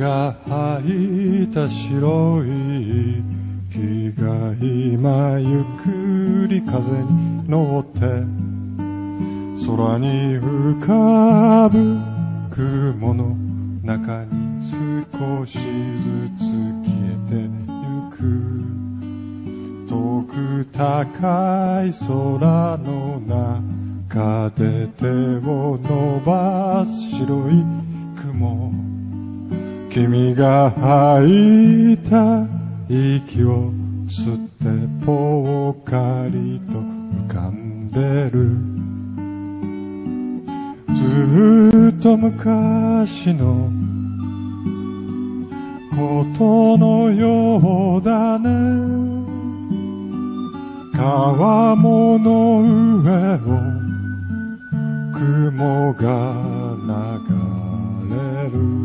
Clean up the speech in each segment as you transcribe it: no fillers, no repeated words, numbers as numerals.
が吐いた白い木が今ゆっくり風に乗って空に浮かぶ雲の中に少しずつ消えてゆく遠く高い空の中で手を伸ばす白い雲君が吐いた息を吸ってぽっかりと浮かんでるずっと昔のことのようだね川面の上を雲が流れる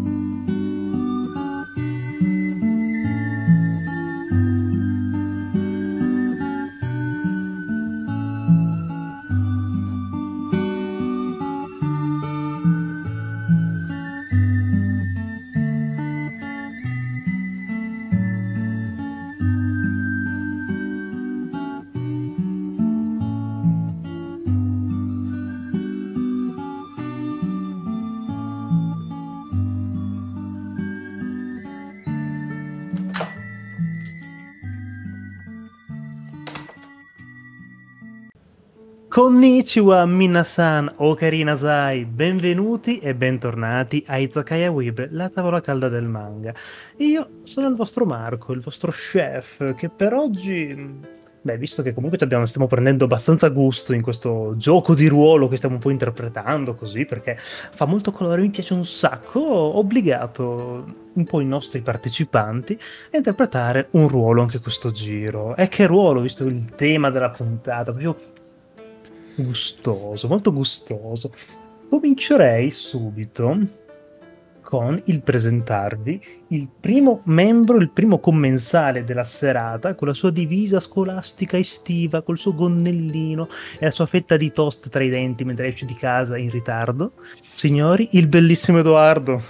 Konnichiwa minasan, okarinasai, benvenuti e bentornati a Izakaya Web, la tavola calda del manga. Io sono il vostro Marco, il vostro chef, che per oggi, visto che comunque stiamo prendendo abbastanza gusto in questo gioco di ruolo che stiamo un po' interpretando così, perché fa molto colore, mi piace un sacco, ho obbligato un po' i nostri partecipanti a interpretare un ruolo anche questo giro. E che ruolo, visto il tema della puntata, proprio gustoso, molto gustoso. Comincerei subito con il presentarvi il primo membro, il primo commensale della serata, con la sua divisa scolastica estiva, col suo gonnellino e la sua fetta di toast tra i denti mentre esce di casa in ritardo. Signori, il bellissimo Edoardo.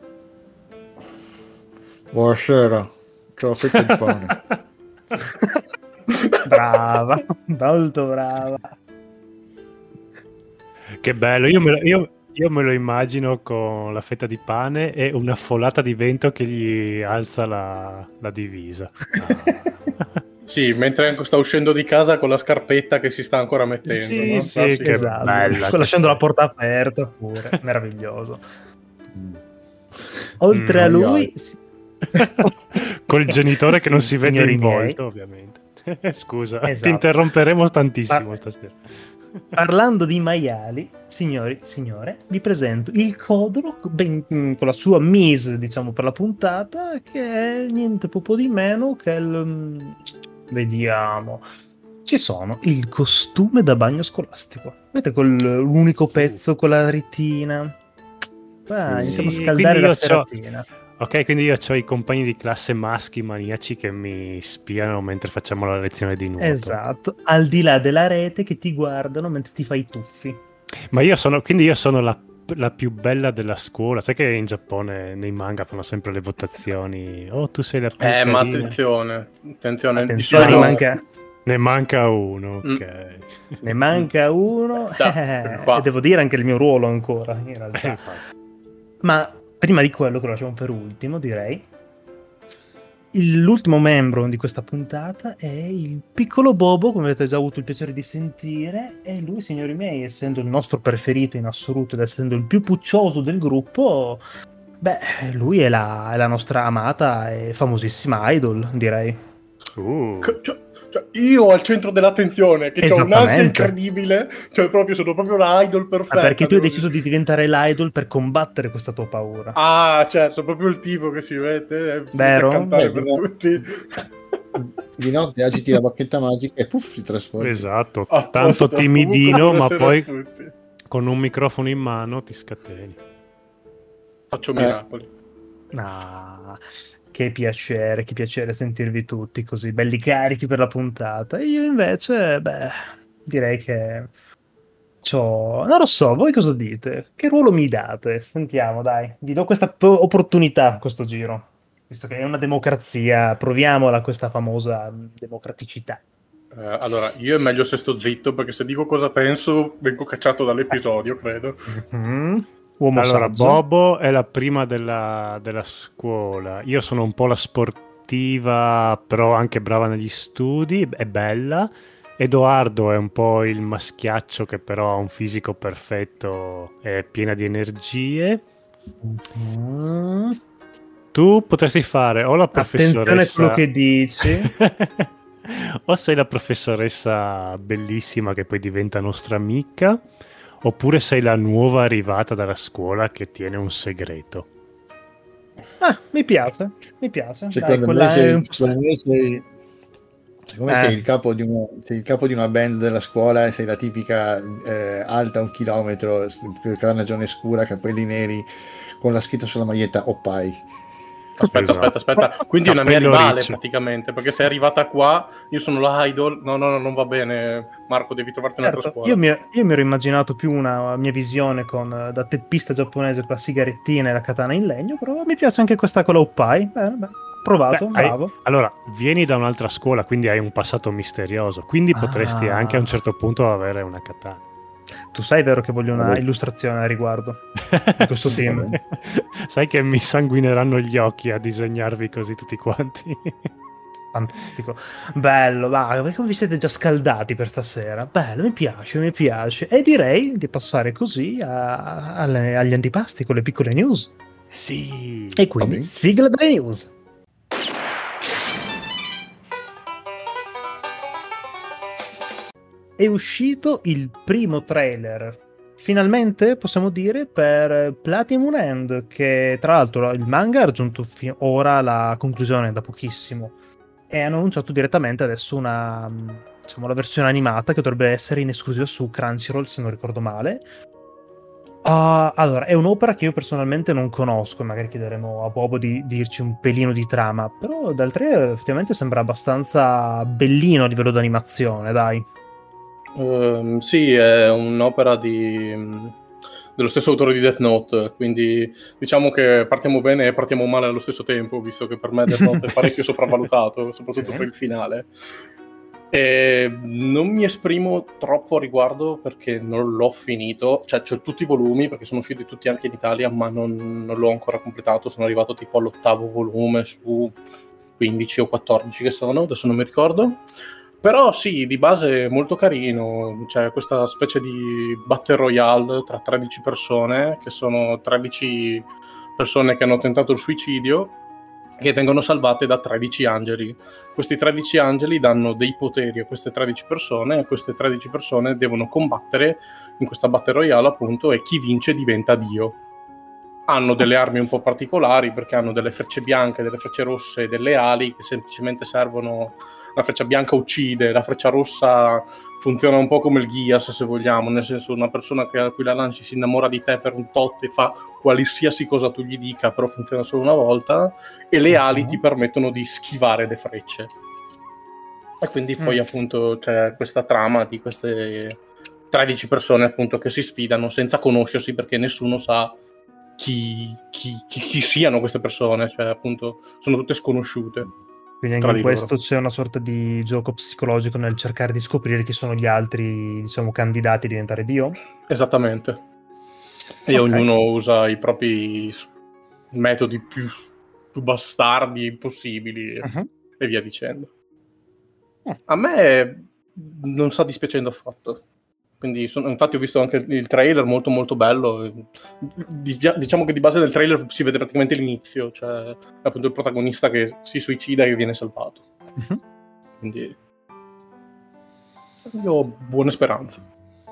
Buonasera, c'ho la fetta di pane. Brava, molto brava. Che bello, io me lo immagino con la fetta di pane e una folata di vento che gli alza la divisa. Sì, mentre sta uscendo di casa con la scarpetta che si sta ancora mettendo. Sì, no? sì, che esatto. bella. Lasciando la porta aperta pure, meraviglioso. Oltre a lui... Col genitore che non si vede in miei. volto, ovviamente. Scusa, Esatto. ti interromperemo tantissimo stasera. Parlando di maiali, signori, signore, vi presento il Codolo con la sua mise, diciamo, per la puntata, che è niente poco di meno che il... Vediamo. Ci sono il costume da bagno scolastico. Vedete, l'unico pezzo con la ritina. Iniziamo a scaldare la seratina. Ok, quindi io ho i compagni di classe maschi maniaci che mi spiano mentre facciamo la lezione di nuoto. Esatto, al di là della rete che ti guardano mentre ti fai i tuffi. Ma io sono la più bella della scuola. Sai che in Giappone nei manga fanno sempre le votazioni. Oh, tu sei la più carina. Ma attenzione, ne manca uno, ok. Ne manca uno. E devo dire anche il mio ruolo ancora, in realtà. Ma prima di quello, che lo lasciamo per ultimo, direi, l'ultimo membro di questa puntata è il piccolo Bobo, come avete già avuto il piacere di sentire, e lui, signori miei, essendo il nostro preferito in assoluto ed essendo il più puccioso del gruppo, lui è la nostra amata e famosissima idol, direi. Io al centro dell'attenzione, che ho un'ansia incredibile, sono proprio l'idol perfetta. Perché tu hai deciso di diventare l'idol per combattere questa tua paura. Ah, certo, sono proprio il tipo che si mette vero? A cantare per tutti. Di notte agiti la bacchetta magica e puff, ti trasformi. Esatto, tanto timidino, ma poi con un microfono in mano ti scateni. Faccio miracoli. Che piacere sentirvi tutti così belli carichi per la puntata. E io invece, direi che Non lo so, voi cosa dite? Che ruolo mi date? Sentiamo, dai, vi do questa opportunità questo giro, visto che è una democrazia, proviamola questa famosa democraticità. Allora, io è meglio se sto zitto, perché se dico cosa penso vengo cacciato dall'episodio, credo. Uomo Allora, saggio. Bobo è la prima della scuola. Io sono un po' la sportiva, però anche brava negli studi, è bella. Edoardo è un po' il maschiaccio che però ha un fisico perfetto, è piena di energie. Mm. Tu potresti fare o la Attenzione a professoressa... quello che dici. O sei la professoressa bellissima che poi diventa nostra amica, oppure sei la nuova arrivata dalla scuola che tiene un segreto. Mi piace, mi piace. Secondo Dai, me sei il capo di una band della scuola e sei la tipica alta 1 chilometro, carnagione scura, capelli neri, con la scritta sulla maglietta Oppai. Aspetta. Quindi è una mia Cappello rivale riccio. praticamente, perché sei arrivata qua, io sono la idol. No, non va bene, Marco, devi trovarti un'altra Certo, scuola. io mi ero immaginato più una mia visione da teppista giapponese con la sigarettina e la katana in legno, però mi piace anche questa con la Oppai. Bene, provato, bravo. Allora, vieni da un'altra scuola, quindi hai un passato misterioso, quindi potresti anche a un certo punto avere una katana. Tu sai, vero, che voglio una illustrazione a riguardo di questo Sì. team. Sai che mi sanguineranno gli occhi a disegnarvi così tutti quanti. Fantastico, bello, va, come vi siete già scaldati per stasera? Bello, mi piace. E direi di passare così agli antipasti con le piccole news. Sì. E quindi sigla delle news. È uscito il primo trailer, finalmente possiamo dire, per Platinum End, che tra l'altro il manga ha raggiunto ora la conclusione da pochissimo e hanno annunciato direttamente adesso la versione animata che dovrebbe essere in esclusiva su Crunchyroll, se non ricordo male. Allora, è un'opera che io personalmente non conosco, magari chiederemo a Bobo di dirci un pelino di trama, però dal trailer effettivamente sembra abbastanza bellino a livello di animazione, dai. Sì, è un'opera dello stesso autore di Death Note, quindi diciamo che partiamo bene e partiamo male allo stesso tempo, visto che per me Death Note è parecchio sopravvalutato, soprattutto per il finale. E non mi esprimo troppo a riguardo perché non l'ho finito, cioè c'ho tutti i volumi perché sono usciti tutti anche in Italia, ma non l'ho ancora completato. Sono arrivato tipo all'8º volume su 15 o 14 che sono, adesso non mi ricordo. Però sì, di base è molto carino, c'è questa specie di Battle Royale tra 13 persone, che sono 13 persone che hanno tentato il suicidio, che vengono salvate da 13 angeli. Questi 13 angeli danno dei poteri a queste 13 persone, e queste 13 persone devono combattere in questa Battle Royale, appunto, e chi vince diventa Dio. Hanno delle armi un po' particolari, perché hanno delle frecce bianche, delle frecce rosse e delle ali che semplicemente servono. La freccia bianca uccide, la freccia rossa funziona un po' come il Ghias, se vogliamo, nel senso una persona a cui la lanci si innamora di te per un tot e fa qualsiasi cosa tu gli dica, però funziona solo una volta, e le ali ti permettono di schivare le frecce. E quindi poi appunto c'è questa trama di queste 13 persone appunto che si sfidano senza conoscersi, perché nessuno sa chi siano queste persone, cioè appunto sono tutte sconosciute. Quindi anche in questo c'è una sorta di gioco psicologico nel cercare di scoprire chi sono gli altri, diciamo, candidati a diventare Dio? Esattamente. E ognuno usa i propri metodi più bastardi possibili e via dicendo. A me non sta dispiacendo affatto. Quindi infatti ho visto anche il trailer molto molto bello. Diciamo che di base del trailer si vede praticamente l'inizio, cioè appunto il protagonista che si suicida e che viene salvato. Quindi io ho buone speranze.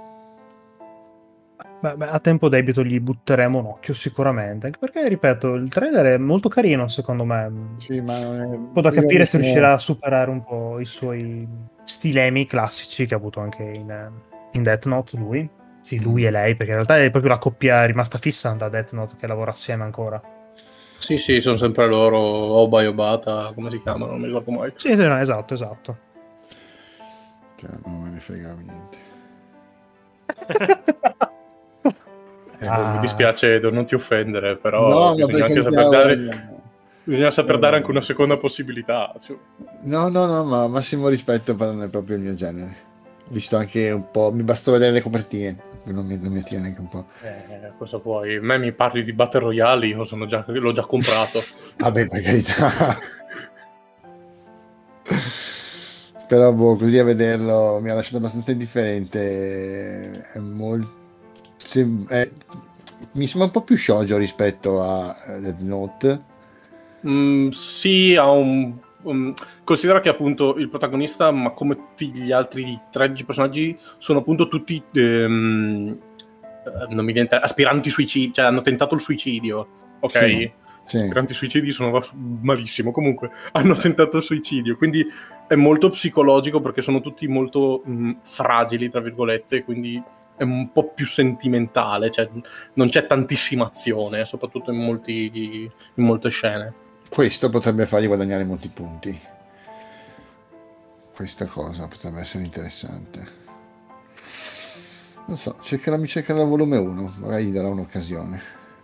A tempo debito gli butteremo un occhio sicuramente, anche perché, ripeto, il trailer è molto carino secondo me. Sì, ma un po' da capire se riuscirà a superare un po' i suoi stilemi classici che ha avuto anche in Death Note lui. Sì, lui e lei, perché in realtà è proprio la coppia rimasta fissa da Death Note che lavora assieme ancora. Sì, sono sempre loro, Oba e Obata, come si chiamano, non mi ricordo mai. Sì, no, esatto. Cioè, non me ne fregava niente. Mi dispiace non ti offendere, però No, ma bisogna anche perché saper dare... Bisogna saper dare anche una seconda possibilità. No, ma massimo rispetto, però non è proprio il mio genere. Visto anche un po', mi bastò vedere le copertine, non mi attira neanche un po'. Cosa vuoi? A me mi parli di Battle Royale, io l'ho già comprato. Vabbè, per carità. Però così a vederlo mi ha lasciato abbastanza indifferente. È molto... mi sembra un po' più shoujo rispetto a Death Note. Sì, ha considera che appunto il protagonista, ma come tutti gli altri 13 personaggi, sono appunto tutti non mi viene aspiranti suicidi, cioè hanno tentato il suicidio, ok? Sì. Aspiranti suicidi sono malissimo, comunque hanno tentato il suicidio, quindi è molto psicologico perché sono tutti molto fragili, tra virgolette, quindi è un po' più sentimentale, cioè non c'è tantissima azione, soprattutto in molte scene. Questo potrebbe fargli guadagnare molti punti. Questa cosa potrebbe essere interessante. Non so, mi cercherò il volume 1, magari gli darò un'occasione.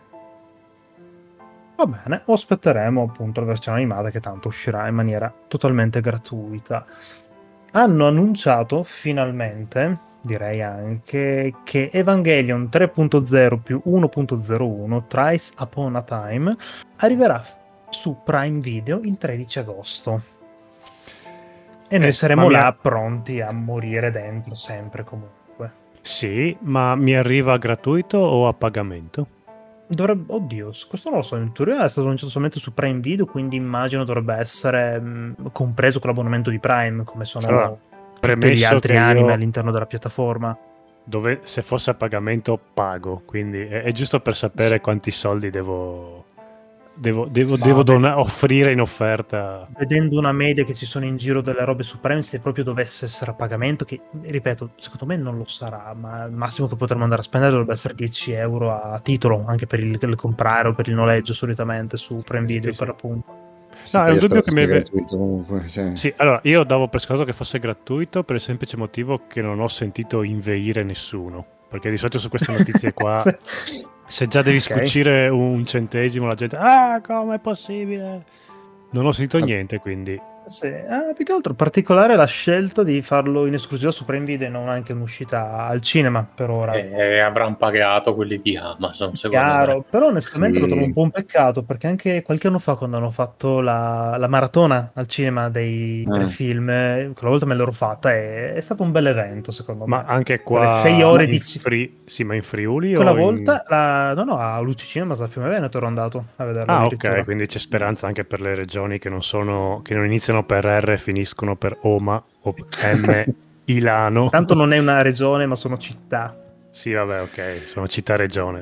Va bene, o aspetteremo appunto la versione animata che tanto uscirà in maniera totalmente gratuita. Hanno annunciato finalmente, direi anche, che Evangelion 3.0 più 1.01 Thrice Upon a Time arriverà su Prime Video il 13 agosto. E noi saremo là pronti a morire dentro sempre comunque. Sì, ma mi arriva gratuito o a pagamento? Oddio, questo non lo so, in teoria è stato annunciato solamente su Prime Video, quindi immagino dovrebbe essere compreso con l'abbonamento di Prime, come sono tutti gli altri anime all'interno della piattaforma. Dove se fosse a pagamento pago, quindi è giusto per sapere quanti soldi devo offrire in offerta. Vedendo una media che ci sono in giro delle robe su Prime, se proprio dovesse essere a pagamento, che ripeto, secondo me non lo sarà, ma il massimo che potremmo andare a spendere dovrebbe essere 10 euro a titolo, anche per il comprare o per il noleggio solitamente su Prime Video, per l'appunto. No, è un dubbio che mi è comunque, cioè. Sì, allora io davo per scontato che fosse gratuito per il semplice motivo che non ho sentito inveire nessuno, perché di solito su queste notizie qua se già devi scucire un centesimo la gente come è possibile? Non ho sentito niente, quindi sì. Più che altro particolare la scelta di farlo in esclusiva su Prime Video e non anche un'uscita al cinema per ora. Avranno pagato quelli di Amazon, chiaro, però onestamente lo trovo un po' un peccato, perché anche qualche anno fa, quando hanno fatto la maratona al cinema dei 3 film, quella volta me l'ero fatta e è stato un bel evento secondo me. Ma anche qua 6 ore di ma in Friuli quella o volta a Luci Cinema a Fiume Veneto ero andato a vederlo. Ok, quindi c'è speranza anche per le regioni che non iniziano per R e finiscono per Oma o M Ilano. Tanto non è una regione ma sono città. Sì, vabbè, ok, sono città-regione.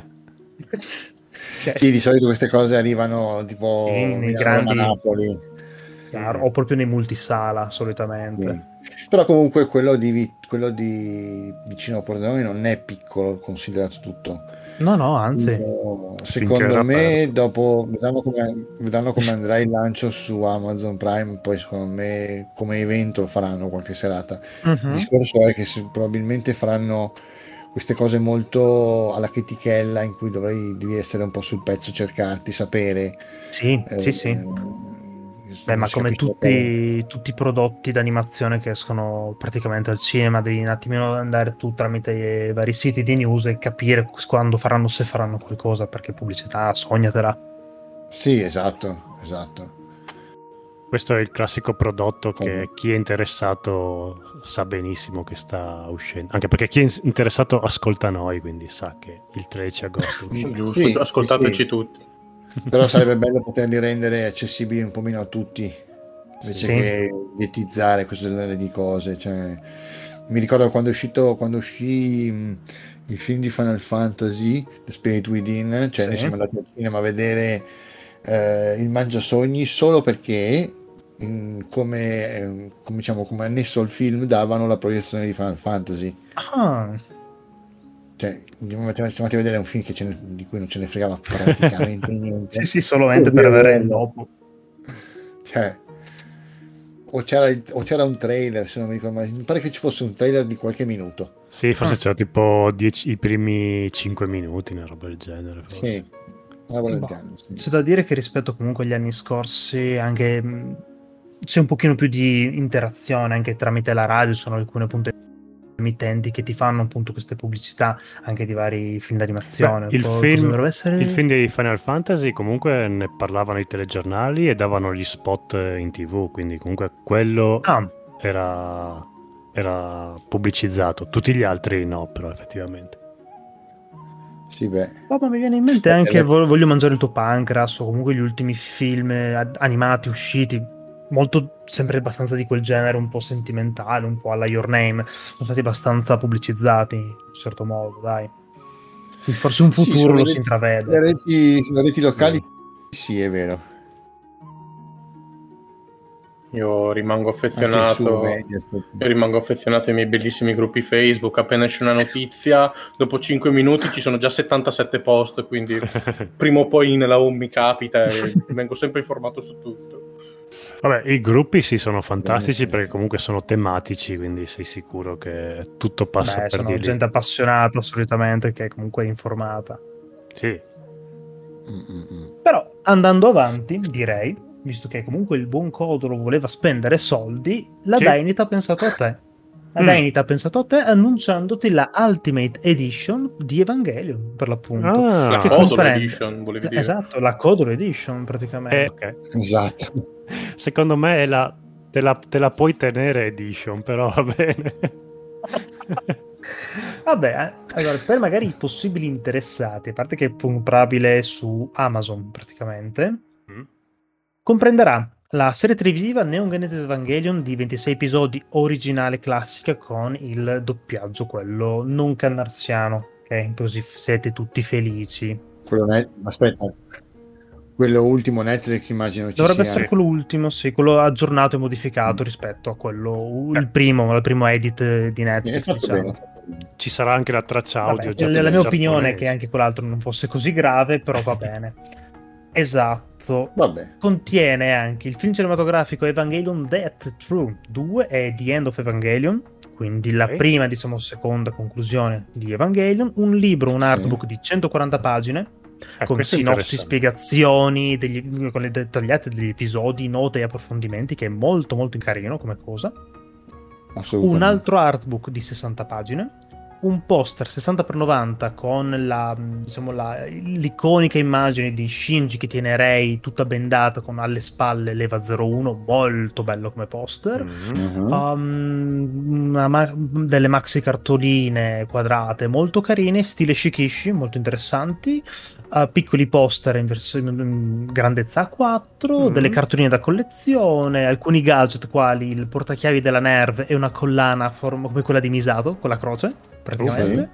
Sì, di solito queste cose arrivano tipo nei grandi Napoli. Chiaro, o proprio nei multisala solitamente. Però comunque quello di vicino a Pordenone non è piccolo considerato tutto. No, anzi. Secondo me dopo vedranno come andrà il lancio su Amazon Prime, poi secondo me come evento faranno qualche serata. Il discorso è che probabilmente faranno queste cose molto alla chetichella, in cui devi essere un po' sul pezzo, cercarti, sapere. Sì. Beh, ma come tutti i prodotti d'animazione che escono praticamente al cinema, devi un attimino andare tu tramite i vari siti di news e capire quando faranno, se faranno qualcosa, perché pubblicità, sognatela. Sì, esatto. Questo è il classico prodotto che chi è interessato sa benissimo che sta uscendo, anche perché chi è interessato ascolta noi, quindi sa che il 13 agosto giusto, sì, ascoltateci tutti. Però sarebbe bello poterli rendere accessibili un po' meno a tutti, invece che vietizzare questo genere di cose. Cioè, mi ricordo quando uscì il film di Final Fantasy, The Spirit Within, cioè noi siamo andati al cinema a vedere il Mangiasogni solo perché come annesso al film davano la proiezione di Final Fantasy. Cioè, siamo andati a vedere un film di cui non ce ne fregava praticamente niente. sì, solamente per avere il dopo. Cioè, o c'era un trailer, se non mi ricordo, mi pare che ci fosse un trailer di qualche minuto. Sì, forse c'era tipo i primi 5 minuti, una roba del genere. Forse. Sì, una roba del Boh, genere, sì. c'è da dire che rispetto comunque agli anni scorsi anche c'è un pochino più di interazione anche tramite la radio, sono alcune appunto emittenti che ti fanno appunto queste pubblicità anche di vari film d'animazione. Beh, il Poi cosa dovrebbe essere? il film di Final Fantasy comunque ne parlavano i telegiornali e davano gli spot in TV, quindi comunque quello Ah, era pubblicizzato. Tutti gli altri no, però effettivamente. Sì, beh. oh, ma mi viene in mente anche Voglio mangiare il tuo pancreas o comunque gli ultimi film animati usciti, molto sempre abbastanza di quel genere, un po' sentimentale, un po' alla Your Name, sono stati abbastanza pubblicizzati in un certo modo, dai. Forse un futuro lo si intravede. Le reti locali, sì, è vero. Io rimango affezionato ai miei bellissimi gruppi Facebook. Appena esce una notizia, dopo 5 minuti ci sono già 77 post, quindi prima o poi nella home mi capita e vengo sempre informato su tutto. Vabbè, i gruppi sì sono fantastici perché comunque sono tematici, quindi sei sicuro che tutto passa per sono di lì. gente appassionata solitamente che comunque è informata. Sì. Però andando avanti, direi, visto che comunque il buon Codolo voleva spendere soldi, la Sì. Dynit ha pensato a te. La Dynit ha pensato a te annunciandoti la Ultimate Edition di Evangelion, per l'appunto. La che Codolo comprende... Edition, volevi dire? Esatto, la Codolo Edition praticamente. Okay. Esatto. Secondo me è te la puoi tenere edition, però va bene. Vabbè, allora, per magari i possibili interessati, a parte che è comprabile su Amazon praticamente, comprenderà la serie televisiva Neon Genesis Evangelion di 26 episodi originale classica con il doppiaggio, quello non cannarsiano, ok? Così siete tutti felici. Aspetta, quello ultimo Netflix immagino ci Dovrebbe sia. essere quello ultimo, sì, quello aggiornato e modificato rispetto a quello, il primo edit di Netflix, Fatto diciamo. bene. Ci sarà anche la traccia audio. Vabbè, la mia opinione è che anche quell'altro non fosse così grave, però va bene. Esatto. Vabbè. Contiene anche il film cinematografico Evangelion Death True 2 e The End of Evangelion, quindi la prima, diciamo, seconda conclusione di Evangelion, un libro, un artbook di 140 pagine, con sinossi, spiegazioni, con le dettagliate degli episodi, note e approfondimenti, che è molto molto carino come cosa. Un altro artbook di 60 pagine, un poster 60x90 con l'iconica immagine di Shinji che tiene Rei tutta bendata con alle spalle Leva 01, molto bello come poster. Delle maxi cartoline quadrate molto carine, stile Shikishi, molto interessanti, piccoli poster in versione grandezza A4, delle cartoline da collezione, alcuni gadget quali il portachiavi della Nerve e una collana a forma come quella di Misato con la croce praticamente.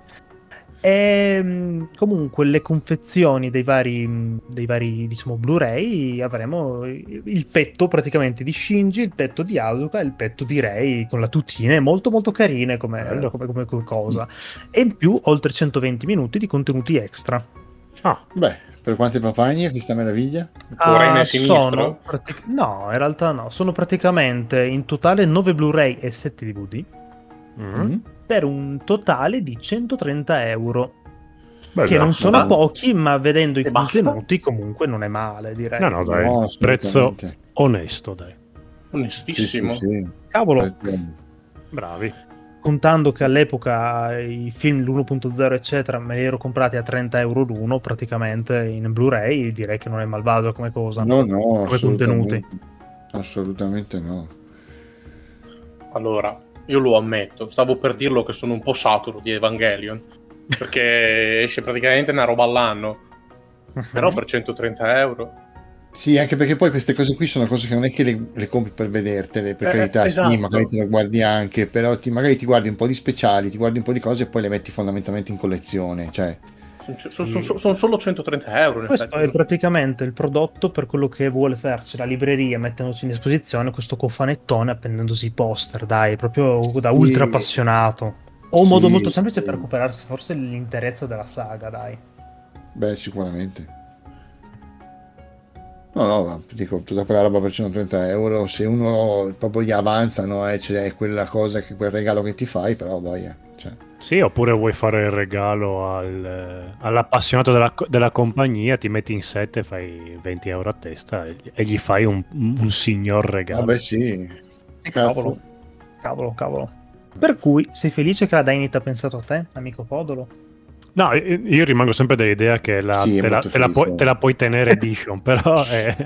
E comunque le confezioni dei vari diciamo Blu-ray avremo il petto praticamente di Shinji, il petto di Asuka e il petto di Rei con la tutina, molto molto carine come cosa, e in più oltre 120 minuti di contenuti extra. Beh, per quante papagne questa meraviglia? Sono no, in realtà no, sono praticamente in totale 9 Blu-ray e 7 DVD per un totale di 130 euro. Che non sono pochi, ma vedendo i contenuti comunque non è male, direi. No, dai, prezzo onesto, dai. Onestissimo. Sì. Cavolo. Bravi. Contando che all'epoca i film l'1.0 eccetera me li ero comprati a 30 euro l'uno praticamente in Blu-ray, direi che non è malvagio come cosa. No, come contenuti. Assolutamente no. Allora, io lo ammetto, stavo per dirlo che sono un po' saturo di Evangelion, perché esce praticamente una roba all'anno, però per 130 euro. Sì, anche perché poi queste cose qui sono cose che non è che le compri per vedertele, per carità, esatto. Sì, magari te le guardi anche, però magari ti guardi un po' di speciali, ti guardi un po' di cose e poi le metti fondamentalmente in collezione, cioè... Sono solo 130 euro. Questo è praticamente il prodotto per quello che vuole farsi la libreria, mettendosi in esposizione questo cofanettone appendendosi i poster, dai, proprio da ultra appassionato. O un modo molto semplice per recuperarsi forse l'interezza della saga, dai. Beh, sicuramente. No, dico, tutta quella roba per 130 euro, se uno proprio gli avanza, no, c'è quella cosa, quel regalo che ti fai, però boia, cioè... Sì, oppure vuoi fare il regalo all'appassionato della compagnia, ti metti in set e fai 20 euro a testa e gli fai un signor regalo. Vabbè, sì. Cavolo, cavolo. Per cui sei felice che la Dynit ha pensato a te, amico Podolo? No, io rimango sempre dell'idea che Sì, è molto felice. te la puoi tenere edition, però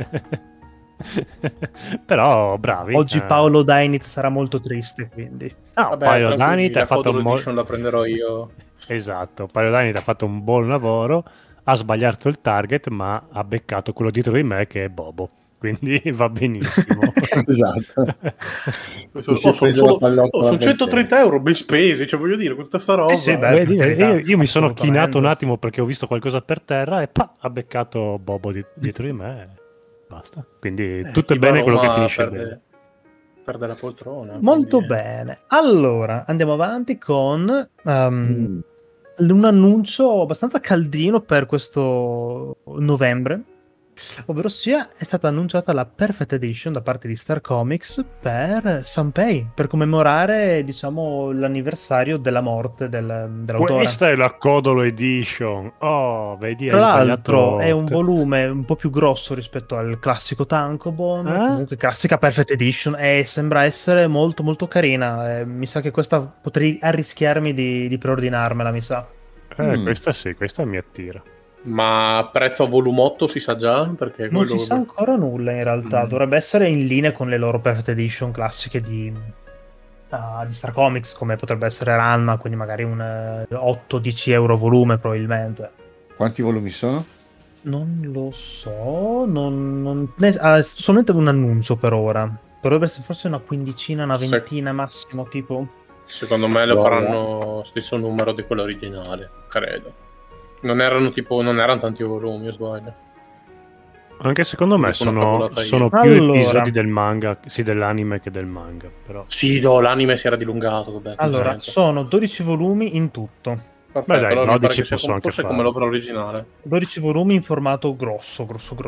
però bravi. Oggi Paolo Dynit sarà molto triste, quindi. No, Vabbè, Paolo tranquilli, Dynit ha la fatto Codolo Edition la prenderò io. Esatto, Paolo Dynit ha fatto un buon lavoro, ha sbagliato il target, ma ha beccato quello dietro di me che è Bobo. Quindi va benissimo. Esatto. Si è Sono, preso la pallottola sono per 130 euro ben spesi, cioè voglio dire, con tutta sta roba. Sì, beh, Vedi, per carità, io mi sono assolutamente. chinato un attimo perché ho visto qualcosa per terra e ha beccato Bobo dietro di me e basta. Quindi tutto è Chi va a bene quello che Roma finisce bene. perde la poltrona. Molto quindi- bene. Allora, andiamo avanti con Mm. un annuncio abbastanza caldino per questo novembre, ovvero sia è stata annunciata la Perfect Edition da parte di Star Comics per Sanpei, per commemorare, diciamo, l'anniversario della morte dell'autore. Questa è la Codolo Edition. Oh, vedi, Tra hai l'altro sbagliato. è un volume un po' più grosso rispetto al classico Tankobon, comunque classica Perfect Edition, e sembra essere molto molto carina. Mi sa che questa potrei arrischiarmi di preordinarmela, mi sa. Questa mi attira. Ma prezzo a volumotto si sa già? Perché Non quello... si sa ancora nulla in realtà, dovrebbe essere in linea con le loro Perfect Edition classiche di Star Comics, come potrebbe essere Ranma, quindi magari un 8-10 euro volume probabilmente. Quanti volumi sono? Non lo so, solamente un annuncio per ora. Dovrebbe essere forse una quindicina, una ventina massimo, tipo. Secondo me lo Allora. faranno stesso numero di quello originale, credo. Non erano tanti volumi, o sbaglio. Anche secondo me Dico una sono cavolata io. più Allora. episodi del manga, sì, dell'anime che del manga. Però. Sì, no, l'anime si era dilungato. Vabbè, come Allora, sempre. sono 12 volumi in tutto. Perfetto, dai, allora mi 12 pare che sia posso anche forse come farlo. l'opera originale. 12 volumi in formato grosso.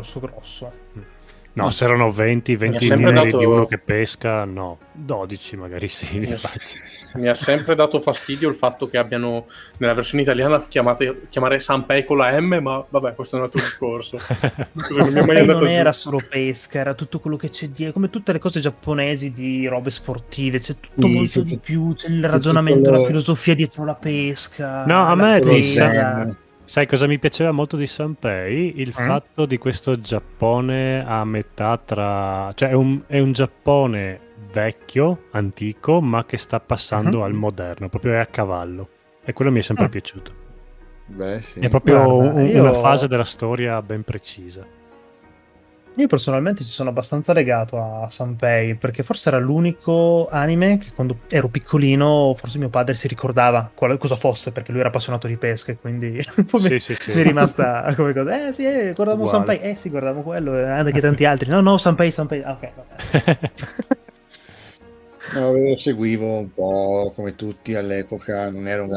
No, se erano 20 Mi ha sempre numeri dato- di uno che pesca, no. 12 magari sì, li faccio. Mi ha sempre dato fastidio il fatto che abbiano nella versione italiana chiamare Sanpei con la M, ma vabbè, questo è un altro discorso. Non era solo pesca, era tutto quello che c'è dietro, come tutte le cose giapponesi di robe sportive, c'è tutto Sì, molto tutto- di più, c'è il tutto ragionamento, quello- la filosofia dietro la pesca. No, a la me Quello presa. zen. Sai cosa mi piaceva molto di Sanpei? Il fatto di questo Giappone a metà tra... Cioè è un Giappone vecchio, antico, ma che sta passando al moderno, proprio è a cavallo. E quello mi è sempre piaciuto. Beh, sì. È proprio Guarda, una fase della storia ben precisa. Io personalmente ci sono abbastanza legato a Sanpei, perché forse era l'unico anime che quando ero piccolino forse mio padre si ricordava cosa fosse, perché lui era appassionato di pesca e quindi mi è rimasta come cosa. Sì, guardavamo Uguale. Sanpei, sì, guardavamo quello, anche tanti altri. No, Sanpei, ok, vabbè. No, lo seguivo un po' come tutti all'epoca, non ero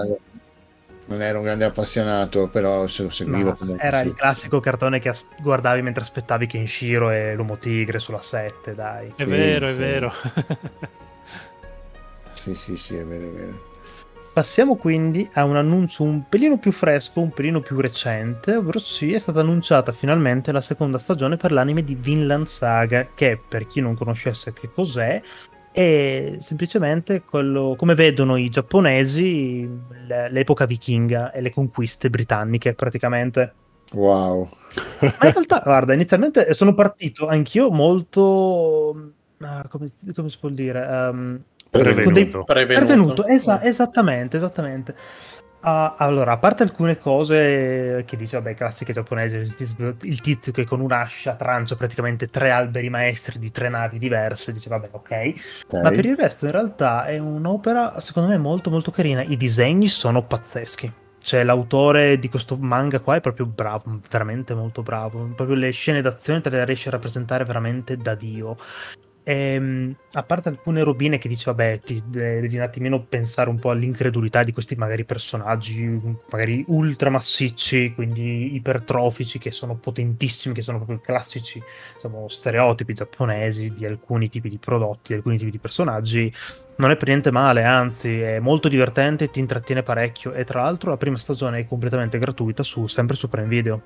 un grande appassionato, però se lo seguivo Ma comunque. era sì. il classico cartone che guardavi mentre aspettavi Kenshiro e l'Uomo Tigre sulla 7, dai. È Sì, vero, è sì. vero. Sì, è vero. Passiamo quindi a un annuncio un pelino più fresco, un pelino più recente, ovvero sì, è stata annunciata finalmente la seconda stagione per l'anime di Vinland Saga, che per chi non conoscesse che cos'è, è semplicemente quello come vedono i giapponesi l'epoca vichinga e le conquiste britanniche praticamente. Wow. Ma in realtà, guarda, inizialmente sono partito anch'io molto... come si può dire? Prevenuto, esattamente. Allora, a parte alcune cose che dice, vabbè, classiche giapponesi, il tizio che con un'ascia trancia praticamente 3 alberi maestri di 3 navi diverse, dice, vabbè, ok. Ma per il resto, in realtà, è un'opera, secondo me, molto, molto carina. I disegni sono pazzeschi. Cioè, l'autore di questo manga qua è proprio bravo, veramente molto bravo. Proprio le scene d'azione te le riesce a rappresentare veramente da Dio. a parte alcune robine che dici, vabbè, devi un attimino pensare un po' all'incredulità di questi magari personaggi, magari ultra massicci, quindi ipertrofici, che sono potentissimi, che sono proprio i classici, diciamo, stereotipi giapponesi di alcuni tipi di prodotti, di alcuni tipi di personaggi. Non è per niente male, anzi è molto divertente, ti intrattiene parecchio, e tra l'altro la prima stagione è completamente gratuita sempre su Prime Video.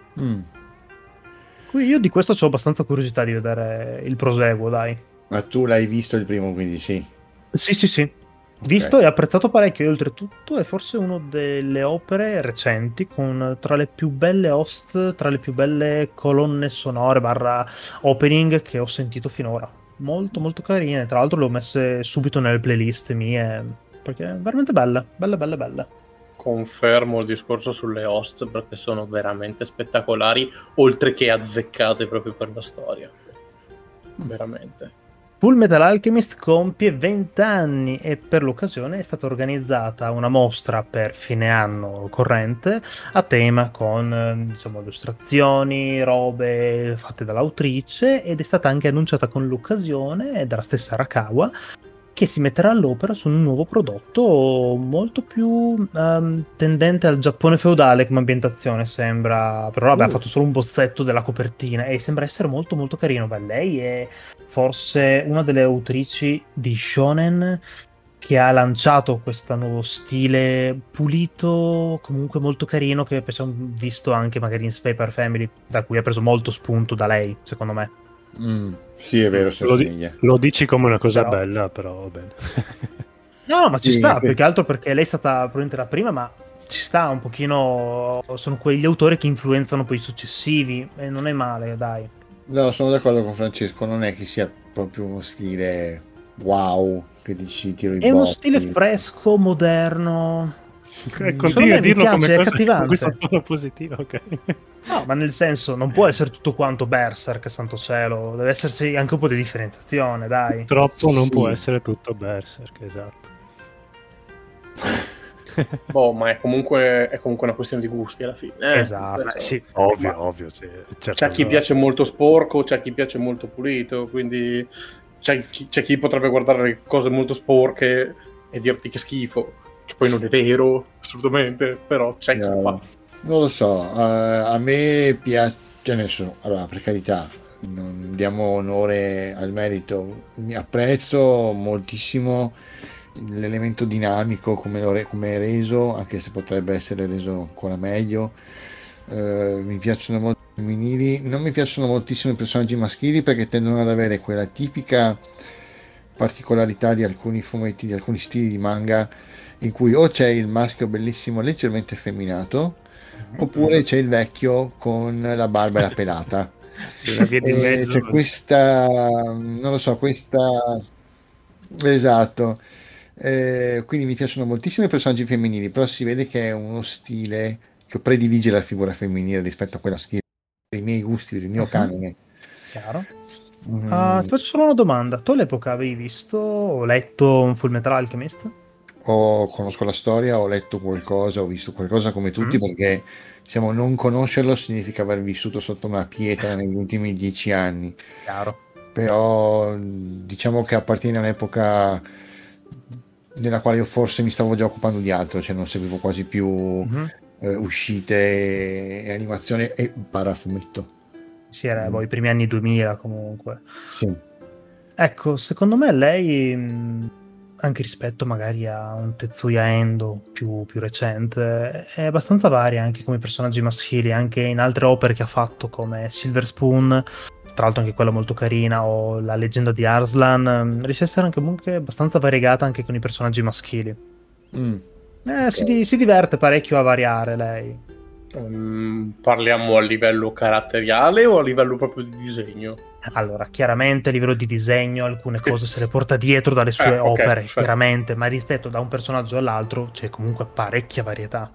Qui io di questo ho abbastanza curiosità di vedere il proseguo, dai. Ma tu l'hai visto il primo, quindi sì. Sì. Visto e apprezzato parecchio, e oltretutto è forse una delle opere recenti con tra le più belle host, tra le più belle colonne sonore / opening che ho sentito finora. Molto molto carine, tra l'altro le ho messe subito nelle playlist mie, perché è veramente belle. Confermo il discorso sulle host, perché sono veramente spettacolari, oltre che azzeccate proprio per la storia. Veramente. Full Metal Alchemist compie 20 anni e per l'occasione è stata organizzata una mostra per fine anno corrente a tema con, diciamo, illustrazioni, robe fatte dall'autrice, ed è stata anche annunciata con l'occasione dalla stessa Arakawa che si metterà all'opera su un nuovo prodotto molto più tendente al Giappone feudale come ambientazione, sembra. Però vabbè, ha fatto solo un bozzetto della copertina e sembra essere molto molto carino. Beh, lei è forse una delle autrici di shonen che ha lanciato questo nuovo stile pulito, comunque molto carino, che abbiamo visto anche magari in Spy per Family, da cui ha preso molto spunto da lei, secondo me. Sì, è vero, lo dici come una cosa Però bella, però va bene. No, ma ci Sì, sta, più che altro perché lei è stata probabilmente la prima, ma ci sta un pochino. Sono quegli autori che influenzano poi i successivi, e non è male, dai. No, sono d'accordo con Francesco, non è che sia proprio uno stile wow, che dici tiro i È uno botti. stile fresco, moderno. Continui a dirlo come piace, è cosa, accattivante. questa cosa positiva, ok. No, ma nel senso, non può essere tutto quanto Berserk, santo cielo. Deve esserci anche un po' di differenziazione, dai. Troppo non Sì. può essere tutto Berserk, esatto. Boh, ma è comunque una questione di gusti alla fine. Esatto. Sì, ovvio. Sì, certo, C'è a chi piace molto sporco, c'è a chi piace molto pulito, quindi c'è chi potrebbe guardare le cose molto sporche e dirti che schifo, che poi non è vero, assolutamente, però c'è chi fa. Non lo so, a me piace, nessuno, allora per carità, non diamo onore al merito, mi apprezzo moltissimo l'elemento dinamico come è reso, anche se potrebbe essere reso ancora meglio. Mi piacciono molto i femminili, non mi piacciono moltissimo i personaggi maschili perché tendono ad avere quella tipica particolarità di alcuni fumetti, di alcuni stili di manga in cui o c'è il maschio bellissimo leggermente effeminato, oppure c'è il vecchio con la barba e la pelata. La via di mezzo. C'è questa, non lo so, esatto. Quindi mi piacciono moltissimo i personaggi femminili, però si vede che è uno stile che predilige la figura femminile rispetto a quella maschile, i miei gusti, il mio canone. Chiaro. Ti faccio solo una domanda. Tu all'epoca avevi visto o letto un Full Metal Alchemist? Conosco la storia, ho letto qualcosa, ho visto qualcosa come tutti, perché diciamo, non conoscerlo significa aver vissuto sotto una pietra negli ultimi 10 anni. Chiaro. Però diciamo che appartiene a un'epoca nella quale io forse mi stavo già occupando di altro, cioè non seguivo quasi più uscite e animazione e parafumetto. Sì, era i primi anni 2000 comunque. Sì. Ecco, secondo me lei, anche rispetto magari a un Tetsuya Endo più recente, è abbastanza varia anche come personaggi maschili, anche in altre opere che ha fatto come Silver Spoon, tra l'altro anche quella molto carina, o La leggenda di Arslan, riesce a essere anche comunque abbastanza variegata anche con i personaggi maschili. Si diverte parecchio a variare lei. Parliamo a livello caratteriale o a livello proprio di disegno? Allora, chiaramente a livello di disegno alcune cose se le porta dietro dalle sue opere, chiaramente, ma rispetto da un personaggio all'altro c'è comunque parecchia varietà.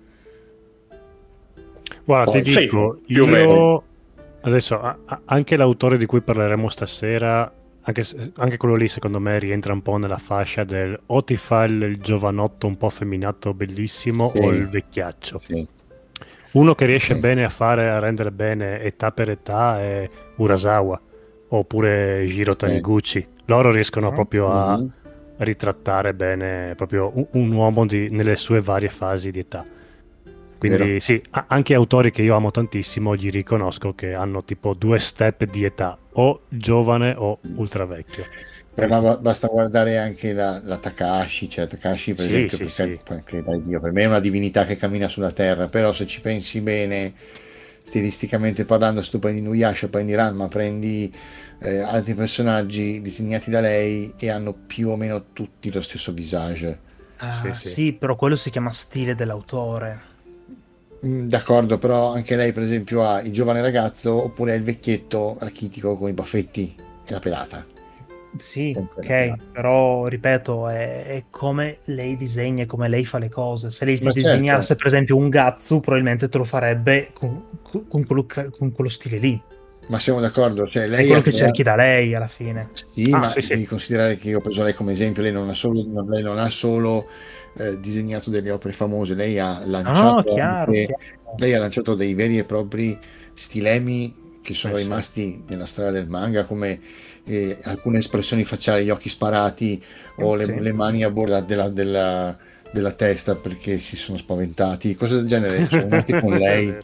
Guarda, ti dico, io adesso anche l'autore di cui parleremo stasera, anche quello lì secondo me rientra un po' nella fascia del o ti fa il giovanotto un po' femminato bellissimo o il vecchiaccio. Sì. Uno che riesce bene a rendere bene età per età è Urasawa, oppure Jiro Taniguchi. Loro riescono proprio a ritrattare bene proprio un uomo nelle sue varie fasi di età. Quindi Vero. sì, anche autori che io amo tantissimo gli riconosco che hanno tipo 2 step di età, o giovane o ultra vecchio. Ma basta guardare anche la Takahashi, cioè Takahashi per esempio, perché dai Dio, per me è una divinità che cammina sulla terra, però se ci pensi bene, stilisticamente parlando, se tu prendi Inuyasha, prendi Ranma, prendi altri personaggi disegnati da lei e hanno più o meno tutti lo stesso visage. Sì, però quello si chiama stile dell'autore. D'accordo, però anche lei per esempio ha il giovane ragazzo oppure il vecchietto rachitico con i baffetti e la pelata. Sì, ok, però ripeto, è come lei disegna, è come lei fa le cose. Se lei ti disegnasse per esempio un Gatsu, probabilmente te lo farebbe con quello stile lì. Ma siamo d'accordo, cioè lei è quello che cerchi da lei alla fine. Sì, ma devi considerare che io ho preso lei come esempio, lei non ha solo disegnato delle opere famose, lei ha lanciato chiaro. Lei ha lanciato dei veri e propri stilemi che sono rimasti nella storia del manga, come alcune espressioni facciali, gli occhi sparati o le mani a borda della testa perché si sono spaventati, cose del genere. Sono nati con lei.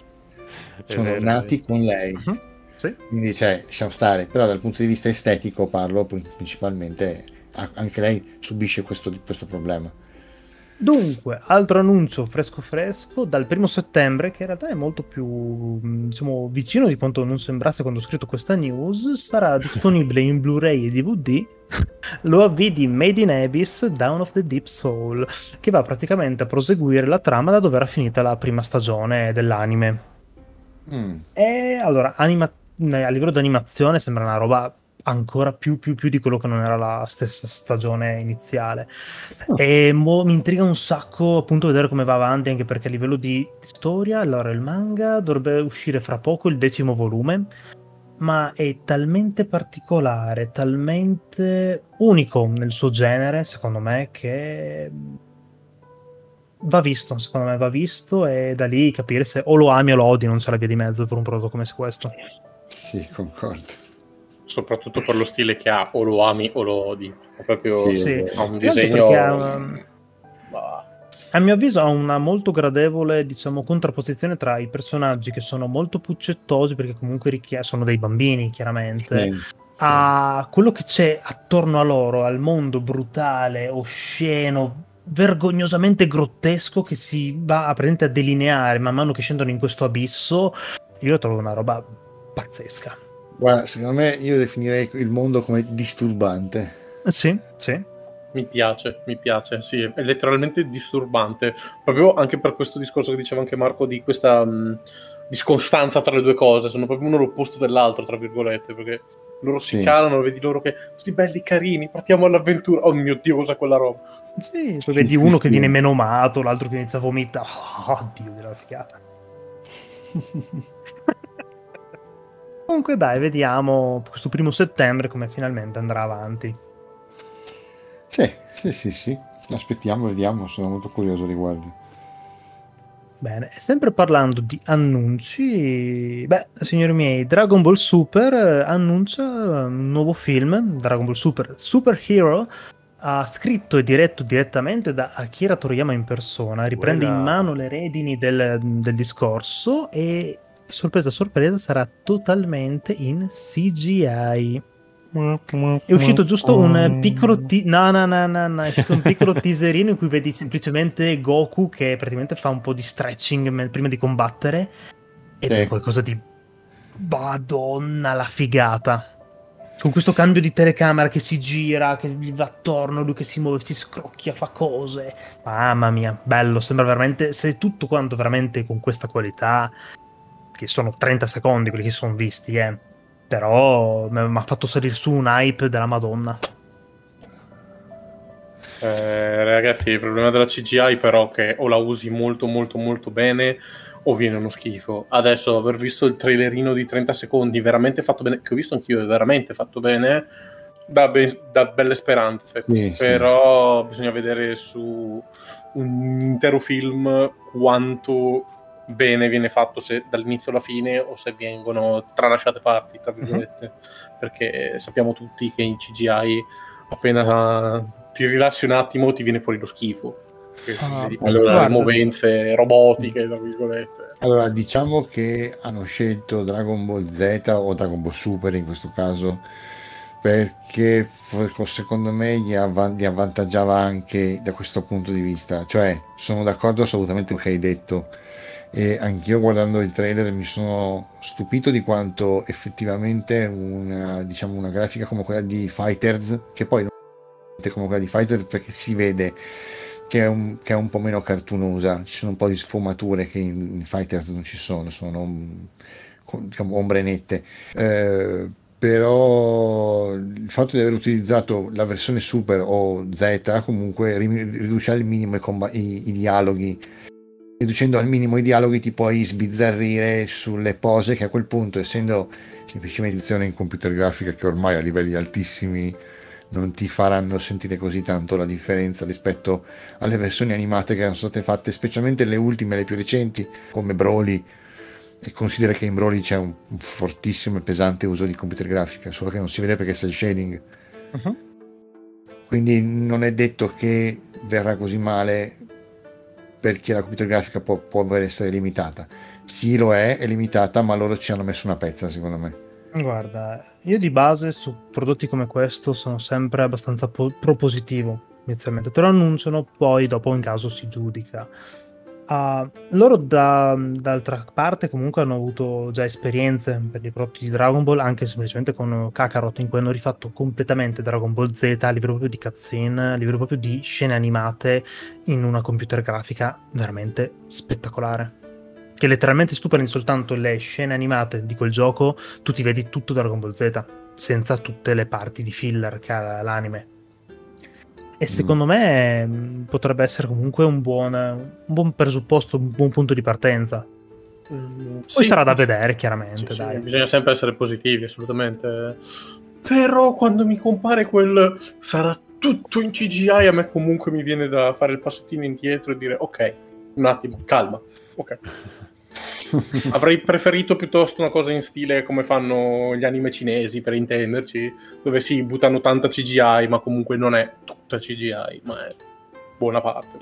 Con lei. Sì. Quindi lasciamo stare, però dal punto di vista estetico parlo principalmente, anche lei subisce questo problema. Dunque, altro annuncio fresco dal 1 settembre, che in realtà è molto più vicino di quanto non sembrasse quando ho scritto questa news, sarà disponibile in Blu-ray e DVD l'OAV di Made in Abyss Dawn of the Deep Soul, che va praticamente a proseguire la trama da dove era finita la prima stagione dell'anime. E allora, a livello di animazione sembra una roba ancora più di quello che non era la stessa stagione iniziale. E mi intriga un sacco appunto vedere come va avanti, anche perché a livello di storia, allora il manga dovrebbe uscire fra poco il 10° volume, ma è talmente particolare, talmente unico nel suo genere, secondo me, che secondo me va visto, e da lì capire se o lo ami o lo odi, non c'è la via di mezzo per un prodotto come questo. Sì, concordo. Soprattutto per lo stile che ha, o lo ami o lo odi. È proprio ha un disegno a mio avviso ha una molto gradevole, contrapposizione tra i personaggi che sono molto puccettosi, perché comunque sono dei bambini chiaramente, a quello che c'è attorno a loro, al mondo brutale, osceno, vergognosamente grottesco che si va a delineare man mano che scendono in questo abisso. Io lo trovo una roba pazzesca. Guarda, secondo me io definirei il mondo come disturbante. Sì. Mi piace, sì, è letteralmente disturbante, proprio anche per questo discorso che diceva anche Marco di questa discostanza tra le due cose, sono proprio uno l'opposto dell'altro, tra virgolette, perché loro si calano, vedi loro che tutti belli carini, partiamo all'avventura, oh mio Dio, cos'è quella roba? Sì, poi vedi uno che viene menomato, l'altro che inizia a vomitare, oh Dio, della figata. Comunque dai, vediamo questo 1 settembre come finalmente andrà avanti. Sì. Aspettiamo, vediamo, sono molto curioso a riguardo. Bene, sempre parlando di annunci, signori miei, Dragon Ball Super annuncia un nuovo film, Dragon Ball Super Hero, scritto e diretto direttamente da Akira Toriyama in persona, riprende in mano le redini del discorso e, sorpresa sarà totalmente in CGI. È uscito giusto un piccolo è uscito un piccolo teaserino in cui vedi semplicemente Goku che praticamente fa un po' di stretching prima di combattere, ed è qualcosa di Madonna la figata, con questo cambio di telecamera che si gira, che gli va attorno, lui che si muove, si scrocchia, fa cose, mamma mia, bello, sembra veramente, se tutto quanto veramente con questa qualità, che sono 30 secondi quelli che si sono visti, però mi ha fatto salire su un hype della Madonna. Ragazzi, il problema della CGI però è che o la usi molto bene o viene uno schifo. Adesso aver visto il trailerino di 30 secondi veramente fatto bene, che ho visto anch'io, è veramente fatto bene, dà belle speranze, però bisogna vedere su un intero film quanto bene viene fatto, se dall'inizio alla fine o se vengono tralasciate parti, tra virgolette, perché sappiamo tutti che in CGI appena ti rilassi un attimo ti viene fuori lo schifo. Allora, movenze robotiche, tra virgolette. Allora, diciamo che hanno scelto Dragon Ball Z o Dragon Ball Super in questo caso perché secondo me li avvantaggiava anche da questo punto di vista. Cioè, sono d'accordo assolutamente con quello che hai detto, e anch'io guardando il trailer mi sono stupito di quanto effettivamente una grafica come quella di Fighters, che poi non è come quella di Fighters perché si vede che è un po' meno cartunosa, ci sono un po' di sfumature che in Fighters non ci sono diciamo ombre nette, però il fatto di aver utilizzato la versione Super o Z comunque riduce al minimo i dialoghi. Riducendo al minimo i dialoghi ti puoi sbizzarrire sulle pose che a quel punto, essendo semplicemente edizione in computer grafica che ormai a livelli altissimi non ti faranno sentire così tanto la differenza rispetto alle versioni animate che erano state fatte, specialmente le ultime, le più recenti, come Broly, e considera che in Broly c'è un fortissimo e pesante uso di computer grafica, solo che non si vede perché c'è il shading. Quindi non è detto che verrà così male, perché la computer grafica può essere limitata. Sì, lo è limitata, ma loro ci hanno messo una pezza, secondo me. Guarda, io di base su prodotti come questo sono sempre abbastanza propositivo. Inizialmente te lo annunciano, poi dopo in caso si giudica. Loro d'altra parte comunque hanno avuto già esperienze per i prodotti di Dragon Ball, anche semplicemente con Kakarot, in cui hanno rifatto completamente Dragon Ball Z a livello proprio di cutscene, a livello proprio di scene animate in una computer grafica veramente spettacolare, che letteralmente tu prendi soltanto le scene animate di quel gioco, tu ti vedi tutto Dragon Ball Z senza tutte le parti di filler che ha l'anime. E secondo me potrebbe essere comunque un buon presupposto, un buon punto di partenza. Poi sarà da vedere, chiaramente. Sì, dai. Bisogna sempre essere positivi, assolutamente. Però quando mi compare quel sarà tutto in CGI, a me comunque mi viene da fare il passettino indietro e dire ok, un attimo, calma, ok. Avrei preferito piuttosto una cosa in stile come fanno gli anime cinesi, per intenderci, dove sì, buttano tanta CGI, ma comunque non è tutta CGI, ma è buona parte.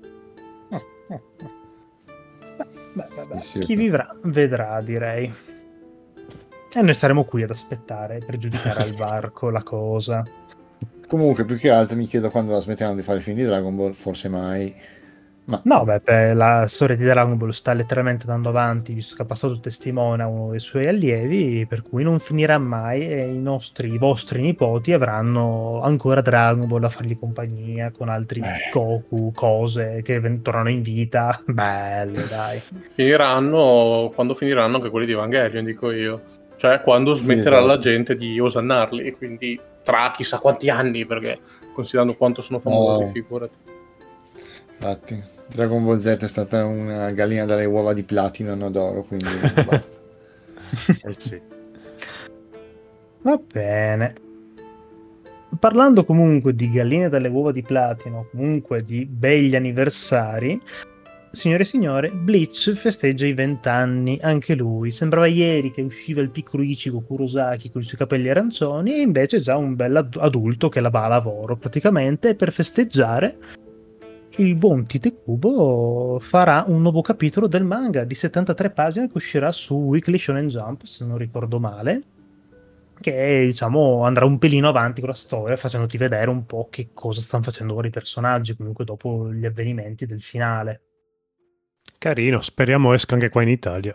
Beh. Chi vivrà vedrà, direi. E noi saremo qui ad aspettare per giudicare al varco la cosa. Comunque, più che altro mi chiedo quando la smetteranno di fare film di Dragon Ball, forse mai. No, la storia di Dragon Ball sta letteralmente andando avanti, visto che ha passato il testimone a uno dei suoi allievi, per cui non finirà mai e i vostri nipoti avranno ancora Dragon Ball a fargli compagnia con altri Goku, cose che tornano in vita. Bello, dai. Quando finiranno anche quelli di Evangelion, dico io. Cioè, quando smetterà la gente di osannarli, e quindi tra chissà quanti anni, perché considerando quanto sono famosi, figurati. Infatti, Dragon Ball Z è stata una gallina dalle uova di platino, non d'oro, quindi basta. Sì. Va bene. Parlando comunque di galline dalle uova di platino, comunque di begli anniversari, signore e signore, Bleach festeggia i 20 anni, anche lui. Sembrava ieri che usciva il piccolo Ichigo Kurosaki con i suoi capelli arancioni, e invece è già un bel adulto che la va a lavoro praticamente, e per festeggiare il buon Tite Kubo farà un nuovo capitolo del manga di 73 pagine che uscirà su Weekly Shonen Jump, se non ricordo male, che diciamo andrà un pelino avanti con la storia, facendoti vedere un po' che cosa stanno facendo ora i personaggi comunque dopo gli avvenimenti del finale. Carino, speriamo esca anche qua in Italia.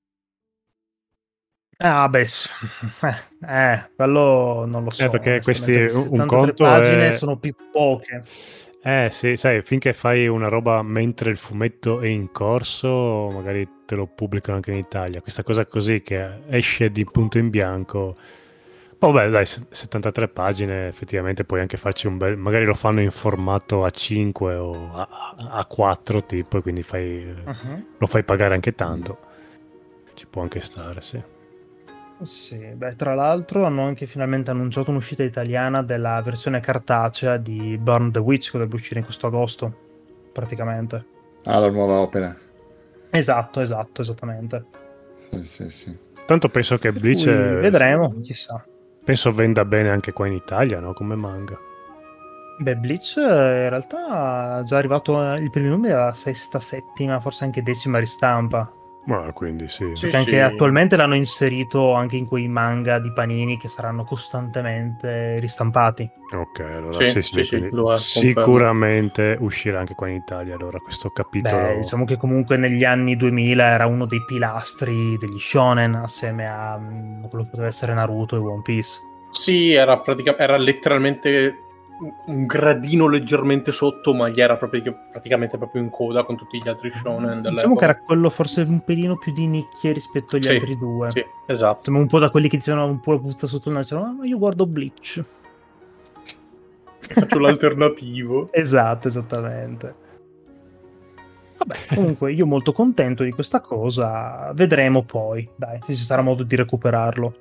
Quello non lo so, perché questi un 73 conto pagine sono più poche. Sì, sai, finché fai una roba mentre il fumetto è in corso, magari te lo pubblicano anche in Italia. Questa cosa così che esce di punto in bianco. Vabbè, dai, 73 pagine, effettivamente puoi anche farci un bel... Magari lo fanno in formato A5 o A4 tipo, e quindi lo fai pagare anche tanto. Ci può anche stare, sì. Sì, tra l'altro hanno anche finalmente annunciato un'uscita italiana della versione cartacea di Burn the Witch, che dovrebbe uscire in questo agosto, praticamente. La nuova opera. Esatto, esattamente. Sì. Tanto penso che Bleach vedremo, chissà. Penso venda bene anche qua in Italia, no? Come manga. Beh, Bleach in realtà è già arrivato il primo numero alla sesta, settima, forse anche decima ristampa. Ma quindi sì. Perché anche attualmente l'hanno inserito anche in quei manga di Panini che saranno costantemente ristampati. Ok, allora sì, sicuramente uscirà anche qua in Italia allora questo capitolo. Beh, diciamo che comunque negli anni 2000 era uno dei pilastri degli shonen assieme a quello che poteva essere Naruto e One Piece. Sì, era letteralmente un gradino leggermente sotto, ma gli era praticamente proprio in coda con tutti gli altri shonen dell'epoca. Diciamo che era quello forse un pelino più di nicchie rispetto agli altri due. Sì, esatto. Siamo un po' da quelli che dicevano un po' la puzza sotto il naso, ma io guardo Bleach. Faccio l'alternativo. Esatto, esattamente. Vabbè, comunque io molto contento di questa cosa, vedremo poi, dai, se ci sarà modo di recuperarlo.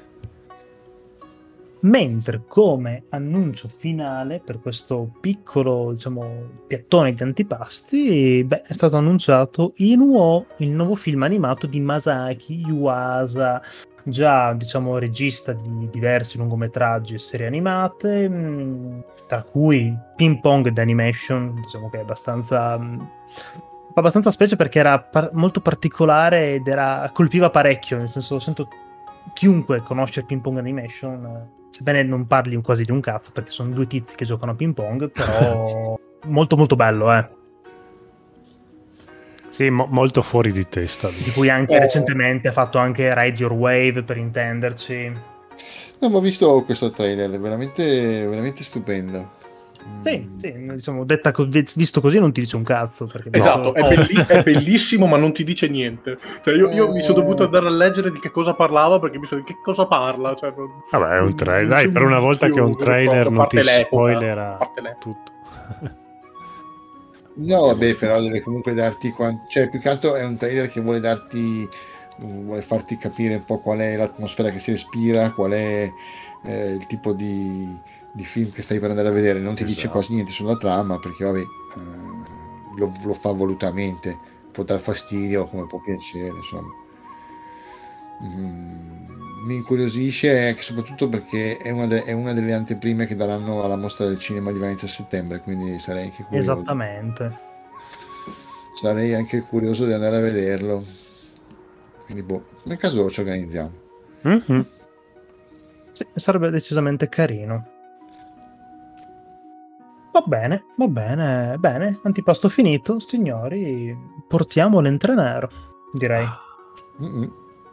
Mentre come annuncio finale per questo piccolo, diciamo, piattone di antipasti, è stato annunciato Inu-Oh, il nuovo film animato di Masaaki Yuasa, già, diciamo, regista di diversi lungometraggi e serie animate, tra cui Ping Pong The Animation, diciamo che è abbastanza specie perché era molto particolare ed colpiva parecchio, nel senso, sento chiunque conosce Ping Pong Animation, sebbene non parli quasi di un cazzo perché sono due tizi che giocano a ping pong, però molto molto bello, Sì, molto fuori di testa. Di cui anche recentemente ha fatto anche Ride Your Wave, per intenderci. No, ma ho visto questo trailer, è veramente, veramente stupendo. Sì, diciamo, visto così non ti dice un cazzo. Perché esatto, è bellissimo, ma non ti dice niente. Cioè, io mi sono dovuto andare a leggere di che cosa parlava, perché mi sono di che cosa parla. Cioè, vabbè, è un trailer. Dai, per una volta che è un trailer non ti spoilera tutto. No, vabbè, però deve comunque darti cioè, più che altro è un trailer che vuole farti capire un po' qual è l'atmosfera che si respira, qual è il tipo di film che stai per andare a vedere. Non ti dice quasi niente sulla trama, perché vabbè, lo fa volutamente, può dar fastidio come può piacere, insomma. Mi incuriosisce anche soprattutto perché è una delle anteprime che daranno alla mostra del cinema di Venezia a settembre, quindi sarei anche curioso. Esattamente. Sarei anche curioso di andare a vederlo, quindi nel caso ci organizziamo. Mm-hmm. Sì, sarebbe decisamente carino. Va bene, antipasto finito, signori, portiamo l'entrenero, direi. Mm-hmm.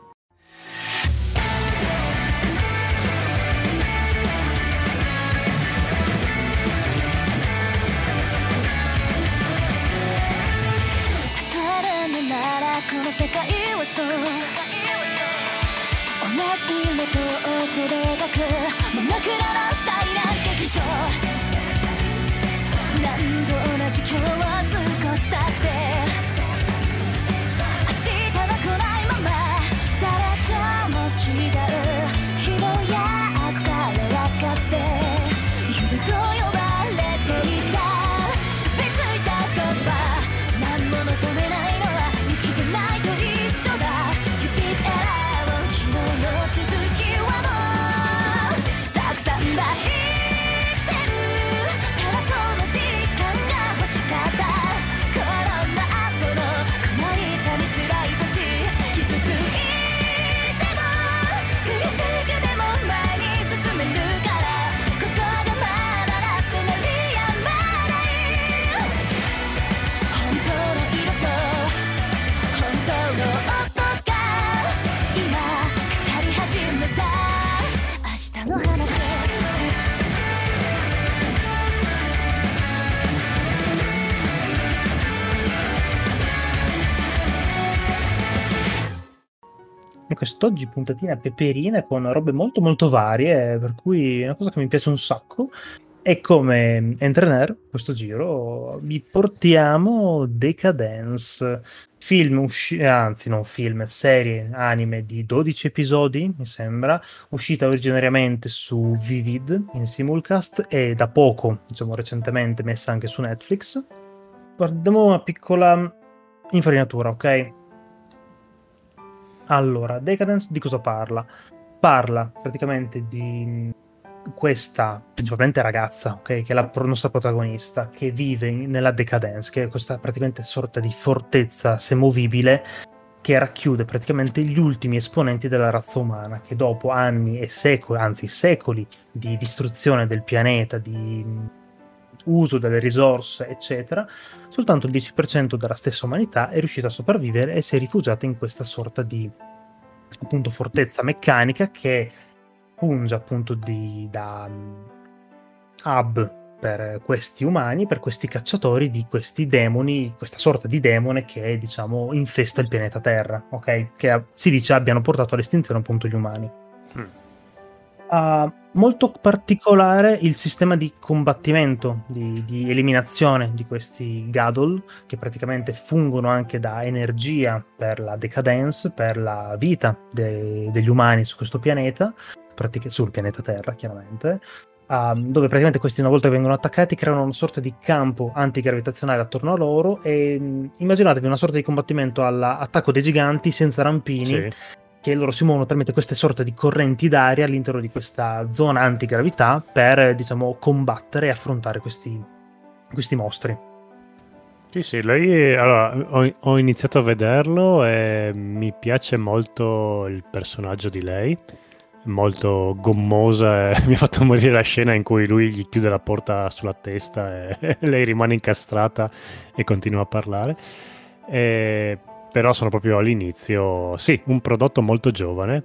E quest'oggi puntatina peperina con robe molto molto varie, per cui è una cosa che mi piace un sacco. E come entrener, questo giro, vi portiamo Decadence, serie anime di 12 episodi, mi sembra, uscita originariamente su Vivid in simulcast e da poco, diciamo recentemente, messa anche su Netflix. Guardiamo una piccola Infarinatura, ok? Allora, Decadence di cosa parla? Parla praticamente di questa, principalmente ragazza, ok? Che è la nostra protagonista, che vive nella Decadence, che è questa praticamente sorta di fortezza semovibile che racchiude praticamente gli ultimi esponenti della razza umana, che dopo anni e secoli, anzi secoli di distruzione del pianeta, di uso delle risorse, eccetera, soltanto il 10% della stessa umanità è riuscita a sopravvivere e si è rifugiata in questa sorta di appunto fortezza meccanica che funge appunto da hub per questi umani, per questi cacciatori di questi demoni, questa sorta di demone che diciamo infesta il pianeta Terra, ok? Che si dice abbiano portato all'estinzione appunto gli umani. Molto particolare il sistema di combattimento, di eliminazione di questi Gadol, che praticamente fungono anche da energia per la decadence, per la vita degli umani su questo pianeta, sul pianeta Terra chiaramente, dove praticamente questi, una volta che vengono attaccati, creano una sorta di campo antigravitazionale attorno a loro e immaginatevi una sorta di combattimento all'attacco dei giganti senza rampini, Sì. che loro si muovono tramite queste sorte di correnti d'aria all'interno di questa zona antigravità per, diciamo, combattere e affrontare questi mostri. Sì, lei allora, ho iniziato a vederlo e mi piace molto il personaggio di lei, molto gommosa, e mi ha fatto morire la scena in cui lui gli chiude la porta sulla testa e lei rimane incastrata e continua a parlare. Però sono proprio all'inizio, sì, un prodotto molto giovane,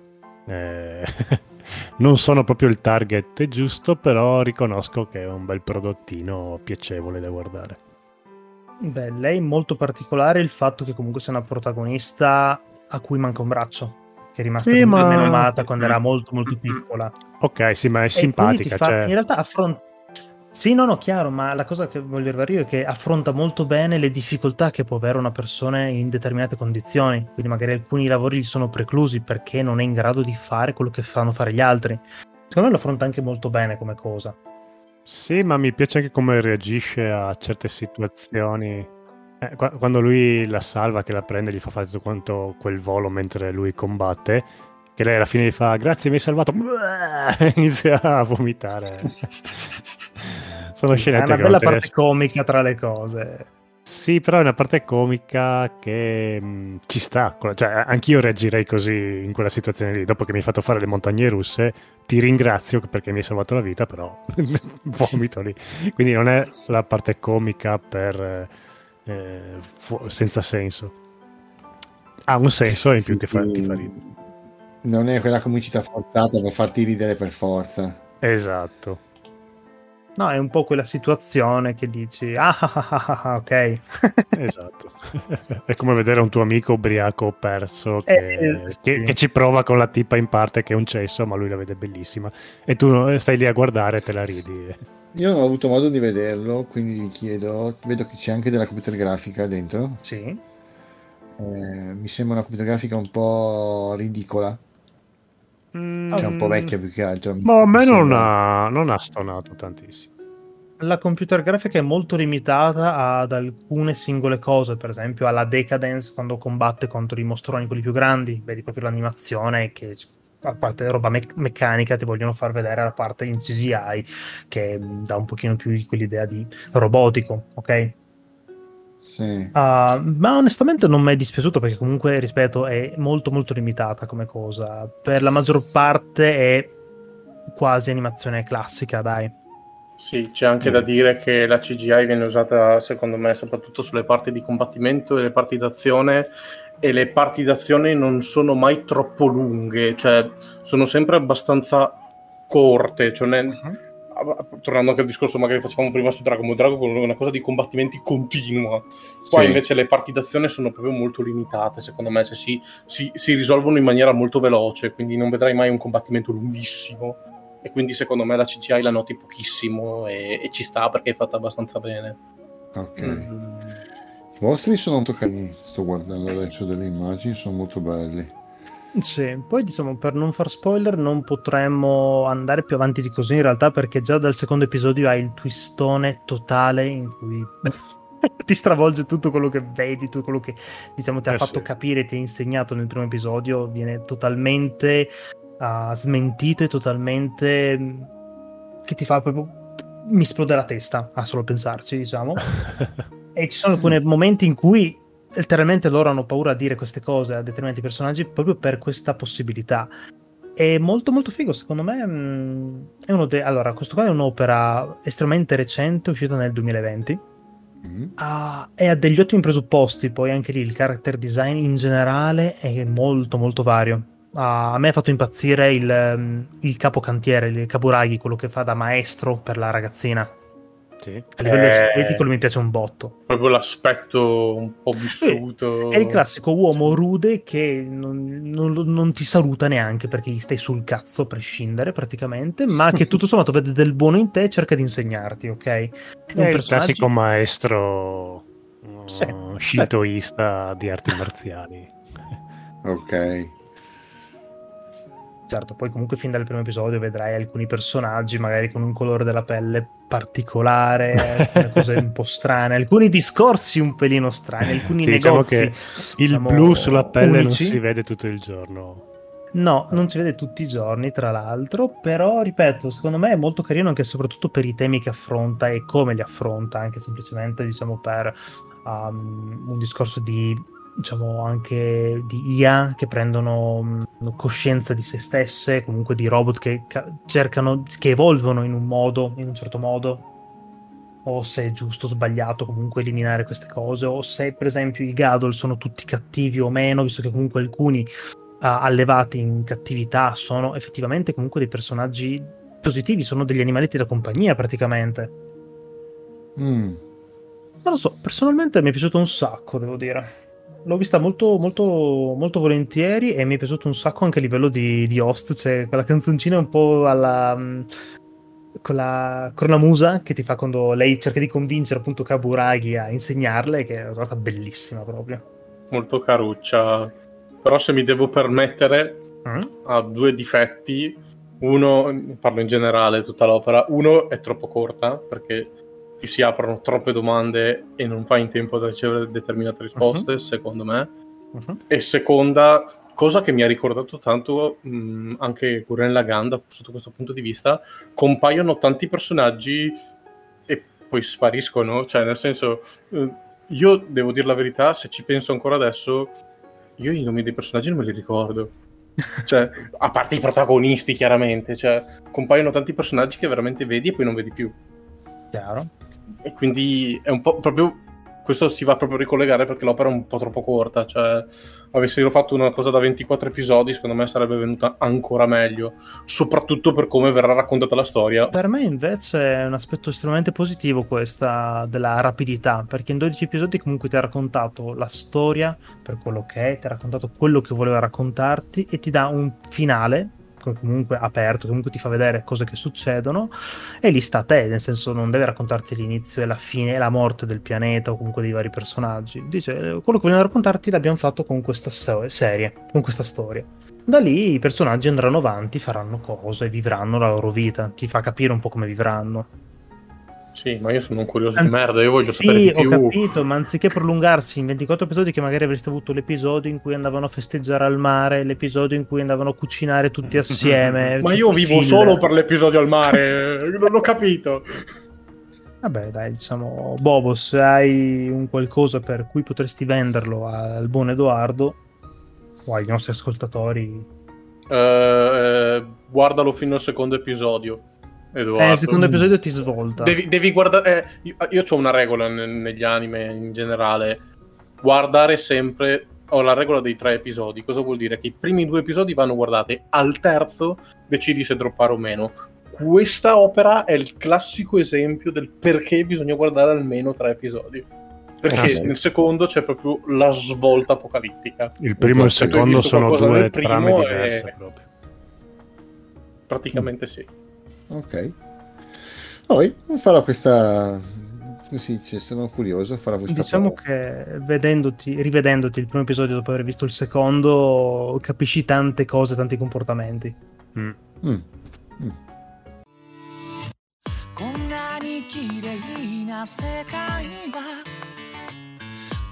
non sono proprio il target giusto, però riconosco che è un bel prodottino piacevole da guardare. Beh, lei è molto particolare il fatto che comunque sia una protagonista a cui manca un braccio, che è rimasta Sì, comunque ma- menomata quando era molto molto piccola. Ok, sì, ma è E quindi simpatica, in realtà affronta. Sì, no, chiaro, ma la cosa che voglio arrivare io è che affronta molto bene le difficoltà che può avere una persona in determinate condizioni. Quindi magari alcuni lavori gli sono preclusi perché non è in grado di fare quello che fanno fare gli altri. Secondo me lo affronta anche molto bene come cosa. Sì, ma mi piace anche come reagisce a certe situazioni. Quando lui la salva, che la prende, gli fa fare tutto quanto quel volo mentre lui combatte, che lei alla fine gli fa grazie, mi hai salvato, inizia a vomitare. Sono È scenette una che bella non te le parte comica tra le cose. Sì, però è una parte comica che ci sta. Cioè, anch'io reagirei così in quella situazione lì. Dopo che mi hai fatto fare le montagne russe, ti ringrazio perché mi hai salvato la vita, però vomito lì. Quindi non è la parte comica per senza senso. Ha un senso e in più ti fa ridere. Non è quella comicità forzata per farti ridere per forza. Esatto. No, è un po' quella situazione che dici, ok. Esatto. È come vedere un tuo amico ubriaco perso Sì. che ci prova con la tipa in parte che è un cesso, ma lui la vede bellissima. E tu stai lì a guardare e te la ridi. Io non ho avuto modo di vederlo, quindi vi chiedo, vedo che c'è anche della computer grafica dentro. Sì. Mi sembra una computer grafica un po' ridicola, cioè un po' vecchia più che altro. Ma a me Mi non sembra- ha stonato tantissimo. La computer grafica è molto limitata ad alcune singole cose, per esempio alla Decadence quando combatte contro i mostroni quelli più grandi, vedi proprio l'animazione che a parte roba meccanica ti vogliono far vedere la parte in CGI che dà un pochino più di quell'idea di robotico, ok? Sì. Ma onestamente non mi è dispiaciuto perché comunque, ripeto, è molto molto limitata come cosa. Per la maggior parte è quasi animazione classica, dai. Sì, c'è anche da dire che la CGI viene usata, secondo me, soprattutto sulle parti di combattimento e le parti d'azione, e le parti d'azione non sono mai troppo lunghe, cioè sono sempre abbastanza corte, cioè tornando anche al discorso magari facevamo prima su Dragon Ball, Dragon Ball è una cosa di combattimenti continua. Qua Sì. invece le parti d'azione sono proprio molto limitate, secondo me, cioè si risolvono in maniera molto veloce, quindi non vedrai mai un combattimento lunghissimo. E quindi secondo me la CGI la noti pochissimo e ci sta perché è fatta abbastanza bene. Ok. I mostri sono molto carini, sto guardando adesso delle immagini, sono molto belli. Sì, poi diciamo per non far spoiler non potremmo andare più avanti di così in realtà perché già dal secondo episodio hai il twistone totale in cui ti stravolge tutto quello che vedi, tutto quello che diciamo ti ha fatto sì. capire, ti ha insegnato nel primo episodio, viene totalmente smentito e totalmente che ti fa proprio mi esplode la testa a solo pensarci, diciamo. E ci sono alcuni momenti in cui letteralmente loro hanno paura a dire queste cose a determinati personaggi proprio per questa possibilità. È molto molto figo, secondo me. È uno allora, questo qua è un'opera estremamente recente, uscita nel 2020. E ha degli ottimi presupposti. Poi anche lì il character design in generale è molto molto vario. A me ha fatto impazzire il capocantiere, il Kaburagi, quello che fa da maestro per la ragazzina. Sì. A livello estetico mi piace un botto. Proprio l'aspetto un po' vissuto. È il classico uomo rude che non ti saluta neanche perché gli stai sul cazzo a prescindere praticamente, ma che tutto sommato vede del buono in te e cerca di insegnarti, ok? È un il classico maestro Sì. shintoista di arti marziali. Ok. Certo, poi comunque fin dal primo episodio vedrai alcuni personaggi magari con un colore della pelle particolare, alcune cose un po' strane, alcuni discorsi un pelino strani, alcuni Sì, negozi. diciamo che il blu sulla pelle unici. non si vede tutto il giorno. No, non si vede tutti i giorni, tra l'altro, però, ripeto, secondo me è molto carino anche e soprattutto per i temi che affronta e come li affronta, anche semplicemente, diciamo, per un discorso di, diciamo, anche di IA che prendono coscienza di se stesse, comunque di robot che cercano, che evolvono in un modo, in un certo modo, o se è giusto o sbagliato comunque eliminare queste cose, o se, per esempio, i Gadol sono tutti cattivi o meno, visto che comunque alcuni allevati in cattività sono effettivamente comunque dei personaggi positivi, sono degli animaletti da compagnia praticamente. Non lo so, personalmente mi è piaciuto un sacco, devo dire. L'ho vista molto molto molto volentieri e mi è piaciuto un sacco anche a livello di host, c'è quella canzoncina un po' alla con la cornamusa che ti fa quando lei cerca di convincere appunto Kaburagi a insegnarle, che è una cosa bellissima proprio. Molto caruccia. Però se mi devo permettere, ha due difetti. Uno, parlo in generale tutta l'opera, uno è troppo corta perché ti si aprono troppe domande e non fai in tempo a ricevere determinate risposte, secondo me. E seconda, cosa che mi ha ricordato tanto anche Gurren Lagann sotto questo punto di vista, compaiono tanti personaggi e poi spariscono, cioè nel senso, io devo dire la verità, se ci penso ancora adesso, io i nomi dei personaggi non me li ricordo. Cioè, a parte i protagonisti, chiaramente, cioè, compaiono tanti personaggi che veramente vedi e poi non vedi più. Chiaro. E quindi è un po' proprio... Questo si va proprio a ricollegare perché l'opera è un po' troppo corta. Cioè, avessero fatto una cosa da 24 episodi, secondo me sarebbe venuta ancora meglio. Soprattutto per come verrà raccontata la storia. Per me invece è un aspetto estremamente positivo questa della rapidità, perché in 12 episodi comunque ti ha raccontato la storia per quello che è, ti ha raccontato quello che voleva raccontarti e ti dà un finale comunque aperto, comunque ti fa vedere cose che succedono e lì sta a te, nel senso non deve raccontarti l'inizio e la fine e la morte del pianeta o comunque dei vari personaggi. Dice quello che vogliono raccontarti l'abbiamo fatto con questa serie, con questa storia. Da lì i personaggi andranno avanti, faranno cose, vivranno la loro vita, ti fa capire un po' come vivranno. Sì, ma io sono un curioso di merda, io voglio sapere di più. Sì, ho capito, ma anziché prolungarsi in 24 episodi, che magari avreste avuto l'episodio in cui andavano a festeggiare al mare, l'episodio in cui andavano a cucinare tutti assieme. Ma io vivo solo per l'episodio al mare, non l'ho capito. Vabbè, dai, diciamo, Bobo, se hai un qualcosa per cui potresti venderlo al buon Edoardo o ai nostri ascoltatori. Guardalo fino al secondo episodio. Edoardo. Il secondo episodio ti svolta. Devi guardare. Io ho una regola negli anime in generale: guardare sempre. Ho la regola dei 3 episodi. Cosa vuol dire? Che i primi 2 episodi vanno guardati, al terzo decidi se droppare o meno. Questa opera è il classico esempio del perché bisogna guardare almeno 3 episodi. Perché nel secondo c'è proprio la svolta apocalittica. Il primo e il secondo sono 2 trame diverse proprio. Praticamente sì. Ok. Poi farò questa... Sì, sono curioso, farò questa... Diciamo che rivedendoti il primo episodio dopo aver visto il secondo, capisci tante cose, tanti comportamenti.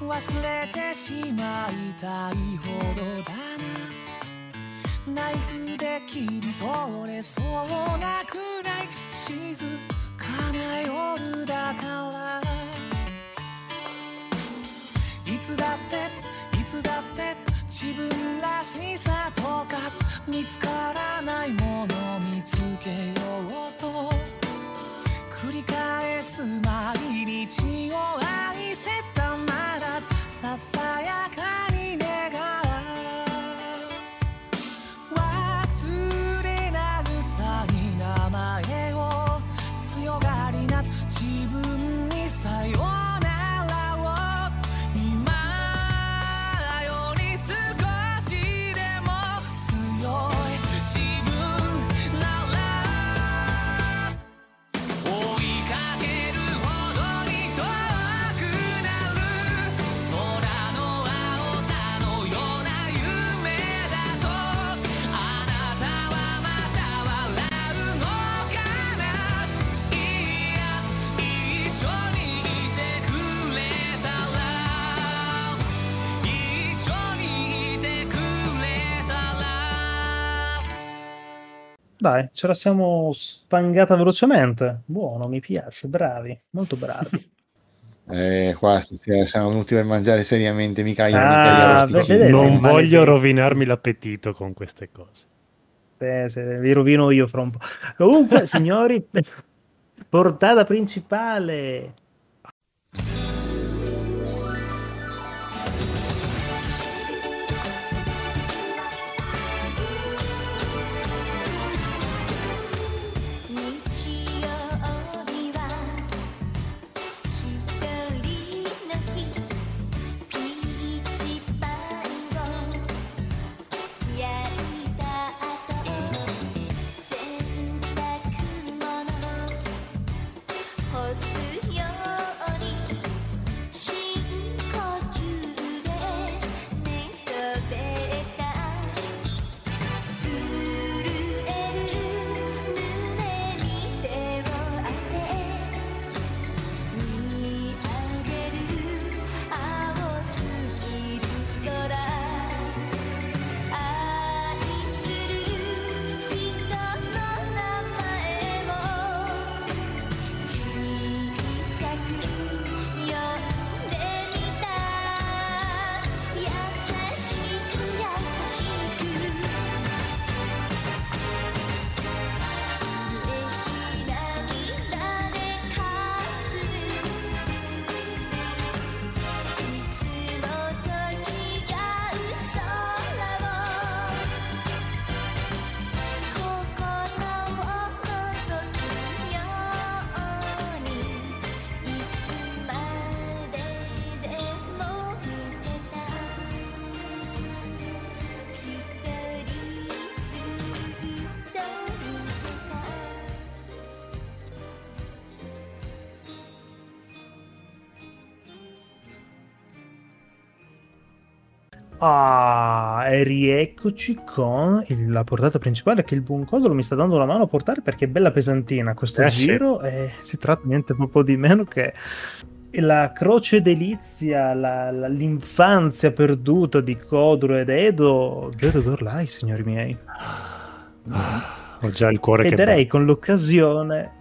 忘れてしまいたいほどだなナイフで切り取れそうなくらい静かな夜だからいつだって自分らしさとか見つからないもの見つけようと繰り返す毎日を愛せたならささやかに願う忘れなぐさに名前を強がりな自分にさよならを今より少しでも強い自分なら追いかけるほどに遠くなる空の青さのような夢だとあなたはまた笑うのかないや一緒にいてくれたら一緒にいてくれたら Dai, ce la siamo spangata velocemente. Buono, mi piace, bravi, molto bravi. Qua stasera siamo venuti per mangiare seriamente, mica io, mica gli Ah, arrostichini. vedete? Non male voglio che- rovinarmi l'appetito con queste cose. Se vi rovino io fra un po'. Comunque, signori, portata principale. Ah, e rieccoci con la portata principale che il buon Codolo mi sta dando la mano a portare perché è bella pesantina questo Sì. giro e si tratta niente proprio di meno che la croce delizia, l'infanzia perduta di Codolo ed Edo, Dead or Alive, signori miei. Ho già il cuore E che direi batte. con l'occasione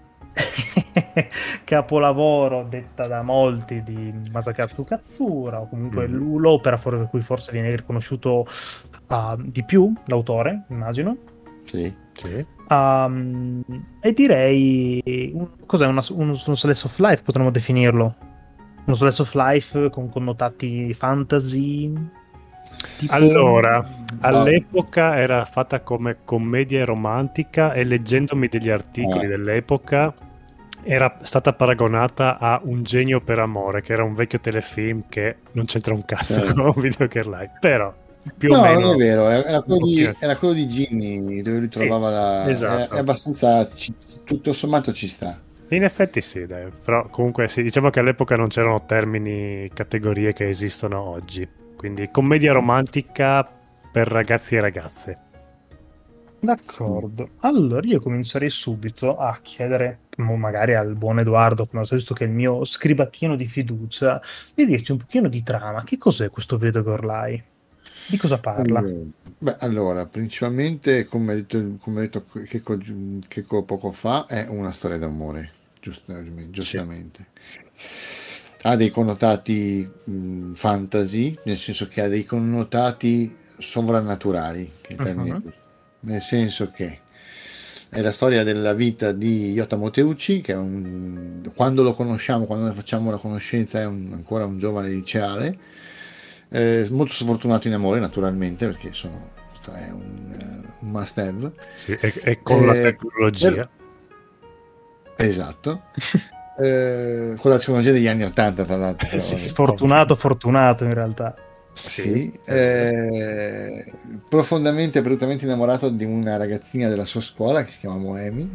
capolavoro detta da molti di Masakatsu Katsura o comunque l'opera per cui forse viene riconosciuto di più l'autore, immagino. Sì. Sì. E direi cos'è uno slice of life, potremmo definirlo uno slice of life con connotati fantasy tipo... Allora, all'epoca era fatta come commedia romantica e leggendomi degli articoli dell'epoca era stata paragonata a Un genio per amore, che era un vecchio telefilm che non c'entra un cazzo con Video Girl Live, però più o meno non è vero, era quello, pochino. era quello di Jimmy dove lui trovava la... esatto. È abbastanza, tutto sommato ci sta. In effetti sì, dai. Però comunque sì, diciamo che all'epoca non c'erano termini, categorie che esistono oggi, quindi commedia romantica per ragazzi e ragazze. D'accordo. Allora io comincerei subito a chiedere, magari al buon Edoardo, come ho visto che è il mio scribacchino di fiducia, di dirci un pochino di trama. Che cos'è questo Vedo Gorlai? Di cosa parla? Allora, principalmente, come ha detto Checco poco fa, è una storia d'amore, giustamente. Ha dei connotati fantasy, nel senso che ha dei connotati sovrannaturali, che è il termine giusto. Nel senso che è la storia della vita di Yota Moteuchi, che è quando lo conosciamo, quando ne facciamo la conoscenza, è ancora un giovane liceale, molto sfortunato in amore, naturalmente, perché è un must have. Sì, e con la tecnologia. Esatto. Con la tecnologia degli anni 80, tra l'altro. Però, fortunato in realtà. Sì, profondamente, brutalmente innamorato di una ragazzina della sua scuola che si chiama Moemi,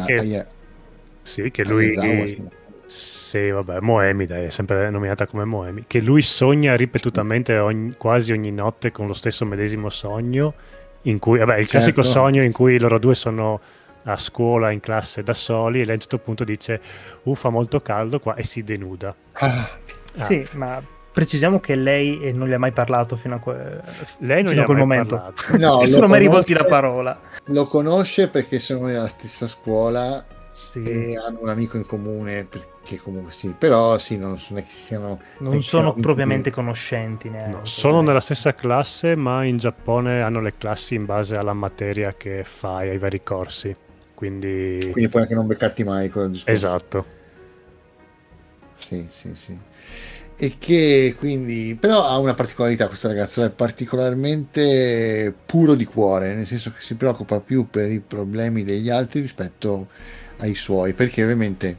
Sì, che lui... Sì, vabbè, Moemi, dai, è sempre nominata come Moemi, che lui sogna ripetutamente quasi ogni notte con lo stesso medesimo sogno, in cui, vabbè, il classico sogno in cui loro due sono a scuola, in classe da soli, e lei a un certo punto dice, fa molto caldo qua, e si denuda. Sì, ma precisiamo che lei non gli ha mai parlato fino a quel momento. Parlato. No, si sono mai rivolti la parola. Lo conosce perché sono nella stessa scuola, sì, e hanno un amico in comune, perché comunque sì, però sì, non è che siano... Non sono propriamente conoscenti neanche. No, sono nella stessa classe, ma in Giappone hanno le classi in base alla materia che fai, ai vari corsi. Quindi puoi anche non beccarti mai con il discorso. Esatto. Sì. E che quindi però ha una particolarità, questo ragazzo è particolarmente puro di cuore, nel senso che si preoccupa più per i problemi degli altri rispetto ai suoi, perché ovviamente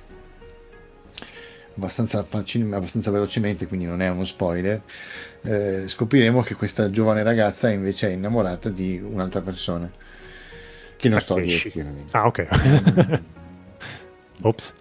abbastanza velocemente, quindi non è uno spoiler, scopriremo che questa giovane ragazza invece è innamorata di un'altra persona che non sto a dire chiaramente. Ah, ok. Ops.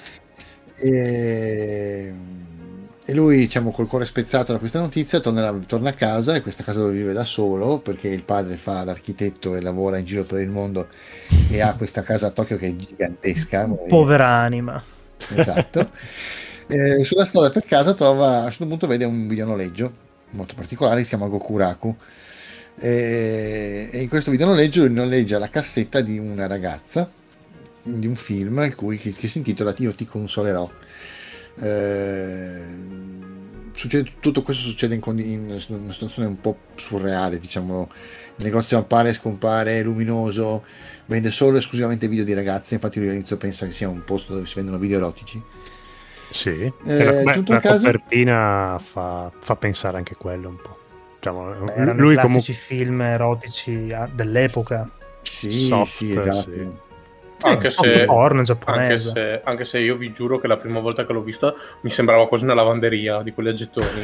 E lui, diciamo, col cuore spezzato da questa notizia, torna a casa, e questa casa dove vive da solo, perché il padre fa l'architetto e lavora in giro per il mondo e ha questa casa a Tokyo che è gigantesca. Povera anima. Esatto. Sulla strada per casa trova, a un certo punto vede un videonoleggio molto particolare che si chiama Gokuraku, e in questo videonoleggio lui noleggia la cassetta di una ragazza di un film che si intitola Io ti consolerò. Tutto questo succede in una situazione un po' surreale, diciamo. Il negozio appare e scompare, è luminoso, vende solo esclusivamente video di ragazze, infatti lui all'inizio pensa che sia un posto dove si vendono video erotici. Sì, la copertina fa pensare anche quello un po'. Diciamo, erano lui classici film erotici dell'epoca. Sì, esatto. Sì. Anche se porno giapponese. Anche se io vi giuro che la prima volta che l'ho vista mi sembrava quasi una lavanderia di quelle a gettoni.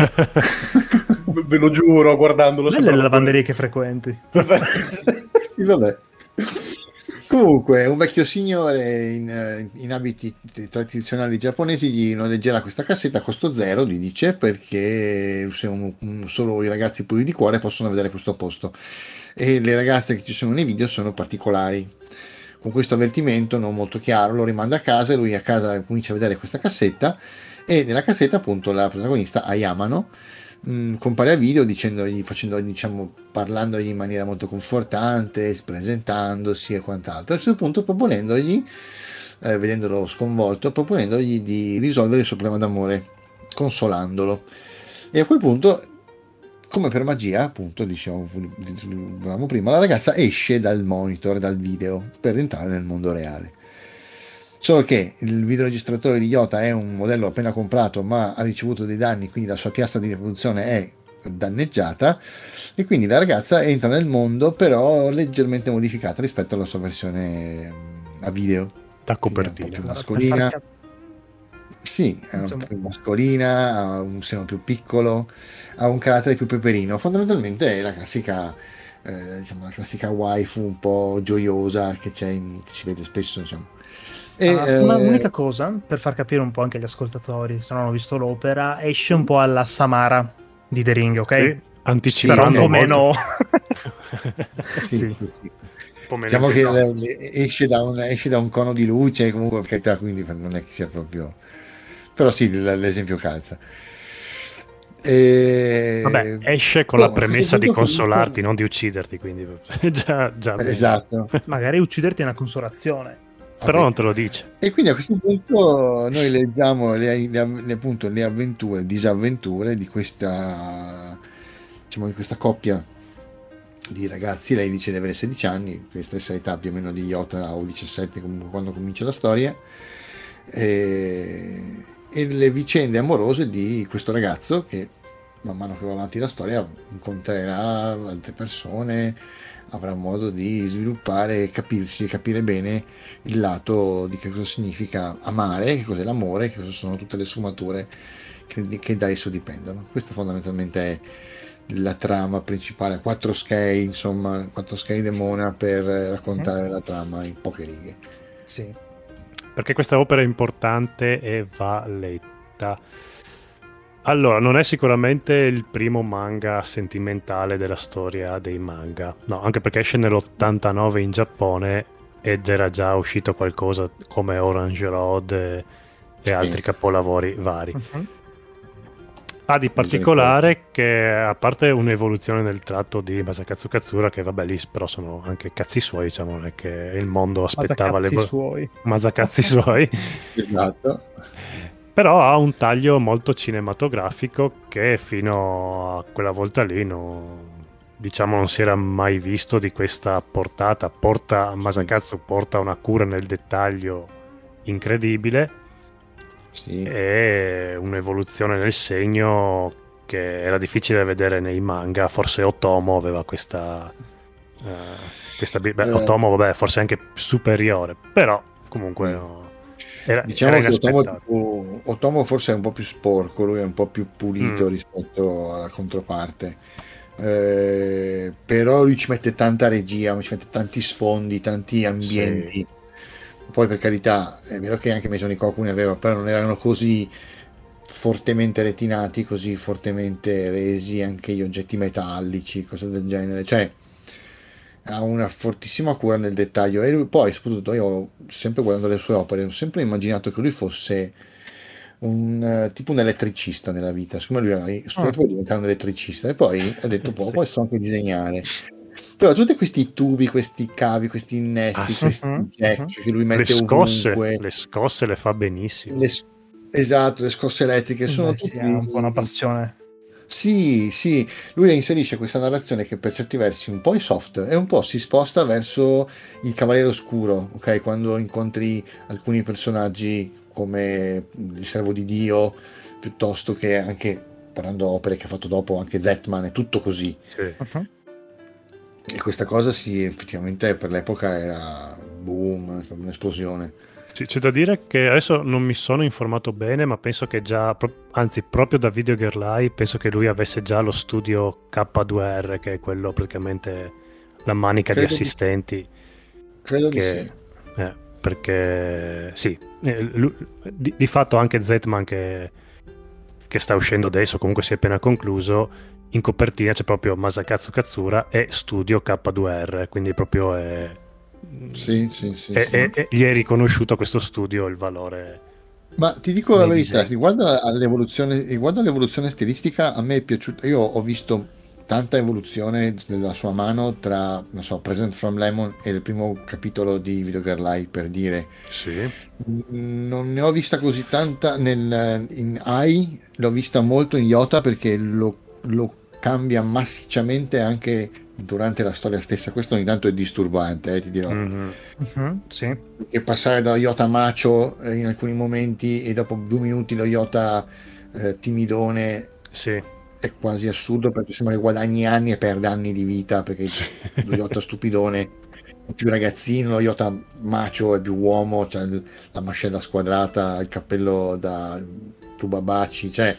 Ve lo giuro, guardandolo. Belle le lavanderie che frequenti. Sì, vabbè. Comunque, un vecchio signore in abiti tradizionali giapponesi gli noleggerà questa cassetta a costo zero, gli dice, perché solo i ragazzi puri di cuore possono vedere questo posto, e le ragazze che ci sono nei video sono particolari. Con questo avvertimento non molto chiaro lo rimanda a casa, e lui a casa comincia a vedere questa cassetta, e nella cassetta appunto la protagonista Ayamano compare a video parlandogli in maniera molto confortante, presentandosi e quant'altro. A un certo punto proponendogli, vedendolo sconvolto, proponendogli di risolvere il suo problema d'amore, consolandolo. E a quel punto, come per magia, appunto, dicevamo prima, la ragazza esce dal monitor, dal video, per entrare nel mondo reale. Solo che il videoregistratore di Yota è un modello appena comprato, ma ha ricevuto dei danni, quindi la sua piastra di riproduzione è danneggiata, e quindi la ragazza entra nel mondo, però leggermente modificata rispetto alla sua versione a video. Da copertina. È un po' più mascolina. Sì, è un po' più mascolina, ha un seno più piccolo, ha un carattere più peperino. Fondamentalmente è la classica waifu un po' gioiosa che si vede spesso, diciamo. Un'unica cosa, per far capire un po' anche agli ascoltatori, se non hanno visto l'opera, esce un po' alla Samara di The Ring, ok? Sì, anticipando però un po' meno. Sì. po' meno diciamo che inquietante. esce da un cono di luce, comunque per carità, quindi non è che sia proprio... Però sì, l'esempio calza. Vabbè, esce con Boh, la a questo premessa di punto comunque- consolarti, non di ucciderti, quindi già meglio. Esatto. Magari ucciderti è una consolazione. Però Vabbè. non te lo dice. E quindi a questo punto noi leggiamo appunto le avventure, disavventure di questa, diciamo, di questa coppia di ragazzi. Lei dice di avere 16 anni, la stessa età più o meno di Iota, o 17 comunque quando comincia la storia, e le vicende amorose di questo ragazzo che man mano che va avanti la storia incontrerà altre persone, avrà modo di sviluppare, capirsi e capire bene il lato di che cosa significa amare, che cos'è l'amore, che cosa sono tutte le sfumature che da esso dipendono. Questa fondamentalmente è la trama principale, 4 schede, insomma, 4 schede demona per raccontare la trama in poche righe. Sì. Perché questa opera è importante e va letta. Allora, non è sicuramente il primo manga sentimentale della storia dei manga. No, anche perché esce nell'89 in Giappone ed era già uscito qualcosa come Orange Road e Sì. altri capolavori vari. Mhm. Ha di particolare che, a parte un'evoluzione nel tratto di Masakatsu Katsura, che vabbè lì però sono anche cazzi suoi, diciamo, non è che il mondo aspettava Masakatsi suoi. Masakatsi suoi. Esatto. Però ha un taglio molto cinematografico che fino a quella volta lì diciamo non si era mai visto di questa portata. Masakatsu porta una cura nel dettaglio incredibile Sì. e un'evoluzione nel segno che era difficile vedere nei manga. Forse Otomo aveva questa Otomo vabbè forse anche superiore, però comunque Diciamo era che inaspettato. Otomo forse è un po' più sporco, lui è un po' più pulito rispetto alla controparte. Però lui ci mette tanta regia, ci mette tanti sfondi, tanti ambienti. Sì. Poi per carità, è vero che anche Maison Ikoku ne aveva, però non erano così fortemente retinati, così fortemente resi anche gli oggetti metallici, cose del genere. Cioè, ha una fortissima cura nel dettaglio. E lui, poi, soprattutto, io sempre guardando le sue opere, ho sempre immaginato che lui fosse tipo un elettricista nella vita. Siccome lui ha studiato per diventare un elettricista, e poi ha detto, Sì. poi so anche disegnare. Però tutti questi tubi, questi cavi, questi innesti, sì. questi jack che lui mette ovunque, Le scosse le fa benissimo. esatto, le scosse elettriche sono Beh, sì, tutti è un po' una passione. sì, sì, lui inserisce questa narrazione che per certi versi un po' è soft e un po' si sposta verso il Cavaliere Oscuro, ok? Quando incontri alcuni personaggi come il Servo di Dio, piuttosto che anche, parlando opere che ha fatto dopo, anche Zetman, è tutto così. Sì. Mhm. E questa cosa sì, effettivamente per l'epoca era boom, un'esplosione. C'è da dire che adesso non mi sono informato bene, ma penso che già, anzi proprio da Video Girl Eye, penso che lui avesse già lo studio K2R, che è quello praticamente la manica Credo di assistenti. Credo di sì. Perché sì, di fatto anche Zetman che sta uscendo adesso, comunque si è appena concluso, in copertina c'è proprio Masakatsu Katsura e studio K2R, quindi proprio Sì. gli è riconosciuto a questo studio il valore. Ma ti dico la Nei verità, disegni. riguardo all'evoluzione stilistica, a me è piaciuto. Io ho visto tanta evoluzione nella sua mano tra, non so, Present from Lemon e il primo capitolo di Video Girl Eye, per dire. Sì. Non ne ho vista così tanta in Ai, l'ho vista molto in Iota perché lo cambia massicciamente anche durante la storia stessa. Questo ogni tanto è disturbante, ti dirò. Mhm, sì. Perché passare da Iota macio in alcuni momenti e dopo 2 minuti lo Iota timidone Sì. è quasi assurdo, perché sembra che guadagni anni e perde anni di vita, perché lo Iota stupidone è più ragazzino, lo Iota macio è più uomo, c'ha la mascella squadrata, il cappello da tubabaci, cioè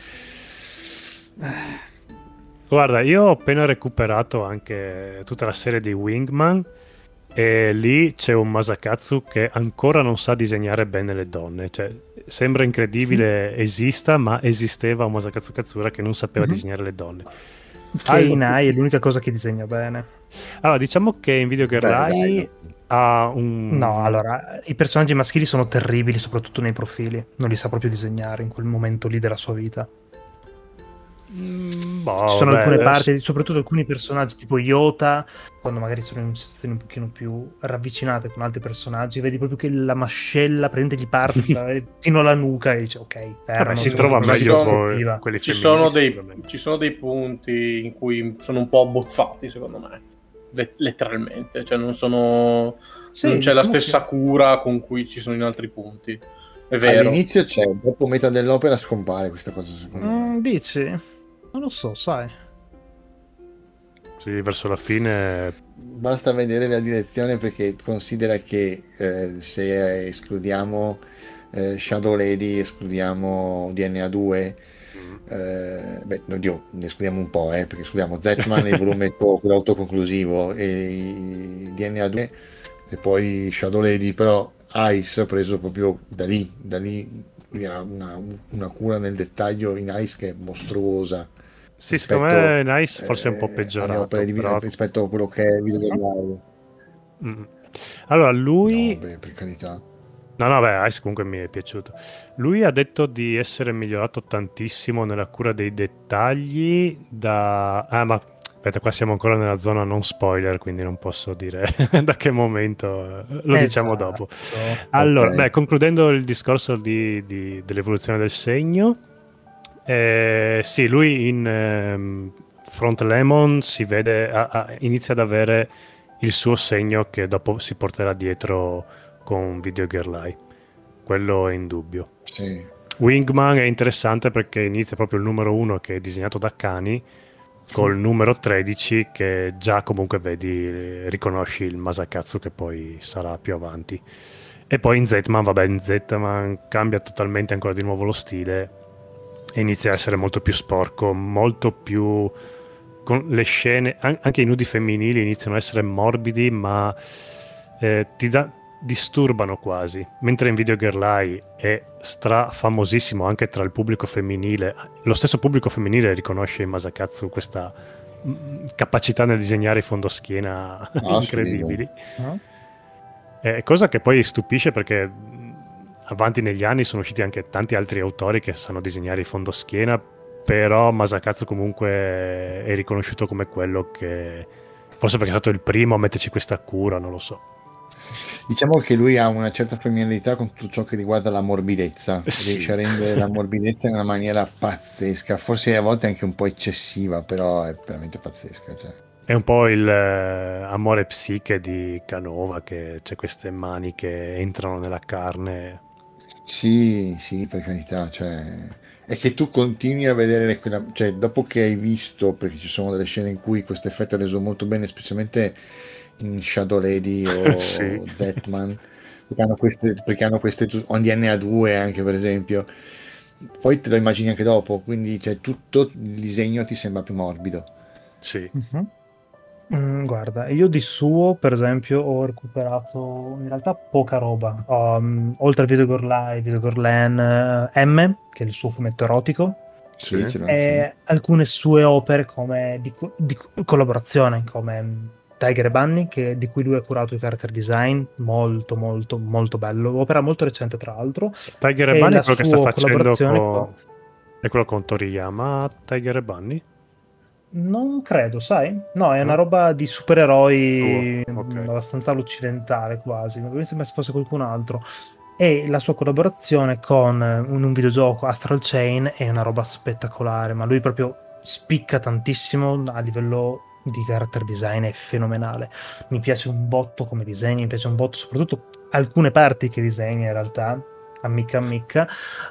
Guarda, io ho appena recuperato anche tutta la serie di Wingman e lì c'è un Masakatsu che ancora non sa disegnare bene le donne, cioè sembra incredibile esista, ma esisteva un Masakatsu Katsura che non sapeva disegnare le donne. Keinai è l'unica cosa che disegna bene. Allora, diciamo che in Video Girl Beh, Eye dai. ha un... No, allora, i personaggi maschili sono terribili, soprattutto nei profili. Non li sa proprio disegnare in quel momento lì della sua vita. boh, Ci sono vabbè, alcune parti, soprattutto alcuni personaggi tipo Yota, quando magari sono in situazioni un pochino più ravvicinate con altri personaggi, vedi proprio che la mascella prende gli parte fino alla nuca e dici ok, vabbè, si sono trova proprio meglio sono- con quelli Ci femminili, sono, dei, sicuramente. ci sono dei punti in cui sono un po' abbozzati, secondo me, letteralmente, cioè non sono... Sì, non c'è la diciamo stessa che- cura con cui ci sono in altri punti. È vero. All'inizio c'è, dopo metà dell'opera scompare questa cosa, secondo me. Dici? Non lo so, sai. Sì, verso la fine... Basta vedere la direzione, perché considera che se escludiamo Shadow Lady, escludiamo DNA 2, beh, oddio, ne escludiamo un po', perché escludiamo Zetman, il volume quello autoconclusivo, e DNA 2, e poi Shadow Lady, però Ice ha preso proprio da lì lui ha una cura nel dettaglio in Ice che è mostruosa. Sì, secondo me Nice forse è un po' alle peggiorato, opere di però... rispetto a quello che è Video Game Live. Mm. Allora, lui... No, beh, per carità. No, beh, Ice comunque mi è piaciuto. Lui ha detto di essere migliorato tantissimo nella cura dei dettagli da... Ah, ma aspetta, qua siamo ancora nella zona non spoiler, quindi non posso dire da che momento, lo diciamo dopo. Allora, Ok. beh, concludendo il discorso dell'evoluzione del segno, sì, lui in Front Lemon si vede, inizia ad avere il suo segno che dopo si porterà dietro con Video Girl Eye. Quello è indubbio. Sì. Wingman è interessante perché inizia proprio il numero 1 che è disegnato da Kani col numero 13 che già comunque vedi, riconosci il Masakatsu che poi sarà più avanti. E poi in Zetman, vabbè, in Zetman cambia totalmente ancora di nuovo lo stile e inizia a essere molto più sporco, molto più... con le scene, anche i nudi femminili iniziano a essere morbidi, ma disturbano quasi. Mentre in Video Girl Eye è famosissimo anche tra il pubblico femminile. Lo stesso pubblico femminile riconosce in Masakatsu questa capacità nel disegnare i fondoschiena incredibili. Cosa che poi stupisce perché avanti negli anni sono usciti anche tanti altri autori che sanno disegnare i fondoschiena, però Masakatsu comunque è riconosciuto come quello che forse perché è stato il primo a metterci questa cura, non lo so. Diciamo che lui ha una certa familiarità con tutto ciò che riguarda la morbidezza, Sì. riesce a rendere la morbidezza in una maniera pazzesca, forse a volte anche un po' eccessiva, però è veramente pazzesca, cioè. È un po' il amore psiche di Canova, che c'è queste mani che entrano nella carne. Sì, per carità, cioè è che tu continui a vedere quella, cioè dopo che hai visto, perché ci sono delle scene in cui questo effetto è reso molto bene, specialmente in Shadow Lady o Sì. Zetman, perché hanno queste on DNA 2 anche, per esempio, poi te lo immagini anche dopo, quindi cioè, tutto il disegno ti sembra più morbido. Sì. Guarda, io di suo, per esempio, ho recuperato in realtà poca roba. Oltre a Video Girl Live, Video Girl N, M, che è il suo fumetto erotico, Sì, ce l'ho, e alcune sue opere come di collaborazione, come Tiger e Bunny, di cui lui ha curato il character design, molto molto molto bello, opera molto recente tra l'altro. Tiger e E Bunny la è quello che sua sta facendo collaborazione con... È quello con Toriyama, Tiger e Bunny? Non credo, sai? No, è una No? roba di supereroi Ok. abbastanza all'occidentale quasi. Mi sembra se fosse qualcun altro. E la sua collaborazione con un videogioco Astral Chain è una roba spettacolare, ma lui proprio spicca tantissimo a livello di character design, è fenomenale. Mi piace un botto come disegni, mi piace un botto soprattutto alcune parti che disegna in realtà, ammicca ammicca.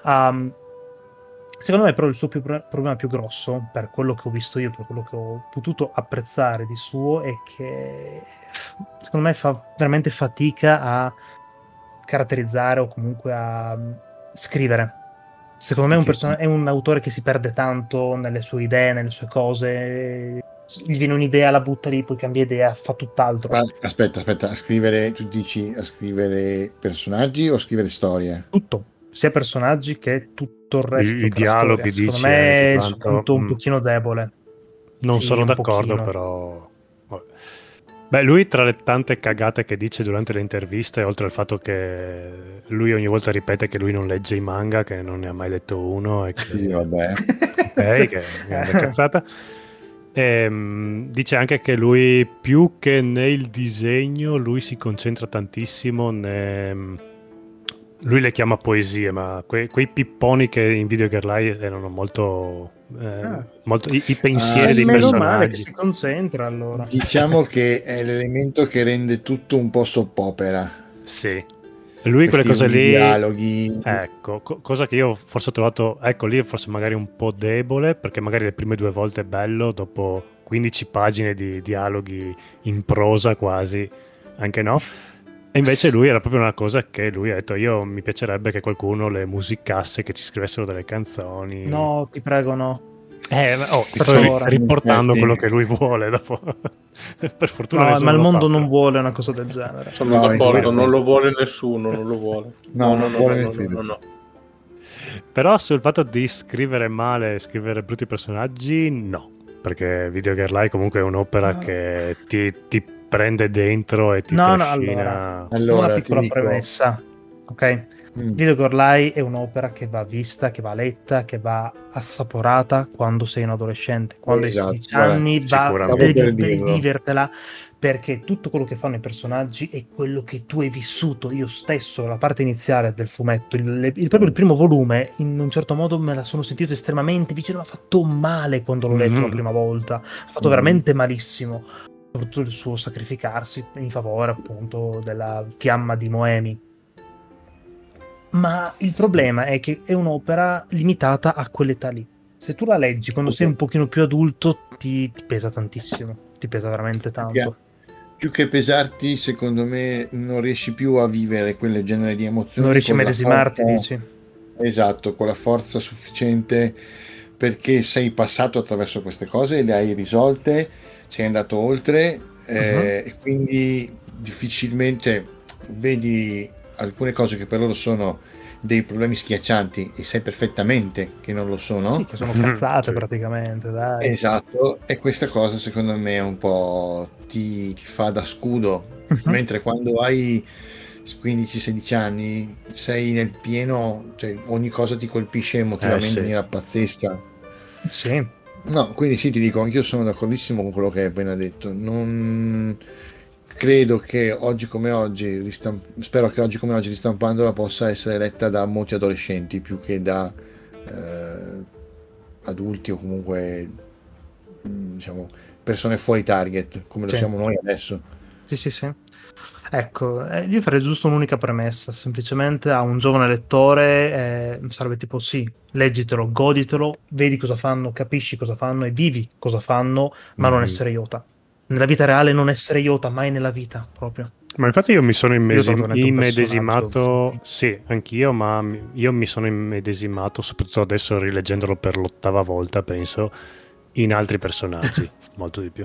Secondo me però il suo problema più grosso, per quello che ho visto io, per quello che ho potuto apprezzare di suo, è che secondo me fa veramente fatica a caratterizzare o comunque a scrivere. Secondo me è un autore che si perde tanto nelle sue idee, nelle sue cose. Gli viene un'idea, la butta lì, poi cambia idea, fa tutt'altro. Aspetta, a scrivere, tu dici a scrivere personaggi o a scrivere storie? Tutto, sia personaggi che tutto il resto. I che la dialoghi, storia. Secondo dici, me è il tanto, suo punto un pochino debole. Non Sì, sono un d'accordo, pochino. però... vabbè. Beh, lui tra le tante cagate che dice durante le interviste, oltre al fatto che lui ogni volta ripete che lui non legge i manga, che non ne ha mai letto uno e Sì, che... vabbè. Ok, che è una grande cazzata. Dice anche che lui, più che nel disegno, lui si concentra tantissimo lui le chiama poesie, ma quei pipponi che in Video Girl Lie erano molto... Ah. molto i pensieri Ah, dei sì. Meno male che personaggi. si concentra allora. Diciamo che è l'elemento che rende tutto un po' soppopera. Sì. Lui quelle Questi cose lì... dialoghi. Ecco, cosa che io forse ho trovato... Ecco, lì forse magari un po' debole, perché magari le prime 2 volte è bello, dopo 15 pagine di dialoghi in prosa quasi, anche no. E invece lui era proprio una cosa che lui ha detto, io mi piacerebbe che qualcuno le musicasse, che ci scrivessero delle canzoni. No, ti prego, no. Ti Per sto favore. riportando Infatti. quello che lui vuole dopo. Per fortuna No, nessuno ma il lo mondo fa, non però. vuole una cosa del genere. Sono No, d'accordo, infatti. non lo vuole nessuno, non lo vuole. No, non vuole nessuno. no. Però sul fatto di scrivere male, scrivere brutti personaggi, no. Perché Video Girl Lie comunque è un'opera che ti prende dentro e ti No, trascina. Allora, una ti piccola dico- premessa, ok? Video Girl Lie è un'opera che va vista, che va letta, che va assaporata quando sei un adolescente. Quando hai Esatto, 16 guarda, anni sicuramente. devi, Stavo per devi dirlo. vivertela, perché tutto quello che fanno i personaggi è quello che tu hai vissuto. Io stesso, la parte iniziale del fumetto, proprio il primo volume, in un certo modo me la sono sentito estremamente vicino, mi ha fatto male quando l'ho letto la prima volta, ha fatto veramente malissimo, soprattutto il suo sacrificarsi in favore appunto della fiamma di Moemi. Ma il problema è che è un'opera limitata a quell'età lì. Se tu la leggi quando sei un pochino più adulto, ti pesa tantissimo, ti pesa veramente tanto. Più che pesarti, secondo me, non riesci più a vivere quel genere di emozioni. Non riesci a con la medesimarti, forza- dici? Esatto, con la forza sufficiente, perché sei passato attraverso queste cose e le hai risolte, sei andato oltre, e quindi difficilmente vedi alcune cose che per loro sono dei problemi schiaccianti e sai perfettamente che non lo sono. Sì, che sono cazzate Sì. praticamente, dai. Esatto, e questa cosa secondo me un po' ti fa da scudo, mentre quando hai 15-16 anni sei nel pieno, cioè ogni cosa ti colpisce emotivamente Sì. in maniera pazzesca. Sì. No, quindi sì, ti dico, anch'io sono d'accordissimo con quello che hai appena detto. Non credo che oggi come oggi, spero che oggi come oggi ristampandola possa essere letta da molti adolescenti più che da adulti o comunque diciamo persone fuori target come lo Sì. siamo noi adesso. Sì. Ecco, io farei giusto un'unica premessa, semplicemente a un giovane lettore sarebbe tipo sì, leggitelo, goditelo, vedi cosa fanno, capisci cosa fanno e vivi cosa fanno, ma non essere iota. Nella vita reale non essere iota, mai nella vita proprio. Ma infatti io mi sono Io trovo veramente un immedesimato, personaggio. sì, anch'io, ma io mi sono immedesimato, soprattutto adesso rileggendolo per l'8ª volta, penso, in altri personaggi, molto di più.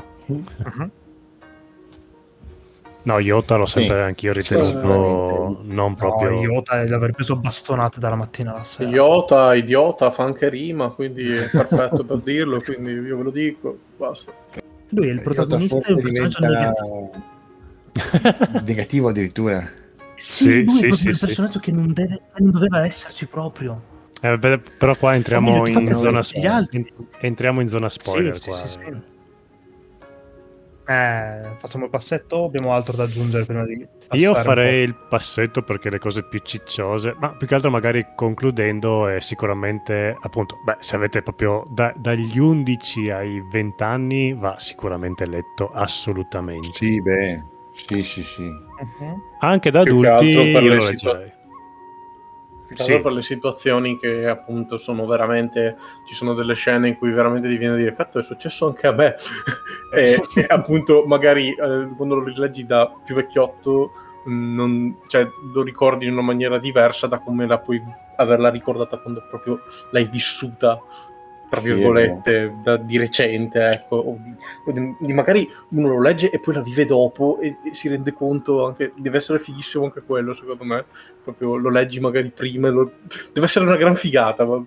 No, Iota l'ho sempre anch'io ritenuto non proprio... No, iota è l'aver preso bastonate dalla mattina alla sera. Idiota fa anche rima, quindi è perfetto per dirlo, quindi io ve lo dico, basta. Lui è il protagonista e un personaggio negativo. Negativo addirittura. Sì, lui è proprio il sì. personaggio che non doveva esserci proprio. Però qua entriamo Ti fa in pensare zona a tutti gli altri. entriamo in zona spoiler Sì, qua. sì. Facciamo il passetto, abbiamo altro da aggiungere prima di passare Io un po'? farei il passetto perché le cose più cicciose, ma più che altro magari concludendo è sicuramente, appunto, se avete proprio dagli 11 ai 20 anni va sicuramente letto, assolutamente. Sì, beh, sì. Anche da Più che adulti altro per io le lo leggerei. Sì. Per le situazioni che appunto sono veramente, ci sono delle scene in cui veramente ti viene a dire cazzo è successo anche a me e appunto magari quando lo rileggi da più vecchiotto cioè, lo ricordi in una maniera diversa da come la puoi averla ricordata quando proprio l'hai vissuta tra virgolette di recente, ecco, o di magari uno lo legge e poi la vive dopo e si rende conto anche, deve essere fighissimo anche quello secondo me, proprio lo leggi magari prima deve essere una gran figata, ma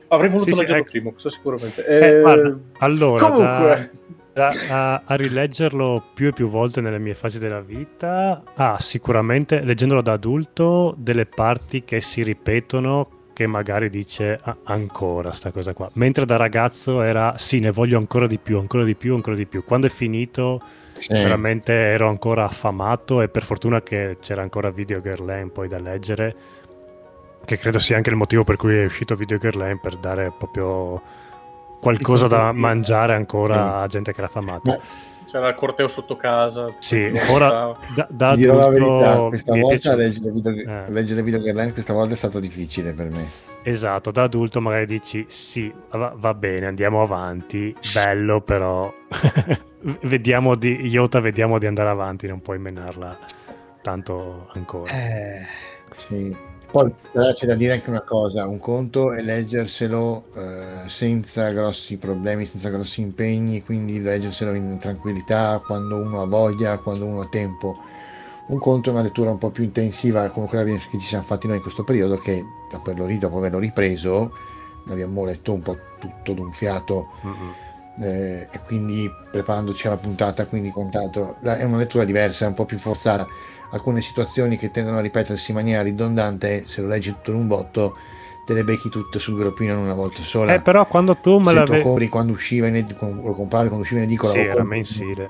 Avrei voluto Sì, leggerlo ecco. prima, questo sicuramente. Guarda, allora, Comunque, a rileggerlo più e più volte nelle mie fasi della vita, sicuramente leggendolo da adulto, delle parti che si ripetono, che magari dice ancora sta cosa qua. Mentre da ragazzo era sì, ne voglio ancora di più, ancora di più, ancora di più. Quando è finito, veramente ero ancora affamato, e per fortuna che c'era ancora Video Girl Lane poi da leggere, che credo sia anche il motivo per cui è uscito Video Girl Lane, per dare proprio qualcosa da mangiare ancora a gente che era affamata. Ma c'era il corteo sotto casa. Sì, tutto ora stava. da ti dirò la adulto verità, questa mi è volta piaciuto. leggere Video Girl questa volta è stato difficile per me. Esatto, da adulto magari dici sì, va bene, andiamo avanti, bello, però vediamo di andare avanti, non puoi menarla tanto ancora. Sì. Poi però c'è da dire anche una cosa, un conto è leggerselo senza grossi problemi, senza grossi impegni, quindi leggerselo in tranquillità, quando uno ha voglia, quando uno ha tempo. Un conto è una lettura un po' più intensiva come quella che ci siamo fatti noi in questo periodo, che dopo averlo ripreso l'abbiamo letto un po' tutto d'un fiato, e quindi preparandoci alla puntata, quindi contato, è una lettura diversa, è un po' più forzata. Alcune situazioni che tendono a ripetersi in maniera ridondante, se lo leggi tutto in un botto te le becchi tutte sul groppino in una volta sola. Però quando tu me se l'avevi... lo compri quando usciva lo compravi quando usciva in edicola, Sì, era mensile.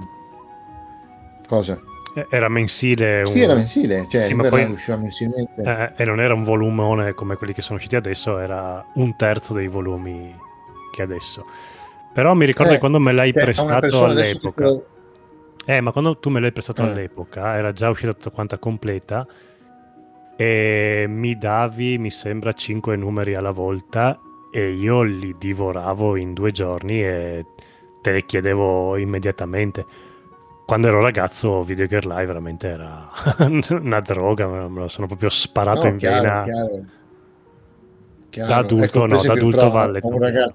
Cosa? Era mensile. Sì, era mensile, cioè sì, ma poi usciva mensilmente. E non era un volumone come quelli che sono usciti adesso, era un terzo dei volumi che adesso. Però mi ricordo che quando me l'hai prestato all'epoca, ma quando tu me l'hai prestato all'epoca era già uscita tutta quanta completa, e mi davi, mi sembra, 5 numeri alla volta, e io li divoravo in 2 giorni e te le chiedevo immediatamente. Quando ero ragazzo, Video Girl Live veramente era una droga, me lo sono proprio sparato in vena. Chiaro. Da adulto, ecco, da adulto va letto.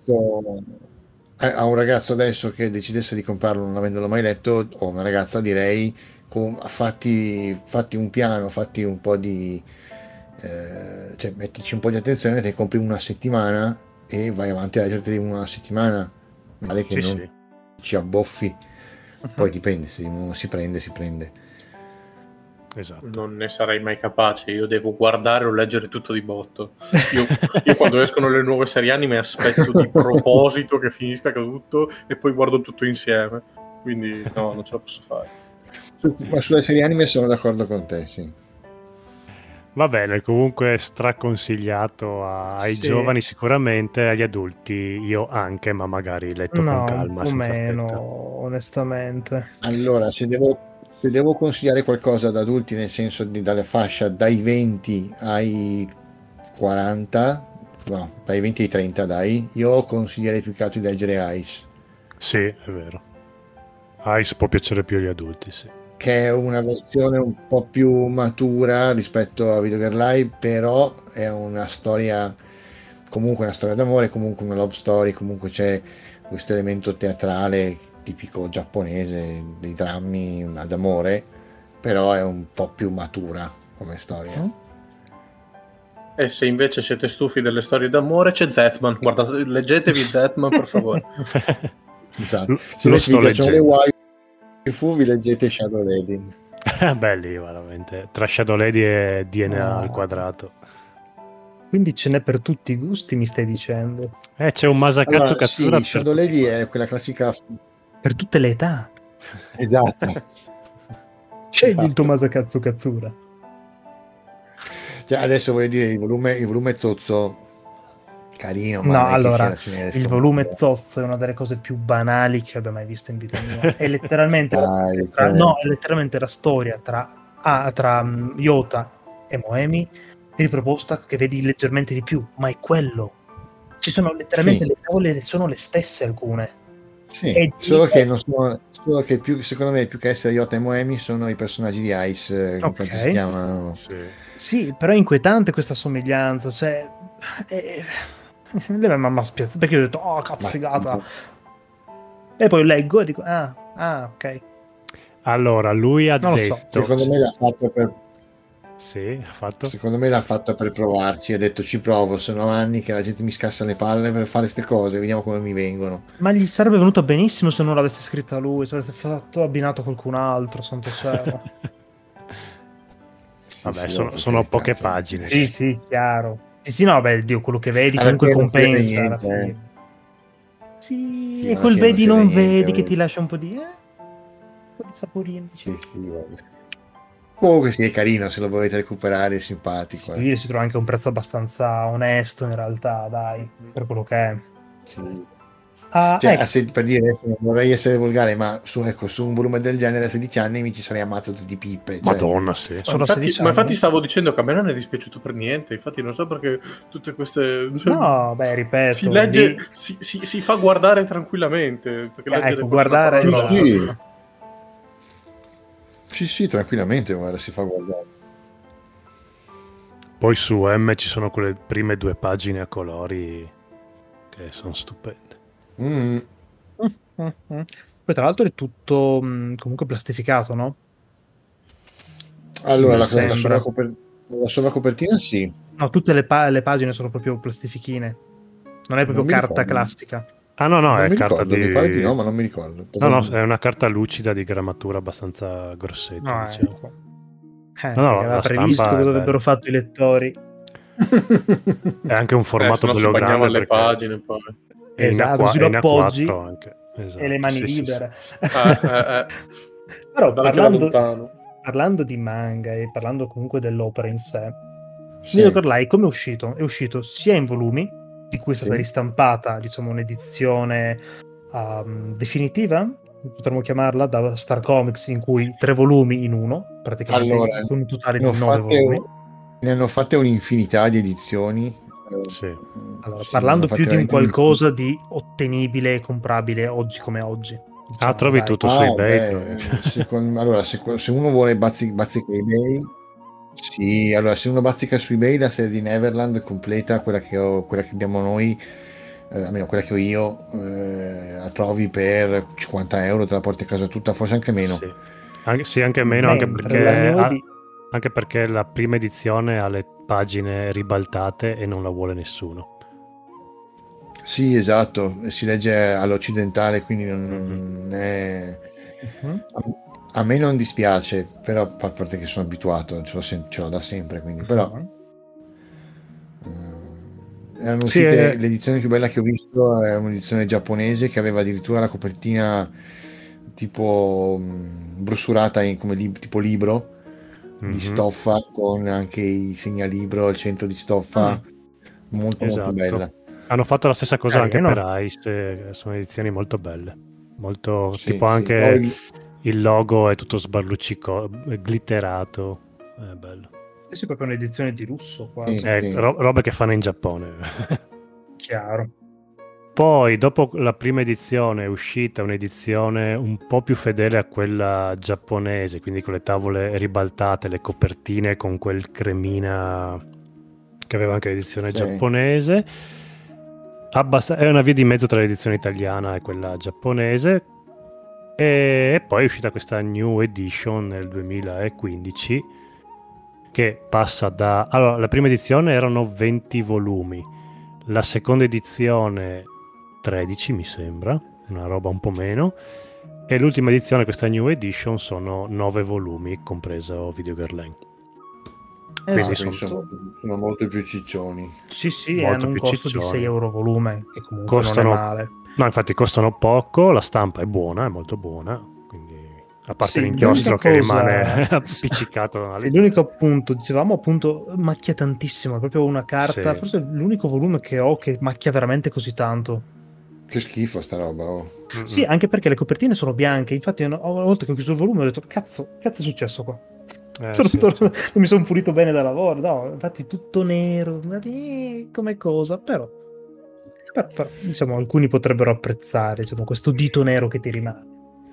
A un ragazzo adesso che decidesse di comprarlo non avendolo mai letto, o una ragazza, direi fatti un piano, fatti un po' di cioè mettici un po' di attenzione, te compri una settimana e vai avanti a leggerti una settimana, male che non ci abboffi. Poi dipende, se uno si prende. Esatto. Non ne sarei mai capace, io devo guardare o leggere tutto di botto. Io quando escono le nuove serie anime aspetto di proposito che finisca tutto e poi guardo tutto insieme, quindi no, non ce la posso fare. Ma sulle serie anime sono d'accordo con te, sì. Va bene, comunque straconsigliato ai giovani sicuramente, agli adulti io anche, ma magari letto con calma, un po' senza meno, fretta. onestamente. Allora, se devo consigliare qualcosa ad adulti, nel senso dalla fascia dai 20 ai 40, no, dai 20 ai 30, dai, io consiglierei più che altro di leggere Ice. Sì, è vero. Ice può piacere più agli adulti, sì. Che è una versione un po' più matura rispetto a Video Girl Live, però è una storia, comunque una storia d'amore, comunque una love story, comunque c'è questo elemento teatrale tipico giapponese dei drammi d'amore, però è un po' più matura come storia. E se invece siete stufi delle storie d'amore, c'è Zetman, guardate, leggetevi Zetman per favore. Esatto. Se vi piacciono le waifu, vi leggete Shadow Lady. Belli, veramente. Tra Shadow Lady e DNA al quadrato. Quindi ce n'è per tutti i gusti, mi stai dicendo? C'è un Masakatsu Katsura. Sì, Shadow Lady è quella classica per tutte le età. Esatto. Scegli il tuo Masakatsu Katsura. Cioè, adesso voglio dire, il volume zozzo carino, ma no, allora, il volume molto. zozzo è una delle cose più banali che abbia mai visto in vita mia. È letteralmente, è letteralmente la storia tra Yota e Moemi riproposta, che vedi leggermente di più, ma è quello. Ci sono letteralmente le tavole sono le stesse alcune. Sì, solo che più, secondo me, più che essere Yota e Moemi, sono i personaggi di Ice, come si chiamano. Sì, però è inquietante questa somiglianza, cioè lei mi ha spiazzato, perché io ho detto oh cazzo figata, e poi leggo e dico ah ok. Allora lui ha non detto, lo so. Secondo me l'ha fatto Sì, ha fatto. Secondo me l'ha fatta per provarci, ha detto ci provo, sono anni che la gente mi scassa le palle per fare queste cose, vediamo come mi vengono. Ma gli sarebbe venuto benissimo se non l'avesse scritta lui, se avesse fatto abbinato qualcun altro, santo cielo. Vabbè, Sì, sono per poche carità, pagine. Sì, sì, chiaro. Sì, no, beh, Dio, quello che vedi Alla comunque fine non si vede compensa alla niente, fine. Sì, Sì, e alla quel fine non vedi si vede non niente, vedi che vabbè. ti lascia un po' di... un po' di saporino. Sì, sì, vabbè. Comunque sì, è carino, se lo volete recuperare, è simpatico. Sì, si trova anche a un prezzo abbastanza onesto in realtà, dai, per quello che è. Sì. Ah, Cioè, ecco, per dire, adesso non vorrei essere volgare, ma ecco, su un volume del genere a 16 anni mi ci sarei ammazzato di pippe. Cioè, Madonna, sì. solo a 16 anni. infatti stavo dicendo che a me non è dispiaciuto per niente, infatti non so perché tutte queste... No, beh, ripeto, Si legge, lì... si fa guardare tranquillamente, perché leggere ecco, forse guardare... è una parola Sì, grossa. sì, tranquillamente, guarda, si fa guardare. Poi su M ci sono quelle prime 2 pagine a colori che sono stupende. Mm. Poi tra l'altro è tutto comunque plastificato, no? Allora, Mi la sembra. sovracopertina sì, No, tutte le pagine sono proprio plastifichine. Non è proprio non mi carta ricordo. classica. Ah no, Non è mi carta ricordo, mi pare di di... no, ma non mi ricordo. No, è una carta lucida di grammatura abbastanza grossetta, No, diciamo. ecco. No, Perché aveva la previsto stampa è cosa bella. avrebbero fatto i lettori. È anche un Se formato no si bello bagnava grande le perché pagine poi. Esatto, così è lo in appoggi A4 anche. Esatto. e le mani Sì, sì, sì. libere. Però Guardare che da lontano. parlando di manga e parlando comunque dell'opera in sé, Sì, Video Girl come è uscito? È uscito sia in volumi, di cui è stata sì. ristampata, diciamo, un'edizione definitiva, potremmo chiamarla, da Star Comics, in cui 3 volumi in uno, praticamente, Allora, con un totale ne ho di 9 volumi. ne hanno fatte un'infinità di edizioni. Sì. Allora, Sì, ne hanno parlando più fatte di un veramente un'infinità. qualcosa di ottenibile e comprabile oggi come oggi. Diciamo, Trovi dai. tutto su eBay. Allora, se uno vuole bazzica eBay, sì, allora se uno bazzica su eBay la serie di Neverland completa, quella che abbiamo noi, almeno quella che ho io, la trovi per 50 euro, te la porti a casa tutta, forse anche meno. Sì, anche meno, Mentre la Nodi... anche perché la prima edizione ha le pagine ribaltate e non la vuole nessuno. Sì, esatto, si legge all'occidentale, quindi non è... A me non dispiace, però a parte che sono abituato, ce l'ho da sempre, quindi però... erano Sì, uscite l'edizione più bella che ho visto è un'edizione giapponese che aveva addirittura la copertina tipo brussurata come tipo libro di stoffa, con anche i segnalibro al centro di stoffa, molto esatto. molto bella. Hanno fatto la stessa cosa Carino. anche per Ice, sono edizioni molto belle, molto Sì, tipo sì. anche Poi- il logo è tutto glitterato, è bello. Adesso è proprio un'edizione di lusso quasi. Sì. Robe che fanno in Giappone. Chiaro. Poi, dopo la prima edizione, è uscita un'edizione un po' più fedele a quella giapponese, quindi con le tavole ribaltate, le copertine con quel cremina che aveva anche l'edizione Sì. giapponese. È una via di mezzo tra l'edizione italiana e quella giapponese. E poi è uscita questa New Edition nel 2015 che passa da... Allora, la prima edizione erano 20 volumi, la seconda edizione 13 mi sembra, una roba un po' meno, e l'ultima edizione, questa New Edition, sono 9 volumi, compreso Video Girl Line. Quindi Esatto. sono molto più ciccioni. Sì, molto hanno un più costo di ciccioni. 6 euro volume, che comunque Costano- non è male. No, infatti costano poco, la stampa è buona, è molto buona, quindi a parte Sì, l'inchiostro l'unica che cosa- rimane appiccicato Sì, l'unico appunto, dicevamo appunto, macchia tantissimo, è proprio una carta, Sì. forse è l'unico volume che ho che macchia veramente così tanto. Che schifo sta roba, oh. Sì, anche perché le copertine sono bianche, infatti una volta che ho chiuso il volume ho detto cazzo è successo qua? Sì. Non mi sono pulito bene da lavoro, no, infatti tutto nero, come cosa, però diciamo alcuni potrebbero apprezzare, diciamo, questo dito nero che ti rimane.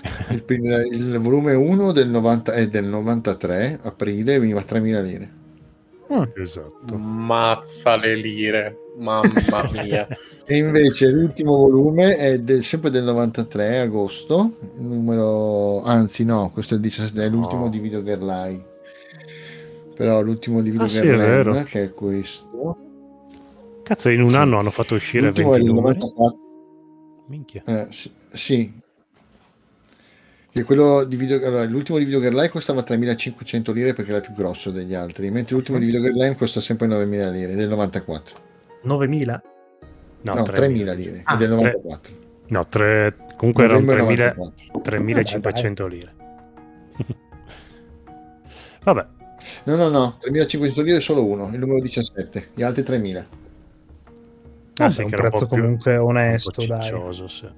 Il volume 1 del 90 è del 93 aprile, veniva 3.000 lire. Esatto. Mazza le lire, mamma mia. E invece l'ultimo volume è sempre del 93 agosto, anzi no, questo è l'ultimo di Video Girl Line. Però l'ultimo di Video sì, è vero. Girl, che è questo. Cazzo, in un anno hanno fatto uscire L'ultimo 20 è del numeri. 94. Minchia. Sì. Che quello di allora, l'ultimo di Video Girl costava 3.500 lire perché era più grosso degli altri, mentre l'ultimo di Video Girl costa sempre 9.000 lire, del 94. 9.000? No, 3.000 lire, è del 94. No, comunque erano Novembre 3.500 lire. Vabbè. No, 3.500 lire è solo uno, il numero 17, gli altri 3.000. Sì, un che era prezzo po' più- comunque onesto, un po' dai. ciccioso, sì.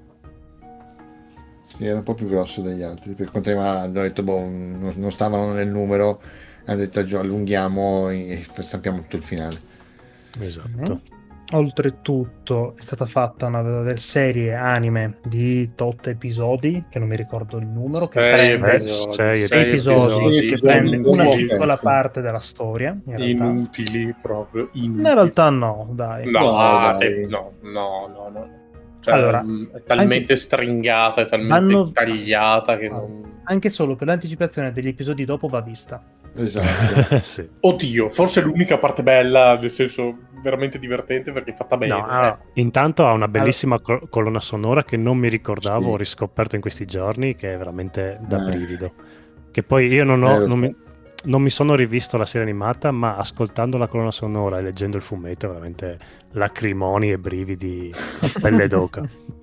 Sì, era un po' più grosso degli altri, per quanto hanno detto, non stavano nel numero, hanno detto allunghiamo e stampiamo tutto il finale. Esatto. Oltretutto è stata fatta una serie anime di tot episodi, che non mi ricordo il numero, che prende sei sei episodi, che prende inutili. una piccola parte della storia. In realtà, Inutili, proprio inutili. in realtà no, dai. No, dai. no. Cioè, Allora, è talmente stringata, è talmente tagliata che non... Anche solo per l'anticipazione degli episodi dopo va vista. Esatto. Sì. Oddio, forse è l'unica parte bella, nel senso veramente divertente perché è fatta bene. No, allora, intanto ha una bellissima colonna sonora che non mi ricordavo, Sì. ho riscoperto in questi giorni, che è veramente da brivido. Che poi io non mi sono rivisto la serie animata, ma ascoltando la colonna sonora e leggendo il fumetto, veramente lacrimoni e brividi a pelle d'oca.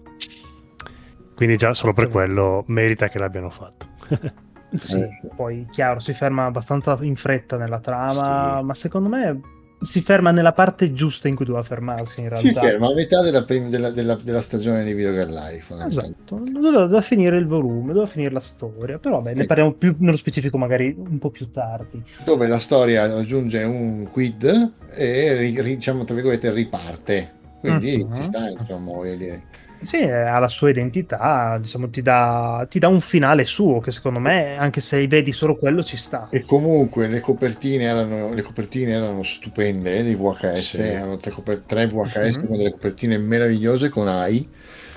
Quindi già solo per quello merita che l'abbiano fatto. Sì, poi chiaro, si ferma abbastanza in fretta nella trama, Sì. ma secondo me si ferma nella parte giusta in cui doveva fermarsi in realtà. Si ferma a metà della stagione di Video Girl Life. Esatto, doveva finire il volume, doveva finire la storia, però vabbè, ne parliamo più nello specifico magari un po' più tardi. Dove la storia raggiunge un quid e diciamo tra virgolette riparte, quindi ci sta, insomma, voglio dire. Sì, ha la sua identità, diciamo, ti dà un finale suo che secondo me, anche se vedi solo quello, ci sta. E comunque le copertine erano stupende, di VHS, Sì. erano tre VHS con delle copertine meravigliose con AI,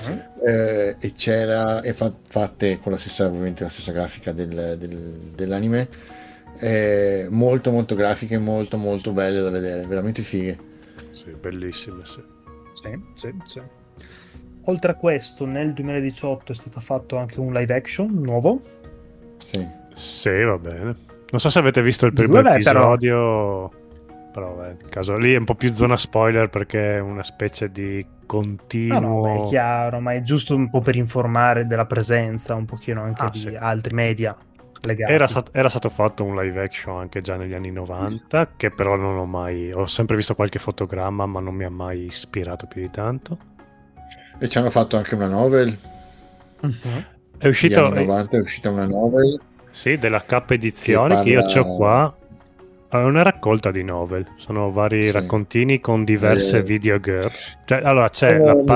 e c'era fatte con ovviamente la stessa grafica dell'anime, molto molto grafiche, molto molto belle da vedere, veramente fighe. Sì, bellissime, sì. Sì. Oltre a questo, nel 2018 è stato fatto anche un live action nuovo. Sì, va bene. Non so se avete visto il primo episodio, però in caso lì è un po' più zona spoiler perché è una specie di continuo... No, è chiaro, ma è giusto un po' per informare della presenza un pochino anche di altri media legati. Era stato fatto un live action anche già negli anni 90, che però non ho mai... Ho sempre visto qualche fotogramma, ma non mi ha mai ispirato più di tanto. e ci hanno fatto anche una novel. È uscito... Negli anni 90 è uscita una novel. Sì, della K edizione che io ho qua. È una raccolta di novel, sono vari raccontini con diverse video girl. Cioè, allora c'è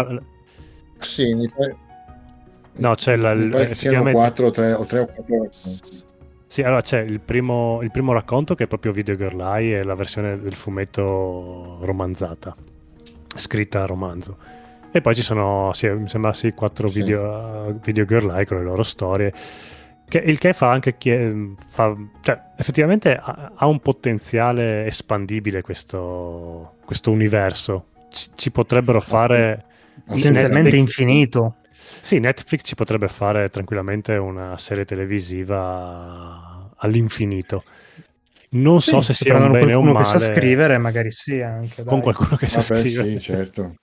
Sì, mi pare... No, c'è mi pare che siano 3 o 4. Sì, allora c'è il primo racconto che è proprio Video Girl Eye, è la versione del fumetto romanzata, scritta a romanzo. E poi ci sono, mi sembra 4 video Girl Eye con le loro storie. Il che fa anche cioè effettivamente ha un potenziale espandibile questo universo. Ci potrebbero fare potenzialmente infinito. Sì, Netflix ci potrebbe fare tranquillamente una serie televisiva all'infinito. Non so se sia un bene o un male. Qualcuno che sa scrivere, magari sì, anche. Con qualcuno che sa scrivere. Sì, certo.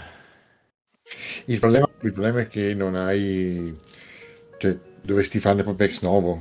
Il problema è che non hai... Cioè, dovresti farne proprio ex novo.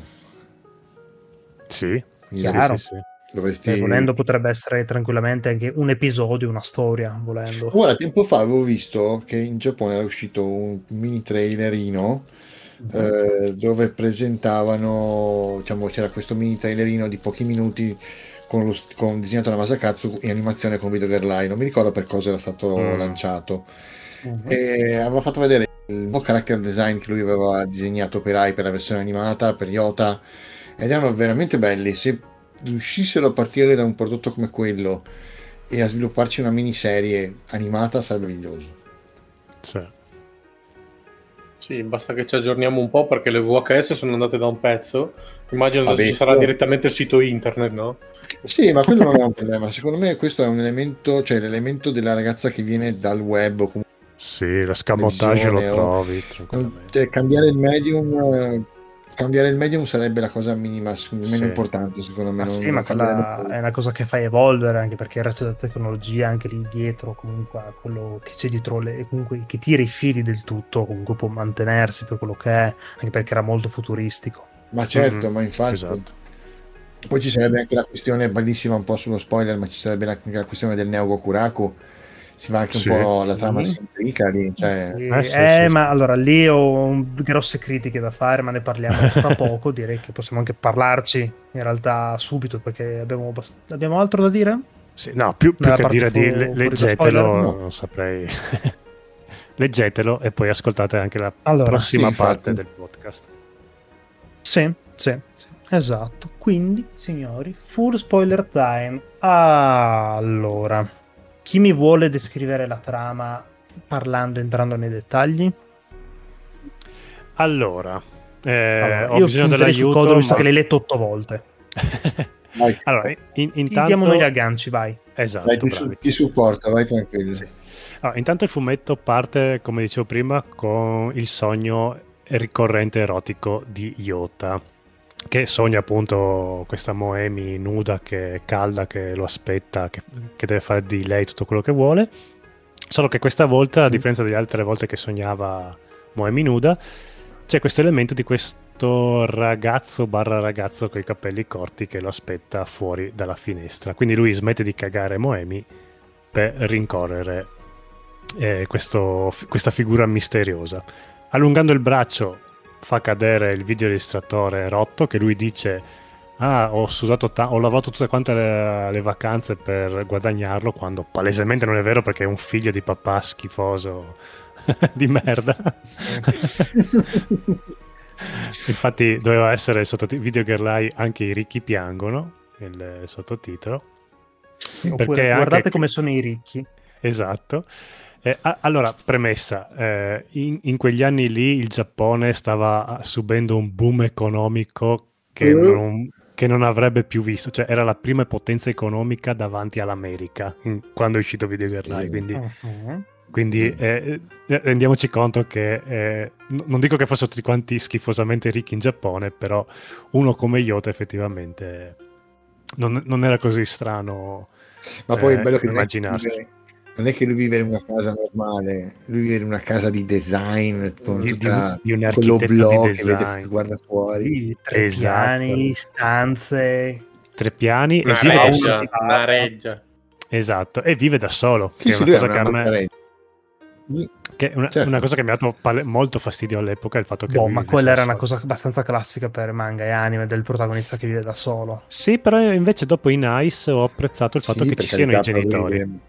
Sì, chiaro. Sì. Dovresti... volendo potrebbe essere tranquillamente anche un episodio, una storia, volendo. Ora, tempo fa avevo visto che in Giappone era uscito un mini trailerino dove presentavano, diciamo, c'era questo mini trailerino di pochi minuti con disegnato da Masakatsu in animazione con Video Girl Eye. Non mi ricordo per cosa era stato lanciato. E aveva fatto vedere il nuovo character design che lui aveva disegnato per Ai, per la versione animata, per Yota, ed erano veramente belli. Se riuscissero a partire da un prodotto come quello e a svilupparci una miniserie animata sarebbe meraviglioso. Sì. Sì, basta che ci aggiorniamo un po' perché le VHS sono andate da un pezzo. Immagino adesso Vabbè, ci sarà quello- direttamente il sito internet, no? Sì, ma quello non è un problema. Secondo me questo è un elemento, cioè l'elemento della ragazza che viene dal web o comunque Sì, l'escamotage lo televisione o trovi tranquillamente. cioè, cambiare il medium sarebbe la cosa minima, meno Sì. importante, secondo me. Ma sì, non ma cambierebbe quella molto. è una cosa che fa evolvere, anche perché il resto della tecnologia, anche lì dietro, comunque a quello che c'è dietro, comunque che tira i fili del tutto, comunque può mantenersi per quello che è, anche perché era molto futuristico. Ma certo, Mm, ma infatti. esatto. Poi ci sarebbe anche la questione, bellissima un po' sullo spoiler, ma ci sarebbe anche la questione del Neo Gokuraku. Si va anche un Sì. po', la Sì. trama si intrica lì, cioè... Sì. Ma allora lì ho grosse critiche da fare, ma ne parliamo fra poco. Direi che possiamo anche parlarci in realtà subito, perché abbiamo altro da dire? Sì, no, più Nella che parte dire di fuori da leggetelo, spoiler? No. non saprei. Leggetelo e poi ascoltate anche la Allora, prossima sì, parte infatti. del podcast. Sì, esatto. Quindi, signori, full spoiler time. Allora, chi mi vuole descrivere la trama entrando nei dettagli? Allora, Allora, ho io bisogno punterei sul dell'aiuto, codo, visto ma... che l'hai letto 8 volte. Vai, Allora, Ti intanto... diamo noi gli agganci, vai. Esatto, vai, bravi. ti supporta, vai tranquillo. Sì. Allora, intanto il fumetto parte, come dicevo prima, con il sogno ricorrente erotico di Yota, che sogna appunto questa Moemi nuda, che è calda, che lo aspetta, che deve fare di lei tutto quello che vuole. Solo che questa volta, a Sì. differenza delle altre volte che sognava Moemi nuda, c'è questo elemento di questo ragazzo con i capelli corti che lo aspetta fuori dalla finestra. Quindi lui smette di cagare Moemi per rincorrere questa figura misteriosa. Allungando il braccio fa cadere il videoregistratore rotto, che lui dice: ah, ho lavorato tutte quante le vacanze per guadagnarlo, quando palesemente non è vero, perché è un figlio di papà schifoso di merda. Infatti doveva essere il sottotitolo Video Girl Eye, anche i ricchi piangono, il sottotitolo. Oppure Perché guardate anche... come sono i ricchi. Esatto. Allora, premessa, in quegli anni lì il Giappone stava subendo un boom economico che non avrebbe più visto, cioè era la prima potenza economica davanti all'America quando è uscito Video Girl Eye, quindi rendiamoci conto che non dico che fossero tutti quanti schifosamente ricchi in Giappone, però uno come Yota effettivamente non era così strano. Ma poi il bello che immaginarsi. non è che lui vive in una casa normale, lui vive in una casa di design con di un quello architetto blog di che vede design. che guarda fuori. Sì, 3 Esatto. piani, stanze. 3 piani Una e vive da reggia, solo. una reggia. Esatto, e vive da solo. Sì, Che sì, è lui una è cosa che a una me... Che è Certo. una cosa che mi ha dato molto fastidio all'epoca, il fatto che lui Ma vivesse quella da era una solo. cosa abbastanza classica per manga e anime del protagonista che vive da solo. Sì, però invece dopo in Ice ho apprezzato il fatto Sì, che per ci siano i carità, però genitori. lui-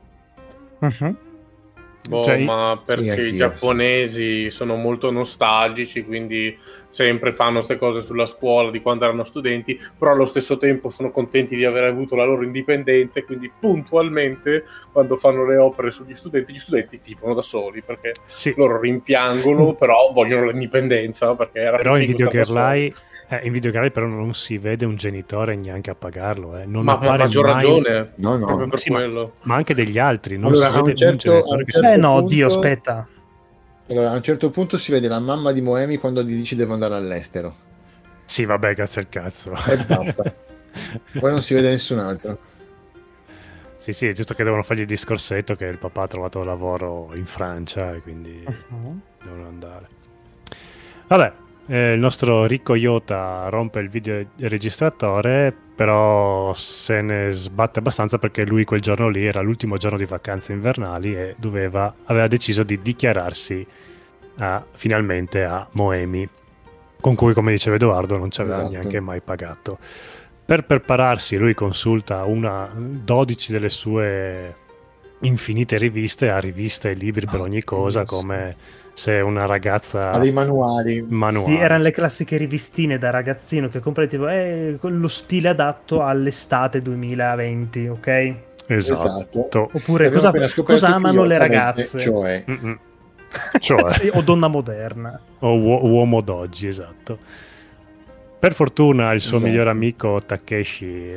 Boh, Cioè, ma perché anch'io, i giapponesi sono molto nostalgici, quindi sempre fanno queste cose sulla scuola di quando erano studenti, però allo stesso tempo sono contenti di aver avuto la loro indipendenza, quindi puntualmente quando fanno le opere sugli studenti, gli studenti vivono da soli, perché Sì, loro rimpiangono, però vogliono l'indipendenza, perché era però più in figo Video stare da Girl soli. Eye, in Video Girl Eye però non si vede un genitore neanche a pagarlo. Non Ma appare maggior mai... ragione, No, no. proprio per Sì, ma quello. anche degli altri, non Allora, si a un vede certo- un a un genitore che certo- si... No, punto- Dio, aspetta. Allora, a un certo punto si vede la mamma di Moemi quando gli dice devo andare all'estero. Sì, vabbè, grazie al cazzo. E basta. Poi non si vede nessun altro. Sì, è giusto che devono fargli il discorsetto che il papà ha trovato lavoro in Francia e quindi devono andare. Vabbè, il nostro ricco Yota rompe il videoregistratore, però se ne sbatte abbastanza perché lui quel giorno lì era l'ultimo giorno di vacanze invernali e aveva deciso di dichiararsi finalmente a Moemi, con cui, come diceva Edoardo, non ci aveva Esatto. neanche mai pagato. Per prepararsi lui consulta 12 delle sue infinite riviste, ha riviste e libri per ogni cosa, come se una ragazza... Ha dei manuali. Sì, erano le classiche rivistine da ragazzino che comprai tipo con lo stile adatto all'estate 2020, ok? Esatto. Oppure Abbiamo appena scoperto cosa che amano le Yota ragazze? legge, cioè, Cioè, Sì, o donna moderna. o uomo d'oggi, esatto. Per fortuna il suo Esatto. miglior amico Takeshi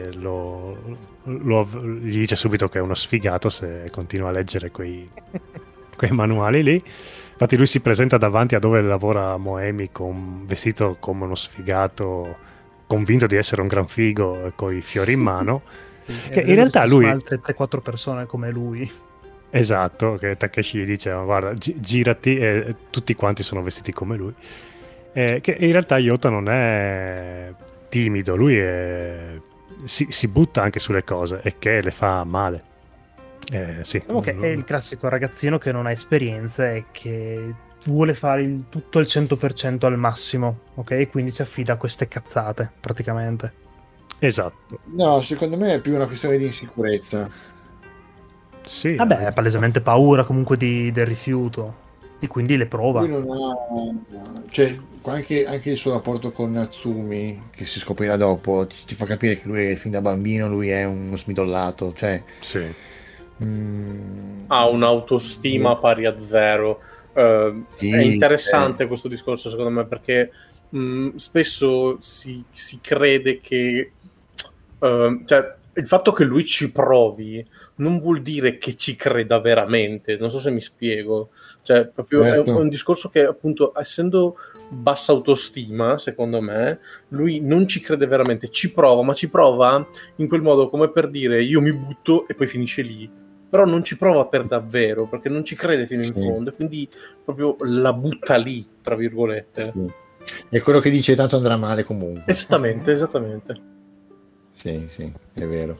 gli dice subito che è uno sfigato se continua a leggere quei manuali lì. Infatti lui si presenta davanti a dove lavora Moemi vestito come uno sfigato, convinto di essere un gran figo e coi fiori in mano. Che in realtà ci sono lui... altre 3-4 persone come lui. Esatto, che Takeshi gli dice: "Ma guarda, girati", e tutti quanti sono vestiti come lui. Che in realtà Yota non è timido, lui si butta anche sulle cose e che le fa male. Sì. Diciamo che è il classico ragazzino che non ha esperienze e che vuole fare tutto al 100% al massimo, ok? Quindi si affida a queste cazzate, praticamente. Esatto. No, secondo me è più una questione di insicurezza. Sì, Vabbè, ha palesemente paura comunque del rifiuto e quindi le prova. Lui non ha, cioè, anche il suo rapporto con Natsumi, che si scoprirà dopo, ti fa capire che lui fin da bambino lui è uno smidollato, cioè sì. Ha un'autostima pari a zero. Sì, È interessante questo discorso, secondo me, perché spesso si crede che cioè, il fatto che lui ci provi non vuol dire che ci creda veramente. Non so se mi spiego. Cioè, proprio certo. è un discorso che, appunto, essendo bassa autostima, secondo me, lui non ci crede veramente, ci prova, ma ci prova in quel modo come per dire io mi butto e poi finisce lì. Però non ci prova per davvero, perché non ci crede fino in Sì. fondo, e quindi proprio la butta lì, tra virgolette. Sì. È quello che dice tanto andrà male comunque. Esattamente. Sì, è vero.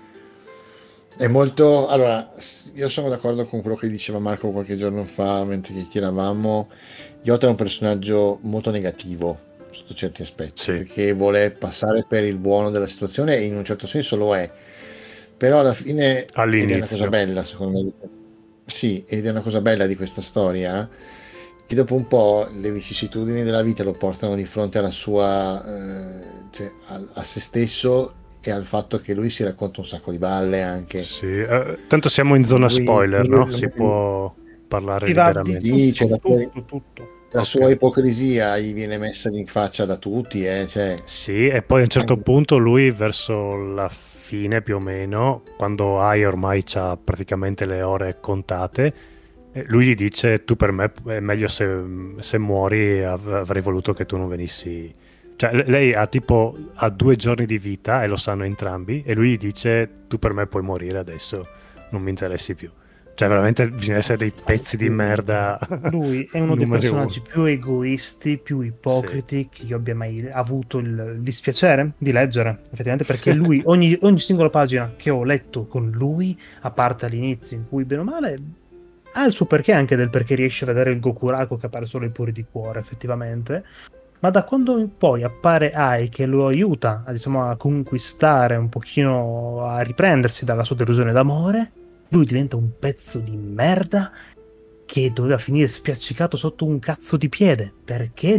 È molto... Allora, io sono d'accordo con quello che diceva Marco qualche giorno fa, mentre chiacchieravamo. Yota è un personaggio molto negativo sotto certi aspetti, Sì. perché vuole passare per il buono della situazione e in un certo senso lo è. Però alla fine, ed è una All'inizio. cosa bella secondo me, sì, ed è una cosa bella di questa storia, che dopo un po' le vicissitudini della vita lo portano di fronte alla sua, cioè a se stesso e al fatto che lui si racconta un sacco di balle anche. Sì, tanto siamo in zona Lui- spoiler, lui- no? Si può parlare Ti va liberamente. Sì, c'è tutto. la Ok. sua ipocrisia gli viene messa in faccia da tutti, cioè, Sì, e poi a un certo punto lui verso la fine più o meno, quando Ai ormai c'ha praticamente le ore contate, lui gli dice: tu per me è meglio se muori, avrei voluto che tu non venissi. Cioè lei ha 2 giorni di vita e lo sanno entrambi, e lui gli dice: tu per me puoi morire adesso, non mi interessi più. Cioè veramente bisogna essere dei pezzi di merda. Lui è uno dei numero personaggi più egoisti, più ipocriti che io abbia mai avuto il dispiacere di leggere, effettivamente, perché lui, ogni singola pagina che ho letto con lui, a parte all'inizio, in cui bene o male ha il suo perché, anche del perché riesce a vedere il Gokuraku che appare solo i puri di cuore, effettivamente. Ma da quando poi appare Ai che lo aiuta diciamo, a conquistare un pochino, a riprendersi dalla sua delusione d'amore, lui diventa un pezzo di merda che doveva finire spiaccicato sotto un cazzo di piede. Perché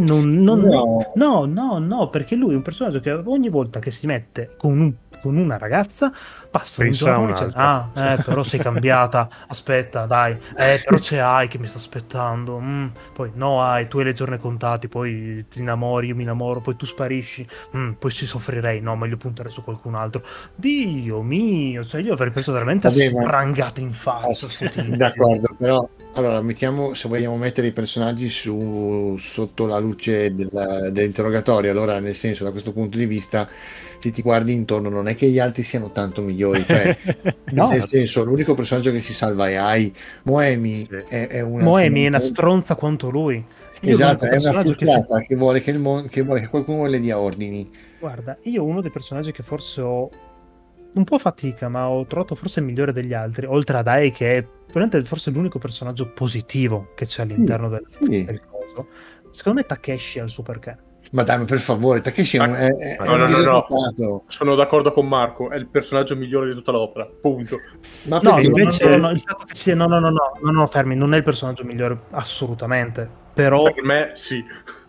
no, perché lui è un personaggio che ogni volta che si mette con una ragazza passa un Pensa a giorno e dice: però sei cambiata, aspetta dai, però c'è Ai che mi sta aspettando, poi no Ai, tu hai le giorni contati, poi ti innamori, io mi innamoro, poi tu sparisci, poi ci soffrirei, no, meglio puntare su qualcun altro. Dio mio, cioè io avrei preso veramente Vabbè, ma- sprangate in faccia sto tizio. D'accordo, però allora mettiamo, se vogliamo mettere i personaggi sotto la luce dell'interrogatorio, allora nel senso, da questo punto di vista, se ti guardi intorno non è che gli altri siano tanto migliori, cioè No. nel senso l'unico personaggio che si salva è Ai. Moemi Sì. è una Moemi è una stronza quanto lui. Io esatto, l'unico è una personaggio frustrata che vuole che vuole che qualcuno le dia ordini. Guarda, io uno dei personaggi che forse ho un po' fatica, ma ho trovato forse il migliore degli altri, oltre ad Ai, che è veramente forse l'unico personaggio positivo che c'è all'interno Sì. del coso. Secondo me Takeshi ha il suo perché. Ma dai, per favore, Takeshi è No. un disattentato. Sono d'accordo con Marco, è il personaggio migliore di tutta l'opera, punto. Ma No, perché invece- il fatto che sia... No, fermi, non è il personaggio migliore, assolutamente. Però... Per me sì.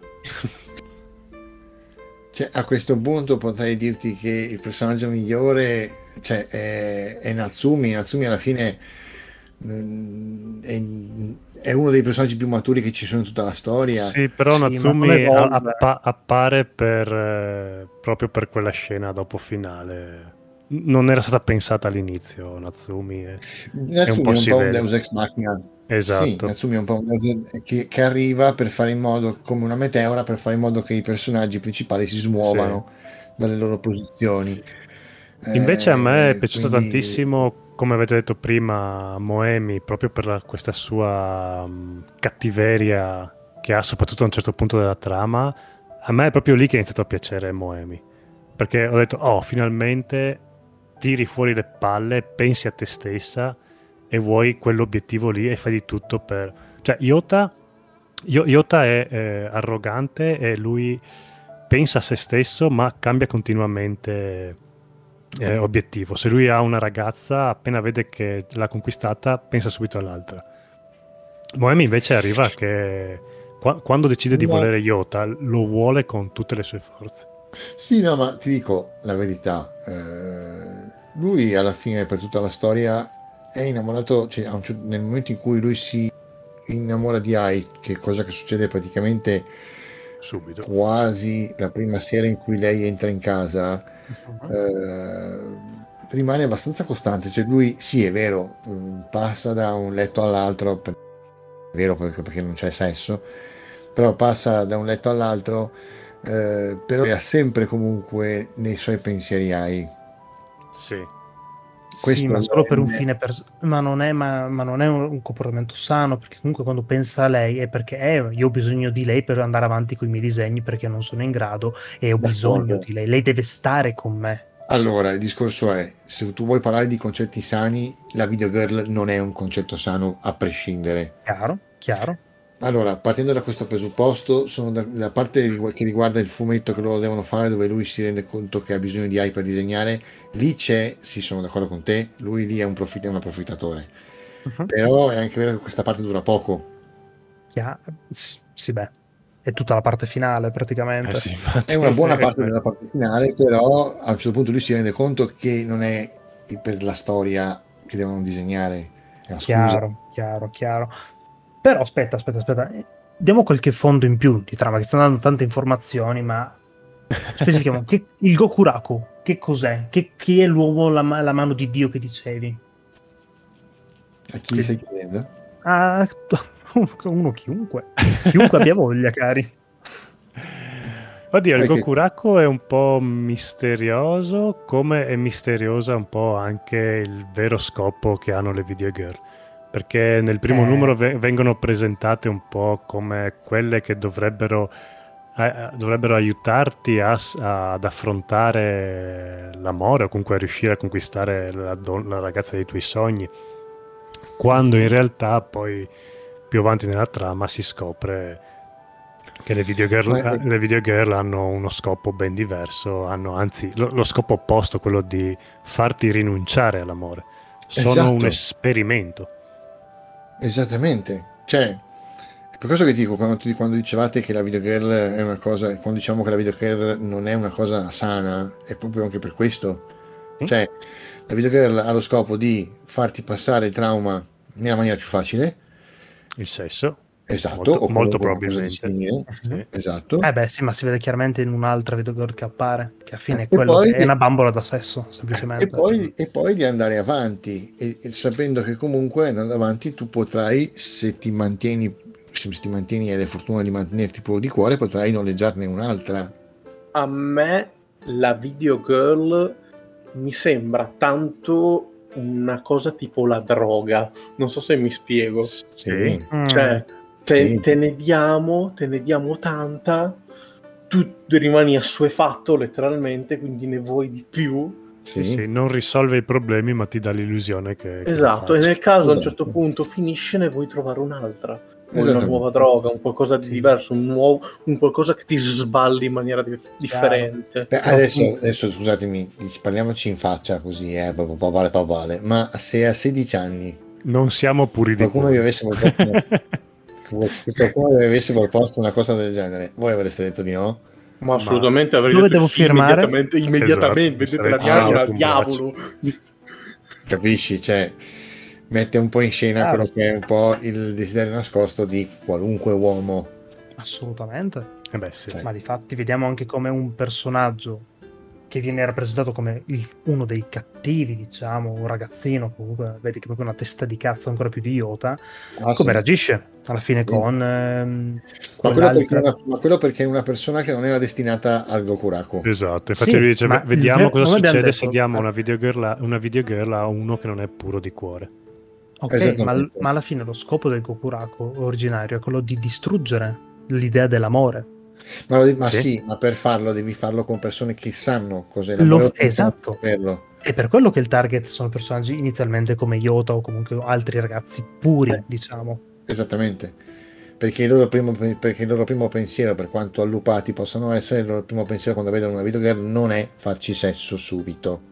Cioè, a questo punto potrei dirti che il personaggio migliore, cioè, è Natsumi. Natsumi alla fine è uno dei personaggi più maturi che ci sono in tutta la storia. Sì, però Sì, ma Natsumi come evolve? appare proprio per quella scena dopo finale. Non era stata pensata all'inizio Natsumi e un Natsumi po' è un si po' un vede. Deus Ex Machina. Sì, Esatto. Natsumi è un po' un Deus che arriva per fare in modo, come una meteora, per fare in modo che i personaggi principali si smuovano dalle loro posizioni. Invece a me è piaciuto Quindi tantissimo, come avete detto prima, Moemi, proprio per questa sua cattiveria che ha soprattutto a un certo punto della trama. A me è proprio lì che è iniziato a piacere Moemi, perché ho detto, oh, finalmente tiri fuori le palle, pensi a te stessa e vuoi quell'obiettivo lì e fai di tutto per... Cioè, Iota è arrogante e lui pensa a se stesso, ma cambia continuamente obiettivo. Se lui ha una ragazza, appena vede che l'ha conquistata, pensa subito all'altra. Moemi invece arriva che quando decide di no, volere Iota, lo vuole con tutte le sue forze. sì, no, ma ti dico la verità. Lui alla fine, per tutta la storia, è innamorato, cioè, nel momento in cui lui si innamora di Ai, che cosa che succede praticamente Subito. quasi la prima sera in cui lei entra in casa, rimane abbastanza costante. Cioè lui, sì, è vero, passa da un letto all'altro, è vero perché non c'è sesso, però passa da un letto all'altro, però ha sempre comunque nei suoi pensieri Ai. Sì. Sì, Questo ma solo per un è- fine ma non è un comportamento sano, perché comunque quando pensa a lei è perché io ho bisogno di lei per andare avanti con i miei disegni perché non sono in grado e ho bisogno d'accordo. di lei. Lei deve stare con me. Allora, il discorso è, se tu vuoi parlare di concetti sani, la videogirl non è un concetto sano a prescindere. Chiaro? Chiaro? Allora, partendo da questo presupposto, sono la parte che riguarda il fumetto che loro devono fare, dove lui si rende conto che ha bisogno di AI per disegnare, lì c'è, sì, sono d'accordo con te, lui lì è è un approfittatore. Mhm. Però è anche vero che questa parte dura poco. Sì, beh, è tutta la parte finale praticamente. Sì, infatti, È una buona è parte della parte finale, però a un certo punto lui si rende conto che non è per la storia che devono disegnare, è una scusa. Chiaro. Però aspetta. Diamo qualche fondo in più di trama, che stanno dando tante informazioni, ma specifichiamo. Il Gokuraku, che cos'è? Chi è l'uomo, la mano di Dio che dicevi? A chi stai chiedendo? Ah, chiunque. Chiunque abbia voglia, cari. Oddio, il Sai che- Gokuraku è un po' misterioso, come è misteriosa un po' anche il vero scopo che hanno le videogirl. Perché nel primo numero vengono presentate un po' come quelle che dovrebbero aiutarti ad affrontare l'amore o comunque a riuscire a conquistare la ragazza dei tuoi sogni. Quando in realtà poi più avanti nella trama si scopre che le videogirl hanno uno scopo ben diverso, hanno anzi lo scopo opposto, quello di farti rinunciare all'amore. Sono un Esatto. esperimento. Esattamente, cioè, è per questo che dico, quando dicevate che la videogirl è una cosa, quando diciamo che la videogirl non è una cosa sana, è proprio anche per questo. Cioè, la videogirl ha lo scopo di farti passare il trauma nella maniera più facile, Il sesso. esatto, Molto, o molto comunque una cosa di probabilmente. simile, Sì. esatto. Beh, sì, ma si vede chiaramente in un'altra videogirl che appare, che alla fine è E quello poi- che è una bambola da sesso, semplicemente. E poi di andare avanti, e sapendo che comunque andando avanti tu potrai, se ti mantieni e hai la fortuna di mantenerti puro di cuore, potrai noleggiarne un'altra. A me la videogirl mi sembra tanto una cosa tipo la droga. Non so se mi spiego. Sì. Cioè, Sì. te ne diamo tanta, tu rimani assuefatto letteralmente, quindi ne vuoi di più. Sì, non risolve i problemi, ma ti dà l'illusione che Esatto, lo e faccia. nel caso a un Esatto. certo punto finisce, ne vuoi trovare un'altra. Vuoi una Esattamente. nuova droga, un qualcosa di Sì. diverso, un qualcosa che ti sballi in maniera differente. Beh, adesso scusatemi, parliamoci in faccia così, papale, ma se a 16 anni Non siamo puri di qualcuno vi cuore. avesse proposto una cosa del genere, voi avreste detto di no? Ma assolutamente avrei Dove detto devo sì, firmare? immediatamente, Esatto, vedete la sarei mia anima, tagliato un diavolo. Capisci? Cioè, mette un po' in scena Ah. quello che è un po' il desiderio nascosto di qualunque uomo. Assolutamente. Sì. Cioè, Ma di fatti vediamo anche come un personaggio che viene rappresentato come uno dei cattivi, diciamo, un ragazzino, comunque vedi che è proprio una testa di cazzo ancora più di idiota, ah, come sì. reagisce alla fine Sì. con Ma quello, perché quell'altra... ma quello perché è una persona che non era destinata al Gokuraku. Esatto, infatti Sì, lui dice, ma vediamo cosa come abbiamo succede se detto, diamo una videogirl a uno che non è puro di cuore. ok, Esattamente. ma alla fine lo scopo del Gokuraku originario è quello di distruggere l'idea dell'amore. Ma Sì. sì, ma per farlo devi farlo con persone che sanno cos'è l'amore. Esatto. Saperlo. È per quello che il target sono personaggi inizialmente come Yota o comunque altri ragazzi puri, diciamo. Esattamente. Perché il loro primo pensiero, per quanto allupati possano essere, il loro primo pensiero quando vedono una videogirl non è farci sesso subito.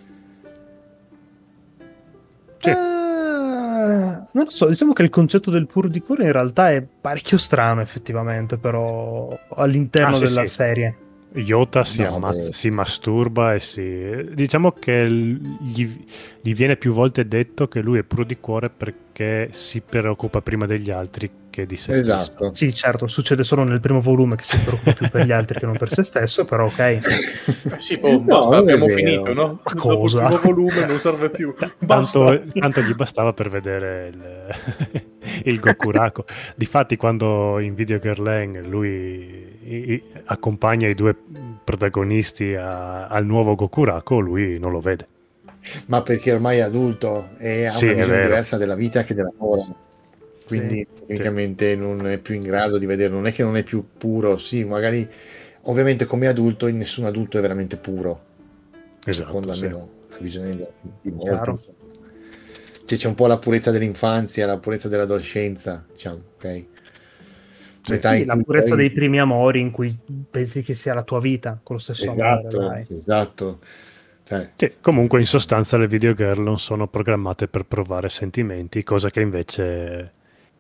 Sì. Non lo so, diciamo che il concetto del puro di cuore in realtà è parecchio strano effettivamente, però all'interno Sì, della sì. serie. Yota si No, ammazza, beh. si masturba diciamo che gli viene più volte detto che lui è puro di cuore perché si preoccupa prima degli altri che di se stesso. Esatto. Sì, certo, succede solo nel primo volume che si preoccupa più per gli altri che non per se stesso, però ok. Sì, poi No, basta, non è abbiamo vero. finito, no? Ma Dopo il cosa? primo volume non serve più. Tanto Basta. gli bastava per vedere il Gokuraku. Difatti, quando in Video Girl Lane lui accompagna i due protagonisti al nuovo Gokuraku, lui non lo vede. Ma perché ormai è adulto e ha Sì, una è visione vero. diversa della vita che dell'amore. Quindi tecnicamente non è più in grado di vedere, non è che non è più puro, sì, magari ovviamente come adulto nessun adulto è veramente puro, secondo Esatto, sì. almeno la visione di molti. Chiaro. insomma. C'è un po' la purezza dell'infanzia, la purezza dell'adolescenza, diciamo, ok? Metà Sì, in la cui purezza poi- dei primi amori in cui pensi che sia la tua vita con lo stesso amore, dai. esatto. Cioè, Sì, comunque in sostanza le videogirl non sono programmate per provare sentimenti, cosa che invece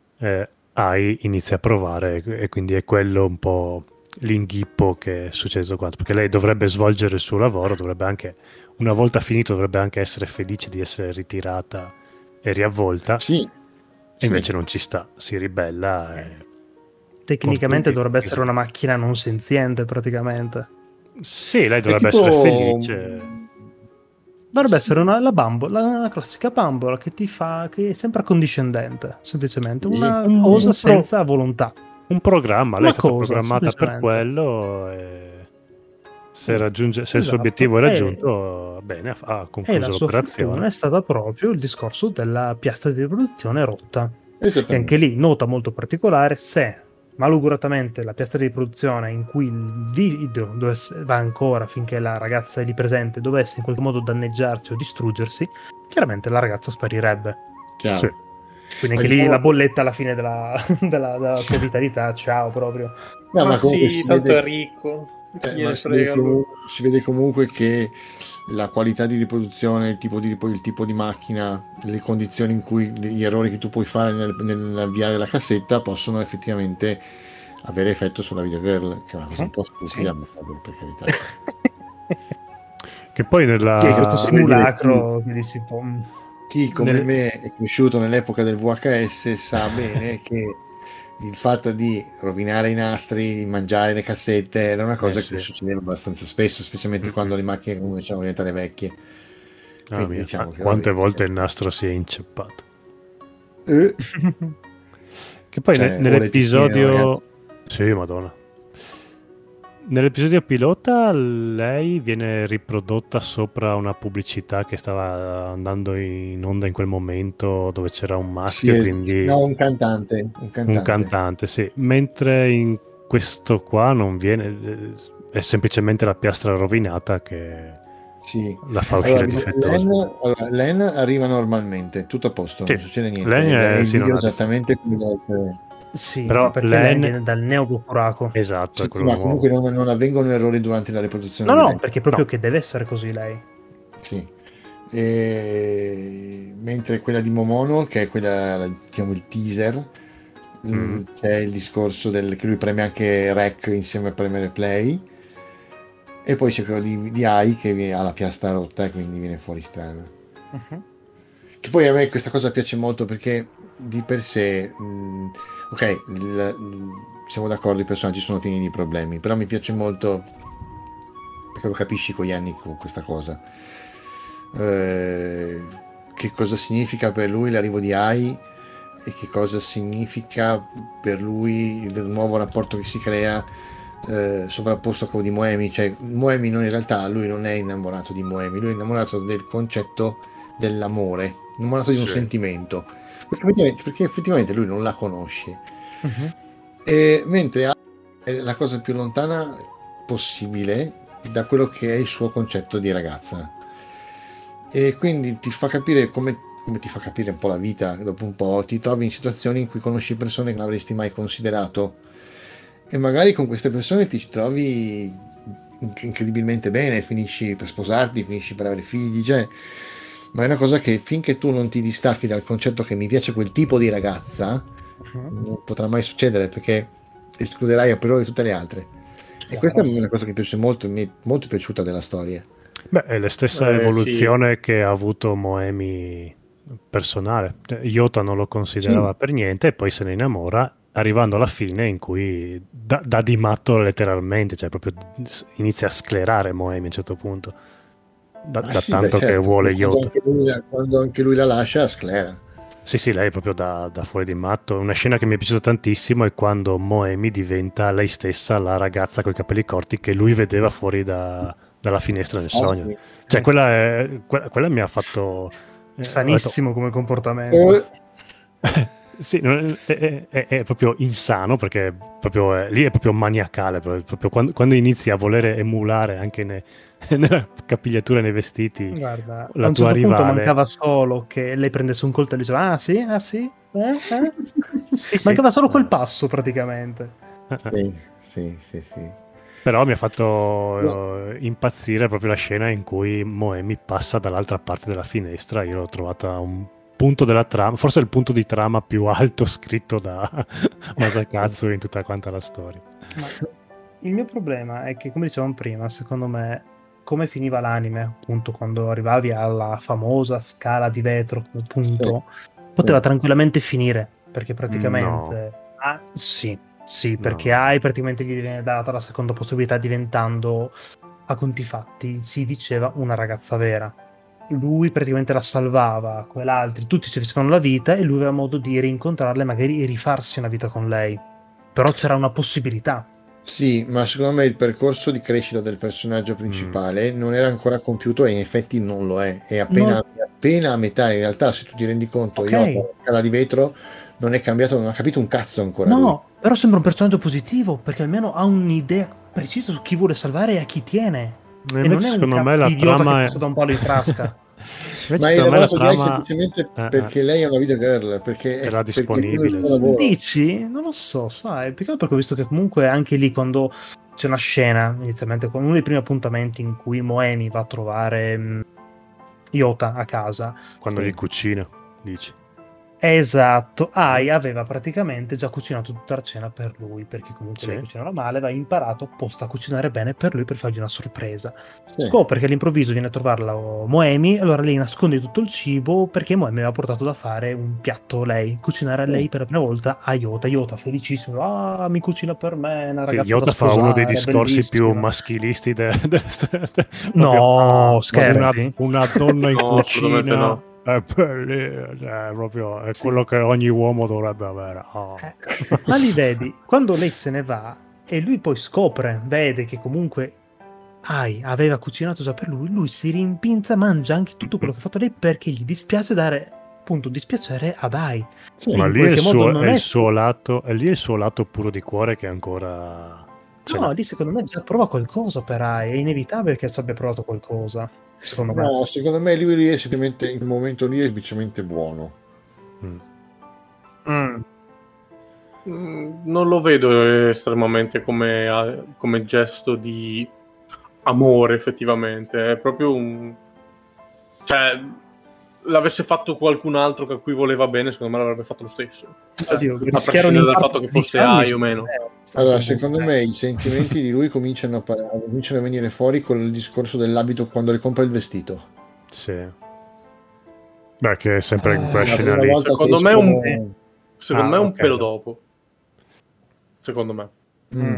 Ai inizia a provare e quindi è quello un po' l'inghippo che è successo qua, perché lei dovrebbe svolgere il suo lavoro, dovrebbe anche, una volta finito, dovrebbe anche essere felice di essere ritirata e riavvolta, sì, e invece non ci sta, si ribella. Tecnicamente Con tutti- dovrebbe essere una macchina non senziente, praticamente. Sì, lei è dovrebbe tipo essere felice. Dovrebbe essere la bambola, la classica bambola che ti fa, che è sempre accondiscendente, semplicemente una cosa senza volontà. Un programma, lei Una è stata cosa, programmata per semplicemente. quello e se il suo Esatto. obiettivo è raggiunto, bene, ha E concluso la sua l'operazione. fortuna è stata proprio il discorso della piastra di riproduzione rotta. E esattamente. anche lì, nota molto particolare, se malauguratamente la piastra di riproduzione in cui il video va ancora finché la ragazza è lì presente dovesse in qualche modo danneggiarsi o distruggersi, chiaramente la ragazza sparirebbe. Chiaro. Sì. Quindi Ma anche lì diciamo la che- bolletta alla fine della sua vitalità, ciao proprio. No, Ma comunque sì, si tanto vede- è ricco. Chi ma gliene si vede, frega lui? si vede comunque che la qualità di riproduzione, il tipo di macchina, le condizioni in cui gli errori che tu puoi fare nell'avviare la cassetta possono effettivamente avere effetto sulla videogirl, che è una cosa un po' stupida, ma vabbè, per carità. Che poi nella... Sì, questo sì. simulacro che si può... Chi come nel- me è cresciuto nell'epoca del VHS sa bene che il fatto di rovinare i nastri, di mangiare le cassette era una cosa sì. che succedeva abbastanza spesso, specialmente quando le macchine cominciavano a diventare vecchie. Ah, Quindi mia. diciamo che Quante vabbè, volte il nastro si è inceppato. eh, Che poi Cioè, nell'episodio... ragazzi. Sì, madonna. Nell'episodio pilota lei viene riprodotta sopra una pubblicità che stava andando in onda in quel momento dove c'era un maschio, quindi no, un cantante. un cantante, sì. Mentre in questo qua non viene, è semplicemente la piastra rovinata che Sì. la fa uscire difettosa. Len arriva normalmente, tutto a posto, Sì, non succede niente. Len è- È il sì, non video ha difetto. esattamente come le altre. Sì, Però ma perché Len- lei viene dal Neo Gokuraku. Esatto, è Sì, quello ma nuovo. comunque non avvengono errori durante la riproduzione No, di no, lei. perché proprio No. che deve essere così lei. Sì. Mentre quella di Momono, che è quella, diciamo, il teaser, c'è il discorso che lui preme anche Rec insieme a premere Play, e poi c'è quello di Ai che ha la piastra rotta e quindi viene fuori strana. Che poi a me questa cosa piace molto perché di per sé, ok, siamo d'accordo, i personaggi sono pieni di problemi, però mi piace molto perché lo capisci con gli anni con questa cosa. Che cosa significa per lui l'arrivo di Ai e che cosa significa per lui il nuovo rapporto che si crea sovrapposto a quello di Moemi. Cioè Moemi in realtà lui non è innamorato di Moemi, lui è innamorato del concetto dell'amore, innamorato di un sentimento, perché effettivamente lui non la conosce. E mentre Ai è la cosa più lontana possibile da quello che è il suo concetto di ragazza, e quindi ti fa capire come ti fa capire un po' la vita. Dopo un po' ti trovi in situazioni in cui conosci persone che non avresti mai considerato e magari con queste persone ti trovi incredibilmente bene, finisci per sposarti, finisci per avere figli, cioè, ma è una cosa che finché tu non ti distacchi dal concetto che mi piace quel tipo di ragazza non potrà mai succedere, perché escluderai a priori tutte le altre. E questa è una cosa che mi piace molto, mi è molto piaciuta della storia. Beh, è la stessa evoluzione che ha avuto Moemi personale. Yota non lo considerava per niente e poi se ne innamora, arrivando alla fine in cui dà di matto letteralmente, cioè proprio inizia a sclerare Moemi a un certo punto, tanto che vuole Yota. Quando anche lui la lascia, sclera. Sì, lei è proprio da fuori di matto. Una scena che mi è piaciuta tantissimo è quando Moemi diventa lei stessa la ragazza con i capelli corti che lui vedeva fuori dalla finestra nel sogno. Cioè quella mi ha fatto sanissimo come comportamento. Sì, è proprio insano, perché proprio, lì è proprio maniacale, proprio quando inizi a volere emulare anche nella capigliatura e nei vestiti. Guarda, la a un tua certo punto rivale. mancava solo che lei prendesse un coltello e diceva ah sì? Sì, mancava solo quel passo praticamente. Sì. Però mi ha fatto impazzire proprio la scena in cui Moemi passa dall'altra parte della finestra. Io l'ho trovata un punto della trama, forse il punto di trama più alto scritto da Masakatsu in tutta quanta la storia. Ma il mio problema è che, come dicevamo prima, secondo me, come finiva l'anime, appunto, quando arrivavi alla famosa scala di vetro come punto, poteva tranquillamente finire, perché praticamente... No. Sì, perché Ai praticamente gli viene data la seconda possibilità diventando, a conti fatti, si diceva una ragazza vera. Lui praticamente la salvava, quell'altri, tutti si facevano la vita e lui aveva modo di rincontrarla e magari rifarsi una vita con lei. Però c'era una possibilità. Sì, ma secondo me il percorso di crescita del personaggio principale non era ancora compiuto e in effetti non lo è appena a metà. In realtà, se tu ti rendi conto, io la scala di vetro non è cambiato, non ha capito un cazzo ancora. No, però sembra un personaggio positivo, perché almeno ha un'idea precisa su chi vuole salvare e a chi tiene. E non è un cazzo di idiota che passa da un palo in frasca. Ma è innamorato di lei semplicemente perché lei è una video girl, perché era disponibile. Dici? Non lo so, sai, perché ho visto che comunque anche lì quando c'è una scena, inizialmente con uno dei primi appuntamenti in cui Moemi va a trovare Yota a casa. Quando gli cucina, dici. Esatto, Ai aveva praticamente già cucinato tutta la cena per lui, perché comunque lei cucinava male, aveva imparato apposta a cucinare bene per lui per fargli una sorpresa. Scopre che all'improvviso viene a trovarla Moemi, allora lei nasconde tutto il cibo perché Moemi aveva portato da fare un piatto lei, cucinare a lei per la prima volta a Yota. Yota felicissimo, mi cucina per me, una ragazza Yota da sposare, fa uno dei discorsi bellissima. più maschilisti No, scherzi? una donna in cucina. No. È proprio quello che ogni uomo dovrebbe avere. Ma lì vedi, quando lei se ne va e lui poi vede che comunque Ai aveva cucinato già per lui si rimpinza, mangia anche tutto quello che ha fatto lei perché gli dispiace dare appunto dispiacere ad Ai. Ma lì è il suo lato puro di cuore che ancora... lì secondo me già prova qualcosa per Ai, è inevitabile che abbia provato qualcosa. Secondo me. No, secondo me lui è semplicemente in quel momento lì è semplicemente buono. Non lo vedo estremamente come gesto di amore, effettivamente. È proprio un... Cioè, l'avesse fatto qualcun altro a cui voleva bene, secondo me l'avrebbe fatto lo stesso. Oddio, a prescindere dal fatto che fosse Ai o meno. Allora, secondo me i sentimenti di lui cominciano a venire fuori con il discorso dell'abito quando le compra il vestito. Sì. Beh, che è sempre in quella La scena prima lì. volta Secondo che me escono- secondo me è un ok. pelo dopo. Secondo me. Mm.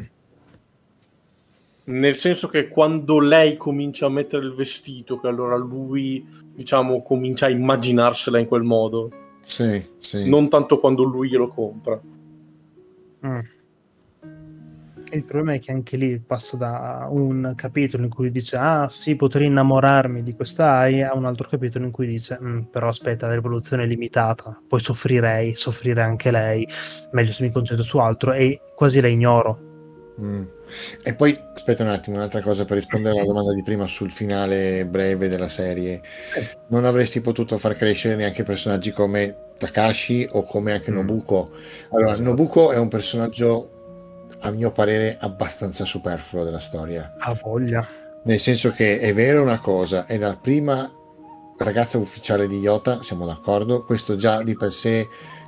Nel senso che quando lei comincia a mettere il vestito, che allora lui, diciamo, comincia a immaginarsela in quel modo. Sì, sì. Non tanto quando lui glielo compra. Mm. Il problema è che anche lì passa da un capitolo in cui dice ah sì, potrei innamorarmi di questa AI, a un altro capitolo in cui dice però aspetta, la rivoluzione è limitata, poi soffrire anche lei, meglio se mi concentro su altro, e quasi la ignoro. Mm. E poi aspetta un attimo, un'altra cosa per rispondere alla domanda di prima sul finale breve della serie. Non avresti potuto far crescere neanche personaggi come Takashi o come anche Nobuko. Allora, Esatto. Nobuko è un personaggio, a mio parere, abbastanza superfluo della storia. Ha voglia. Nel senso che è vero una cosa, è la prima ragazza ufficiale di Iota, siamo d'accordo, questo già di per sé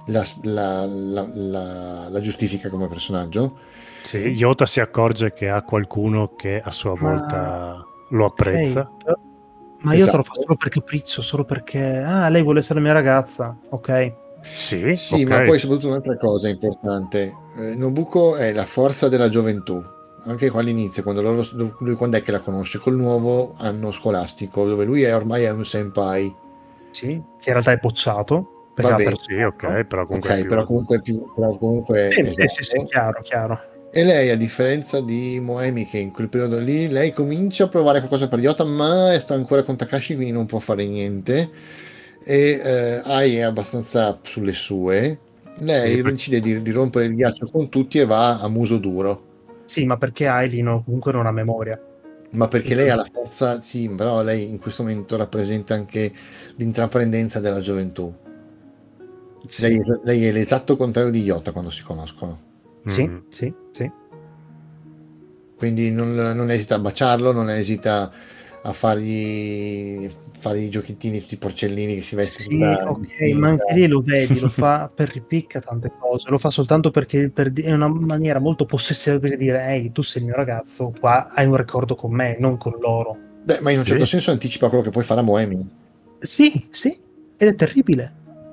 la giustifica come personaggio. Sì, Iota si accorge che ha qualcuno che a sua volta lo apprezza. Ok, ma io te lo fa Esatto. solo per capriccio, solo perché lei vuole essere la mia ragazza, ok? Sì, Sì, ok. ma poi soprattutto un'altra cosa importante, Nobuko è la forza della gioventù, anche qua all'inizio, lui quando è che la conosce? Col nuovo anno scolastico, dove lui ormai è un senpai. Sì, che in realtà è bocciato, perché Va ha bene. perso Sì, ok, però comunque Ok, è più... però comunque Sì, esatto. sì, chiaro, chiaro. E lei, a differenza di Moemi, che in quel periodo lì, lei comincia a provare qualcosa per Iota, ma sta ancora con Takashi, quindi non può fare niente. E Ai è abbastanza sulle sue. Lei Sì, decide di rompere il ghiaccio con tutti e va a muso duro. Sì, ma perché Aileen comunque non ha memoria. Ma perché lei ha la forza, sì, però lei in questo momento rappresenta anche l'intraprendenza della gioventù. Sì, Lei è l'esatto contrario di Iota quando si conoscono. sì, Mm. sì, sì. Quindi non esita a baciarlo, non esita a fargli fare i giochettini tutti porcellini che si veste Sì, tutta ok, ma anche lì lo vedi, lo fa per ripicca tante cose, lo fa soltanto perché è una maniera molto possessiva per dire ehi, tu sei il mio ragazzo, qua hai un ricordo con me, non con loro. Beh, ma in un Sì. certo senso anticipa quello che poi farà Moemi. Sì, sì, ed è terribile.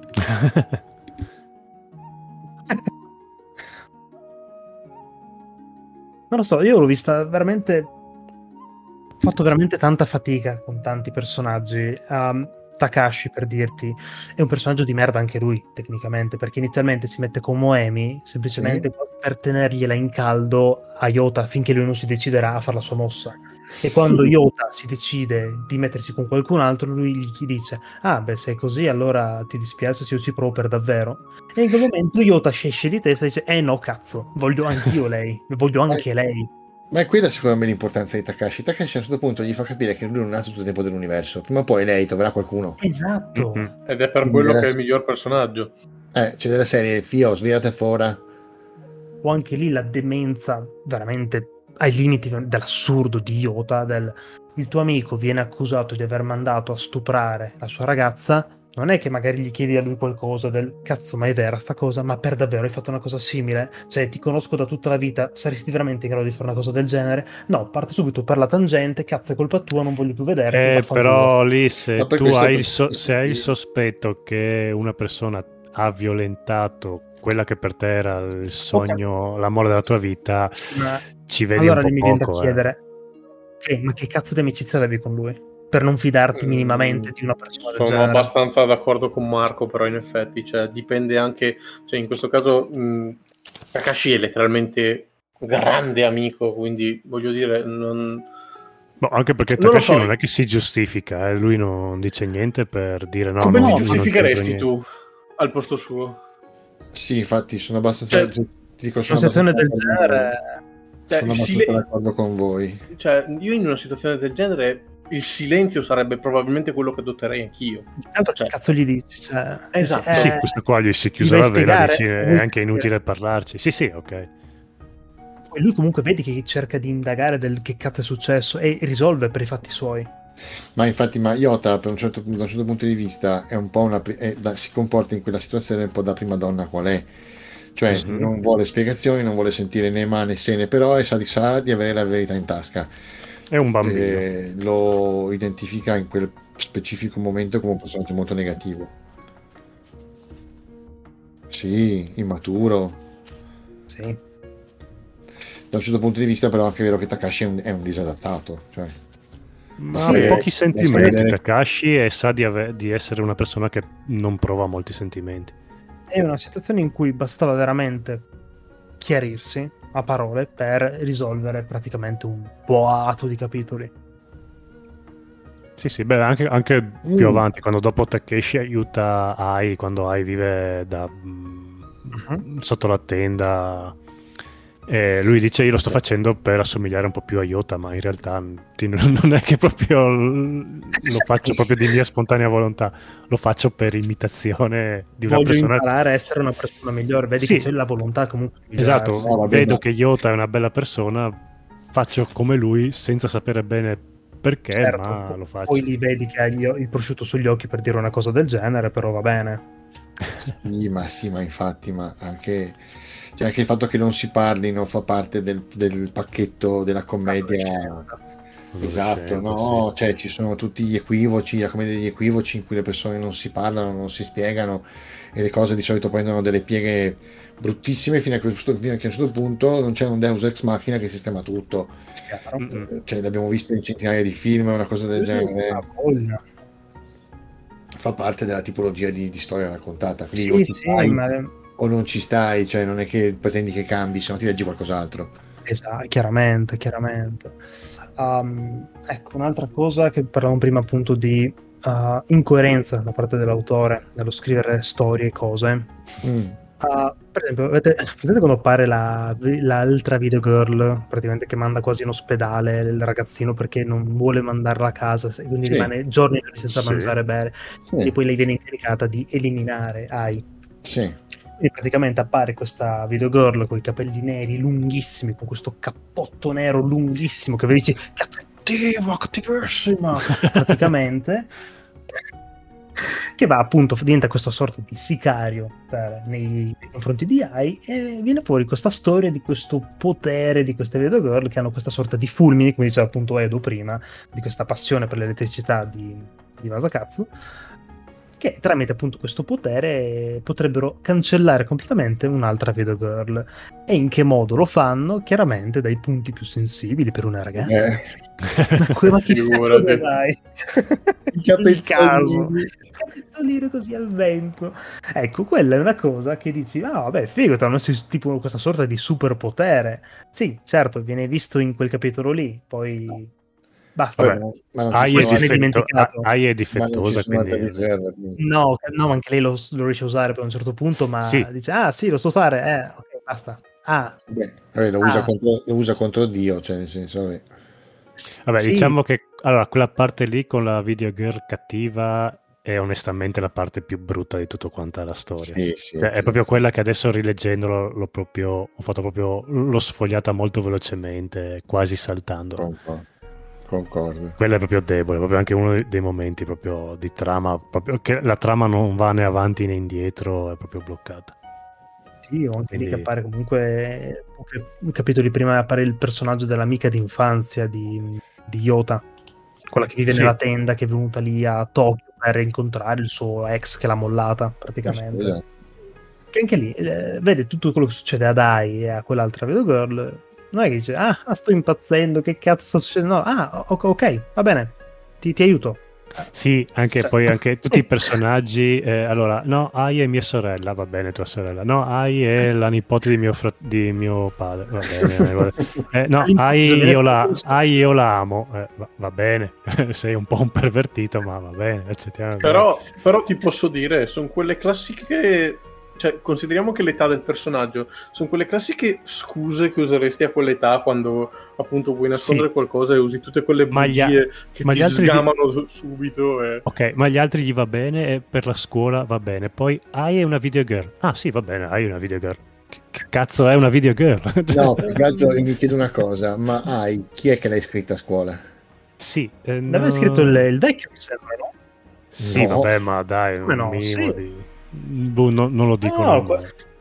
Non lo so, io l'ho vista veramente. Ho fatto veramente tanta fatica con tanti personaggi. Takashi, per dirti, è un personaggio di merda anche lui, tecnicamente, perché inizialmente si mette con Moemi semplicemente per tenergliela in caldo a Iota finché lui non si deciderà a fare la sua mossa. E quando Sì. Iota si decide di mettersi con qualcun altro, lui gli dice: ah, beh, se è così, allora ti dispiace se io ci provo per davvero. E in quel momento Iota esce di testa e dice: no, cazzo, voglio anch'io lei, voglio anche lei. Ma è quella secondo me l'importanza di Takashi. Takashi a un certo punto gli fa capire che lui non ha tutto il tempo dell'universo. Prima o poi lei troverà qualcuno. Esatto. Mm-mm. Ed è per Quindi quello della- che è il miglior personaggio. C'è della serie Fio, svegliate fuori. O anche lì la demenza veramente ai limiti dell'assurdo di Iota, il tuo amico viene accusato di aver mandato a stuprare la sua ragazza, non è che magari gli chiedi a lui qualcosa del cazzo, ma è vera sta cosa, ma per davvero hai fatto una cosa simile? Cioè, ti conosco da tutta la vita, saresti veramente in grado di fare una cosa del genere? No, parte subito per la tangente, cazzo è colpa tua, non voglio più vederti, vaffanculo. Però lì Ma se per tu questo- hai se hai il sospetto che una persona ha violentato quella che per te era il sogno, l'amore della tua vita, Ma ci vedi allora un po' lì mi viene da poco. chiedere, ma che cazzo di amicizia avevi con lui? Per non fidarti minimamente di una persona del Sono genere? abbastanza d'accordo con Marco, però in effetti, cioè, dipende anche, cioè, in questo caso Takashi è letteralmente grande amico, quindi voglio dire, non... Boh, anche perché Non lo Takashi so. non è che si giustifica, lui non dice niente per dire no, Come no, ti io non giustificheresti c'entro tu al posto suo? Sì, infatti sono abbastanza... Cioè, ti dico, Una sono situazione abbastanza del d'accordo con voi. genere, Cioè, Sono il abbastanza sile- d'accordo con voi. cioè, io in una situazione del genere il silenzio sarebbe probabilmente quello che adotterei anch'io. tanto che Cioè, cazzo gli dici? Cioè, Esatto. Sì, questo qua gli si è chiusa vai la a vela, spiegare? dici è Vuoi anche dire? inutile parlarci. Sì, sì, ok. Poi lui comunque vedi che cerca di indagare del che cazzo è successo e risolve per i fatti suoi. Ma infatti, Iota, da un certo punto di vista, è un po' si comporta in quella situazione un po' da prima donna qual è. Cioè, Mhm. non vuole spiegazioni, non vuole sentire né ma né se né però e sa di avere la verità in tasca. È un bambino. che lo identifica in quel specifico momento come un personaggio molto negativo. Sì, immaturo. Sì. Da un certo punto di vista, però, è anche vero che Takashi è un disadattato. Cioè, Ma Sì, ha pochi sentimenti vedere- Takashi e sa di essere una persona che non prova molti sentimenti. È una situazione in cui bastava veramente chiarirsi a parole per risolvere praticamente un boato di capitoli. Sì, beh, anche più avanti, quando dopo Takeshi aiuta Ai, quando Ai vive sotto la tenda, lui dice io lo sto facendo per assomigliare un po' più a Yota, ma in realtà non è che proprio lo faccio proprio di mia spontanea volontà, lo faccio per imitazione di una Voglio persona. imparare a essere una persona migliore, vedi Sì. che c'è la volontà comunque di migliorarsi. Esatto, No, vabbè, vedo ma- che Yota è una bella persona, faccio come lui senza sapere bene perché, Certo, ma lo faccio. poi li vedi che hai il prosciutto sugli occhi per dire una cosa del genere, però va bene. sì, ma infatti, ma anche, cioè anche il fatto che non si parli non fa parte del pacchetto della commedia. Esatto, no? Sì. Cioè ci sono tutti gli equivoci, la commedia degli equivoci in cui le persone non si parlano, non si spiegano e le cose di solito prendono delle pieghe bruttissime fino a che a un certo punto non c'è un Deus Ex Machina che sistema tutto. Chiaro. Cioè l'abbiamo visto in centinaia di film, una cosa del Ha genere. voglia. Fa parte della tipologia di storia raccontata. Quindi o ci Sì, stai ma o non ci stai, cioè non è che pretendi che cambi, se no ti leggi qualcos'altro. esatto, chiaramente. Ecco, un'altra cosa che parlavamo prima appunto di incoerenza da parte dell'autore nello scrivere storie e cose. Per esempio, avete presente quando appare l'altra videogirl praticamente che manda quasi in ospedale il ragazzino perché non vuole mandarla a casa e quindi Sì. rimane giorni senza Sì. mangiare e bere e poi lei viene incaricata di eliminare Ai. Sì. E praticamente appare questa videogirl con i capelli neri lunghissimi, con questo cappotto nero lunghissimo che vedi dici cattivissima praticamente, che va appunto, diventa questa sorta di sicario nei confronti di Ai e viene fuori questa storia di questo potere di queste videogirl che hanno questa sorta di fulmini, come diceva appunto Edo prima, di questa passione per l'elettricità di Masakatsu, che tramite appunto questo potere potrebbero cancellare completamente un'altra videogirl. E in che modo lo fanno? Chiaramente dai punti più sensibili per una ragazza. Ma chissà Figurati. come mai. Il caso. Capezzolino così al vento. Ecco, quella è una cosa che dici, vabbè, figo, ti hanno messo tipo questa sorta di superpotere. Sì, certo, viene visto in quel capitolo lì, poi basta. Vabbè, ma non Ai ci poi sono se ne è altre- dimenticato. Ai è ma non ci difettosa, sono altre quindi riserve, quindi. No, ma anche lei lo riesce a usare per un certo punto, ma Sì. dice, sì, lo so fare, ok, basta. Vabbè, lo usa contro Dio, cioè nel senso, Vabbè, sì, diciamo che allora quella parte lì con la videogirl cattiva è onestamente la parte più brutta di tutto quanta la storia. sì, Cioè, è proprio quella che adesso rileggendolo ho fatto proprio l'ho sfogliata molto velocemente, quasi saltando. Concordo. Quella è proprio debole, proprio anche uno dei momenti proprio di trama, proprio che la trama non va né avanti né indietro, è proprio bloccata. sì, o anche lì che Quindi- appare comunque pochi capitoli prima appare il personaggio dell'amica d'infanzia di Yota, quella che vive Sì. nella tenda, che è venuta lì a Tokyo per incontrare il suo ex che l'ha mollata praticamente. Esatto. Che anche lì vede tutto quello che succede ad Ai e a quell'altra videogirl, non è che dice sto impazzendo, che cazzo sta succedendo, no, ok, va bene, ti aiuto. Sì, anche Cioè- poi anche tutti i personaggi. Allora, no, Ai è mia sorella, va bene, tua sorella. No, Ai è la nipote di mio padre, va bene. No, Ai io la amo, va bene. Sei un po' un pervertito, ma va bene, accettiamo. Però ti posso dire, sono quelle classiche. Cioè, consideriamo che l'età del personaggio sono quelle classiche scuse che useresti a quell'età quando appunto vuoi nascondere qualcosa e usi tutte quelle bugie che ti sgamano subito. Ok, ma gli altri gli va bene e per la scuola va bene. Poi Ai è una videogirl. Ah sì, va bene, Ai è una videogirl. Che cazzo è una videogirl? No, più che altro mi chiedo una cosa, ma chi è che l'ha iscritta a scuola? Sì, L'aveva scritto il vecchio, mi sembra, no? Sì, No. vabbè, ma dai, un Come no? minimo Sì. di... non lo dico. No,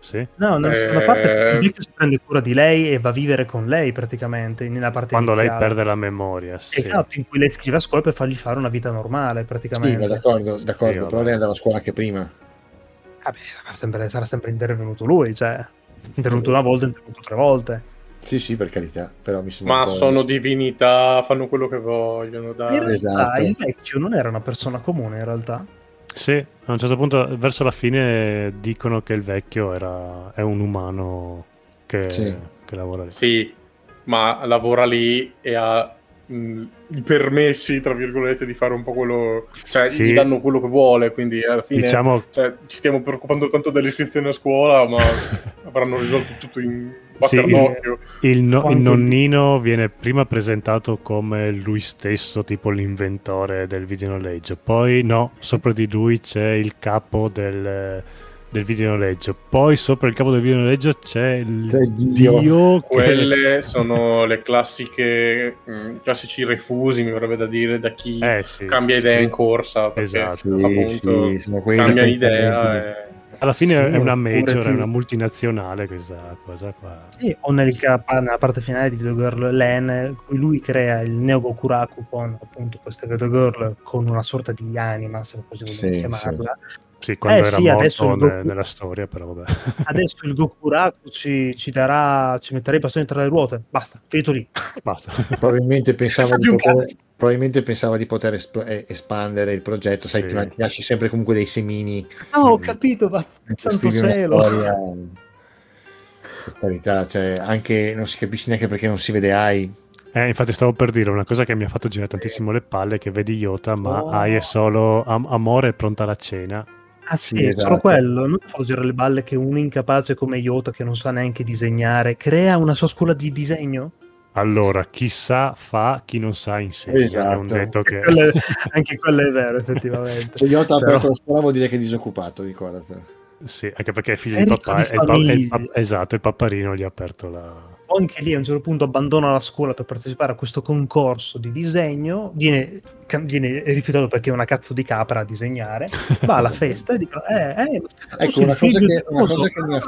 Sì. No, nella seconda parte il vecchio si prende cura di lei e va a vivere con lei praticamente nella parte Quando lei iniziale. perde la memoria, sì. Esatto, in cui lei scrive a scuola per fargli fare una vita normale Sì, praticamente. ma d'accordo, Sì, però vabbè. lei andava a scuola anche prima. Vabbè, sarà sempre intervenuto lui, cioè intervenuto una volta, intervenuto 3 volte. Sì, per carità, però mi sembra Ma un po'... sono divinità, fanno quello che vogliono, In dai. realtà Esatto. il vecchio non era una persona comune in realtà. Sì, a un certo punto, verso la fine, dicono che il vecchio è un umano che lavora lì. Sì, ma lavora lì e ha i permessi, tra virgolette, di fare un po' quello... Cioè, Sì. gli danno quello che vuole, quindi alla fine... Diciamo Cioè, ci stiamo preoccupando tanto dell'iscrizione a scuola, ma avranno risolto tutto in sì, batternocchio. il Quando- nonnino viene prima presentato come lui stesso, tipo l'inventore del videonoleggio. Poi no, sopra di lui c'è il capo del videonoleggio. Poi sopra il capo del videonoleggio c'è il C'è Dio. Dio che... Quelle sono le classiche, classici refusi, mi verrebbe da dire, da chi sì, cambia sì. idea in corsa, perché Esatto. appunto sono quelli cambia dei idea pensamenti. e... Alla fine Sì, è una oppure major, è ti- una multinazionale questa cosa qua. Sì, o nella parte finale di Video Girl Len, in cui lui crea il Neo Gokuraku con appunto questa Video Girl con una sorta di anima, se così vogliamo Sì, chiamarla. Sì, quando era Sì, adesso morto il Goku- nella storia, però vabbè. Adesso il Gokuraku ci metterà i bastoni tra le ruote. Basta, finito lì. Basta. Probabilmente pensava Sa di più un poter, cazzo. probabilmente pensava di poter espandere il progetto, sai, Sì. ti lasci sempre comunque dei semini. No, ho capito, ma Mentre santo scrivi una cielo. storia, per carità, cioè, anche non si capisce neanche perché non si vede Ai. Infatti stavo per dire una cosa che mi ha fatto girare tantissimo le palle, che vedi Iota, ma Oh. Ai è solo amore è pronta la cena. Ah Sì, sì, esatto. solo quello. Non ti fa girare le balle che un incapace come Iota, che non sa neanche disegnare, crea una sua scuola di disegno? Allora, chi sa fa, chi non sa insegna. È un Esatto. detto che... Anche quello è vero, effettivamente. Se Iota ha Però- aperto la scuola vuol dire che è disoccupato, ricordati. Sì, anche perché è figlio È di ricco papà. di famiglia. Esatto, il papparino gli ha aperto la... O anche lì a un certo punto abbandona la scuola per partecipare a questo concorso di disegno, viene rifiutato perché è una cazzo di capra a disegnare, va alla festa e dicono Ecco, una cosa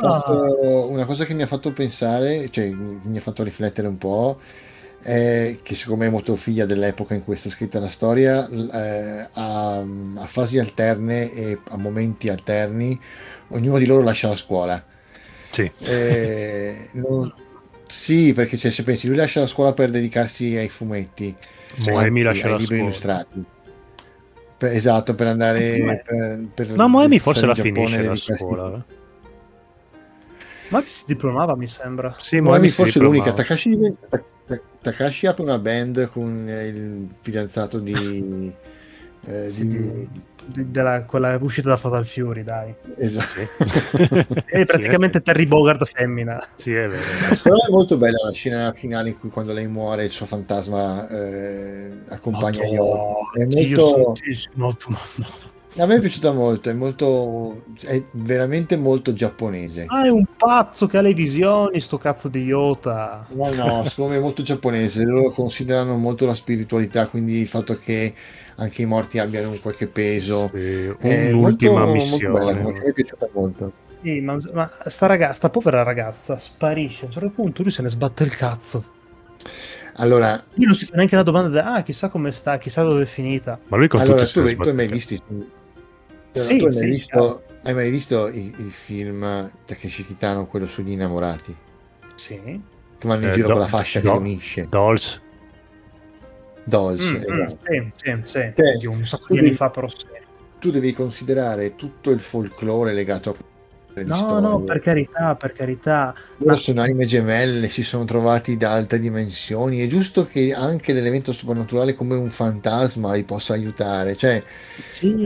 che mi ha fatto pensare, cioè mi ha fatto riflettere un po', che secondo me è molto figlia dell'epoca in cui è stata scritta la storia, a fasi alterne e a momenti alterni, ognuno di loro lascia la scuola. Sì. Sì, perché se pensi, lui lascia la scuola per dedicarsi ai fumetti, Moemi lascia ai la libri scuola. illustrati. Esatto, per andare Ma Moemi forse stare la in Giappone finisce e la dedicarsi- scuola. Ma si diplomava, mi sembra. Sì, Moemi si forse è l'unica. diplomava. Takashi apre una band con il fidanzato di Quella uscita da Fatal Fury, dai. Esatto. È praticamente Terry Bogard femmina. Sì, è vero. Però è molto bella la scena finale in cui quando lei muore il suo fantasma accompagna Yoda. È molto... A me è piaciuta molto, è veramente molto giapponese. Ah, è un pazzo che ha le visioni, sto cazzo di Iota. No, secondo me è molto giapponese. Loro considerano molto la spiritualità, quindi il fatto che anche i morti abbiano un qualche peso. Sì, È un'ultima molto missione. bella, mi è piaciuta molto. Sì, ma sta povera ragazza sparisce. A un certo punto lui se ne sbatte il cazzo. Allora, Lui non si fa neanche la domanda chissà come sta, chissà dove è finita. Ma lui con allora tutti tu se ne hai mai sbatte. visto Sì, tu sì, chiaro. hai mai visto il film Takeshi Kitano, quello sugli innamorati? Sì. Che vanno in giro con la fascia che li unisce. Dolls. Esatto. Sì. Cioè, Dio, un sacco di anni fa, però sì. Tu devi considerare tutto il folklore legato a No, per carità. Loro sono anime gemelle, si sono trovati da altre dimensioni. È giusto che anche l'elemento soprannaturale come un fantasma li possa aiutare. Cioè, Sì,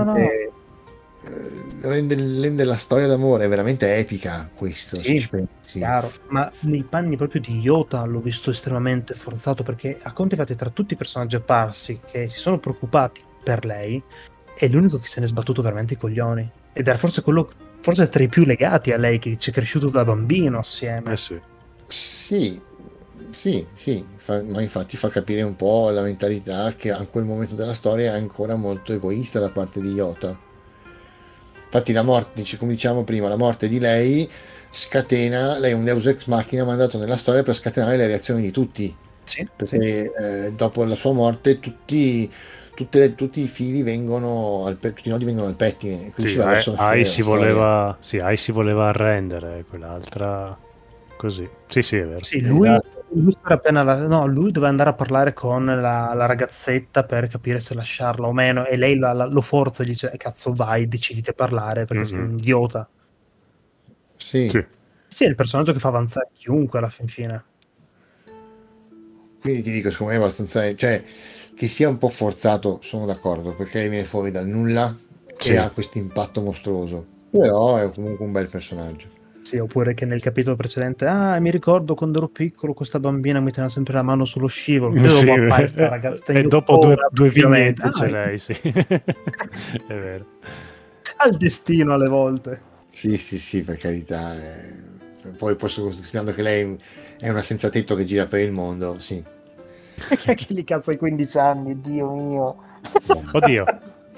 rende la storia d'amore veramente epica, questo, se Sì, ci pensi. chiaro, ma nei panni proprio di Iota l'ho visto estremamente forzato, perché a conti fatti tra tutti i personaggi apparsi che si sono preoccupati per lei è l'unico che se ne è sbattuto veramente i coglioni, ed era forse tra i più legati a lei, che ci è cresciuto da bambino assieme. Sì. Sì, ma infatti fa capire un po' la mentalità che a quel momento della storia è ancora molto egoista da parte di Iota. Infatti la morte, come diciamo prima, la morte di lei scatena, lei è un Deus Ex Machina mandato nella storia per scatenare le reazioni di tutti, Sì, perché dopo la sua morte tutti i fili vengono tutti i nodi vengono al pettine, quindi Sì, si va verso la fine Ai della si storia. voleva, sì, Ai si voleva arrendere, quell'altra così. Sì, sì, è vero. sì, lui, Esatto. lui doveva andare a parlare con la ragazzetta per capire se lasciarla o meno, e lei lo forza e dice: cazzo, vai, deciditi a parlare perché sei un idiota. Sì. Sì. Sì, è il personaggio che fa avanzare chiunque alla fin fine. Quindi ti dico, secondo me è abbastanza, cioè, che sia un po' forzato, sono d'accordo, perché lei viene fuori dal nulla Sì. e ha questo impatto mostruoso, però è comunque un bel personaggio. Sì, oppure che nel capitolo precedente, mi ricordo quando ero piccolo, questa bambina mi teneva sempre la mano sullo scivolo. Io Sì, dopo appare sta ragazza, e io dopo ora, due praticamente. vignette c'è lei, sì. È vero. Al destino alle volte. Sì, per carità. Poi posso considerando che lei è una senza tetto che gira per il mondo, sì. Che gli cazzo ai 15 anni, Dio mio. Oddio,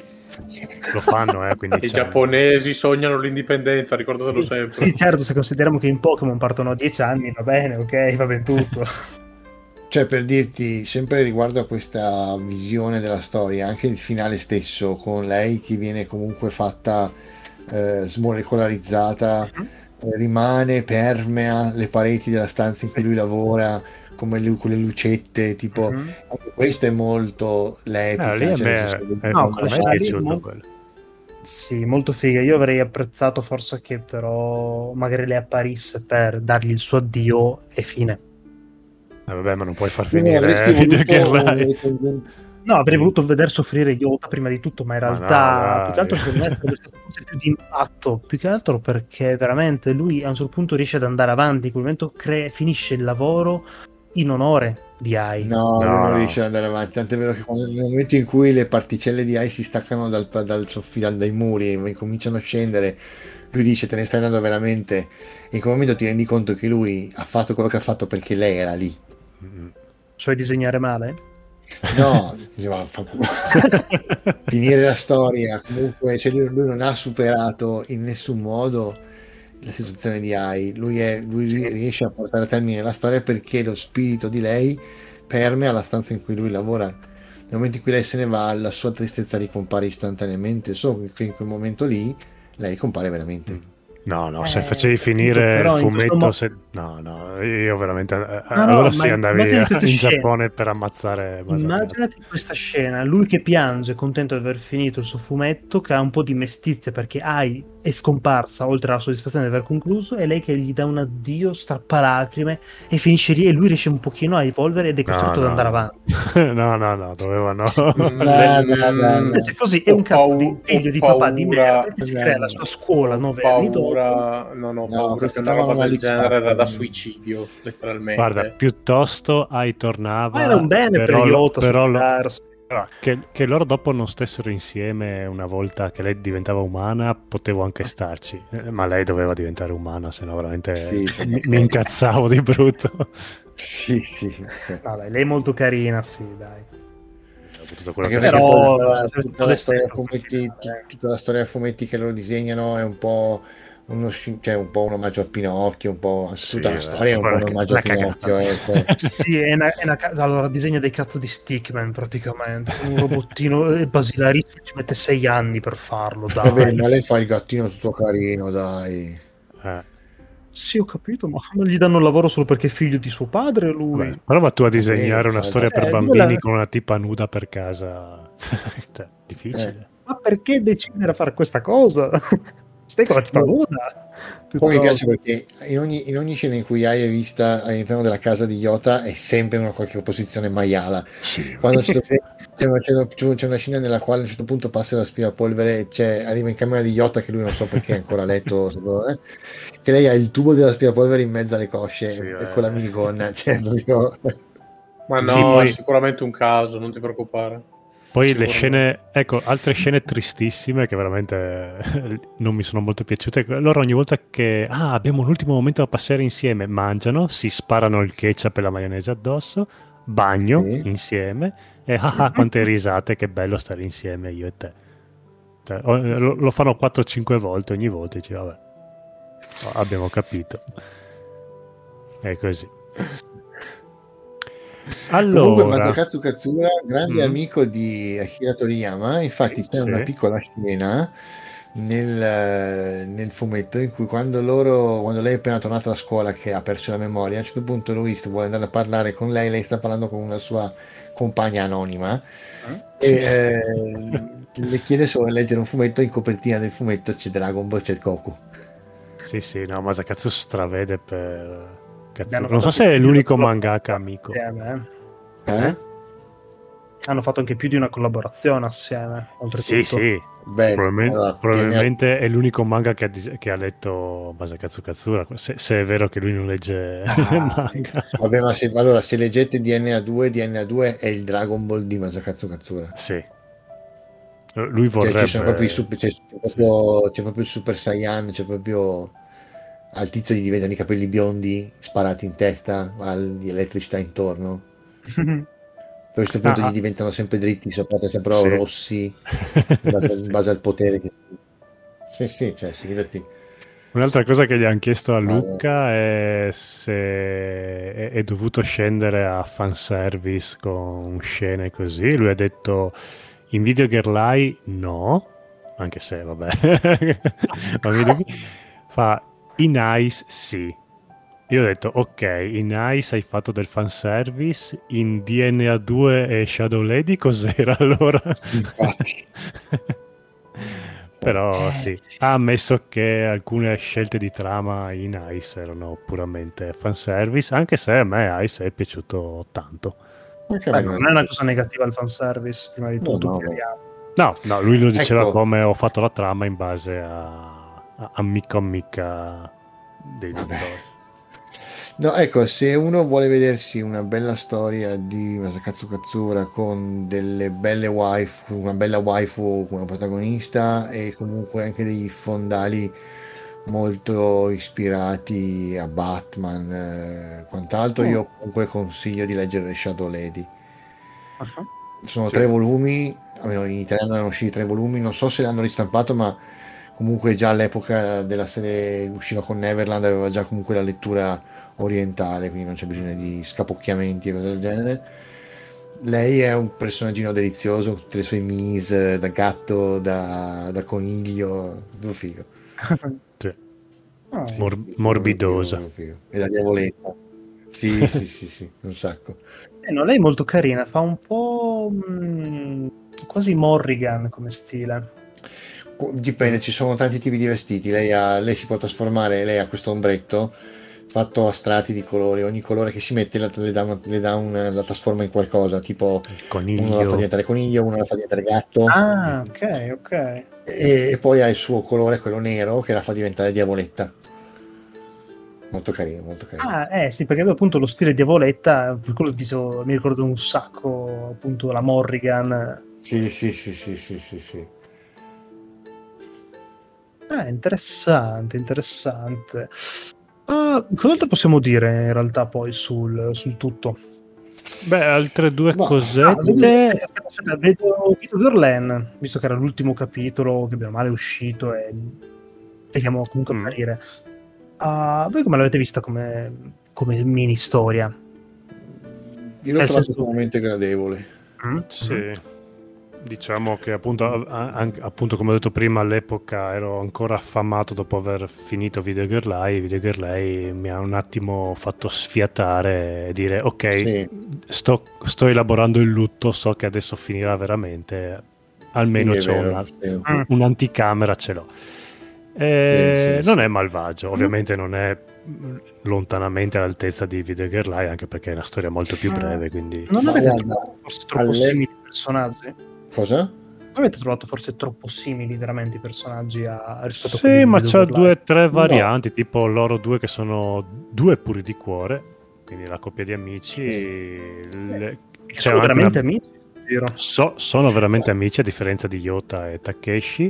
lo fanno, 15 I anni. giapponesi sognano l'indipendenza, ricordatelo sempre. Sì, certo, se consideriamo che in Pokémon partono a 10 anni, va bene, ok, va bene tutto. Cioè, per dirti, sempre riguardo a questa visione della storia, anche il finale stesso, con lei che viene comunque fatta smolecolarizzata, rimane, permea le pareti della stanza in cui lui lavora, come con le lucette, tipo, anche questo è molto l'epica. Lì a cioè, me, nel senso che- No, a quella me è scena lì piaciuto quello. Sì, molto figa. Io avrei apprezzato forse che però magari lei apparisse per dargli il suo addio e fine. Vabbè, ma non puoi far No, finire avresti Video voluto Game Rai. No, avrei voluto veder soffrire Yota prima di tutto, ma in Ma realtà no, più che altro dai. secondo me sarebbe stato forse più di impatto, più che altro perché veramente lui a un certo punto riesce ad andare avanti, in quel momento finisce il lavoro in onore di Ai. No, lui No, non no. riesce ad andare avanti, tant'è vero che nel momento in cui le particelle di Ai si staccano dai muri e cominciano a scendere, lui dice: te ne stai andando veramente? E in quel momento ti rendi conto che lui ha fatto quello che ha fatto perché lei era lì. Sai disegnare male? No, diceva, finire la storia, comunque, cioè lui non ha superato in nessun modo la situazione di Ai, lui riesce a portare a termine la storia perché lo spirito di lei permea la stanza in cui lui lavora. Nel momento in cui lei se ne va, la sua tristezza ricompare istantaneamente, solo che in quel momento lì lei compare veramente. No, se facevi finire però il in questo fumetto, no, io veramente. No, Allora sì, ma andavi immagini questa in scena. Giappone per ammazzare Masakatsu. Immaginati questa scena, lui che piange, contento di aver finito il suo fumetto, che ha un po' di mestizia perché Ai è scomparsa, oltre alla soddisfazione di aver concluso, e lei che gli dà un addio strappalacrime e finisce lì e lui riesce un pochino a evolvere ed è costretto ad andare avanti. No, dovevano. Invece così è un cazzo di figlio di papà di merda che si crea la sua scuola 9 anni dopo. Paura questa che una roba chiamano del una genere era da lixata. suicidio, letteralmente. Guarda, piuttosto Ai tornava. Ma era un bene per Yota suicidarsi. Che loro dopo non stessero insieme una volta che lei diventava umana, potevo anche starci, ma lei doveva diventare umana, se no veramente mi incazzavo di brutto. Sì. No, dai, lei è molto carina, sì, dai. Tutto quello Anche che perché Però- poi tutta la storia a fumetti che loro disegnano è un po' cioè un po' un omaggio a Pinocchio, un po' tutta la storia è un po' un omaggio a Pinocchio. Sì, allora disegna dei cazzo di Stickman praticamente, un robottino basilarissimo, ci mette 6 anni per farlo, dai. Vabbè, ma lei fa il gattino tutto carino, dai. Sì, ho capito, ma non gli danno il lavoro solo perché è figlio di suo padre lui. Vabbè, prova tu a disegnare una storia per bambini con una tipa nuda per casa. Cioè, difficile. Ma perché decidere a fare questa cosa? Stai con la tipa nuda? Poi mi piace perché in ogni scena in cui Ai è vista all'interno della casa di Yota è sempre in una qualche posizione maiala. Quando c'è una scena nella quale a un certo punto passa l'aspirapolvere, arriva in camera di Yota che lui non so perché è ancora a letto, che lei ha il tubo dell'aspirapolvere in mezzo alle cosce e con la minigonna. Ma no, Sì, poi- è sicuramente un caso, non ti preoccupare. Poi le scene, ecco, altre scene tristissime che veramente non mi sono molto piaciute. Loro ogni volta che abbiamo un ultimo momento da passare insieme, mangiano, si sparano il ketchup e la maionese addosso, bagno insieme e quante risate, che bello stare insieme io e te. Cioè, lo fanno 4-5 volte ogni volta e dici vabbè, abbiamo capito. È così. Comunque Allora, Masakatsu Katsura, grande Mm. amico di Akira Toriyama, infatti c'è una Sì. piccola scena nel fumetto in cui quando lei è appena tornata da scuola che ha perso la memoria, a un certo punto lui vuole andare a parlare con lei sta parlando con una sua compagna anonima e le chiede se vuole leggere un fumetto, in copertina del fumetto c'è Dragon Ball, c'è Goku. Sì, no, Masakatsu stravede per Katsura. Hanno Non so fatto se è più di l'unico una mangaka amico. collaborazione assieme, Eh? Hanno fatto anche più di una collaborazione assieme, oltretutto. Sì. Beh, allora, Probabilmente è l'unico manga che ha letto Masakatsu Katsura, se è vero che lui non legge manga. Vabbè, ma allora, se leggete DNA2 è il Dragon Ball di Masakatsu Katsura. Sì. Lui Cioè, ci sono proprio vorrebbe... c'è proprio il Super Saiyan, c'è proprio al tizio gli diventano i capelli biondi sparati in testa, di elettricità intorno. A questo punto Ah, gli diventano sempre dritti sopra la testa, però sì. rossi, in base al potere che... Sì, cioè, fidati. Un'altra cosa che gli hanno chiesto a Ah, Luca è se è dovuto scendere a fanservice con scene così. Lui ha detto in Video Girl no, anche se vabbè. Fa in Ice sì. Io ho detto ok, in Ice hai fatto del fanservice, in DNA 2 e Shadow Lady cos'era allora? Infatti. Però sì, ha ammesso che alcune scelte di trama in Ice erano puramente fanservice, anche se a me Ice è piaciuto tanto. Anche a Beh, me non è una cosa negativa il fanservice, prima di No, tutto. no, chiariamo. No, lui lo diceva Ecco. come ho fatto la trama in base a amica dei lettori. No, ecco, se uno vuole vedersi una bella storia di Masakatsu Katsura con delle belle waifu, una bella waifu come protagonista e comunque anche dei fondali molto ispirati a Batman, quant'altro, io comunque consiglio di leggere Shadow Lady. Sono 3 volumi, almeno in italiano erano usciti 3 volumi, non so se l'hanno ristampato, ma comunque già all'epoca della serie usciva con Neverland, aveva già comunque la lettura orientale, quindi non c'è bisogno di scapocchiamenti e cose del genere. Lei è un personaggino delizioso, con tutte le sue mise, da gatto, da coniglio, proprio figo. Sì. Ah, Morbidosa. Proprio figo. E la diavoletta. Sì, un sacco. no, lei è molto carina, fa un po' quasi Morrigan come stile. Dipende, ci sono tanti tipi di vestiti. Lei si può trasformare, lei ha questo ombretto fatto a strati di colori, ogni colore che si mette la trasforma in qualcosa, tipo Il uno la fa coniglio. diventare coniglio, uno la fa diventare gatto, Ah, ok. e poi ha il suo colore, quello nero, che la fa diventare diavoletta. Molto carino, molto carino. Ah, sì, perché appunto lo stile diavoletta, per quello dicevo, mi ricordo un sacco, appunto, la Morrigan. Sì. Interessante. Cos'altro possiamo dire in realtà poi sul tutto? Beh, altre due Ma- cosette. Aspetta, vedo Verlaine, visto che era l'ultimo capitolo che bene o male è uscito e vediamo comunque apparire. Voi come l'avete vista come mini storia? Io l'ho Nel trovato senso- estremamente gradevole. Sì, diciamo che appunto come ho detto prima, all'epoca ero ancora affamato dopo aver finito Video Girl Lie mi ha un attimo fatto sfiatare e dire ok, Sì. sto elaborando il lutto, so che adesso finirà veramente, almeno Sì, è c'ho vero, sì. un'anticamera, ce l'ho. Sì, Non sì. è malvagio, ovviamente non è lontanamente all'altezza di Video Girl Lie, anche perché è una storia molto più breve, quindi... Non Ma avete guarda, trovato forse troppo alle- simili i personaggi? Cosa? Non avete trovato forse troppo simili veramente i personaggi rispetto a quelli Sì, di ma Video c'ha Girl due o Lie? tre varianti, tipo loro due che sono due puri di cuore, quindi la coppia di amici. Che C'è sono anche veramente amici? Giro. sono veramente amici, a differenza di Yota e Takeshi.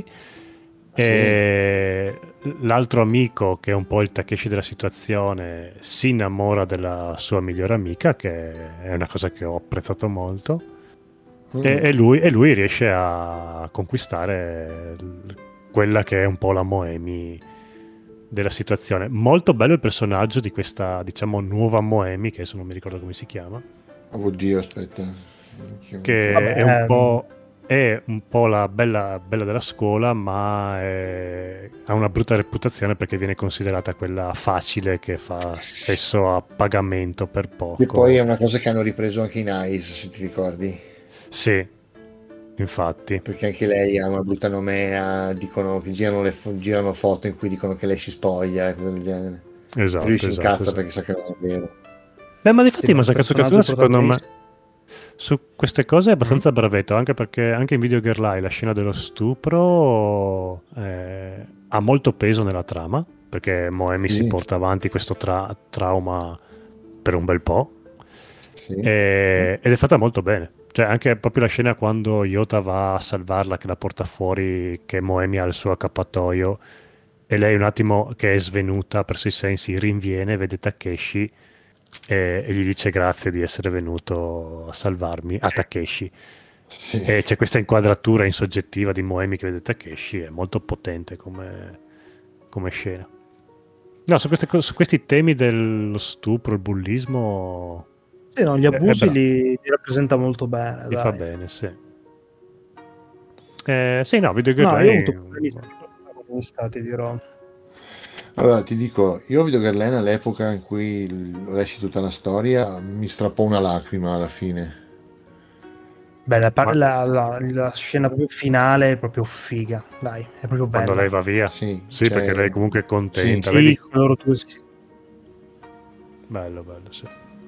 E l'altro amico, che è un po' il Takeshi della situazione, si innamora della sua migliore amica, che è una cosa che ho apprezzato molto. E lui riesce a conquistare quella che è un po' la Moemi della situazione. Molto bello il personaggio di questa, diciamo, nuova Moemi, che adesso non mi ricordo come si chiama, Oddio, aspetta. che Vabbè, è un po' la bella della scuola, ma ha una brutta reputazione perché viene considerata quella facile che fa sesso a pagamento per poco. E poi è una cosa che hanno ripreso anche in Ice, se ti ricordi. Sì, infatti. Perché anche lei ha una brutta nomea, dicono che girano foto in cui dicono che lei si spoglia e cose del genere. Esatto, E lui si incazza esatto. perché sa che non è vero. Beh, ma difatti Sì, Masakazu il personaggio Kazuna secondo me protagonista. su queste cose è abbastanza bravetto, anche perché anche in Video Girl Eye la scena dello stupro ha molto peso nella trama, perché Moemi si Sì. porta avanti questo trauma per un bel po', Sì. ed è fatta molto bene. Cioè anche proprio la scena quando Yota va a salvarla, che la porta fuori, che Moemi ha il suo accappatoio e lei un attimo che è svenuta, ha perso i sensi, rinviene, vede Takeshi e gli dice grazie di essere venuto a salvarmi, a Takeshi. Sì. E c'è questa inquadratura in soggettiva di Moemi che vede Takeshi, è molto potente come scena. No, su questi temi dello stupro, il bullismo, Sì, no, gli abusi bravo. li rappresenta molto bene. li dai. fa bene, sì. Sì, no, Video No, Girl io ho Eye- avuto problemi con stati, dirò. Allora ti dico, io Video Girl Line all'epoca in cui ho lessi tutta la storia mi strappò una lacrima alla fine. Beh, Ma- la scena proprio finale è proprio figa, dai, è proprio quando bella. lei va via. Sì, Sì, cioè, perché lei comunque è contenta, Sì, vedi? loro due sì. Bello, sì.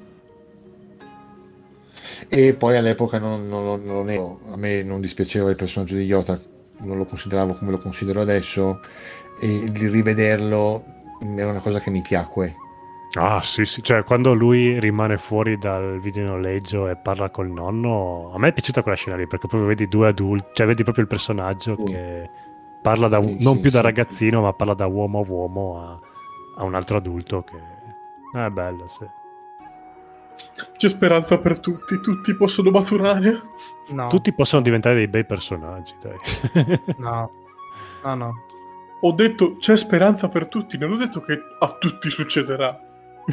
E poi all'epoca non ero, a me non dispiaceva il personaggio di Iota, non lo consideravo come lo considero adesso, e di rivederlo era una cosa che mi piacque. Ah, sì, cioè quando lui rimane fuori dal videonoleggio e parla col nonno, a me è piaciuta quella scena lì, perché proprio vedi due adulti, cioè vedi proprio il personaggio Sì. che parla da Sì, non sì, più da sì. ragazzino, ma parla da uomo a uomo a un altro adulto che è bello, sì. C'è speranza per tutti possono maturare. No, Tutti possono diventare dei bei personaggi, dai. no, no. Ho detto c'è speranza per tutti, non ho detto che a tutti succederà.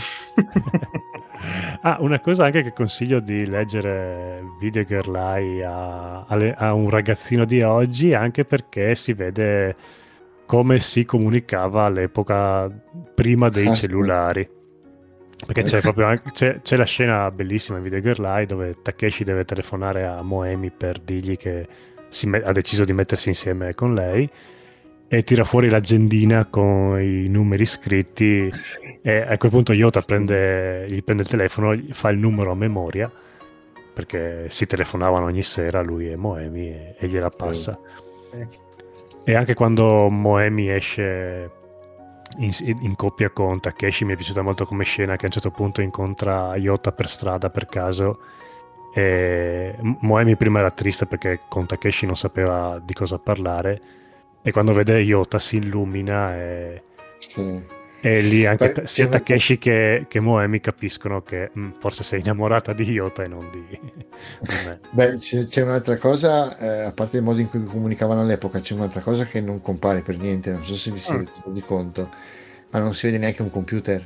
Una cosa anche che consiglio di leggere Video Girl Eye a un ragazzino di oggi, anche perché si vede come si comunicava all'epoca prima dei Ah, sì. cellulari. Perché c'è proprio c'è la scena bellissima in Video Girl Eye dove Takeshi deve telefonare a Moemi per dirgli che ha deciso di mettersi insieme con lei, e tira fuori l'agendina con i numeri scritti, e a quel punto Yota Sì. gli prende il telefono, gli fa il numero a memoria, perché si telefonavano ogni sera lui e Moemi, e gliela passa. E anche quando Moemi esce in coppia con Takeshi, mi è piaciuta molto come scena che a un certo punto incontra Yota per strada per caso, e Moemi prima era triste perché con Takeshi non sapeva di cosa parlare, e quando vede Yota si illumina Sì. e lì anche Poi sia c'è una- Takeshi che Moemi capiscono che forse sei innamorata di Yota e non di me. Beh, c'è un'altra cosa, a parte il modo in cui comunicavano all'epoca, c'è un'altra cosa che non compare per niente, non so se vi siete rendi conto, ma non si vede neanche un computer.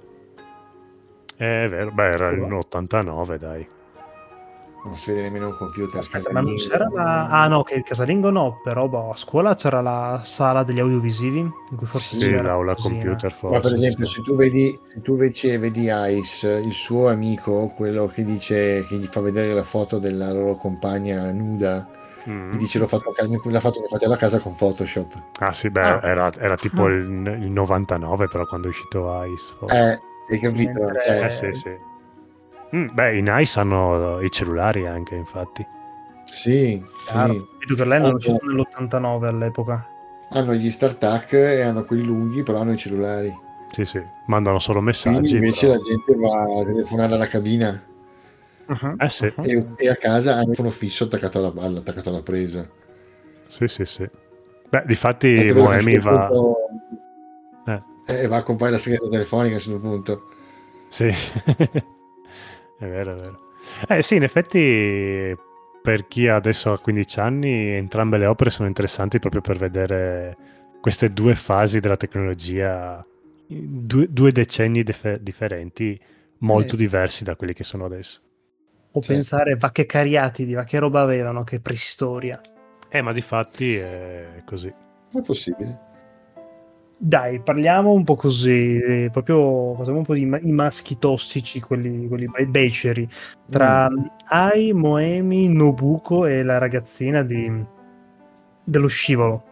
È vero, beh, era l'89, dai. Non si vede nemmeno un computer. Aspetta, ma non casalingo. c'era la... Ah no, che il casalingo no, però boh, a scuola c'era la sala degli audiovisivi, in cui forse Sì, c'era l'aula qualcosina. computer forse. Ma per esempio, sì. se tu invece vedi Ice, il suo amico, quello che dice che gli fa vedere la foto della loro compagna nuda, gli dice l'ha fatto alla casa con Photoshop. Ah sì, beh, era tipo il 99 però quando è uscito Ice. forse. Hai capito? Mentre- Cioè, Sì. Beh, i Nice hanno i cellulari anche, infatti. sì, Chiaro. sì. Vedo che lei non Hanno- ci sono nell'89 all'epoca. Hanno gli StarTAC e hanno quelli lunghi, però hanno i cellulari. Sì, mandano solo Quindi messaggi. invece però- la gente va a telefonare alla cabina Sì. e a casa hanno un telefono fisso attaccato alla presa. Sì. Beh, difatti Tanto vero che a Moemi questo va... punto, Eh, va a comprare la segreta telefonica a questo punto. sì. È vero. Sì, in effetti per chi adesso ha 15 anni, entrambe le opere sono interessanti proprio per vedere queste due fasi della tecnologia, due decenni differenti, molto diversi da quelli che sono adesso. O Certo. pensare, va che cariatidi, va che roba avevano, che preistoria. Ma di fatti è così. È possibile. Dai, parliamo un po' così, proprio facciamo un po' di i maschi tossici, quelli beceri, tra Ai, Moemi, Nobuko e la ragazzina dello scivolo.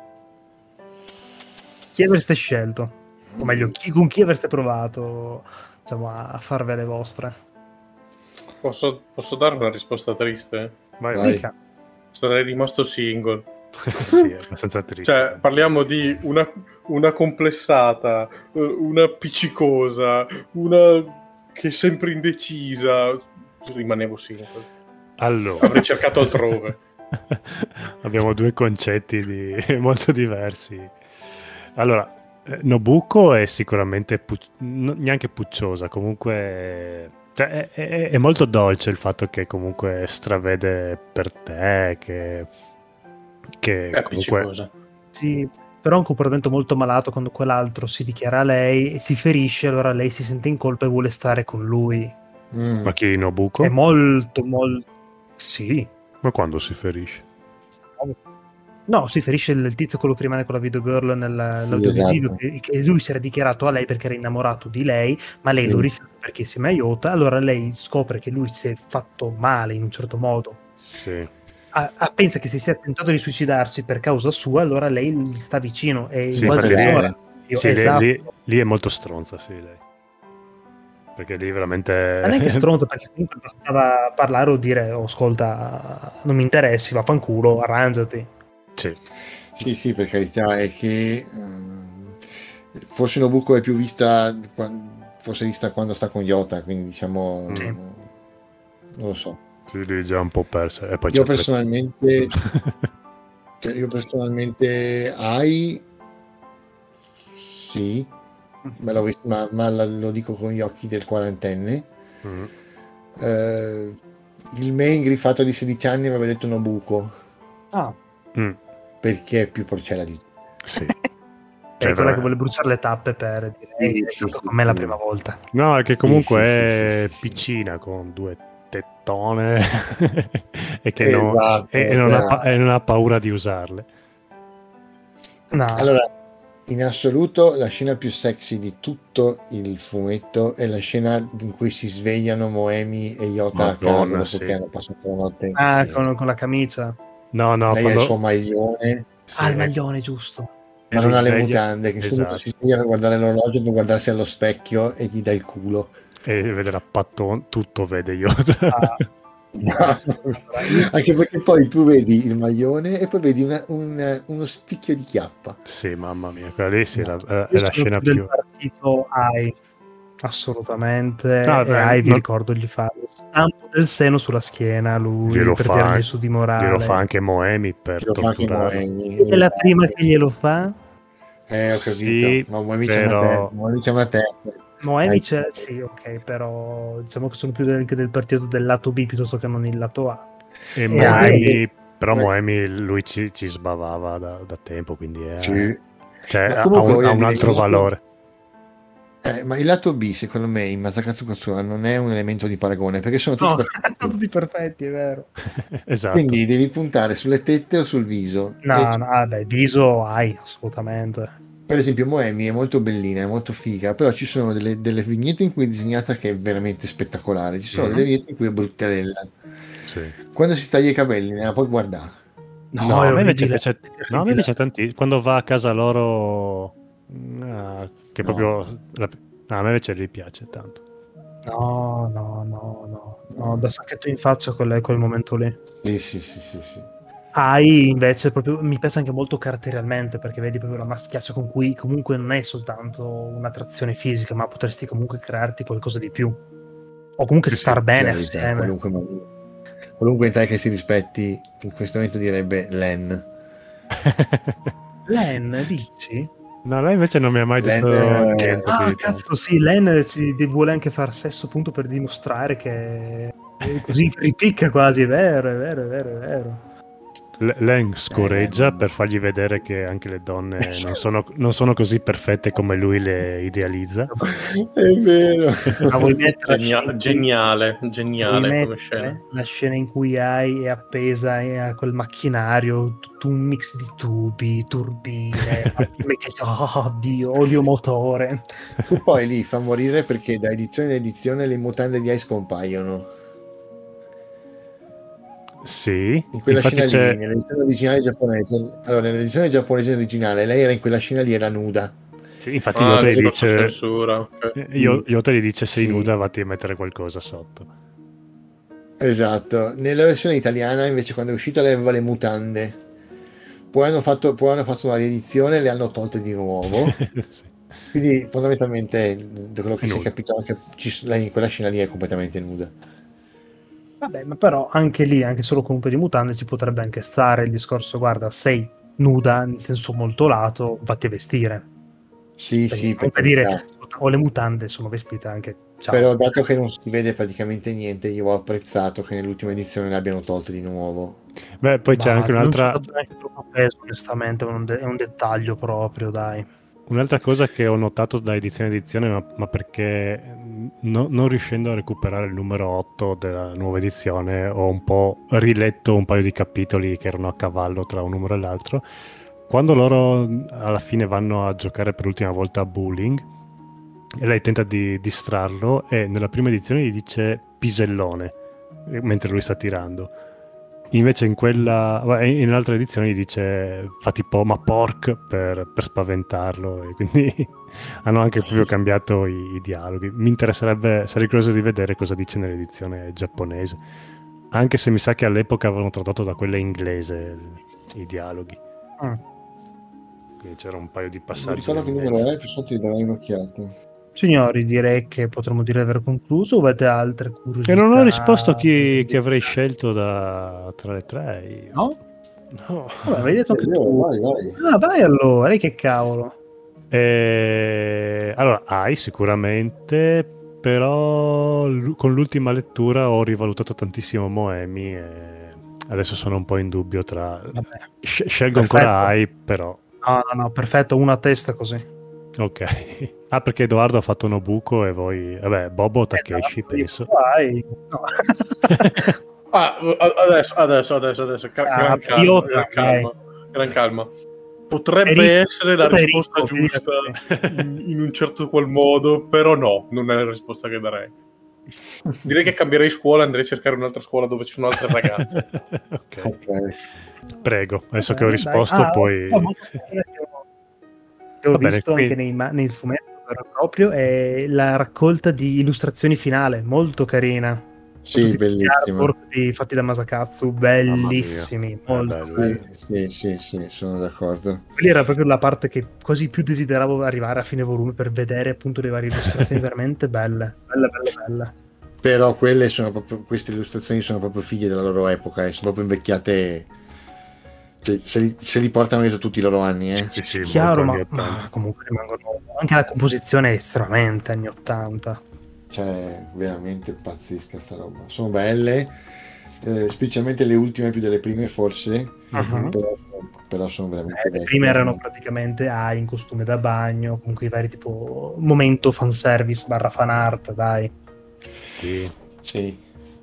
Chi avreste scelto? O meglio, con chi avreste provato, diciamo, a farvele vostre? Posso dare una risposta triste? Vai. Dica. Sarei rimasto single. Sì, è abbastanza triste. Cioè, parliamo di una complessata, una appiccicosa, una che è sempre indecisa. Rimanevo single. Allora, Avrei cercato altrove. abbiamo due concetti molto diversi. Allora, Nobuko è sicuramente neanche pucciosa, comunque cioè, è molto dolce il fatto che comunque stravede per te, che È comunque appiccicosa. Sì, però ha un comportamento molto malato quando quell'altro si dichiara a lei e si ferisce, allora lei si sente in colpa e vuole stare con lui. Ma chi Nobuko? È molto. Sì. Ma quando si ferisce? No, si ferisce il tizio, quello che rimane con la videogirl nell'audiovisivo, esatto. che lui si era dichiarato a lei perché era innamorato di lei, ma lei lo rifiuta perché si è Iota, allora lei scopre che lui si è fatto male in un certo modo. Sì. Pensa che si sia tentato di suicidarsi per causa sua, allora lei gli sta vicino e Sì, quasi infatti ignora. Sì, Esatto. lì è molto stronza, sì, lei. Perché lì veramente... Ma neanche stronzo, perché comunque bastava parlare o dire oh, ascolta, non mi interessi, vaffanculo, arrangiati. Sì, per carità, è che forse Nobuko è più vista forse vista quando sta con Yota, quindi diciamo Sì. non lo so. Sì, lì già un po' persa. E poi Io c'è personalmente Ai sì, ma lo dico con gli occhi del quarantenne. Il main griffato di 16 anni aveva detto Nobuko perché è più porcella di tutti. Sì. È quella che vuole bruciare le tappe per dire Sì, con me la prima volta. No, è che comunque è sì. piccina con due tettone e che Esatto, non ha paura di usarle. No. Allora, in assoluto la scena più sexy di tutto il fumetto è la scena in cui si svegliano Moemi e Yota a casa dopo che hanno passato la notte insieme. Con la camicia. No, lei ha il suo maglione, il maglione, giusto. ma non ha le mutande, che esatto. si sveglia per guardare l'orologio, per guardarsi allo specchio e gli dà il culo. E vede la pattone, tutto vede Yoda. Anche perché poi tu vedi il maglione e poi vedi uno spicchio di chiappa. Sì, mamma mia, quella lì sì, è la scena del più... partito Ai, assolutamente. Ai, vi ricordo, gli fa lo stampo del seno sulla schiena, lui, per tirargli su di morale. Glielo fa anche Moemi per torturarlo. È la prima che glielo fa? Ho capito, sì, ma Moemi però... c'è una terza. Moemi c'è, sì, ok, però diciamo che sono più del partito del lato B piuttosto che non il lato A. E Moemi, però Moemi lui ci sbavava da tempo, quindi cioè, ha un altro valore. Ma il lato B, secondo me, in Masakatsu Katsura non è un elemento di paragone, perché sono tutti perfetti, è vero. Esatto. Quindi devi puntare sulle tette o sul viso. Beh, viso hai, assolutamente. Per esempio Moemi è molto bellina, è molto figa, però ci sono delle vignette in cui è disegnata che è veramente spettacolare, ci sono delle vignette in cui è bruttarella. Sì. Quando si taglia i capelli ne la puoi guardare. No, a me invece piace tantissimo. Quando va a casa loro, che proprio... a me invece gli piace tanto. No, da sacchetto in faccia quel momento lì. Sì. Hai invece proprio, mi pensa anche molto caratterialmente, perché vedi proprio la maschiaccia con cui comunque non è soltanto un'attrazione fisica, ma potresti comunque crearti qualcosa di più, o comunque star bene assieme. Qualunque età che si rispetti in questo momento direbbe Len. Len, dici? No, lei invece non mi ha mai detto Len, niente. Ah, più di cazzo, sì, Len vuole anche far sesso appunto per dimostrare che è così ripicca quasi, è vero, è vero, è vero, è vero. Len scorreggia per fargli vedere che anche le donne non sono così perfette come lui le idealizza. è vero. Ma vuoi mettere la scena in cui- Geniale, vuoi geniale come mettere scena. la scena in cui hai è appesa a quel macchinario, tutto un mix di tubi, turbine, oddio, olio motore. E poi lì fa morire perché da edizione in edizione le mutande di Ai scompaiono. Sì, In quella infatti scena c'è... lì, nell'edizione originale giapponese, allora nell'edizione giapponese originale lei era in quella scena lì, era nuda. Sì, infatti Ah, Yoda gli sotto dice... censura. Ok. Yoda gli dice sei Sì. nuda, vatti a mettere qualcosa sotto. Esatto. Nella versione italiana invece quando è uscita lei aveva le mutande. Poi hanno fatto una riedizione e le hanno tolte di nuovo. Sì. Quindi fondamentalmente da quello che È si è nuda. capito anche lei in quella scena lì è completamente nuda. Vabbè, ma però anche lì, anche solo con un paio di mutande, ci potrebbe anche stare il discorso, guarda, sei nuda, in senso molto lato, vatti a vestire. Sì, Perché sì, per comunque dire, carità. ho le mutande, sono vestita anche. Ciao. Però dato che non si vede praticamente niente, io ho apprezzato che nell'ultima edizione le abbiano tolte di nuovo. Beh, poi c'è anche Non ci ho un'altra... dato neanche troppo peso, onestamente, è un dettaglio proprio, dai. Un'altra cosa che ho notato da edizione in edizione, ma perché non riuscendo a recuperare il numero 8 della nuova edizione, ho un po' riletto un paio di capitoli che erano a cavallo tra un numero e l'altro. Quando loro alla fine vanno a giocare per l'ultima volta a bowling, e lei tenta di distrarlo, e nella prima edizione gli dice pisellone mentre lui sta tirando. Invece in un'altra edizione gli dice fa tipo ma porc per spaventarlo, e quindi hanno anche proprio cambiato i dialoghi. Mi interesserebbe, sarei curioso di vedere cosa dice nell'edizione giapponese, anche se mi sa che all'epoca avevano tradotto da quella inglese i dialoghi, quindi c'era un paio di Non passaggi ricordo che nel numero mezzo. è, più sotto gli darei un'occhiata. Signori, direi che potremmo dire di aver concluso, o avete altre curiosità? E non ho risposto chi avrei scelto tra le tre. Io. No? No. Vabbè, avevi detto È anche vero, tu. vai, vai. Ah, vai allora, che cavolo. Allora, hai sicuramente, però con l'ultima lettura ho rivalutato tantissimo Moemi e adesso sono un po' in dubbio tra... Vabbè. Scelgo Perfetto. ancora Ai, però... No, perfetto, una a testa così. Ok. Ah, perché Edoardo ha fatto Nobuko e voi... Vabbè, Bobo Takeshi, Esatto, penso. vai. No. Ah, adesso, gran calma, idiota, gran calma, gran calma. Potrebbe È ricco, essere la è risposta ricco, giusta quindi- in un certo qual modo, però no, non è la risposta che darei. Direi che cambierei scuola, andrei a cercare un'altra scuola dove ci sono altre ragazze. Ok. Ok. Prego, adesso che ho Dai. risposto Ah, poi... no, molto bene che ho Va bene, visto qui- anche nel fumetto vero e proprio è la raccolta di illustrazioni finale, molto carina. Sì, Tutti bellissima. gli artwork fatti da Masakatsu, bellissimi, molto bello. belli. Sì, sono d'accordo. Quella era proprio la parte che quasi più desideravo arrivare a fine volume per vedere appunto le varie illustrazioni veramente belle. Belle. Però quelle sono proprio, queste illustrazioni sono proprio figlie della loro epoca, sono proprio invecchiate. Cioè, se li portano dietro tutti i loro anni, Sì, Chiaro, molto anni ma 80. comunque rimangono. Anche la composizione è estremamente anni 80. Cioè, veramente pazzesca sta roba. Sono belle, specialmente le ultime più delle prime forse, Mhm. però sono veramente Le vecchie. prime erano praticamente in costume da bagno, comunque i vari tipo momento fanservice / fan art, dai. Sì. Sì.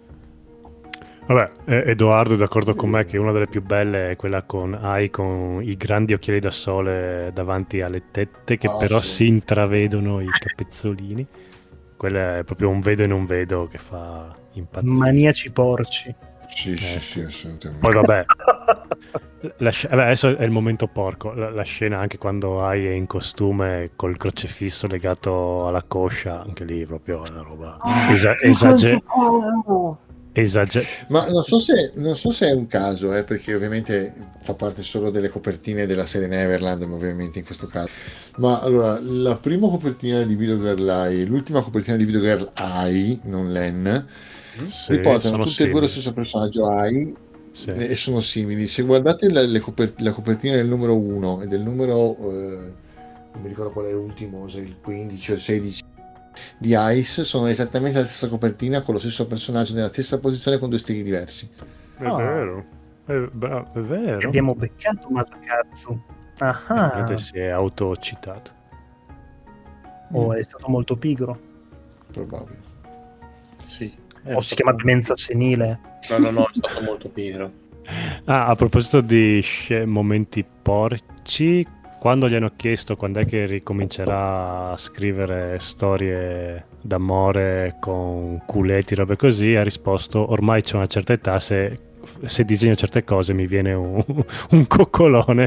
Vabbè, Edoardo è d'accordo con me che una delle più belle è quella con Ai con i grandi occhiali da sole davanti alle tette che però Sì. si intravedono i capezzolini. Quella è proprio un vedo e non vedo che fa impazzire. Maniaci porci. Sì, assolutamente. Poi vabbè, vabbè, adesso è il momento porco, la scena anche quando Ai è in costume col crocefisso legato alla coscia, anche lì proprio è una roba Ma non so se è un caso, perché ovviamente fa parte solo delle copertine della serie Neverland, ma ovviamente in questo caso. Ma allora, la prima copertina di Video Girl Ai, l'ultima copertina di Video Girl Ai, non Len, riportano sono tutte e due lo simili. stesso personaggio Ai Sì. e sono simili. Se guardate la copertina del numero 1 e del numero non mi ricordo qual è l'ultimo, se il 15 o il 16 di Ice, sono esattamente la stessa copertina con lo stesso personaggio nella stessa posizione con due stili diversi. È Ah. vero. È vero. Abbiamo beccato Masakatsu. Veramente Ah, si è autocitato. o è stato molto pigro. Probabile. Sì. O si chiama demenza senile. No, è stato molto pigro. Ah, a proposito di momenti porci, quando gli hanno chiesto quando è che ricomincerà a scrivere storie d'amore con culetti, robe così, ha risposto: ormai c'è una certa età, se disegno certe cose mi viene un coccolone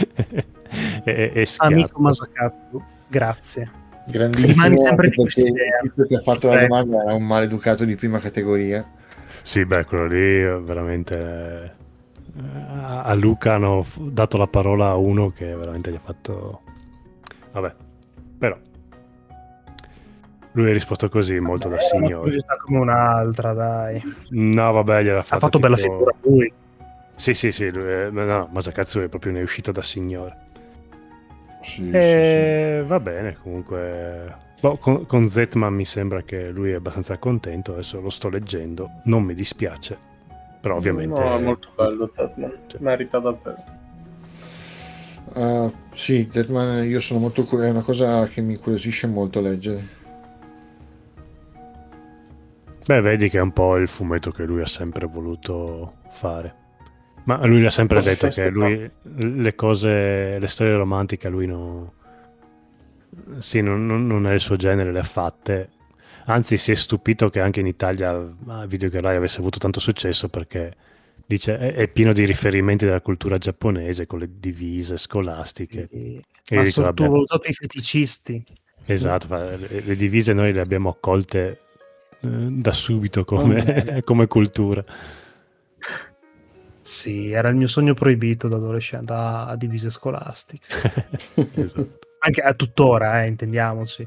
e schiatto. Amico Masakatsu, grazie. Rimani Grandissimo, sempre anche di questa perché idea. il che ha fatto la Prego. domanda era un maleducato di prima categoria. Sì, beh, quello lì veramente... a Luca hanno dato la parola a uno che veramente gli ha fatto... Vabbè, però... Lui ha risposto così, molto da È una signore. curiosità come un'altra, dai. No, vabbè, gliel'ha Ha fatto fatto bella tipo- figura lui. Sì, lui no, Masakatsu è proprio ne è uscito da signore. Sì, Va bene, comunque... Boh, con Zetman mi sembra che lui è abbastanza contento, adesso lo sto leggendo, non mi dispiace, però ovviamente... No, è molto bello Tatman. Sì. Merita davvero. Sì, Deadman, io sono molto è una cosa che mi incuriosisce molto leggere. Beh, vedi che è un po' il fumetto che lui ha sempre voluto fare. Ma lui ha sempre Cosa detto stai che lui le storie romantiche a lui no... Sì, non è il suo genere, le ha fatte. Anzi, si è stupito che anche in Italia Video Garai avesse avuto tanto successo perché dice è pieno di riferimenti della cultura giapponese con le divise scolastiche. E Ma io dico, vabbè, sottovalutato i feticisti. esatto, le divise noi le abbiamo accolte da subito come, come cultura. Sì, era il mio sogno proibito da adolescente a divise scolastiche. Esatto. Anche a tuttora, intendiamoci.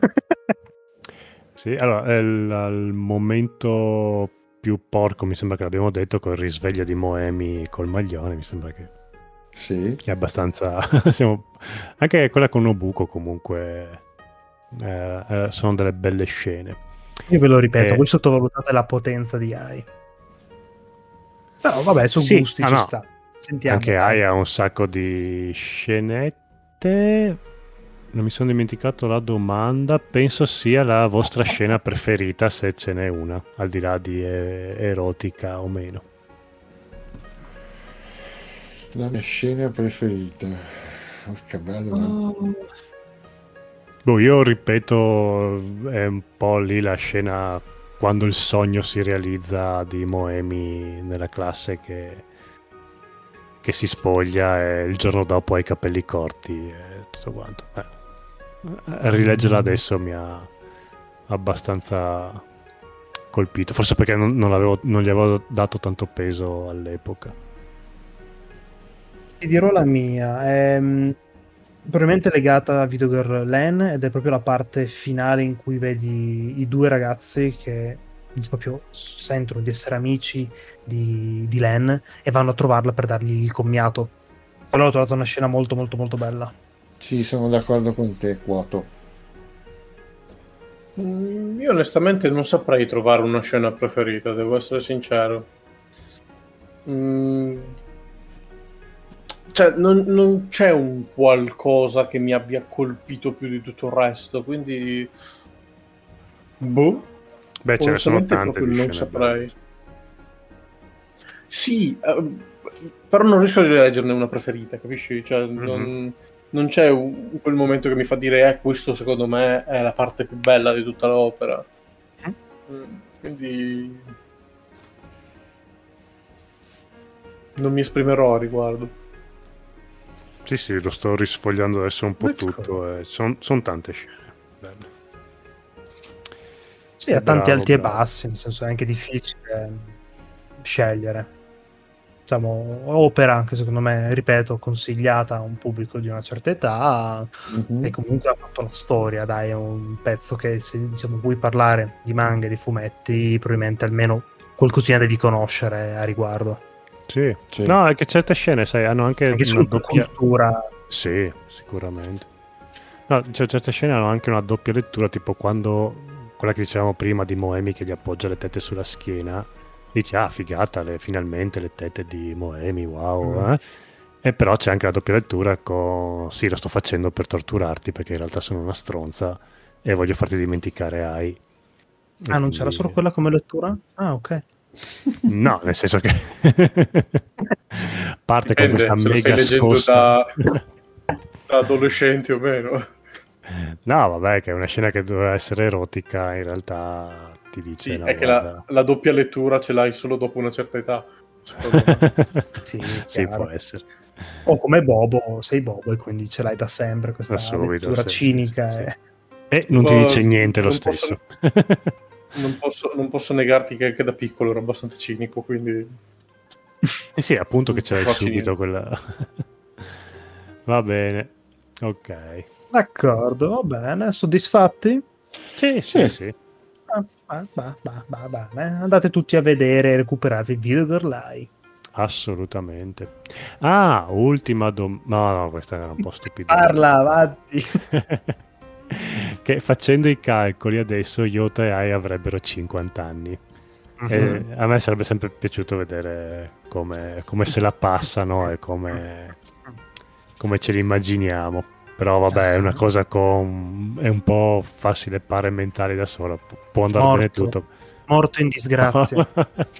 Sì, allora, il momento più porco mi sembra che l'abbiamo detto col risveglio di Moemi col maglione, mi sembra che Sì. è abbastanza... Anche quella con Nobuko comunque sono delle belle scene. Io ve lo ripeto, Eh. voi sottovalutate la potenza di AI. Però vabbè, su Sì, gusti ah, ci no. sta. Sentiamo. Anche Ai ha un sacco di scenette. Non mi sono dimenticato la domanda. Penso sia la vostra scena preferita, se ce n'è una, al di là di erotica o meno. La mia scena preferita. Porca bella domanda. Boh, io ripeto, è un po' lì la scena quando il sogno si realizza di Moemi nella classe che si spoglia e il giorno dopo ha i capelli corti e tutto quanto. Rileggerla adesso mi ha abbastanza colpito, forse perché non gli avevo dato tanto peso all'epoca. Ti dirò la mia. È probabilmente legata a Video Girl Len ed è proprio la parte finale in cui vedi i due ragazzi che proprio sentono di essere amici di Len e vanno a trovarla per dargli il commiato. Quello l'ho trovato una scena molto molto molto bella. Sì, sono d'accordo con te, Quato. Io onestamente non saprei trovare una scena preferita, devo essere sincero. Cioè, non c'è un qualcosa che mi abbia colpito più di tutto il resto, quindi... Boh. Beh, ce ne sono Onestamente tante proprio di non scene saprei. belle. Sì, però non riesco a leggerne una preferita, capisci? Cioè, non c'è quel momento che mi fa dire questo secondo me è la parte più bella di tutta l'opera. Quindi non mi esprimerò a riguardo. Sì, lo sto risfogliando adesso un po' Ecco. tutto. Sono tante scene belle. Sì, ha tanti Bravo, alti e bravo. bassi, nel senso è anche difficile scegliere. Diciamo, opera che secondo me, ripeto, consigliata a un pubblico di una certa età e comunque ha fatto la storia, dai, è un pezzo che se diciamo vuoi parlare di manga e di fumetti, probabilmente almeno qualcosina devi conoscere a riguardo. Sì. Sì. No, è che certe scene, sai, hanno anche Anche una sulla doppia... cultura. Sì, sicuramente. No, certe scene hanno anche una doppia lettura, tipo quando quella che dicevamo prima di Moemi che gli appoggia le tette sulla schiena, dice ah figata, finalmente le tette di Moemi, wow, eh? E però c'è anche la doppia lettura con sì, lo sto facendo per torturarti perché in realtà sono una stronza e voglio farti dimenticare Ai. E non quindi- c'era solo quella come lettura? Ah, ok. No, nel senso che parte con Dipende questa se lo stai mega leggendo scossa. da adolescenti o meno. No, vabbè, che è una scena che doveva essere erotica, in realtà ti dice Sì, no, è che guarda. la doppia lettura ce l'hai solo dopo una certa età, secondo me. Sì, Sì, chiaro. può essere. O come Bobo, sei Bobo e quindi ce l'hai da sempre questa Da subito, lettura sì, cinica. sì, sì, e- sì. E non ti Ma dice niente lo non stesso. Non posso negarti che anche da piccolo ero abbastanza cinico, quindi Sì, appunto che ce l'hai Facci subito niente. quella. Va bene, ok. D'accordo, va bene, soddisfatti? Sì, sì, sì. Bene. Andate tutti a vedere e recuperarvi il video Girlai. Assolutamente. Ah, ultima domanda. No, questa era un po' stupida. Parla, avanti. Che facendo i calcoli adesso Yota e Ai avrebbero 50 anni. E a me sarebbe sempre piaciuto vedere come se la passano e come ce li immaginiamo. Però vabbè, è una cosa è un po' farsi le pare mentali da sola. Può andare bene Morto. tutto. Morto in disgrazia.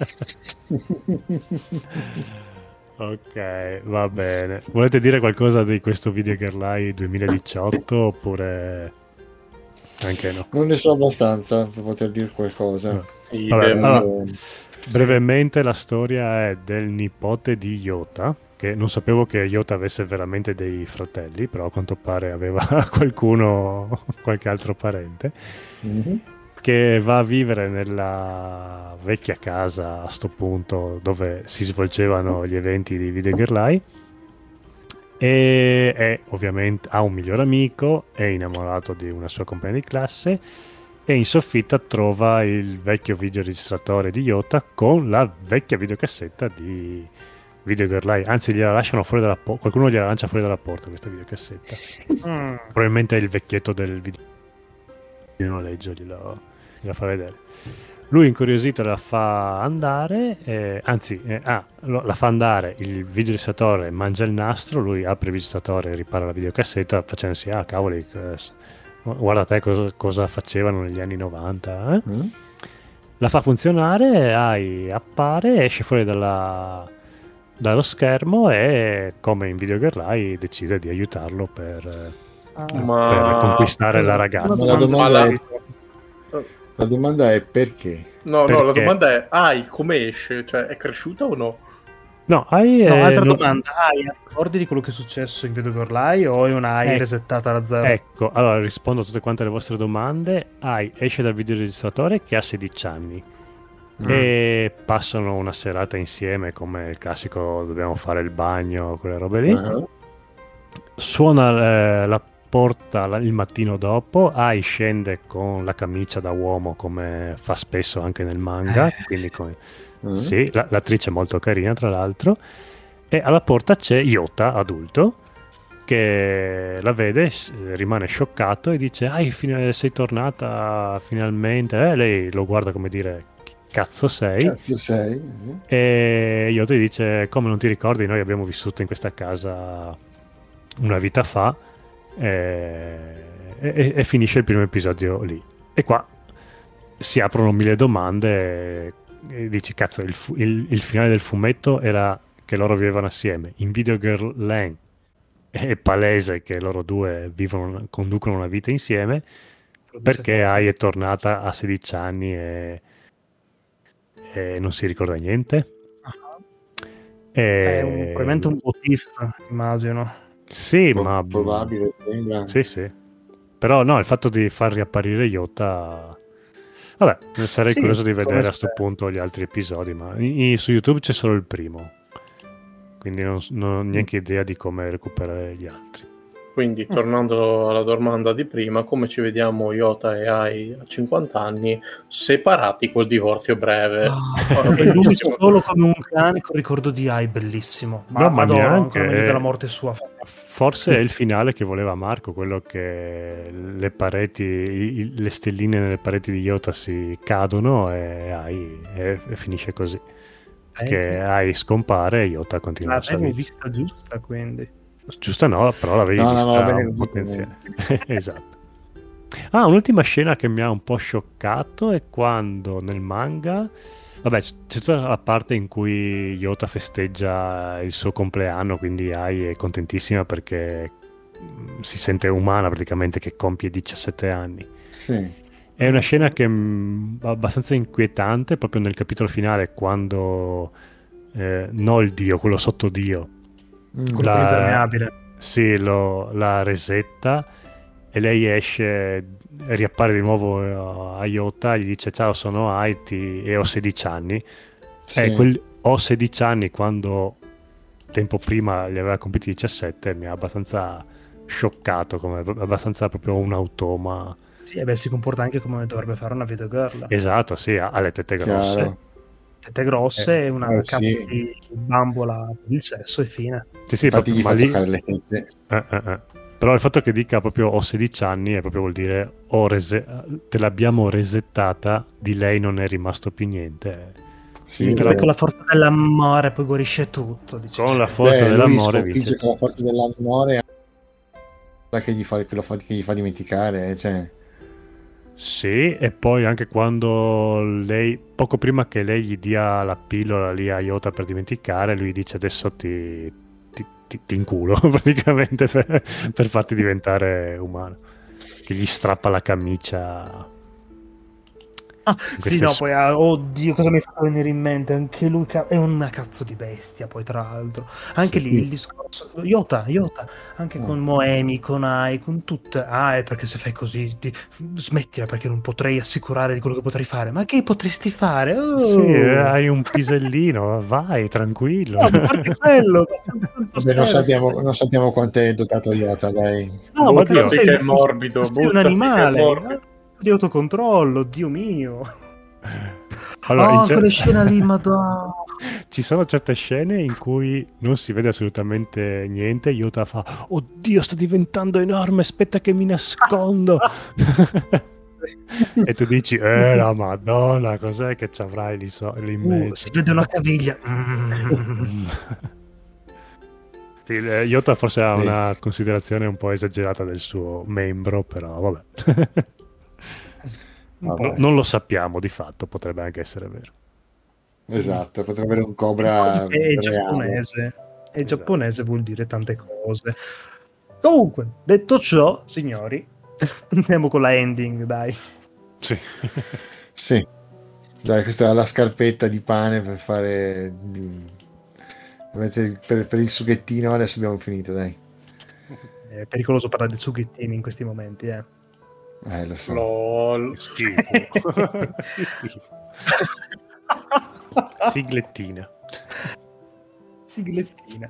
Ok, va bene. Volete dire qualcosa di questo Video Girlai 2018 oppure anche no? Non ne so abbastanza per poter dire qualcosa. No. idem. Vabbè, allora, Eh, brevemente la storia è del nipote di Yota, che non sapevo che Yota avesse veramente dei fratelli, però a quanto pare aveva qualcuno, qualche altro parente, mhm. che va a vivere nella vecchia casa a sto punto dove si svolgevano gli eventi di Video Girlai e ovviamente ha un miglior amico, è innamorato di una sua compagna di classe e in soffitta trova il vecchio videoregistratore di Yota con la vecchia videocassetta di Video Girlai, anzi gliela lasciano fuori dalla qualcuno gliela lancia fuori dalla porta questa videocassetta, probabilmente è il vecchietto del video noleggio, gliela fa vedere. Lui incuriosito la fa andare, la fa andare, il videoregistratore mangia il nastro, lui apre il videoregistratore e ripara la videocassetta facendosi, ah cavoli, guarda te cosa facevano negli anni 90, eh? Mm. La fa funzionare, appare, esce fuori dallo schermo e come in Video Girlai decide di aiutarlo per conquistare la ragazza. Ma la domanda è perché? No, Perché? la domanda è Ai come esce? Cioè è cresciuta o no? No, altra domanda. Hai ricordi di quello che è successo in Video Girlai o è una AI Ecco. resettata da zero? Ecco, allora rispondo a tutte quante le vostre domande. Esce dal videoregistratore che ha 16 anni e passano una serata insieme come il classico dobbiamo fare il bagno, quelle robe lì. Suona la porta il mattino dopo, scende con la camicia da uomo come fa spesso anche nel manga, quindi sì, l'attrice è molto carina tra l'altro, e alla porta c'è Yota adulto che la vede, rimane scioccato e dice sei tornata finalmente, lei lo guarda come dire che cazzo sei? E Yota gli dice come non ti ricordi, noi abbiamo vissuto in questa casa una vita fa, e finisce il primo episodio lì. E qua si aprono mille domande e dici cazzo, il finale del fumetto era che loro vivevano assieme. In Video Girl è palese che loro due conducono una vita insieme, perché Ai è tornata a 16 anni e non si ricorda niente. È probabilmente un what if, immagino. Sì, ma probabile, sembra. Sì. Però no, il fatto di far riapparire Yota, vabbè, sarei curioso di vedere a questo punto gli altri episodi, ma su YouTube c'è solo il primo, quindi non ho neanche idea di come recuperare gli altri. Quindi, tornando alla domanda di prima, come ci vediamo Yota e Ai a 50 anni, separati col divorzio breve? E lui solo come un cane con ricordo di Ai, bellissimo. No, ma adoro, neanche, ancora meglio della morte sua. Forse è il finale che voleva Marco, quello che le pareti, le stelline nelle pareti di Yota si cadono e finisce così. Che Ai scompare e Yota continua la sua L'avevo vita. vista giusta, quindi. Giusta no, però l'avevi No, vista va bene un così, potenziale. Esatto. Un'ultima scena che mi ha un po' scioccato è quando nel manga, vabbè, c'è tutta la parte in cui Yota festeggia il suo compleanno, quindi Ai è contentissima perché si sente umana praticamente, che compie 17 anni. Sì. È una scena che è abbastanza inquietante proprio nel capitolo finale, quando no il dio, quello sotto dio, Quello impermeabile. sì, la resetta e lei esce, riappare di nuovo a Yota, gli dice ciao, sono Ai e ho 16 anni. Sì. Ho 16 anni quando tempo prima gli aveva compiti 17, mi ha abbastanza scioccato, come abbastanza proprio un automa. Sì, si comporta anche come dovrebbe fare una videogirl. Esatto, sì, ha le tette grosse. Chiaro. Tette grosse e una sì. cazzo di bambola per il sesso e fine. Sì, Infatti gli fa lì- toccare le tette. Però il fatto che dica proprio ho 16 anni è proprio vuol dire te l'abbiamo resettata, di lei non è rimasto più niente. Sì, Che poi con la forza dell'amore poi guarisce tutto. Diciamo. Con la forza dell'amore lui vince. sconfigge con la forza dell'amore che gli fa dimenticare, cioè. Sì, e poi anche quando lei, poco prima che lei gli dia la pillola lì a Yota per dimenticare, lui dice adesso ti inculo praticamente per farti diventare umano, che gli strappa la camicia. Sì, no, poi oddio, cosa mi hai fatto venire in mente? Anche lui è una cazzo di bestia, poi tra l'altro. Anche lì il discorso Yota, anche con Moemi, con Ai, con tutte. È perché se fai così smettila, perché non potrei assicurare di quello che potrei fare. Ma che potresti fare? Oh! Sì, hai un pisellino, vai, tranquillo. No, a parte quello, Vabbè, non sappiamo quanto è dotato Yota, dai. no, ma Buttati sei, che è morbido, sei un buttati che è animale morbido. di autocontrollo, Dio mio. Allora, Quelle scene lì, madonna. ci sono certe scene in cui non si vede assolutamente niente. Yota fa oddio, sto diventando enorme, aspetta che mi nascondo. E tu dici la madonna, cos'è che ci avrai lì in mezzo? Si vede una caviglia. Sì, Yota forse ha una considerazione un po' esagerata del suo membro, però vabbè. Non lo sappiamo, di fatto potrebbe anche essere vero. Esatto, potrebbe avere un cobra È giapponese. È giapponese, vuol dire tante cose. Comunque, detto ciò, signori, andiamo con la ending, dai. Sì. Sì. Dai, questa è la scarpetta di pane per fare per il sughettino. Adesso abbiamo finito, dai. È pericoloso parlare di sughettini in questi momenti, Lo so. LOL. Che schifo. Che schifo. Siglettina. Siglettina.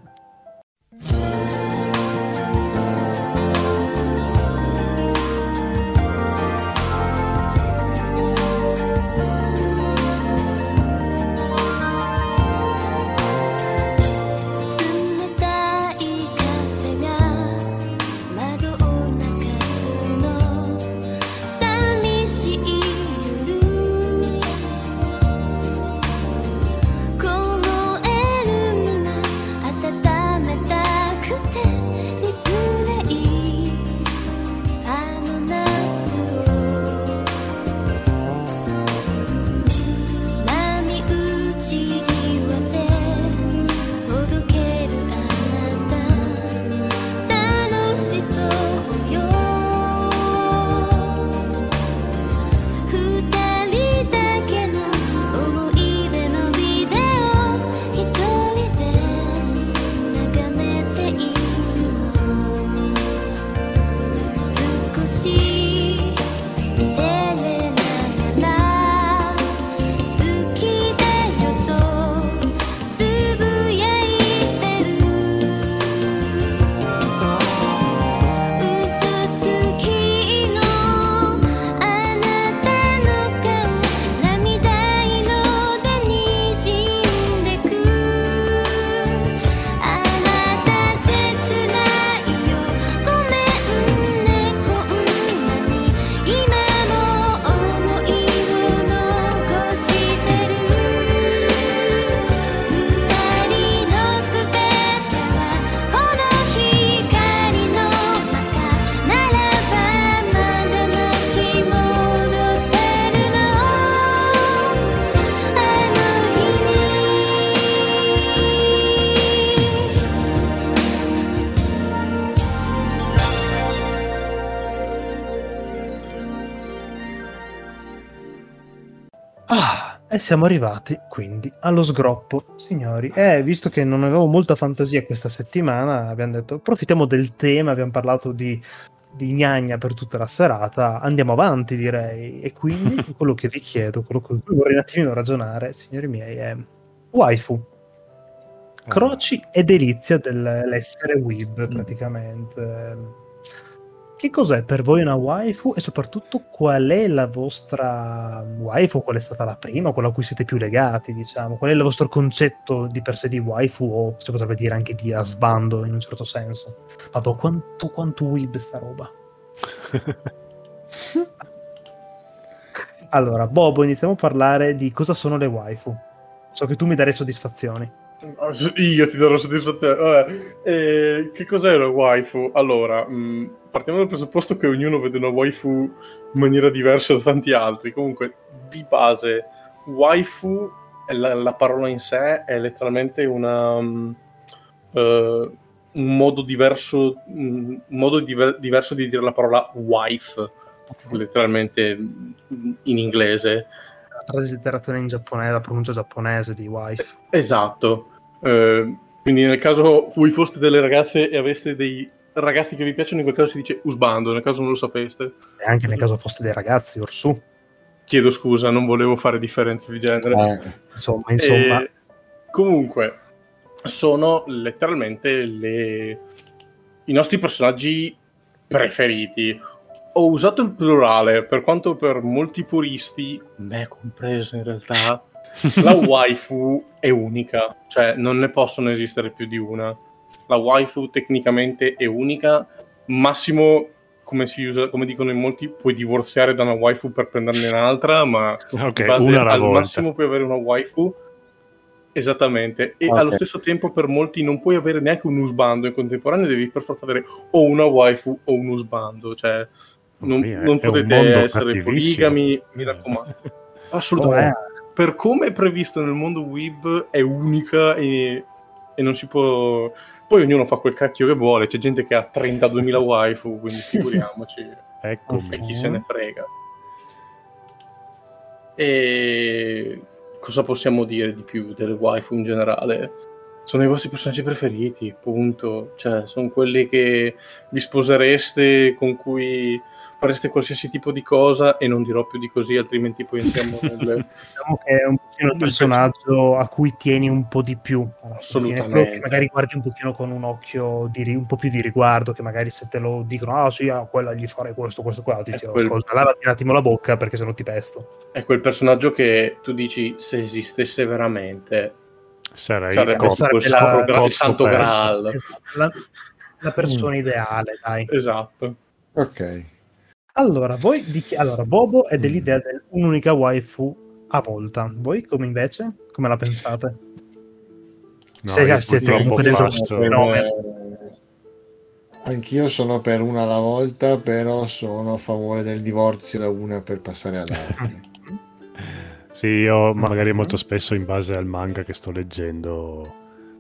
E siamo arrivati quindi allo sgroppo, signori. Visto che non avevo molta fantasia questa settimana, abbiamo detto approfittiamo del tema, abbiamo parlato di gnagna per tutta la serata, andiamo avanti direi. E quindi quello che vi chiedo, quello con cui vorrei un attimino ragionare, signori miei, è waifu. Croci e delizia dell'essere weeb praticamente. Che cos'è per voi una waifu e soprattutto qual è la vostra waifu? Qual è stata la prima, quella a cui siete più legati, diciamo? Qual è il vostro concetto di per sé di waifu o si potrebbe dire anche di asbando in un certo senso? Vado, quanto weeb sta roba? Allora, Bobo, iniziamo a parlare di cosa sono le waifu. So che tu mi darai soddisfazioni. Io ti darò soddisfazione. Vabbè, che cos'è una waifu? Allora, partiamo dal presupposto che ognuno vede una waifu in maniera diversa da tanti altri. Comunque, di base, waifu, la parola in sé è letteralmente un modo diverso, diverso di dire la parola wife, letteralmente in inglese. La traslitterazione in giapponese, la pronuncia giapponese di wife. Esatto. Quindi nel caso voi foste delle ragazze e aveste dei ragazzi che vi piacciono, in quel caso si dice usbando, nel caso non lo sapeste. E anche nel caso foste dei ragazzi, orsù. Chiedo scusa, non volevo fare differenze di genere. Insomma. Comunque, sono letteralmente i nostri personaggi preferiti. Ho usato il plurale, per quanto per molti puristi, me compreso in realtà, la waifu è unica, cioè non ne possono esistere più di una. La waifu tecnicamente è unica, massimo, come dicono in molti, puoi divorziare da una waifu per prenderne un'altra, ma al massimo puoi avere una waifu. Esattamente, e allo stesso tempo per molti non puoi avere neanche un usbando in contemporanea, devi per forza avere o una waifu o un usbando, cioè non potete essere poligami, mi raccomando. Assolutamente. Per come è previsto nel mondo web è unica e non si può... Poi ognuno fa quel cacchio che vuole, c'è gente che ha 32.000 waifu, quindi figuriamoci. Eccomi. E chi se ne frega. E cosa possiamo dire di più delle waifu in generale? Sono i vostri personaggi preferiti, punto. Cioè, sono quelli che vi sposereste, con cui fareste qualsiasi tipo di cosa, e non dirò più di così, altrimenti poi entriamo nel... Diciamo che è un pochino il personaggio a cui tieni un po' di più. Assolutamente. Che magari guardi un pochino con un occhio un po' più di riguardo, che magari se te lo dicono, sì, a quella gli farei questo, qua, ti dico, ascolta, lavati un attimo la bocca perché se no ti pesto. È quel personaggio che tu dici, se esistesse veramente... sarebbe il santo graal. La persona ideale, dai. Esatto. Ok. Allora, Bobo è dell'idea dell'unica waifu a volta. Voi come invece? Come la pensate? No, siete comunque dentro anch'io sono per una alla volta, però sono a favore del divorzio da una per passare all'altra. Sì, io magari molto spesso in base al manga che sto leggendo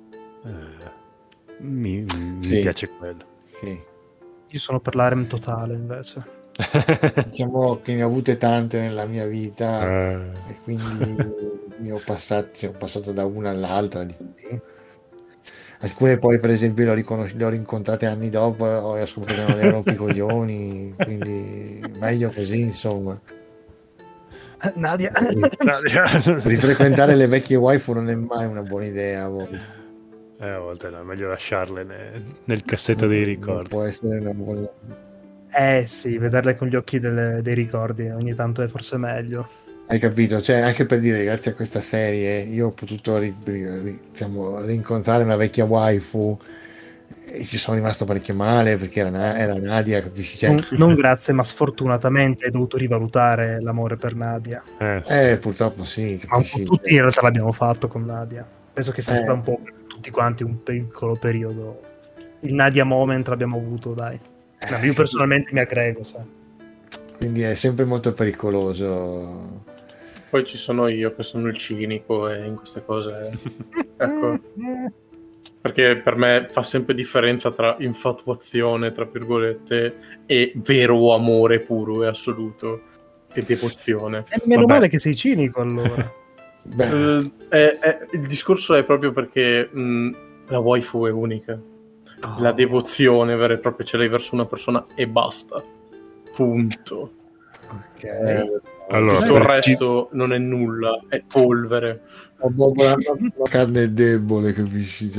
mi piace quello. Sì. Io sono per l'harem totale invece. Diciamo che ne ho avute tante nella mia vita e quindi ho passato da una all'altra. Alcune poi per esempio le ho rincontrate anni dopo e ho scoperto che non erano picoglioni, quindi meglio così, insomma. Nadia. Rifrequentare le vecchie waifu non è mai una buona idea a volte. A volte no, è meglio lasciarle nel cassetto dei ricordi. Può essere una buona... sì, vederle con gli occhi dei ricordi ogni tanto è forse meglio. Hai capito? Cioè, anche per dire, grazie a questa serie io ho potuto rincontrare una vecchia waifu e ci sono rimasto parecchio male perché era Nadia, capisci? Cioè, non grazie, ma sfortunatamente hai dovuto rivalutare l'amore per Nadia. Purtroppo sì. Ma un po' tutti in realtà l'abbiamo fatto con Nadia. Penso che sia stato un po' per tutti quanti un piccolo periodo. Il Nadia moment l'abbiamo avuto, dai. No, io personalmente mi aggrego, sai. Quindi è sempre molto pericoloso. Poi ci sono io che sono il cinico e in queste cose ecco, perché per me fa sempre differenza tra infatuazione tra virgolette e vero amore puro e assoluto, e devozione. Meno Vabbè. male che sei cinico allora. Beh, Il discorso è proprio perché la waifu è unica. La devozione vera e propria ce l'hai verso una persona e basta. Punto. Allora, Tutto il per resto non è nulla, è polvere. la carne è debole, capisci?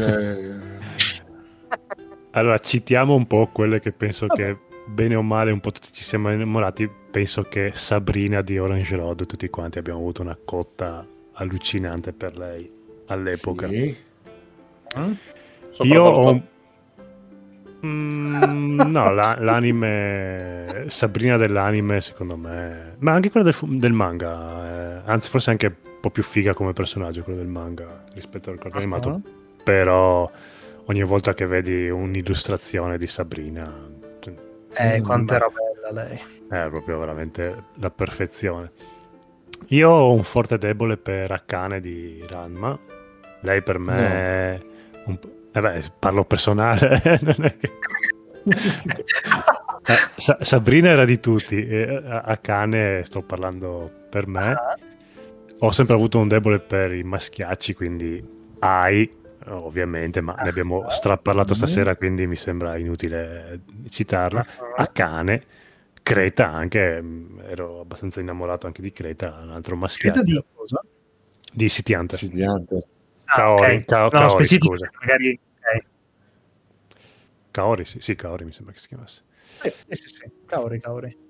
Allora, citiamo un po' quelle che penso che bene o male un po' tutti ci siamo innamorati. Penso che Sabrina di Orange Road, tutti quanti abbiamo avuto una cotta allucinante per lei all'epoca. Sì. Io ho no, l'anime Sabrina dell'anime secondo me, ma anche quello del manga, anzi forse anche un po' più figa come personaggio quello del manga rispetto al cartone animato, però ogni volta che vedi un'illustrazione di Sabrina Quanto era bella lei. è proprio veramente la perfezione. Io ho un forte debole per Akane di Ranma. Lei per me è parlo personale. Non è che... Sabrina era di tutti, Akane sto parlando per me. Ho sempre avuto un debole per i maschiacci, quindi Ai ovviamente, ma ne abbiamo straparlato stasera, quindi mi sembra inutile citarla. Akane, Creta anche, ero abbastanza innamorato anche di Creta, un altro maschiaccio. Creta di cosa? Di City Hunter. Ok. Kaori, specifico, scusa. magari. Kaori, sì, Kaori mi sembra che si chiamasse. Sì. Kaori.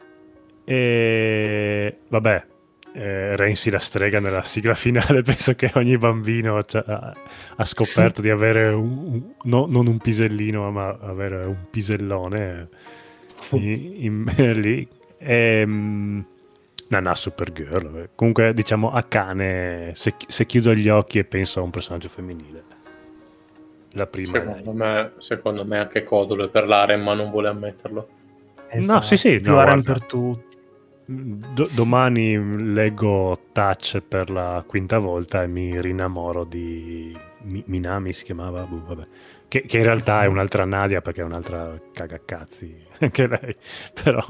E vabbè, Renzi la strega nella sigla finale, penso che ogni bambino ha scoperto di avere non un pisellino, ma avere un pisellone lì. Nana Supergirl. Comunque diciamo Akane, se chiudo gli occhi e penso a un personaggio femminile, la prima secondo me anche Codolo per l'harem, ma non vuole ammetterlo. No, sì, più no, harem guarda. per tutti. Domani leggo Touch per la quinta volta e mi rinnamoro di Minami, si chiamava, vabbè. Che in realtà è un'altra Nadia, perché è un'altra cagacazzi anche lei, però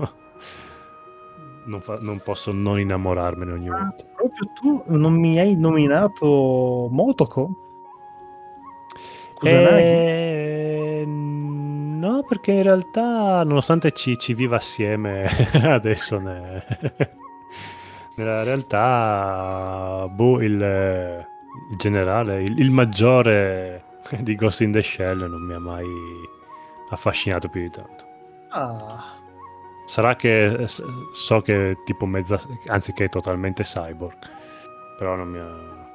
non posso non innamorarmene ogni volta. Proprio tu non mi hai nominato Motoko? Kusanagi? No, perché in realtà, nonostante ci viva assieme adesso, nella realtà, il generale, il maggiore di Ghost in the Shell non mi ha mai affascinato più di tanto. Sarà che so che è tipo mezza, anzi che è totalmente cyborg, però non mi ha...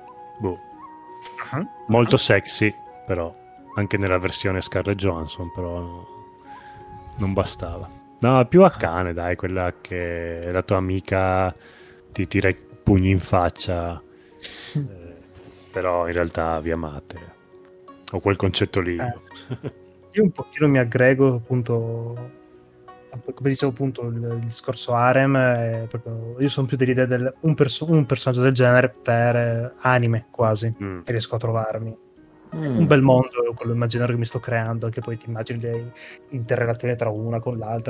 Molto sexy, però anche nella versione Scarlett Johansson, però non bastava. No, più Akane, dai, quella che la tua amica ti tira i pugni in faccia, però in realtà vi amate, o quel concetto lì. Io un pochino mi aggrego, appunto, come dicevo, appunto, il discorso harem, proprio, io sono più dell'idea del un personaggio del genere per anime, quasi, e riesco a trovarmi. Un bel mondo, quello immaginario che mi sto creando, anche poi ti immagini le interrelazioni tra una con l'altra,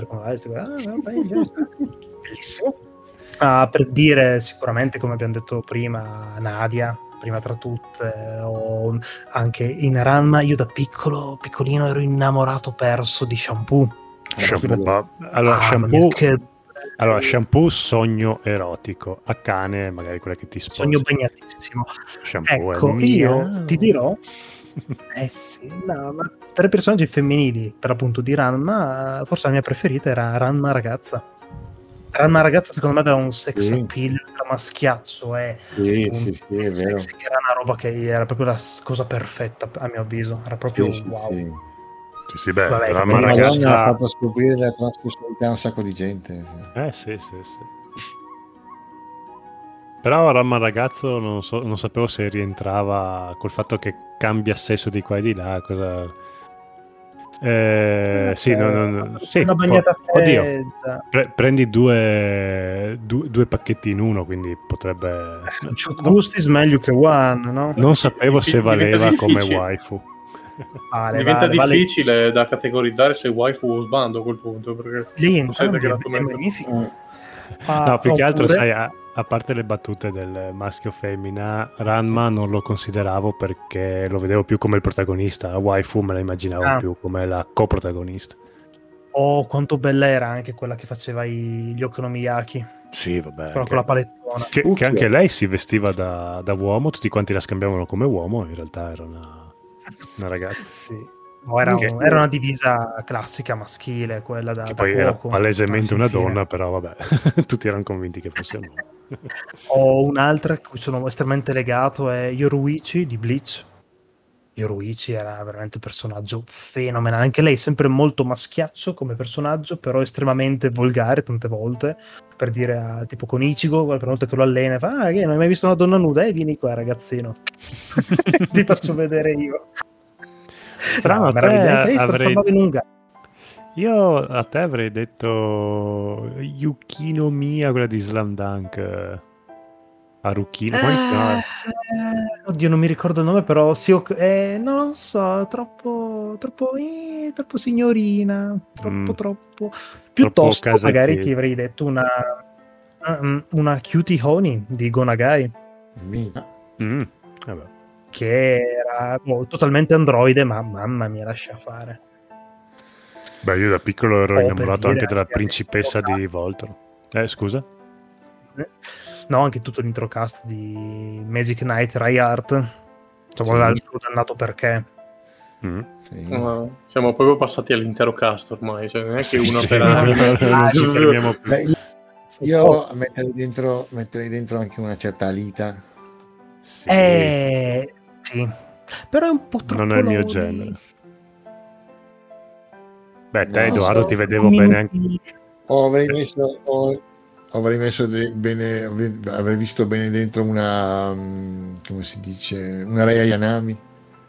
bellissimo. Per dire, sicuramente, come abbiamo detto prima, Nadia, prima tra tutte, o anche in Ranma, io da piccolino ero innamorato perso di Shampoo. Shampoo sogno erotico, Akane magari quella che ti sposa. Sogno bagnatissimo. Shampoo ecco, io ti dirò ma tra i personaggi femminili, per appunto di Ranma, forse la mia preferita era Ranma ragazza. Ranma ragazza secondo me aveva un sex appeal da maschiazzo, è vero. Che era una roba che era proprio la cosa perfetta, a mio avviso, era proprio wow. Sì, beh, vabbè, Ranma ragazza ha fatto scoprire la transessualità a un sacco di gente. Sì. Però Ranma ragazzo non sapevo se rientrava col fatto che cambia sesso di qua e di là, cosa... sì, una bagnata fredda. Prendi due pacchetti in uno, quindi potrebbe... Gusti meglio che one, no? Non sapevo se valeva come waifu. Diventa difficile da categorizzare se waifu o sbando a quel punto, perché lei non sei è magnifico. No, più che altro, Oppure- sai, a parte le battute del maschio-femmina, Ranma non lo consideravo perché lo vedevo più come il protagonista. La waifu me la immaginavo Ah. più come la coprotagonista. quanto bella era anche quella che faceva gli okonomiyaki, Sì, vabbè. quella con la palettona. Che anche lei si vestiva da uomo, tutti quanti la scambiavano come uomo, in realtà era una ragazza. Sì. No, era una divisa classica maschile, quella da Che poi era cuoco. palesemente una Alla fin donna, fine. però vabbè, tutti erano convinti che fosse un uomo. Ho un'altra a cui sono estremamente legato, è Yoruichi di Bleach. Yoruichi era veramente un personaggio fenomenale, anche lei sempre molto maschiaccio come personaggio, però estremamente volgare tante volte, per dire tipo con Ichigo, quella volta che lo allena, fa: che non hai mai visto una donna nuda? Vieni qua ragazzino, ti faccio vedere io. Strano, No, a te meraviglia, anche lei si avrei- trasformava in un gatto. Io a te avrei detto Yukino Mia, quella di Slam Dunk. Harukino, come si chiama? Oddio, non mi ricordo il nome, però sì, non lo so, troppo signorina, troppo. Piuttosto, casa magari kid. ti avrei detto una Cutie Honey di Gonagai, Vabbè. che era totalmente androide, ma mamma mia, lascia fare. Beh, io da piccolo ero per innamorato dire, anche della anche principessa l'intro di Voltron. Scusa? No, anche tutto l'introcast di Magic Knight Rayart, insomma, aveva il suo dannato perché. Sì. Siamo proprio passati all'intero cast ormai, cioè non è che una Sì, per non ci fermiamo più. Beh, io metterei dentro anche una certa Alita. Sì, Sì, però è un po' troppo non è il mio lodi. genere. Beh, te No, Edoardo so, ti vedevo bene anche... Avrei messo bene, avrei visto bene dentro una, come si dice, una Rei Ayanami.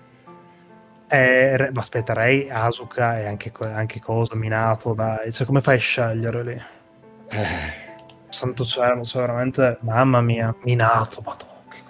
Ma aspetta, Rei, Asuka e anche cosa, Minato, dai, cioè come fai a scegliere lì? Santo cielo, cioè veramente, mamma mia, Minato, madonna, che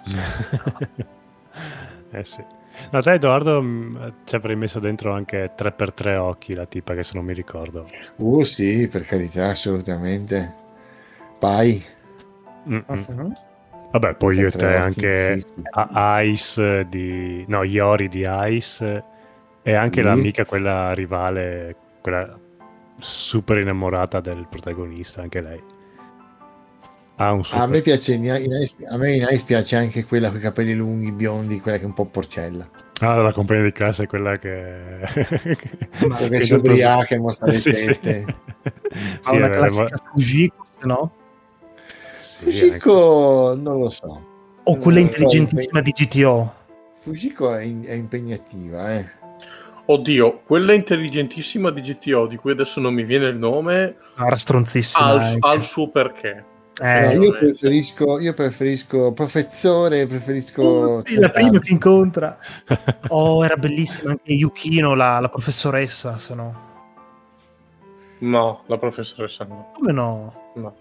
cos'è? sì. No, te Edoardo ci avrei messo dentro anche 3x3 occhi, la tipa che se non mi ricordo. Sì, per carità, assolutamente. Pai. Uh-huh. Vabbè, poi io e te 3x3 occhi, anche sì. Ice no, Yori di Ice e anche Sì. l'amica, quella rivale, quella super innamorata del protagonista, anche lei. Ha un super... A me piace a me in Ice piace anche quella con i capelli lunghi, biondi, quella che è un po' porcella. la compagnia di classe è quella che... Quella che si ubriaca e mostra le Sì, tette. Ma una classica Fujiko, se no? Fujiko non lo so. O quella intelligentissima di GTO. Fujiko è impegnativa, Oddio, quella intelligentissima di GTO, di cui adesso non mi viene il nome, No, era stronzissima. ha il suo perché. No, io preferisco professore, preferisco sì, la prima che incontra. Era bellissima anche Yukino, la professoressa, se no. No, la professoressa no. Come no? No.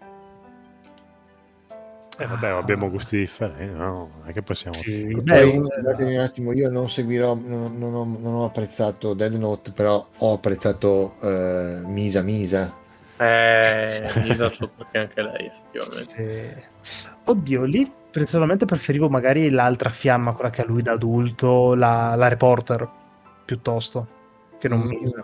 Vabbè, abbiamo gusti differenti, no? Non è che possiamo... Sì, Poi, scusatemi un attimo, io non seguirò, non ho apprezzato Death Note, però ho apprezzato Misa. Misa c'ho perché anche lei, effettivamente. Sì. Oddio, lì personalmente preferivo magari l'altra fiamma, quella che ha lui da adulto, la reporter, piuttosto, che non Misa.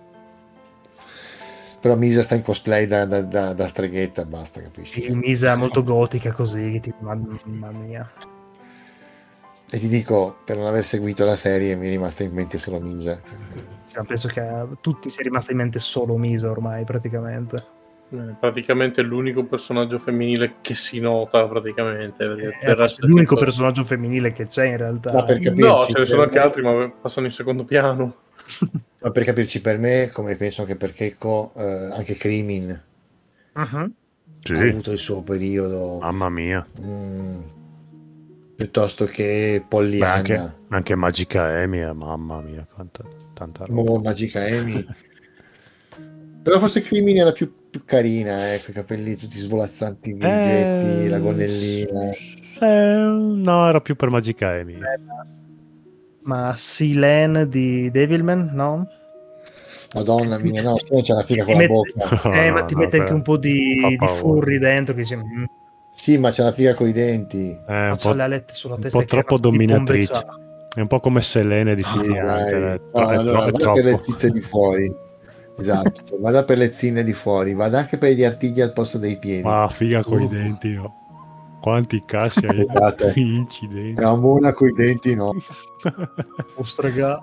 Però Misa sta in cosplay da streghetta, basta, capisci? Sì, Misa molto gotica così, che mamma mia. E ti dico, per non aver seguito la serie mi è rimasta in mente solo Misa. Penso che a tutti sia rimasta in mente solo Misa ormai, praticamente. Praticamente è l'unico personaggio femminile che si nota, praticamente. Perché È l'unico personaggio femminile che c'è in realtà. Ma per capirci, no, ce ne sono anche altri, ma passano in secondo piano. Ma per capirci, per me, come penso anche per Keiko, anche Crimin ha avuto il suo periodo. Mamma mia. Piuttosto che Pollyanna. Anche Magica Amy, mamma mia, tanta roba. Magica Amy. Però forse Crimin era più carina, con i capelli tutti svolazzanti, grigetti, la gonnellina. No, era più per Magica Amy. Ma Silen di Devilman, no? Madonna mia, no, c'è la figa Ti con la mette- bocca. ma ti mette anche un po' di Fa paura. furri dentro che dice, Sì, ma c'è la figa con i denti. È un c'ha po', le alette sulla un testa po' che troppo erano di dominatrice. bombe, È un po' come Selene di Sì, City dai. Hunter. No, allora, è vada per le troppo. zizze di fuori. Esatto, vada per le zinne di fuori, vada anche per gli artigli al posto dei piedi. Ma figa con i denti, no. Quanti cassi hai Esatto. incidenti. La mona con i denti, no. Ostraga.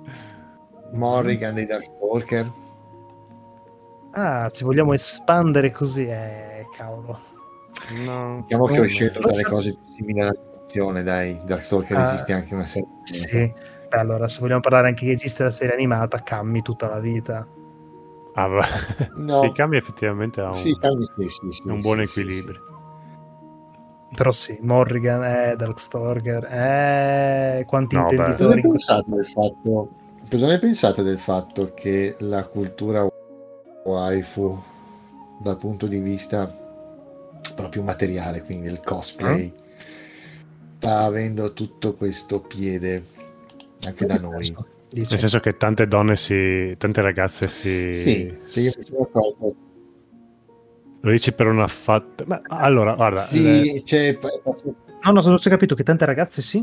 Morrigan dei Darkstalker. Ah, ci vogliamo espandere così, cavolo. No. Diciamo che ho No, scelto no. tra le cose più simili all'animazione, dai. Darkstalker Ah, esiste anche una serie. Sì. Beh, allora, se vogliamo parlare anche che esiste la serie animata, Cammi tutta la vita. Ah, va. No. Sì, Kami effettivamente ha un, Sì, sì, un buon sì, equilibrio. Però sì, Morrigan, Darkstalker, quanti No, beh. intenditori in questo... Cosa ne pensate del fatto che la cultura waifu, dal punto di vista proprio materiale, quindi il cosplay, sta avendo tutto questo piede anche da noi? Dici? Nel senso che tante tante ragazze si... Sì, se io mi sono accorto. Lo dici per una fatta... Ma allora, guarda... Sì, c'è... No, non ho capito che tante ragazze sì.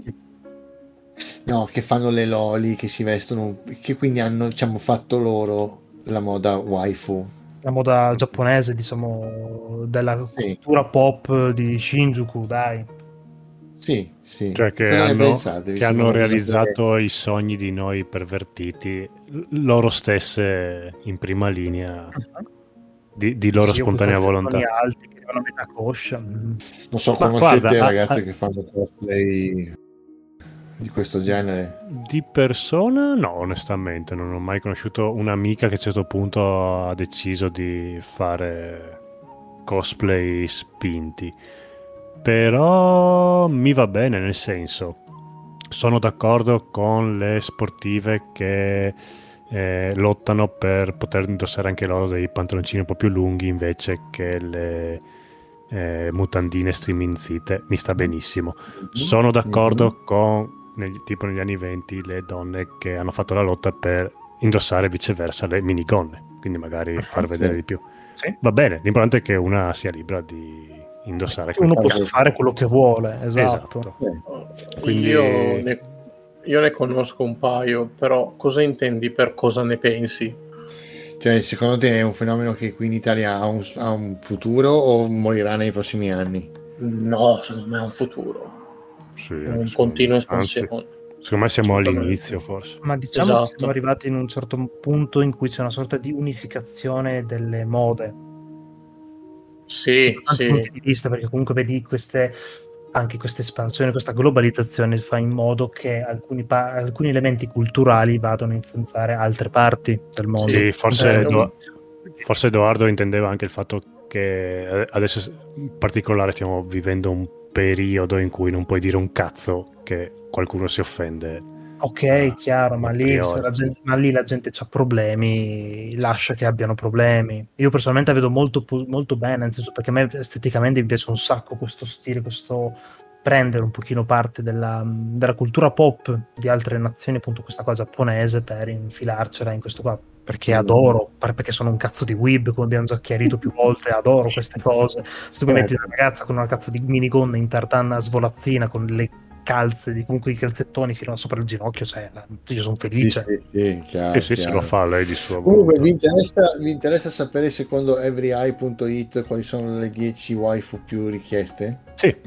No, che fanno le loli, che si vestono, che quindi hanno, diciamo, fatto loro la moda waifu. La moda giapponese, diciamo, della Sì. cultura pop di Shinjuku, dai. Sì. Cioè che Cosa ne hanno, pensate? che Vi hanno sembra una cosa realizzato i sogni di noi pervertiti, loro stesse in prima linea, di loro Sì, o spontanea coi volontà. calzoni alti che arrivano a metà coscia. Non so, Ma conoscete guarda, ragazze che fanno cosplay di questo genere? Di persona no, onestamente, non ho mai conosciuto un'amica che a un certo punto ha deciso di fare cosplay spinti. Però mi va bene, nel senso, sono d'accordo con le sportive che lottano per poter indossare anche loro dei pantaloncini un po' più lunghi invece che le mutandine striminzite. Mi sta benissimo. Sono d'accordo con, tipo negli anni 20, le donne che hanno fatto la lotta per indossare viceversa le minigonne, quindi magari far vedere sì. di più. Sì. Va bene, l'importante è che una sia libera di indossare Che uno quel possa fare quello che vuole, esatto. Quindi- Io ne conosco un paio, però cosa intendi per cosa ne pensi? Cioè, secondo te è un fenomeno che qui in Italia ha un futuro o morirà nei prossimi anni? No, secondo me è un futuro, Sì, è anche un secondo continuo me. Anzi, espansione. secondo me siamo Assolutamente. all'inizio forse. Ma diciamo che Esatto. siamo arrivati in un certo punto in cui c'è una sorta di unificazione delle mode. Sì, Da tanti sì. punti di vista, perché comunque vedi anche questa espansione, questa globalizzazione fa in modo che alcuni elementi culturali vadano a influenzare altre parti del mondo. Sì, forse, Eh, forse Edoardo intendeva anche il fatto che adesso in particolare stiamo vivendo un periodo in cui non puoi dire un cazzo che qualcuno si offende. Ok, chiaro, ma a lì, priori. se la gente ha problemi, lascia che abbiano problemi. Io personalmente la vedo molto bene, nel senso, perché a me esteticamente mi piace un sacco questo stile, questo prendere un pochino parte della cultura pop di altre nazioni, appunto questa qua giapponese, per infilarcela in questo qua, perché adoro, perché sono un cazzo di weeb, come abbiamo già chiarito più volte, adoro queste cose. Se tu mi metti una ragazza con una cazzo di minigonna in tartanna svolazzina, con le calze, comunque i calzettoni fino sopra il ginocchio, cioè, io sono felice. Sì, chiaro, Sì, se lo fa lei di sua Comunque volontà. vi interessa sapere secondo everyeye.it quali sono le 10 waifu più richieste? Sì,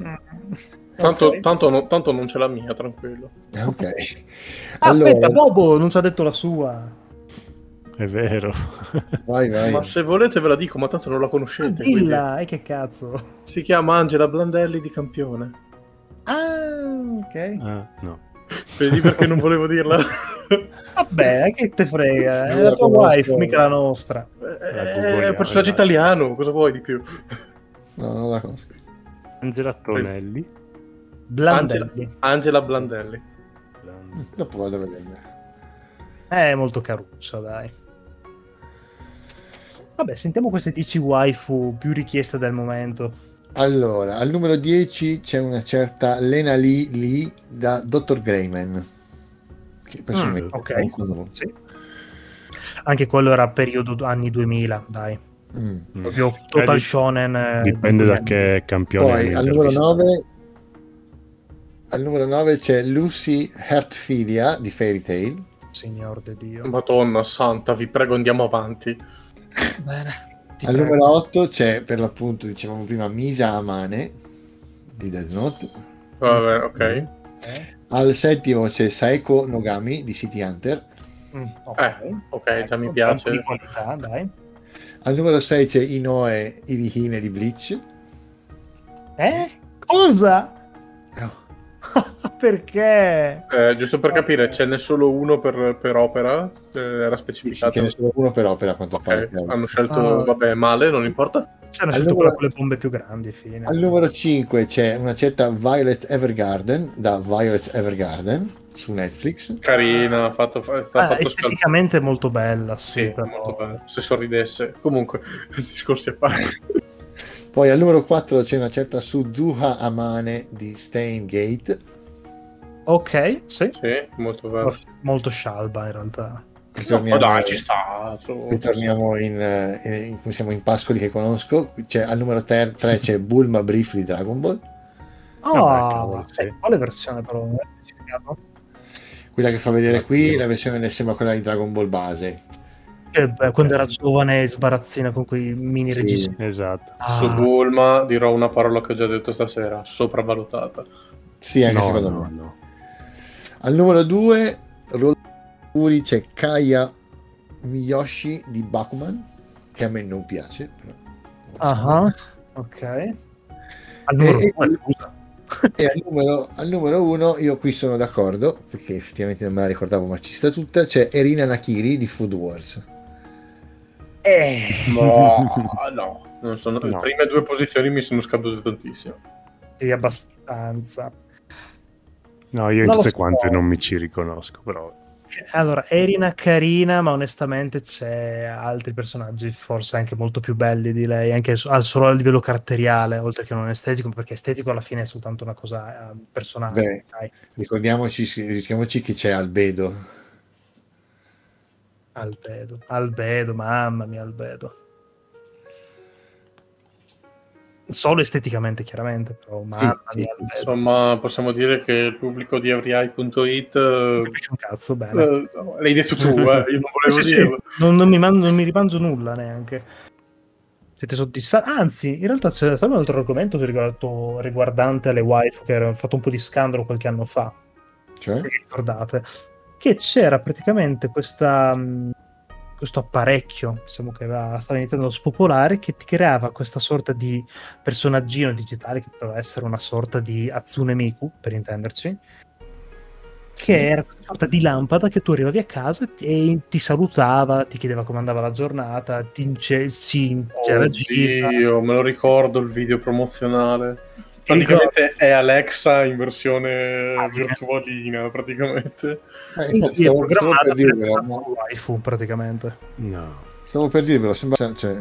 Tanto non c'è la mia, tranquillo. Ok. Aspetta, Bobo non ci ha detto la sua. è vero. Vai. Ma se volete ve la dico, ma tanto non la conoscete. quindi- Dilla, che cazzo. Si chiama Angela Blandelli di Campione. Ah, ok. Ah, no. Vedi perché non volevo dirla? Vabbè, che te frega, è Io la la tua conosco. wife, mica la nostra. È un personaggio esatto. italiano, cosa vuoi di più? No, non la conosco. Angela Tonelli. Blandelli. Angela Blandelli. Dopo vado a vederla. È molto caruccia, dai. Vabbè, sentiamo queste 10 waifu più richieste del momento. Allora, al numero 10 c'è una certa Lena Lee da Dr. Greyman. Che personalmente ok. non conosco. Sì. Anche quello era periodo anni 2000, dai. Proprio total Eh, shonen. Dipende da che campione Poi hanno al numero intervistato. 9 c'è Lucy Heartfilia di Fairy Tail. Signor de Dio. Madonna santa, vi prego andiamo avanti. Bene. ti Al prego. numero 8 c'è per l'appunto, dicevamo prima, Misa Amane di Death Note. Vabbè, ok. Al 7 c'è Saeko Nogami di City Hunter. Ok, già mi Un po' piace. di qualità, dai. Al numero 6 c'è Inoue Irihine di Bleach. Cosa? Oh. Perché? Giusto per capire, ce n'è solo uno per opera? Era Sì, specificato? ce n'è solo uno per opera a quanto Ok, pare. hanno scelto, vabbè, male, non importa. Ci hanno Al scelto numero- quella con le bombe più grandi, fine. Al numero 5 c'è una certa Violet Evergarden da Violet Evergarden su Netflix. Carina, ha fatto Esteticamente molto bella, sì, Sì, però. molto bene. Se sorridesse. Comunque, discorsi a parte. Poi al numero 4 c'è una certa Suzuha Amane di Steingate. Ok, sì. Sì, molto bene. Molto scialba in realtà. Ma dai, ci sta. Ritorniamo come siamo in Pascoli che conosco. C'è, al numero 3 c'è Bulma Brief di Dragon Ball. Vabbè, cavolo, sì. Quale versione però? Non è specificato? Quella che fa vedere qui, la versione che sembra quella di Dragon Ball base. Quando era giovane e sbarazzina con quei mini Sì. registri. Esatto. Su Bulma dirò una parola che ho già detto stasera, sopravvalutata. Sì, anche No, secondo no, me. no. Al numero 2 c'è Kaya Miyoshi di Bakuman, che a me non piace. Però. Ok. Al numero E- due, scusa. E al numero 1 io qui sono d'accordo, perché effettivamente non me la ricordavo, ma ci sta tutta, c'è Erina Nakiri di Food Wars. No, non sono... No. Le prime due posizioni mi sono scadute tantissimo. Sì, abbastanza. No, io in Non lo tutte so. quante non mi ci riconosco, però Allora, Erina carina, ma onestamente c'è altri personaggi forse anche molto più belli di lei, anche solo a livello caratteriale, oltre che non estetico, perché estetico alla fine è soltanto una cosa personale. Beh, dai. ricordiamoci che c'è Albedo. Albedo, mamma mia, Albedo. Solo esteticamente, chiaramente, però mamma sì. mia, Albedo. Insomma, possiamo dire che il pubblico di everyeye.it Non capisci un cazzo, bene. l'hai detto tu, io non volevo Sì, dirlo. non mi rimangio nulla neanche. Siete soddisfatti? Anzi, in realtà c'è stato un altro argomento riguardante alle waifu che era fatto un po' di scandalo qualche anno fa. Cioè? Se vi ricordate? Che c'era praticamente questo apparecchio, diciamo che stava iniziando a spopolare, che ti creava questa sorta di personaggino digitale che poteva essere una sorta di Hatsune Miku, per intenderci, che era una sorta di lampada che tu arrivavi a casa e ti salutava, ti chiedeva come andava la giornata, ti interagiva. Oddio, me lo ricordo il video promozionale. Praticamente è Alexa in versione virtualina, praticamente. Infatti, È stavo per programmata dirvelo, per no? waifu, praticamente. no. Stavo per dirvelo, sembra, cioè,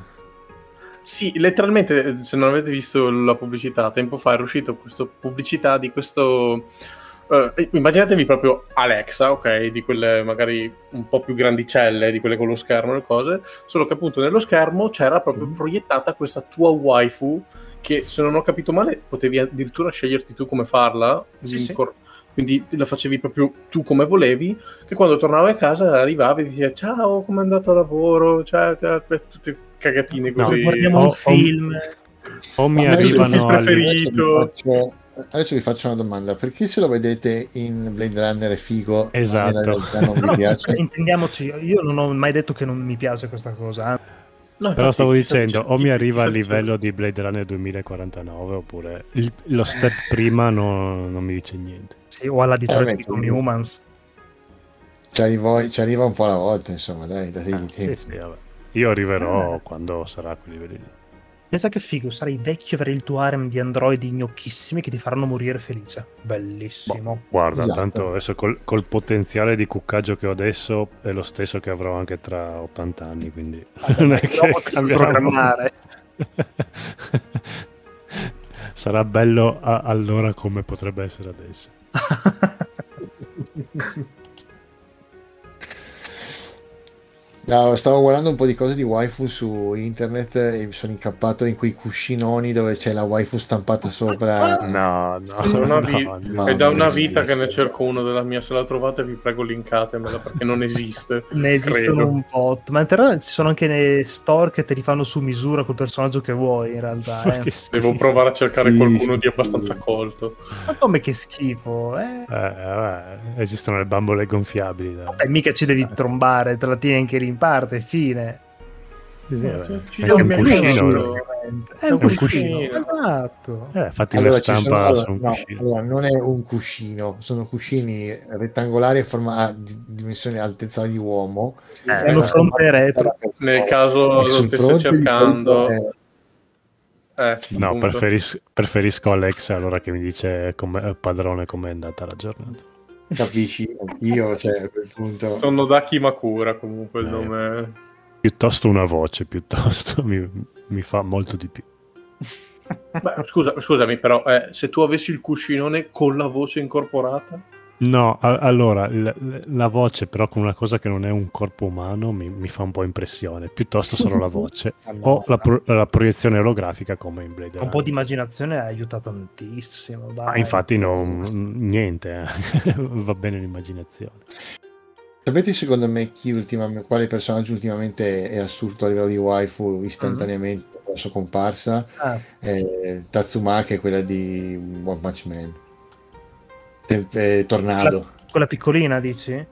Sì, letteralmente, se non avete visto la pubblicità, tempo fa era uscito questa pubblicità di questo... immaginatevi proprio Alexa, ok, di quelle magari un po' più grandicelle, di quelle con lo schermo e le cose, solo che appunto nello schermo c'era proprio proiettata questa tua waifu che, se non ho capito male, potevi addirittura sceglierti tu come farla, Sì. quindi la facevi proprio tu come volevi, che quando tornavi a casa arrivavi e ti diceva ciao, come è andato a lavoro, ciao, tutte cagatine No, così. Guardiamo un film. O mi Ma adesso arrivano il film al... preferito. Adesso vi faccio una domanda: perché se lo vedete in Blade Runner è figo, Esatto. ma nella realtà non vi piace? Intendiamoci, io non ho mai detto che non mi piace questa cosa. No, Però infatti, stavo dicendo, o mi chi arriva sta al dicendo? livello di Blade Runner 2049, oppure lo step prima non mi dice niente. Sì, o alla Detroit beh, Become Humans. Ci arriva un po' alla volta, insomma, dai, dategli Sì, tempo. sì, vabbè. Io arriverò quando sarà a quei livelli lì. Pensa che figo, sarai vecchio, avrai il tuo harem di androidi gnocchissimi che ti faranno morire felice. Bellissimo. Guarda, Esatto. tanto adesso col potenziale di cuccaggio che ho adesso è lo stesso che avrò anche tra 80 anni, quindi non è che Dopo ti cambierà programmare. Sarà bello allora come potrebbe essere adesso. No, stavo guardando un po' di cose di waifu su internet e mi sono incappato in quei cuscinoni dove c'è la waifu stampata sopra. No, Sì, una vi- no, è da una tristissimo. vita che ne cerco uno della mia. Se la trovate, vi prego, linkatemela perché non esiste. Ne esistono credo. un po', ma in realtà ci sono anche nei store che te li fanno su misura col personaggio che vuoi, in realtà. Che schifo. Devo provare a cercare Sì, qualcuno sì, di abbastanza sì. colto. Ma come che schifo, eh? Vabbè, esistono le bambole gonfiabili. Vabbè, mica ci devi trombare, te la tieni anche lì in parte, fine. Sì, vabbè. Ci Anche un dorme cuscino. meglio. È un un cuscino, cuscino. esatto. Fatti Allora, una ci sono, stampa allora, su un no, cuscino. allora, non è un cuscino, sono cuscini rettangolari a dimensione altezza di uomo. Hanno fronte e retro. Nel caso E lo sul stesse fronte di cercando, solito sì. No, appunto. preferisco Alexa allora che mi dice padrone com'è andata la giornata. Capisci? Io, cioè, a quel punto. Sono Daki Makura comunque il Eh. nome. Piuttosto una voce, piuttosto mi fa molto di più. Beh, scusami, però, se tu avessi il cuscinone con la voce incorporata, No, allora, la voce però con una cosa che non è un corpo umano mi fa un po' impressione, piuttosto solo la voce. O la proiezione olografica come in Blade Un po' Runner. di immaginazione ha aiutato tantissimo. Dai. Ma infatti niente, va bene l'immaginazione. Sapete secondo me quale personaggio ultimamente è assurdo a livello di waifu istantaneamente la sua comparsa? Tatsumaki è quella di One Punch Man. Tornado. Quella piccolina, dici?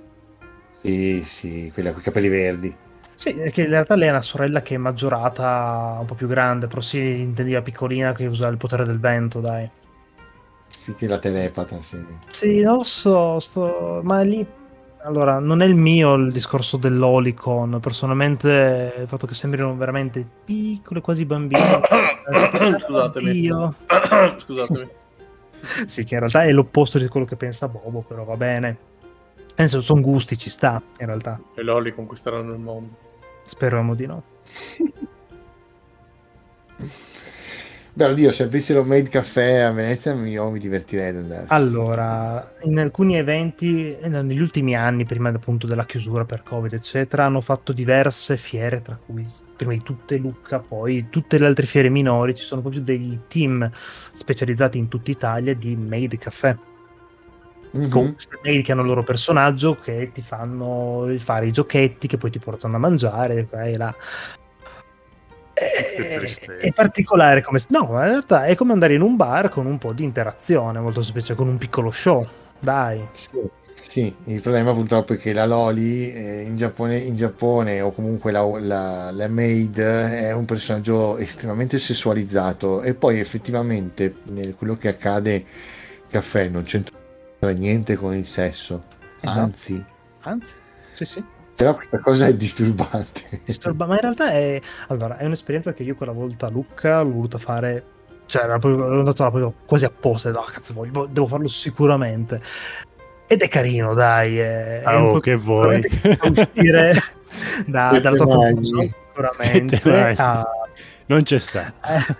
Sì, quella con i capelli verdi. Sì, che in realtà lei è una sorella che è maggiorata un po' più grande, però si intendeva piccolina che usa il potere del vento, dai. Sì, che la telepata, sì. Sì, non lo so, ma lì... Allora, non è il mio il discorso dell'Olicon, personalmente il fatto che sembrino veramente piccole, quasi bambini. Scusatemi. Oddio. Scusatemi. Sì, che in realtà è l'opposto di quello che pensa Bobo, però va bene. Nel senso, sono gusti, ci sta, in realtà. E loli conquisteranno il mondo. Speriamo di no. Beh, oddio, se avessero Made Caffè a Venezia mi divertirei ad andarci. Allora, in alcuni eventi, negli ultimi anni, prima appunto della chiusura per Covid, eccetera, hanno fatto diverse fiere, tra cui prima di tutte Lucca, poi tutte le altre fiere minori. Ci sono proprio dei team specializzati in tutta Italia di Made Caffè. Con queste maid che hanno il loro personaggio che ti fanno fare i giochetti che poi ti portano a mangiare qua e là. È particolare come... No, ma in realtà è come andare in un bar con un po' di interazione, molto speciale, con un piccolo show, dai. Sì, il problema purtroppo è che la Loli in Giappone o comunque la maid è un personaggio estremamente sessualizzato e poi effettivamente quello che accade in caffè non c'entra niente con il sesso, Esatto. anzi, sì. Però questa cosa è disturbante. Ma in realtà è un'esperienza che io quella volta a Lucca l'ho voluta fare, cioè ero andato là proprio quasi apposta, no, cazzo, devo farlo sicuramente. Ed è carino, dai. Che vuoi? Uscire dalla tua comfort, sicuramente. Non c'è sta.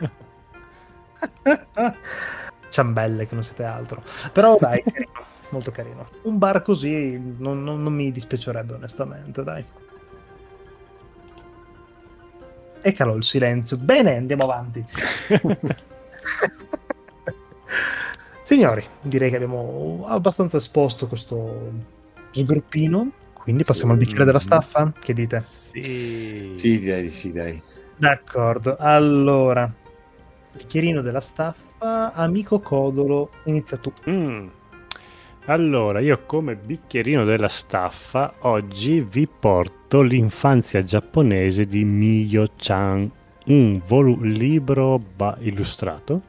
Ciambelle che non siete altro. Però dai, carino, molto carino. Un bar così non mi dispiacerebbe onestamente, dai. E calò il silenzio. Bene, andiamo avanti. Signori, direi che abbiamo abbastanza esposto questo sgruppino, quindi passiamo al bicchiere della staffa? Che dite? Sì, direi di sì, dai. D'accordo, allora, bicchierino della staffa, amico Codolo, inizia tu. Allora, io come bicchierino della staffa oggi vi porto l'infanzia giapponese di Miyo-chan, un libro illustrato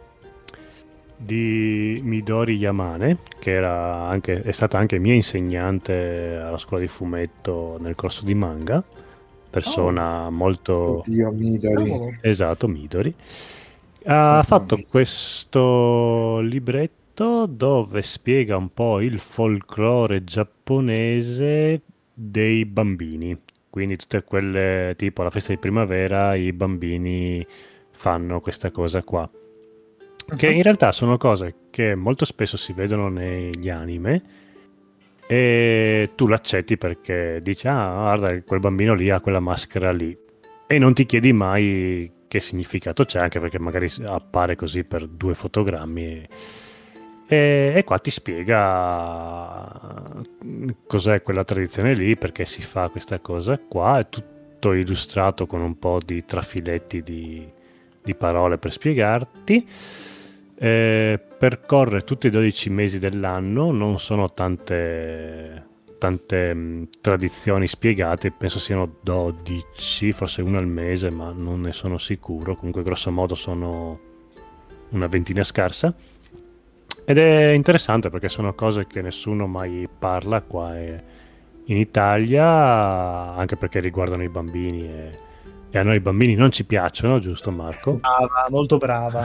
di Midori Yamane, che è stata anche mia insegnante alla scuola di fumetto nel corso di manga, persona molto... Oddio, Midori. Esatto, Midori. Ha fatto questo libretto dove spiega un po' il folklore giapponese dei bambini, quindi tutte quelle tipo la festa di primavera, i bambini fanno questa cosa qua, che in realtà sono cose che molto spesso si vedono negli anime e tu l'accetti perché dici, ah, guarda, quel bambino lì ha quella maschera lì, e non ti chiedi mai che significato c'è, anche perché magari appare così per 2 fotogrammi. E qua ti spiega cos'è quella tradizione lì, perché si fa questa cosa qua, è tutto illustrato con un po' di trafiletti di parole per spiegarti. Percorre tutti i 12 mesi dell'anno, non sono tante tradizioni spiegate, penso siano 12, forse una al mese, ma non ne sono sicuro. Comunque grosso modo sono una ventina scarsa, ed è interessante perché sono cose che nessuno mai parla qua in Italia, anche perché riguardano i bambini, e a noi i bambini non ci piacciono, giusto Marco? Brava, molto brava.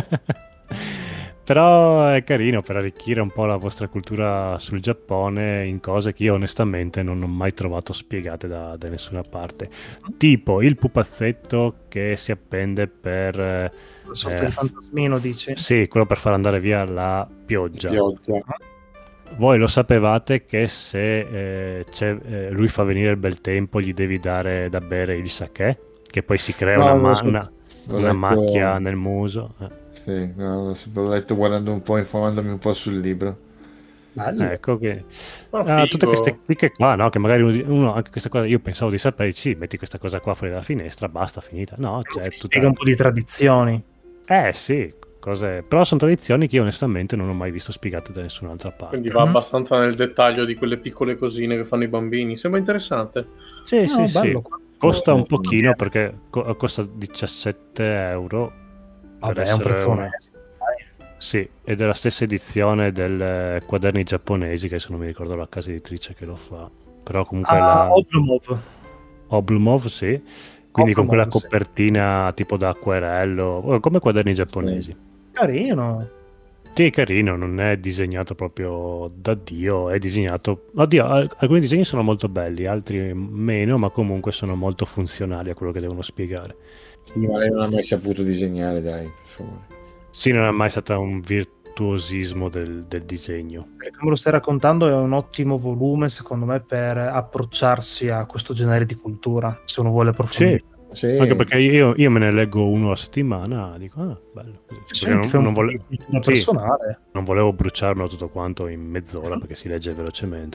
Però è carino per arricchire un po' la vostra cultura sul Giappone in cose che io onestamente non ho mai trovato spiegate da nessuna parte. Tipo il pupazzetto che si appende per... Una sorta di fantasmino, dici? Sì, quello per far andare via la pioggia. Pioggia. Voi lo sapevate che se lui fa venire il bel tempo gli devi dare da bere il sake? Che poi si crea No, una l'ho letto- macchia nel muso. Sì, no, l'ho letto guardando un po', informandomi un po' sul libro. Bello. Ecco che Ma tutte figo. queste chicche qua, no? Che magari uno anche questa cosa io pensavo di sapere, sì, metti questa cosa qua fuori dalla finestra, basta, finita. No, c'è Ti tutta... spiega un po' di tradizioni. Sì, cose... Però sono tradizioni che io onestamente non ho mai visto spiegate da nessun'altra parte. Quindi va Mhm. abbastanza nel dettaglio di quelle piccole cosine che fanno i bambini. Sembra interessante. Sì, No, sì, bello. sì. Costa un Sì, sì. pochino perché costa 17 euro. per Vabbè, è un essere prezzo onesto. dai. Sì, ed è la stessa edizione del Quaderni giapponesi, che se non mi ricordo la casa editrice che lo fa. Però comunque la Oblomov. Oblomov, sì. Quindi con quella Oblomov, sì. copertina tipo da acquerello, come Quaderni giapponesi. Carino. Sì, carino, non è disegnato proprio da Dio, è disegnato... Oddio, alcuni disegni sono molto belli, altri meno, ma comunque sono molto funzionali a quello che devono spiegare. Sì, ma lei non ha mai saputo disegnare, dai, per favore. Sì, non è mai stato un virtuosismo del disegno. Come lo stai raccontando, è un ottimo volume, secondo me, per approcciarsi a questo genere di cultura, se uno vuole approfondire. Sì, Anche perché io me ne leggo uno a settimana, dico, ah, bello. Sì, Perché ti fai un po' vole- di cultura sì, personale. non volevo bruciarmelo tutto quanto in mezz'ora perché si legge velocemente.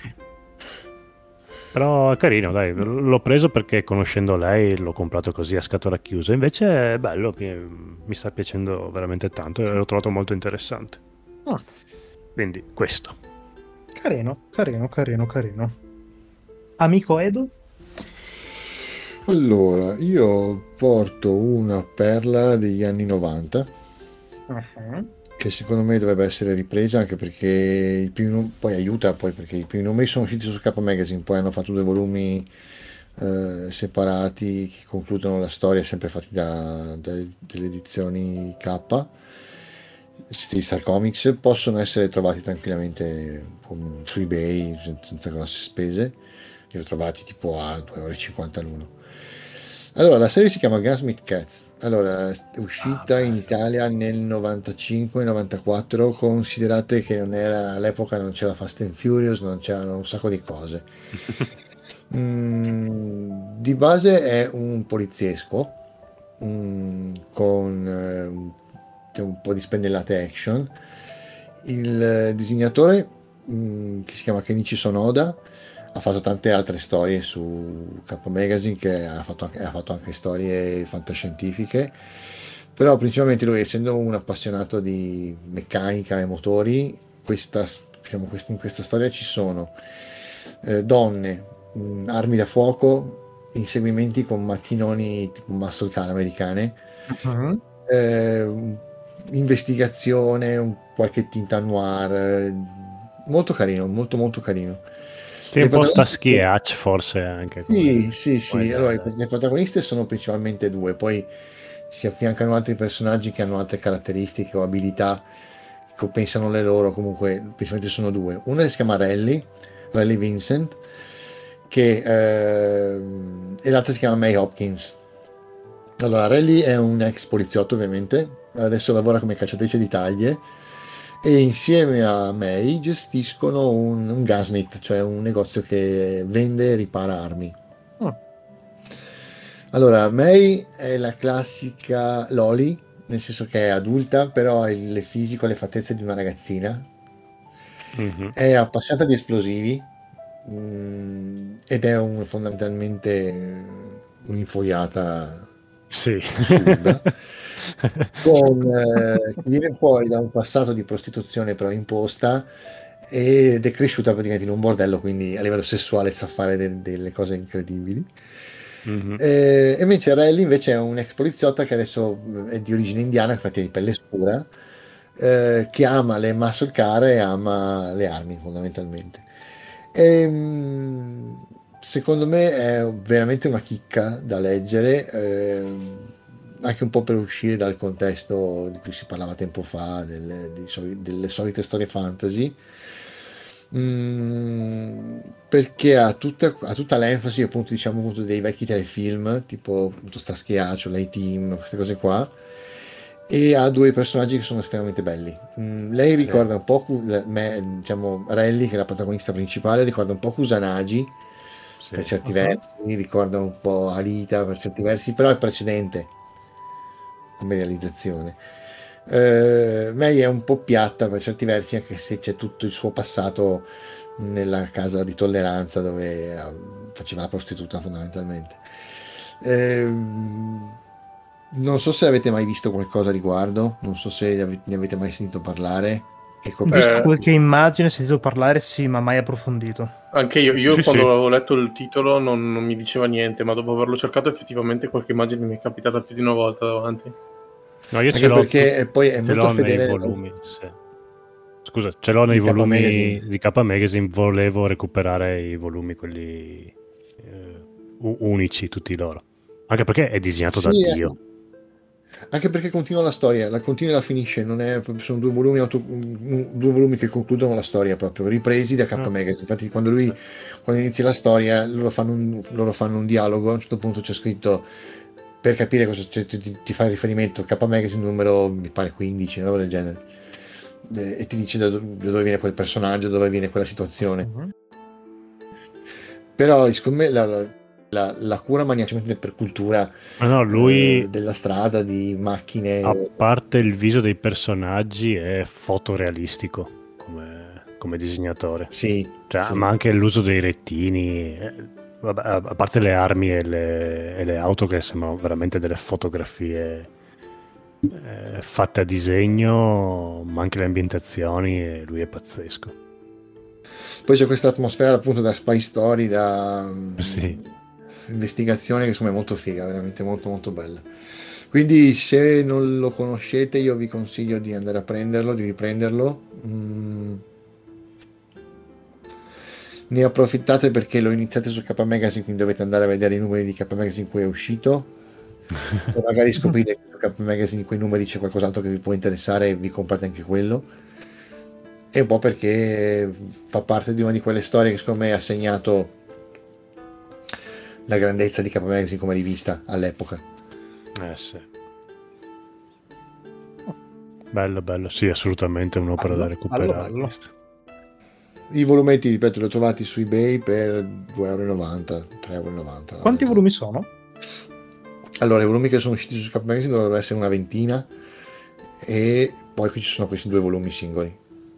Però è carino, dai, l'ho preso perché conoscendo lei l'ho comprato così a scatola chiusa. Invece è bello, mi sta piacendo veramente tanto e l'ho trovato molto interessante. Ah. Quindi questo. Carino, carino, carino, carino. Amico Edo? allora, io porto una perla degli anni 90 che secondo me dovrebbe essere ripresa, anche perché poi aiuta, poi perché i primi numeri sono usciti su K Magazine, poi hanno fatto 2 volumi separati che concludono la storia, sempre fatti delle edizioni K. Questi Star Comics possono essere trovati tranquillamente su eBay senza grosse spese. Li ho trovati tipo a 2,50 € l'uno. Allora, la serie si chiama Gunsmith Cats. Allora, è uscita in Italia nel 95-94. Considerate che all'epoca non c'era Fast and Furious, non c'erano un sacco di cose. Di base è un poliziesco con un po' di spennellate action. Il disegnatore, che si chiama Kenichi Sonoda, ha fatto tante altre storie su K Magazine, che ha fatto anche storie fantascientifiche, però principalmente lui, essendo un appassionato di meccanica e motori, in questa storia ci sono donne, armi da fuoco, inseguimenti con macchinoni tipo muscle car americane, investigazione, qualche tinta noir, molto carino, molto molto carino. Sì, un po' Starsky e Hutch forse anche. Sì. Allora, le protagoniste sono principalmente due, poi si affiancano altri personaggi che hanno altre caratteristiche o abilità che compensano le loro. Comunque, principalmente sono due. Una si chiama Rally Vincent, e l'altra si chiama May Hopkins. Allora, Rally è un ex poliziotto, ovviamente, adesso lavora come cacciatrice di taglie e insieme a May gestiscono un gunsmith, cioè un negozio che vende e ripara armi. Mm. Allora, May è la classica Loli, nel senso che è adulta, però ha il fisico e le fattezze di una ragazzina. Mhm. È appassionata di esplosivi, ed è fondamentalmente un'infogliata Sì. assurda, che viene fuori da un passato di prostituzione però imposta, ed è cresciuta praticamente in un bordello, quindi a livello sessuale sa fare delle cose incredibili. Mhm. E invece Rally invece è un ex poliziotta che adesso è di origine indiana, infatti è di pelle scura, che ama le muscle car e ama le armi fondamentalmente. Secondo me è veramente una chicca da leggere, anche un po' per uscire dal contesto di cui si parlava tempo fa, delle solite storie fantasy. Perché ha tutta l'enfasi appunto, diciamo, appunto dei vecchi telefilm tipo appunto Starsky e Hutch, l'A-Team, queste cose qua, e ha due personaggi che sono estremamente belli. Lei Sì. ricorda un po' diciamo Rally, che è la protagonista principale, ricorda un po' Kusanagi Sì. per certi Ah. versi, ricorda un po' Alita per certi versi, però è precedente come realizzazione. May è un po' piatta per certi versi, anche se c'è tutto il suo passato nella casa di tolleranza dove faceva la prostituta fondamentalmente. Non so se avete mai visto qualcosa a riguardo, non so se ne avete mai sentito parlare. Ho visto qualche immagine, sentito parlare, sì, ma mai approfondito. Anche io Sì, quando sì. avevo letto il titolo non mi diceva niente, ma dopo averlo cercato effettivamente qualche immagine mi è capitata più di una volta davanti. No, io ce Anche l'ho, perché poi è ce molto l'ho nei fedele volumi. Sì. Scusa, ce l'ho nei Di K volumi Magazine. di K Magazine. Volevo recuperare i volumi, quelli unici, tutti loro. Anche perché è disegnato da Sì, Dio. anche perché continua la storia, la continua e la finisce, non è, sono due volumi che concludono la storia proprio, ripresi da K Magazine. Infatti quando inizia la storia loro fanno un dialogo, a un certo punto c'è scritto, per capire cosa ti fa riferimento, K Magazine numero, mi pare 15, una roba del genere, e ti dice da dove viene quel personaggio, dove viene quella situazione. Mhm. Però secondo me la cura maniacamente per cultura Ma no, lui, della strada, di macchine. a parte il viso dei personaggi, è fotorealistico come disegnatore. Sì, Cioè, sì. ma anche l'uso dei rettini, vabbè, a parte le armi e le auto che sembrano veramente delle fotografie fatte a disegno, ma anche le ambientazioni, e lui è pazzesco. Poi c'è questa atmosfera appunto da spy story, da Sì. investigazione, che insomma è molto figa, veramente molto molto bella. Quindi se non lo conoscete io vi consiglio di andare a prenderlo, di riprenderlo. Ne approfittate perché lo iniziate su K Magazine, quindi dovete andare a vedere i numeri di K Magazine in cui è uscito, e magari scoprite che su K Magazine in quei numeri c'è qualcos'altro che vi può interessare e vi comprate anche quello. E un po' perché fa parte di una di quelle storie che secondo me ha segnato la grandezza di K Magazine come rivista all'epoca. Sì. Bello, sì, assolutamente un'opera da recuperare. bello. Questa. I volumetti, ripeto, li ho trovati su eBay per 2,90 €, 3,90 €. Quanti volumi sono? Allora, i volumi che sono usciti su K Magazine dovrebbero essere una ventina, e poi qui ci sono questi due volumi singoli.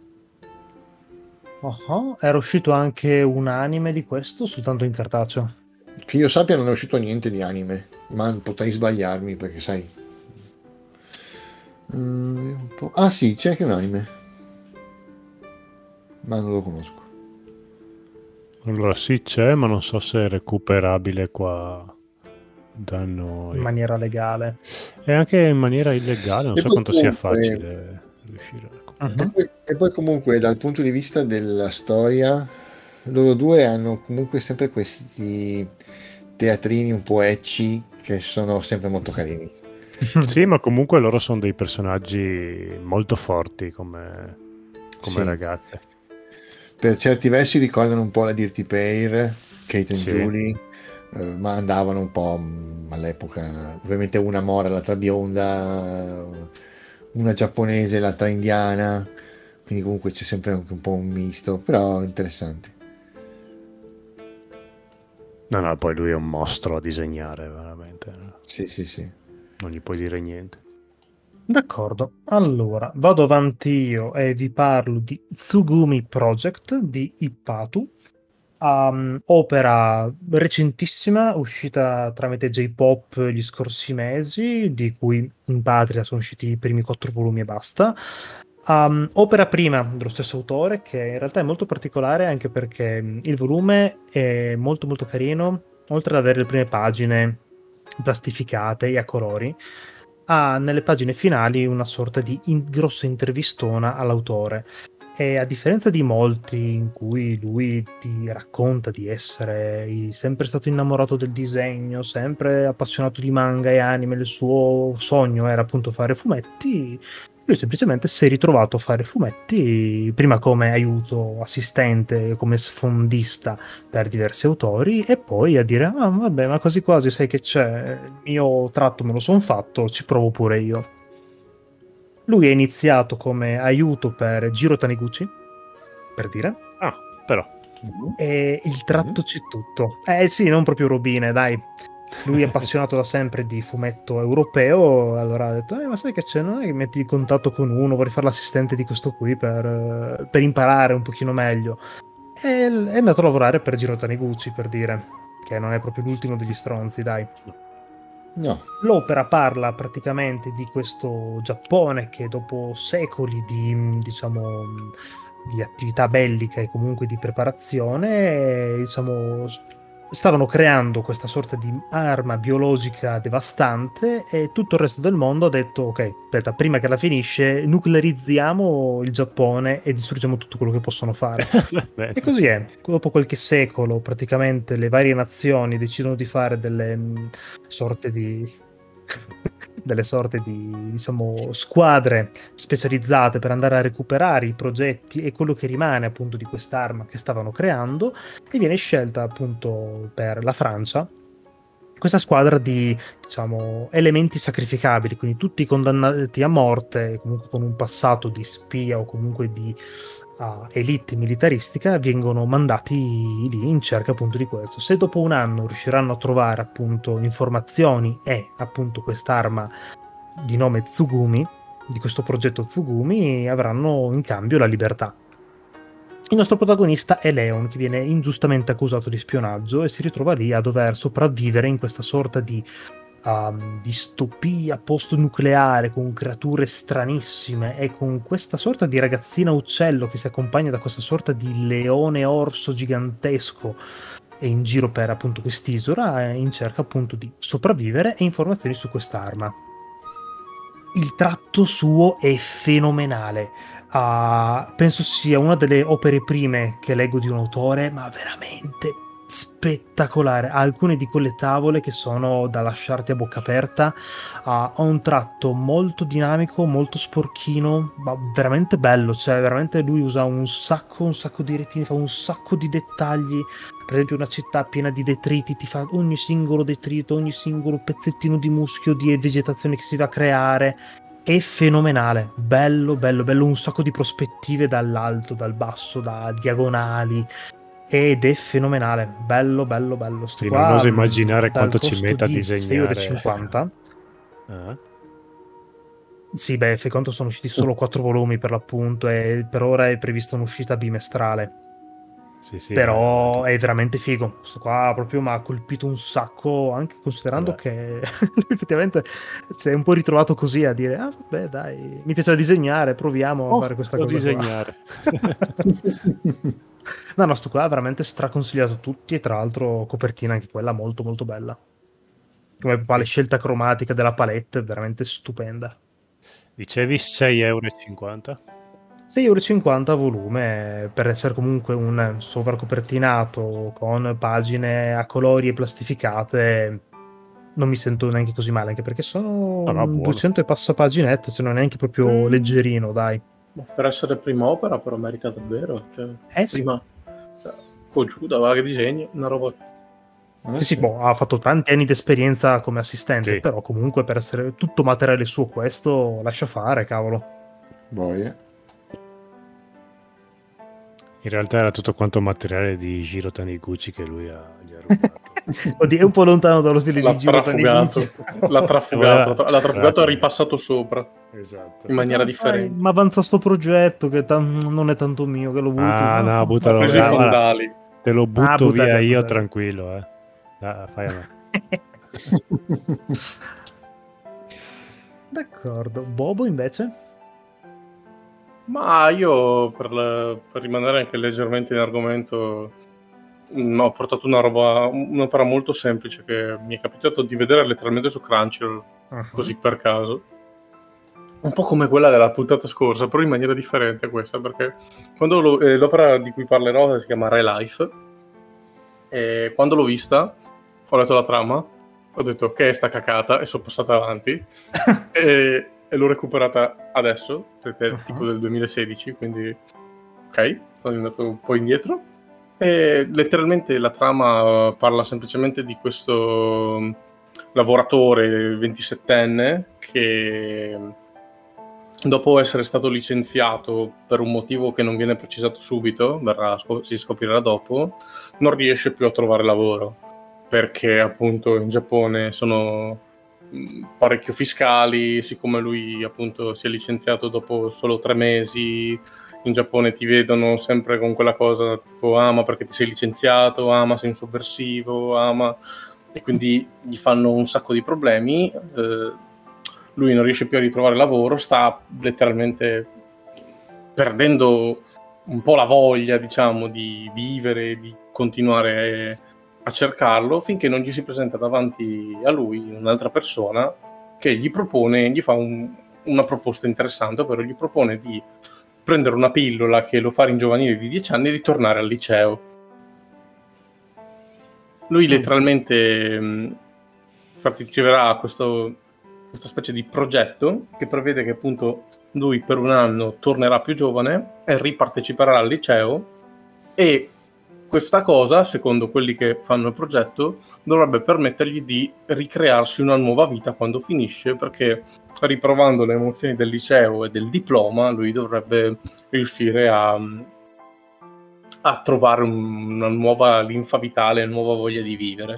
Era uscito anche un anime di questo, soltanto in cartaceo? Che io sappia non è uscito niente di anime, ma potrei sbagliarmi perché sai. Un po'. Ah sì, c'è anche un anime, ma non lo conosco. Allora sì, c'è, ma non so se è recuperabile qua da noi. In maniera legale. E anche in maniera illegale, non E so poi quanto sia comunque- facile riuscire a recuperare. Mhm. E poi comunque dal punto di vista della storia, loro due hanno comunque sempre questi teatrini un po' ecci che sono sempre molto carini. Sì, ma comunque loro sono dei personaggi molto forti come Sì. ragazze. Per certi versi ricordano un po' la Dirty Pair, Kate and Sì. Julie, ma andavano un po' all'epoca, ovviamente una mora, l'altra bionda, una giapponese, l'altra indiana, quindi comunque c'è sempre anche un po' un misto, però interessante. No, poi lui è un mostro a disegnare, veramente. Sì, sì, sì. Non gli puoi dire niente. D'accordo, allora vado avanti io e vi parlo di Tsugumi Project di Ippatu, opera recentissima uscita tramite J-Pop gli scorsi mesi, di cui in patria sono usciti i primi 4 volumi e basta. Opera prima dello stesso autore, che in realtà è molto particolare anche perché il volume è molto molto carino, oltre ad avere le prime pagine plastificate e a colori, ha nelle pagine finali una sorta di grossa intervistona all'autore. E a differenza di molti in cui lui ti racconta di essere sempre stato innamorato del disegno, sempre appassionato di manga e anime, il suo sogno era appunto fare fumetti, lui semplicemente si è ritrovato a fare fumetti, prima come aiuto assistente, come sfondista per diversi autori, e poi a dire ah vabbè, ma quasi quasi sai che c'è, il mio tratto me lo son fatto, ci provo pure io. Lui è iniziato come aiuto per Jiro Taniguchi, per dire, Ah, però. e il tratto c'è tutto. Sì, non proprio robine, dai. Lui è appassionato da sempre di fumetto europeo, allora ha detto ma sai che c'è, non è che metti in contatto con uno, vorrei fare l'assistente di questo qui per imparare un pochino meglio. E è andato a lavorare per Jiro Taniguchi, per dire, che non è proprio l'ultimo degli stronzi, dai. No. L'opera parla praticamente di questo Giappone che dopo secoli di, diciamo, di attività bellica e comunque di preparazione, diciamo, stavano creando questa sorta di arma biologica devastante e tutto il resto del mondo ha detto ok, aspetta, prima che la finisce nuclearizziamo il Giappone e distruggiamo tutto quello che possono fare. E così è. Dopo qualche secolo praticamente le varie nazioni decidono di fare delle sorte di diciamo squadre specializzate per andare a recuperare i progetti e quello che rimane appunto di quest'arma che stavano creando, e viene scelta appunto per la Francia questa squadra di, diciamo, elementi sacrificabili, quindi tutti condannati a morte, comunque con un passato di spia o comunque di elite militaristica, vengono mandati lì in cerca appunto di questo. Se dopo un anno riusciranno a trovare appunto informazioni e appunto quest'arma di nome Tsugumi, di questo progetto Tsugumi, avranno in cambio la libertà. Il nostro protagonista è Leon, che viene ingiustamente accusato di spionaggio e si ritrova lì a dover sopravvivere in questa sorta di distopia post-nucleare con creature stranissime e con questa sorta di ragazzina uccello che si accompagna da questa sorta di leone orso gigantesco e in giro per appunto quest'isola in cerca appunto di sopravvivere e informazioni su quest'arma. Il tratto suo è fenomenale. Penso sia una delle opere prime che leggo di un autore, ma veramente spettacolare. Ha alcune di quelle tavole che sono da lasciarti a bocca aperta. Ha un tratto molto dinamico, molto sporchino, ma veramente bello. Cioè, veramente lui usa un sacco di retini, fa un sacco di dettagli. Per esempio, una città piena di detriti, ti fa ogni singolo detrito, ogni singolo pezzettino di muschio, di vegetazione che si va a creare. È fenomenale, bello, un sacco di prospettive dall'alto, dal basso, da diagonali, ed è fenomenale, bello. Sì, non oso immaginare quanto ci metta a disegnare. 6,50 €. Sì, beh, fai conto sono usciti solo 4 volumi per l'appunto e per ora è prevista un'uscita bimestrale. Sì, però è veramente figo. Questo qua proprio mi ha colpito un sacco, anche considerando che effettivamente si è un po' ritrovato così a dire vabbè dai, mi piace disegnare, proviamo a fare questa cosa disegnare. No, sto qua veramente straconsigliato a tutti, e tra l'altro copertina anche quella molto molto bella, come la scelta cromatica della palette è veramente stupenda. Dicevi 6,50 €? 6,50 € a volume, per essere comunque un sovracopertinato con pagine a colori e plastificate. Non mi sento neanche così male, anche perché sono 200 e passa paginette, cioè non è neanche proprio leggerino, dai. Per essere prima opera però merita davvero, cioè, Sì. prima Kojuda, va che disegni, una roba. Sì, ha fatto tanti anni di esperienza come assistente, però comunque per essere tutto materiale suo questo lascia fare, cavolo. Boia. In realtà era tutto quanto materiale di Jiro Taniguchi che lui gli ha rubato. Oddio, è un po' lontano dallo stile L'ha di Jiro trafugato, Taniguchi. l'ha trafugato e ha ripassato sopra Esatto. in maniera Sai, differente. ma avanza sto progetto che non è tanto mio, che lo vuoi tu. No, Ha buttalo preso i via. Guarda, fondali. te lo butto via buttare, io buttare. tranquillo, fai a me. D'accordo. Bobo invece? Ma io, per rimanere anche leggermente in argomento, ho portato un'opera molto semplice che mi è capitato di vedere letteralmente su Crunchyroll, così per caso. Un po' come quella della puntata scorsa, però in maniera differente questa, perché quando l'opera di cui parlerò si chiama Re Life, e quando l'ho vista, ho letto la trama, ho detto che è sta cacata e sono passato avanti e l'ho recuperata adesso, perché è tipo del 2016, quindi ok, sono andato un po' indietro. E letteralmente la trama parla semplicemente di questo lavoratore 27enne che, dopo essere stato licenziato per un motivo che non viene precisato subito, si scoprirà dopo, non riesce più a trovare lavoro, perché appunto in Giappone sono parecchio fiscali, siccome lui appunto si è licenziato dopo solo 3 mesi, in Giappone ti vedono sempre con quella cosa tipo ma perché ti sei licenziato, ma sei un sovversivo, e quindi gli fanno un sacco di problemi. Lui non riesce più a ritrovare lavoro, sta letteralmente perdendo un po' la voglia, diciamo, di vivere, di continuare a cercarlo, finché non gli si presenta davanti a lui un'altra persona che gli fa una proposta interessante, ovvero gli propone di prendere una pillola che lo fa ringiovanire di 10 anni e ritornare al liceo. Lui letteralmente parteciperà a questa specie di progetto che prevede che appunto lui per un anno tornerà più giovane e riparteciperà al liceo, e questa cosa, secondo quelli che fanno il progetto, dovrebbe permettergli di ricrearsi una nuova vita quando finisce, perché riprovando le emozioni del liceo e del diploma lui dovrebbe riuscire a trovare una nuova linfa vitale, una nuova voglia di vivere.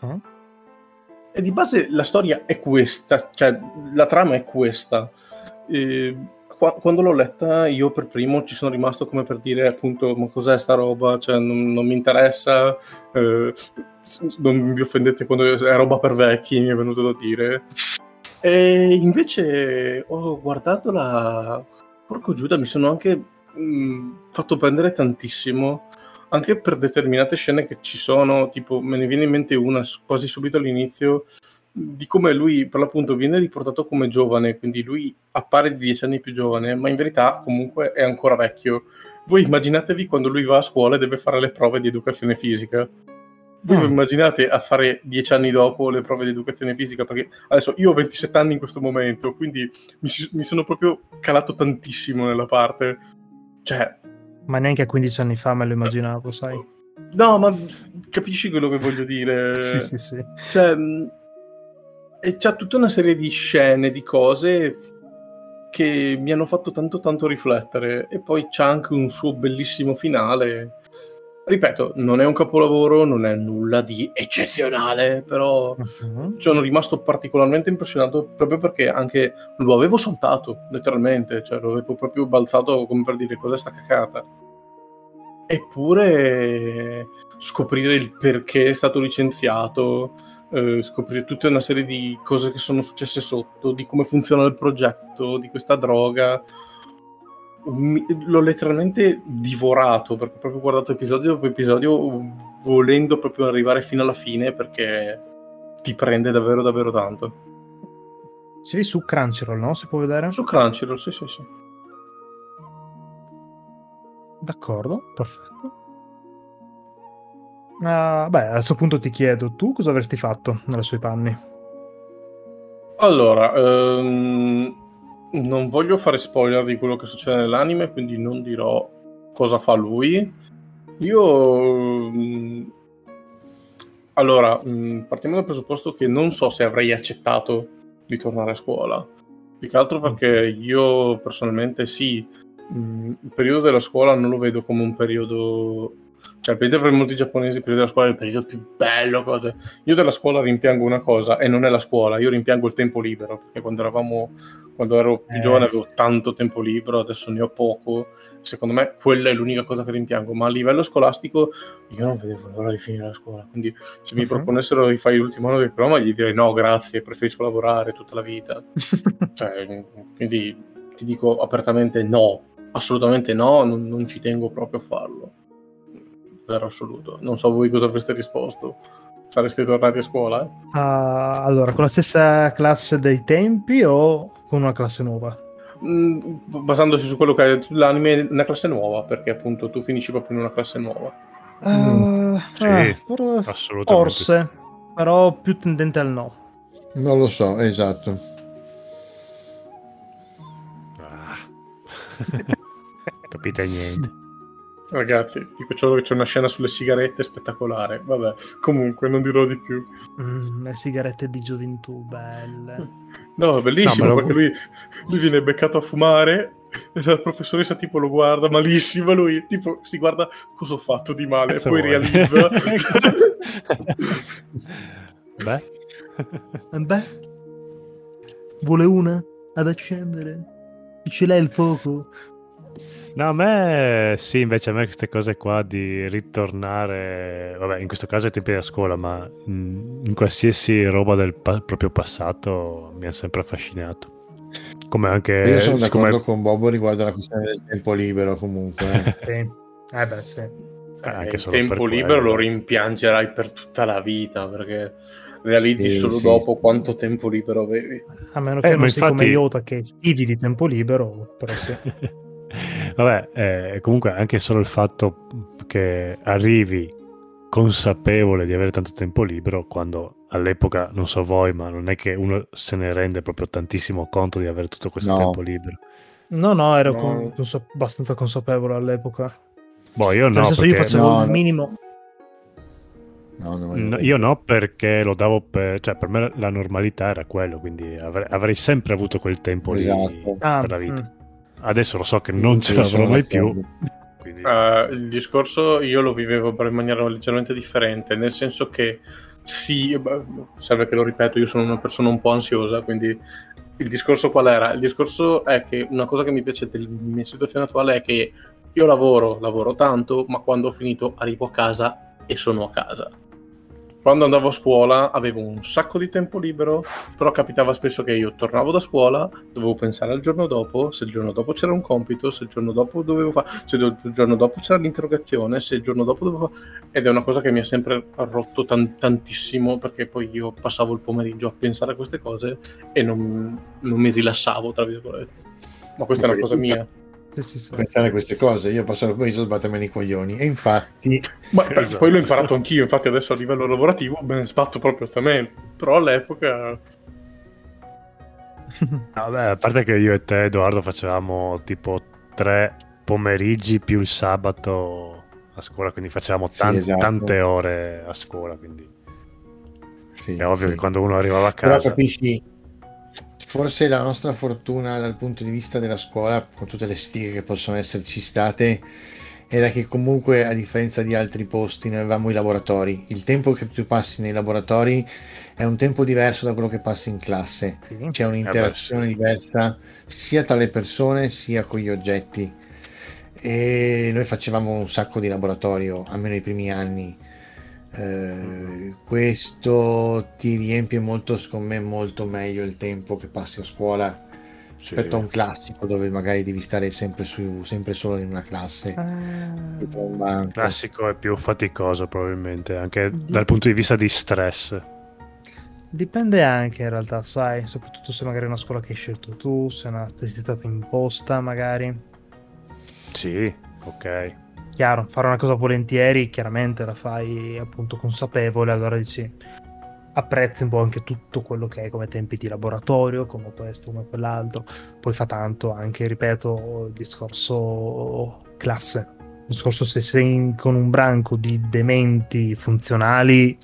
E di base la storia è questa, cioè la trama è questa. Quando l'ho letta io per primo ci sono rimasto come per dire appunto ma cos'è sta roba, cioè non mi interessa, non vi offendete quando è roba per vecchi, mi è venuto da dire. E invece ho guardato porco Giuda, mi sono anche fatto prendere tantissimo anche per determinate scene che ci sono, tipo me ne viene in mente una quasi subito all'inizio di come lui per l'appunto viene riportato come giovane, quindi lui appare di 10 anni più giovane, ma in verità comunque è ancora vecchio. Voi immaginatevi quando lui va a scuola e deve fare le prove di educazione fisica. Voi immaginate a fare 10 anni dopo le prove di educazione fisica? Perché adesso io ho 27 anni in questo momento, quindi mi sono proprio calato tantissimo nella parte. Cioè, ma neanche a 15 anni fa me lo immaginavo, sai? No, ma capisci quello che voglio dire? Sì. Cioè, e c'ha tutta una serie di scene, di cose che mi hanno fatto tanto riflettere, e poi c'ha anche un suo bellissimo finale. Ripeto, non è un capolavoro, non è nulla di eccezionale, però sono rimasto particolarmente impressionato proprio perché anche lo avevo saltato, letteralmente, cioè lo avevo proprio balzato come per dire cos'è sta cacata. Eppure scoprire il perché è stato licenziato, scoprire tutta una serie di cose che sono successe sotto, di come funziona il progetto, di questa droga, l'ho letteralmente divorato, perché ho proprio guardato episodio dopo episodio volendo proprio arrivare fino alla fine, perché ti prende davvero tanto. Sì, su Crunchyroll, no? Si può vedere? Su Crunchyroll, sì. D'accordo, perfetto. A questo punto ti chiedo, tu cosa avresti fatto nei suoi panni? Allora, non voglio fare spoiler di quello che succede nell'anime, quindi non dirò cosa fa lui. Io allora, partiamo dal presupposto che non so se avrei accettato di tornare a scuola, più che altro perché io personalmente sì, il periodo della scuola non lo vedo come un periodo, cioè il periodo per molti giapponesi, il periodo della scuola è il periodo più bello, cose. Io della scuola rimpiango una cosa, e non è la scuola, io rimpiango il tempo libero, perché quando ero più giovane avevo tanto tempo libero, adesso ne ho poco. Secondo me quella è l'unica cosa che rimpiango, ma a livello scolastico io non vedevo l'ora di finire la scuola, quindi se mi proponessero di fare l'ultimo anno del programma gli direi no grazie, preferisco lavorare tutta la vita. Cioè, quindi ti dico apertamente no, assolutamente no, non ci tengo proprio a farlo, zero assoluto. Non so voi cosa avreste risposto. Sareste tornati a scuola? Allora, con la stessa classe dei tempi o con una classe nuova? Basandosi su quello che hai detto, l'anime è una classe nuova, perché appunto tu finisci proprio in una classe nuova. Sì, assolutamente. Forse, però più tendente al no. Non lo so, esatto. Capite niente. Ragazzi, dico solo che c'è una scena sulle sigarette spettacolare. Vabbè, comunque non dirò di più. Le sigarette di gioventù, belle. No, bellissimo, No, perché lui viene beccato a fumare e la professoressa tipo lo guarda malissimo, lui tipo si guarda cosa ho fatto di male e poi realizza. Beh, vuole una ad accendere? Ce l'hai il fuoco? No, a me sì, invece a me queste cose qua di ritornare, vabbè, in questo caso ai tempi della scuola, ma in qualsiasi roba del proprio passato mi ha sempre affascinato. Come anche Io sono d'accordo con Bobo riguardo la questione del tempo libero comunque. Sì. Beh, sì. Anche Il solo tempo per libero quello. lo rimpiangerai per tutta la vita, perché realizzi Sì, solo sì, dopo sì. quanto tempo libero avevi. A meno che ma non sei come infatti- Iota che schivi di tempo libero, però sì. Vabbè, comunque anche solo il fatto che arrivi consapevole di avere tanto tempo libero, quando all'epoca, non so voi, ma non è che uno se ne rende proprio tantissimo conto di avere tutto questo No. tempo libero. No, ero No. abbastanza consapevole all'epoca. Boh, io Cioè, no, nel senso, io perché... facevo No, il no. minimo. No, Io no, perché lo davo cioè per me la normalità era quello, quindi avrei sempre avuto quel tempo lì Esatto. per la vita. Adesso lo so che non ce Io l'avrò sono mai più. d'accordo. Quindi... Il discorso io lo vivevo però in maniera leggermente differente, nel senso che sì, serve che lo ripeto, io sono una persona un po' ansiosa, quindi il discorso qual era? Il discorso è che una cosa che mi piace della mia situazione attuale è che io lavoro tanto, ma quando ho finito arrivo a casa e sono a casa. Quando andavo a scuola avevo un sacco di tempo libero, però capitava spesso che io tornavo da scuola, dovevo pensare al giorno dopo, se il giorno dopo c'era un compito, se il giorno dopo dovevo fare, se il giorno dopo c'era l'interrogazione, se il giorno dopo dovevo fare... Ed è una cosa che mi ha sempre rotto tantissimo, perché poi io passavo il pomeriggio a pensare a queste cose e non mi rilassavo, tra virgolette. Ma questa è una cosa mia. Sì. Pensare a queste cose, io passavo poi a sbattermi nei coglioni e infatti Ma Esatto. poi l'ho imparato anch'io, infatti adesso a livello lavorativo me ne sbatto proprio altamente, però all'epoca... Vabbè, a parte che io e te, Edoardo, facevamo tipo 3 pomeriggi più il sabato a scuola, quindi facevamo Sì, esatto. tante ore a scuola, quindi sì, è ovvio sì. che quando uno arrivava a Però casa... capisci, forse la nostra fortuna dal punto di vista della scuola, con tutte le sfighe che possono esserci state, era che comunque a differenza di altri posti noi avevamo i laboratori. Il tempo che tu passi nei laboratori è un tempo diverso da quello che passi in classe. Sì. C'è un'interazione diversa sia tra le persone sia con gli oggetti. E noi facevamo un sacco di laboratorio, almeno i primi anni. Questo ti riempie molto, secondo me, molto meglio il tempo che passi a scuola rispetto a un classico dove magari devi stare sempre solo in una classe. dietro un banco. Classico è più faticoso probabilmente, anche dal punto di vista di stress. Dipende anche in realtà, sai, soprattutto se magari è una scuola che hai scelto tu, se è una stata imposta magari. Sì, ok. Chiaro, fare una cosa volentieri chiaramente la fai appunto consapevole, allora dici apprezzi un po' anche tutto quello che è come tempi di laboratorio, come questo, come quell'altro. Poi fa tanto anche, ripeto, il discorso classe. Il discorso se sei con un branco di dementi funzionali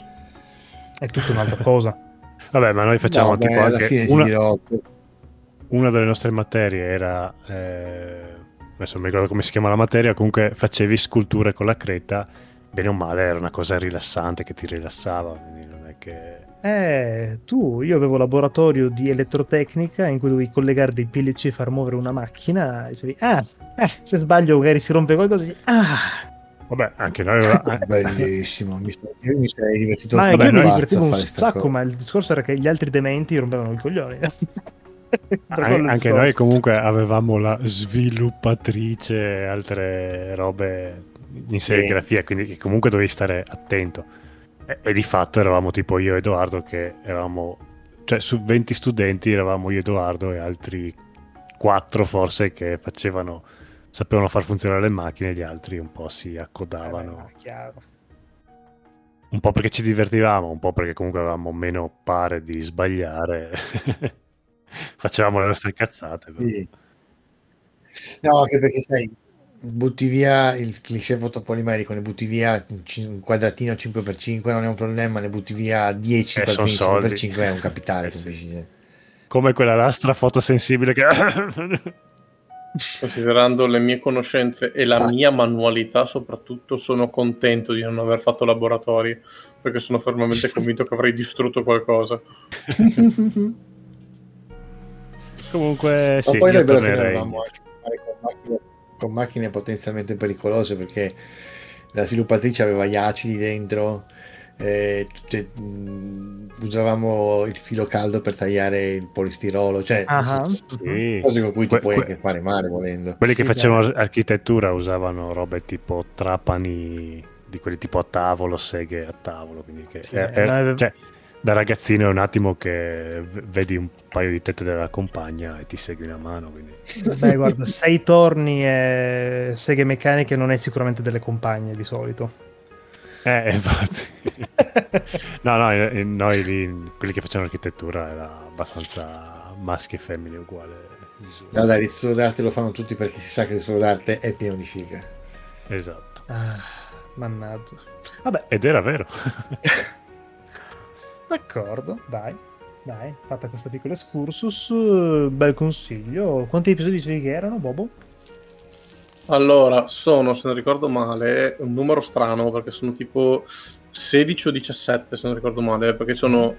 è tutta un'altra cosa. Vabbè, ma noi facciamo No, tipo alla anche fine ti una... dirò una delle nostre materie era, adesso non mi ricordo come si chiama la materia, comunque facevi sculture con la creta, bene o male era una cosa rilassante che ti rilassava, quindi non è che... Io avevo laboratorio di elettrotecnica in cui dovevi collegare dei PLC e far muovere una macchina, e dicevi, se sbaglio magari si rompe qualcosa, dici, Vabbè, anche noi... Bellissimo, io mi sarei divertito ma un io mi pazzo divertivo a un fare sta sacco, cosa. ma il discorso era che gli altri dementi rompevano i coglioni. Per quello il Anche discorso. noi comunque avevamo la sviluppatrice e altre robe in serigrafia, quindi che comunque dovevi stare attento. E di fatto eravamo tipo io e Edoardo che eravamo, cioè su 20 studenti eravamo io e Edoardo e altri 4 forse che sapevano far funzionare le macchine, gli altri un po' si accodavano. Chiaro. Un po' perché ci divertivamo, un po' perché comunque avevamo meno pare di sbagliare. Facevamo le nostre cazzate. Però. Sì. No, anche perché sai, butti via il cliché fotopolimerico, ne butti via un quadratino 5x5 non è un problema, ne butti via 10 Son soldi. 5x5 è un capitale. Sì. Come quella lastra fotosensibile che... Considerando le mie conoscenze e la mia manualità soprattutto, sono contento di non aver fatto laboratori, perché sono fermamente convinto che avrei distrutto qualcosa. Comunque Ma sì, poi io noi però che tornerei. avevamo anche a fare con macchine potenzialmente pericolose, perché la sviluppatrice aveva gli acidi dentro, usavamo il filo caldo per tagliare il polistirolo, cioè Sì. cose con cui ti puoi anche fare male volendo. Quelli che facevano architettura usavano robe tipo trapani di quelli tipo a tavolo, seghe a tavolo, quindi che cioè, da ragazzino è un attimo che vedi un paio di tette della compagna e ti segui una mano, quindi... Beh, guarda, 6 torni e seghe meccaniche non è sicuramente delle compagne di solito. Infatti. No, noi lì, quelli che facevano architettura era abbastanza maschi e femmine uguale. No, dai, il solo d'arte lo fanno tutti perché si sa che il solo d'arte è pieno di figa. Esatto. Mannaggia. Vabbè. Ed era vero. D'accordo, dai, fatta questa piccola excursus, bel consiglio. Quanti episodi dicevi che erano, Bobo? Allora, sono, se non ricordo male, un numero strano, perché sono tipo 16 o 17, se non ricordo male, perché sono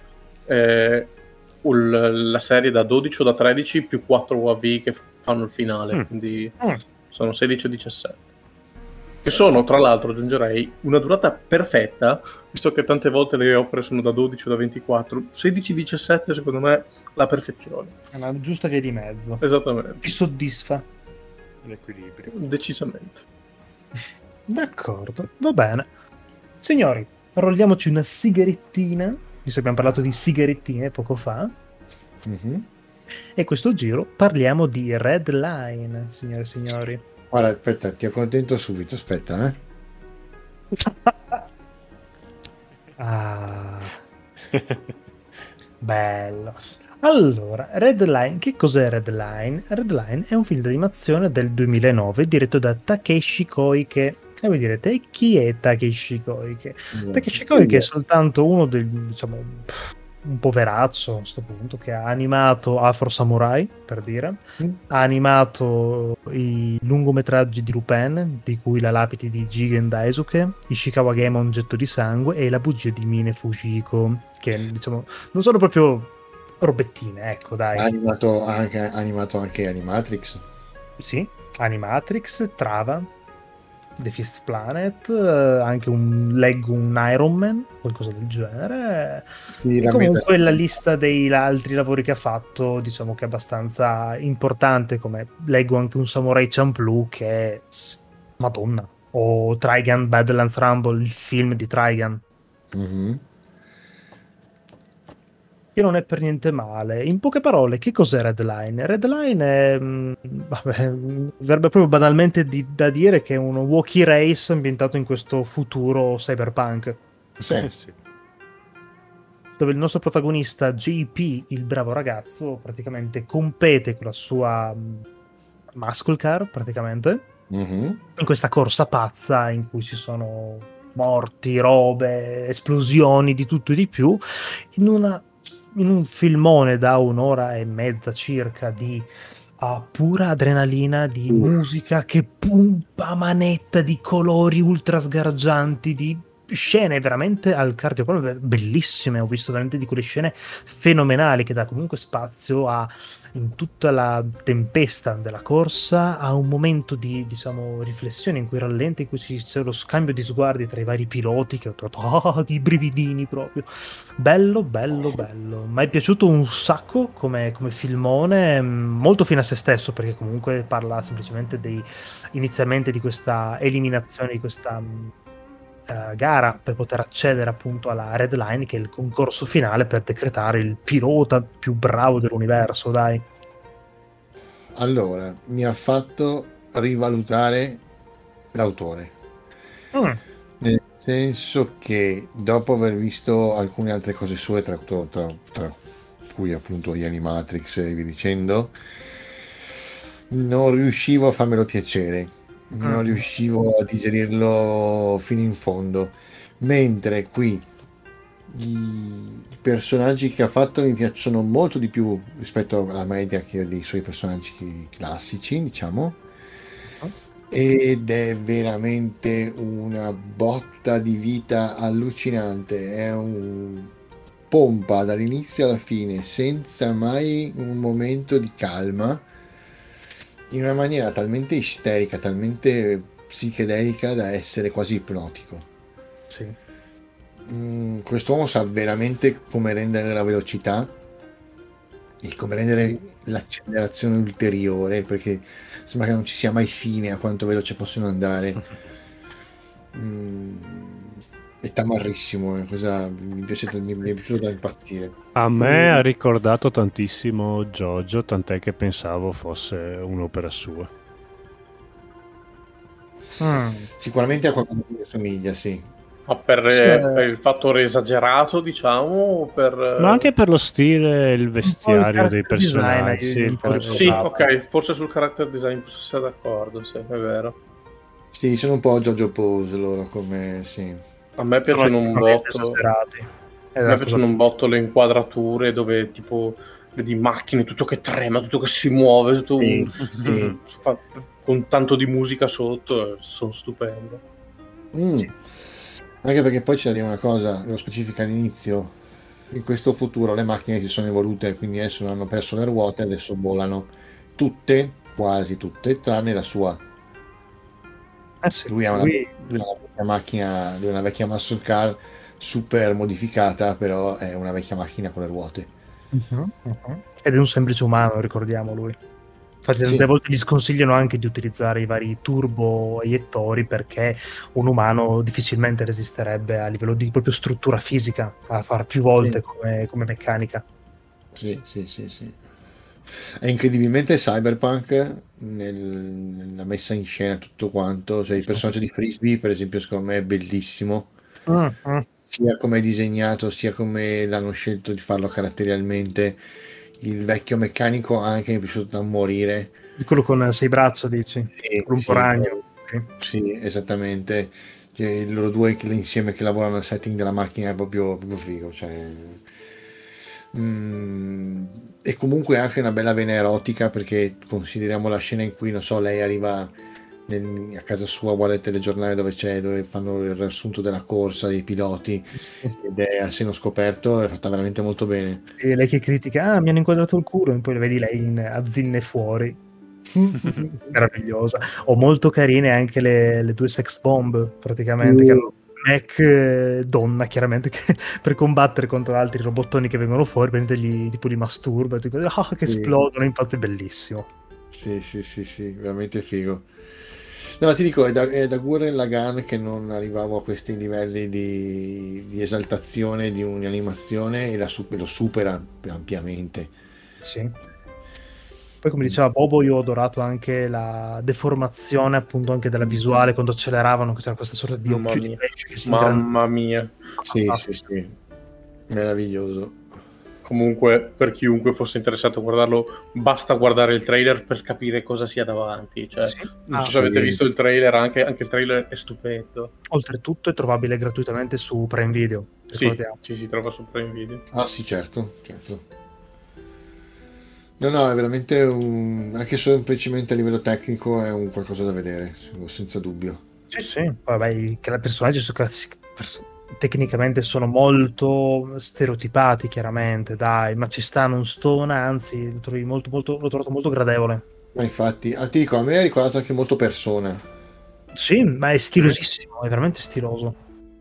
la serie da 12 o da 13 più 4 UAV che fanno il finale, quindi sono 16 o 17. Che sono, tra l'altro, aggiungerei, una durata perfetta, visto che tante volte le opere sono da 12 o da 24. 16-17, secondo me, la perfezione. È una giusta via di mezzo. Esattamente. Ti soddisfa? L'equilibrio. Decisamente. D'accordo, va bene. Signori, rolliamoci una sigarettina, visto che abbiamo parlato di sigarettine poco fa. E questo giro parliamo di Red Line, signore e signori. Guarda, aspetta, ti accontento subito, aspetta, Bello. Allora, Red Line, che cos'è Red Line? Red Line è un film d'animazione del 2009 diretto da Takeshi Koike. E voi direte, chi è Takeshi Koike? Takeshi Koike è soltanto uno del, diciamo, un poveraccio a questo punto, che ha animato Afro Samurai, per dire, ha animato i lungometraggi di Lupin, di cui la lapide di Jigen Daisuke, Ishikawa Gamon Getto di sangue e la bugia di Mine Fujiko, che diciamo non sono proprio robettine, ecco, dai. Ha animato anche Animatrix. Sì, Animatrix, Trava, The Fifth Planet, anche leggo un Iron Man, qualcosa del genere. Sì, e comunque la lista degli altri lavori che ha fatto, diciamo che è abbastanza importante, come leggo anche un Samurai Champloo che è Madonna, o Trigun Badlands Rumble, il film di Trigun. Che non è per niente male. In poche parole, che cos'è Red Line? Red Line è, verrebbe proprio banalmente da dire che è un walkie race ambientato in questo futuro cyberpunk. Sì. Dove il nostro protagonista JP, il bravo ragazzo, praticamente compete con la sua muscle car, praticamente, in questa corsa pazza in cui ci sono morti, robe, esplosioni, di tutto e di più, in una in un filmone da 1 ora e mezza circa di pura adrenalina, di musica che pompa manetta, di colori ultra sgargianti, di scene veramente al cardio, proprio bellissime. Ho visto veramente di quelle scene fenomenali che dà comunque spazio in tutta la tempesta della corsa a un momento di, diciamo, riflessione in cui rallenta, in cui c'è lo scambio di sguardi tra i vari piloti, che ho trovato di brividini proprio. Bello. Mi è piaciuto un sacco come filmone, molto fine a se stesso, perché comunque parla semplicemente inizialmente di questa eliminazione, di questa gara per poter accedere appunto alla Red Line, che è il concorso finale per decretare il pilota più bravo dell'universo, dai. Allora, mi ha fatto rivalutare l'autore. Nel senso che dopo aver visto alcune altre cose sue, tra cui appunto gli Animatrix e via dicendo, non riuscivo a farmelo piacere. Non riuscivo a digerirlo fino in fondo, mentre qui i personaggi che ha fatto mi piacciono molto di più rispetto alla media che dei suoi personaggi classici, diciamo, ed è veramente una botta di vita allucinante. È un pompa dall'inizio alla fine senza mai un momento di calma, in una maniera talmente isterica, talmente psichedelica da essere quasi ipnotico. Sì. Quest'uomo sa veramente come rendere la velocità e come rendere l'accelerazione ulteriore, perché sembra che non ci sia mai fine a quanto veloce possono andare. È tamarrissimo, è cosa mi è piaciuto da impazzire. A me ha ricordato tantissimo Jojo, tant'è che pensavo fosse un'opera sua. Sicuramente a qualcuno che somiglia, sì. Ma per il fattore esagerato, diciamo, o per... Ma anche per lo stile e il vestiario dei personaggi. Sì, ok, forse sul character design posso essere d'accordo, sì, è vero. Sì, sono un po' Jojo Pose loro, come sì. A me piacciono un botto. A me piacciono un botto le inquadrature dove tipo vedi macchine, tutto che trema, tutto che si muove, tutto con tanto di musica sotto, sono stupendo. Anche perché poi c'è da dire una cosa, lo specifica all'inizio: in questo futuro le macchine si sono evolute, quindi adesso non hanno perso le ruote, adesso volano tutte, quasi tutte, tranne la sua. Sì, lui ha una vecchia macchina, lui ha una vecchia muscle car super modificata, però è una vecchia macchina con le ruote. Ed è un semplice umano, ricordiamo lui. Infatti tante volte gli sconsigliano anche di utilizzare i vari turbo eiettori, perché un umano difficilmente resisterebbe a livello di proprio struttura fisica a far più volte come meccanica. Sì. È incredibilmente cyberpunk nella messa in scena, tutto quanto, cioè il personaggio di Frisbee per esempio secondo me è bellissimo, sia come è disegnato sia come l'hanno scelto di farlo caratterialmente. Il vecchio meccanico anche mi è piaciuto da morire, quello con 6 braccia, dici? Un po' ragno. Sì, esattamente, cioè, loro due insieme che lavorano al setting della macchina è proprio figo, cioè e comunque anche una bella vena erotica, perché consideriamo la scena in cui, non so, lei arriva a casa sua, guarda il telegiornale dove fanno il riassunto della corsa dei piloti ed è a seno scoperto, è fatta veramente molto bene. E lei che critica, mi hanno inquadrato il culo, e poi vedi lei a zinne fuori. Meravigliosa. O molto carine anche le due sex bomb, praticamente, che hanno mech donna, chiaramente, che per combattere contro altri robottoni che vengono fuori, tipo li masturba, che esplodono, infatti è bellissimo. Sì, veramente figo. No, ti dico, è da Gurren Lagann che non arrivavo a questi livelli di esaltazione di un'animazione, e lo supera ampiamente. Sì. Poi, come diceva Bobo, io ho adorato anche la deformazione appunto anche della visuale, quando acceleravano, c'era questa sorta di occhio di pesce che si Mamma mia. Sì, meraviglioso. comunque per chiunque fosse interessato a guardarlo basta guardare il trailer per capire cosa sia davanti, cioè, Sì. non so se avete visto il trailer, anche il trailer è stupendo. Oltretutto è trovabile gratuitamente su Prime Video. Sì, ricordiamo. sì, si trova su Prime Video. Ah sì, certo. No, è veramente anche semplicemente a livello tecnico è un qualcosa da vedere, senza dubbio. Sì, vabbè, i personaggi sono tecnicamente sono molto stereotipati, chiaramente, dai, ma ci sta, non stona, anzi, lo trovi l'ho trovato molto gradevole. Ma infatti, ti dico, a me ha ricordato anche molto Persona. Sì, ma è stilosissimo, è veramente stiloso.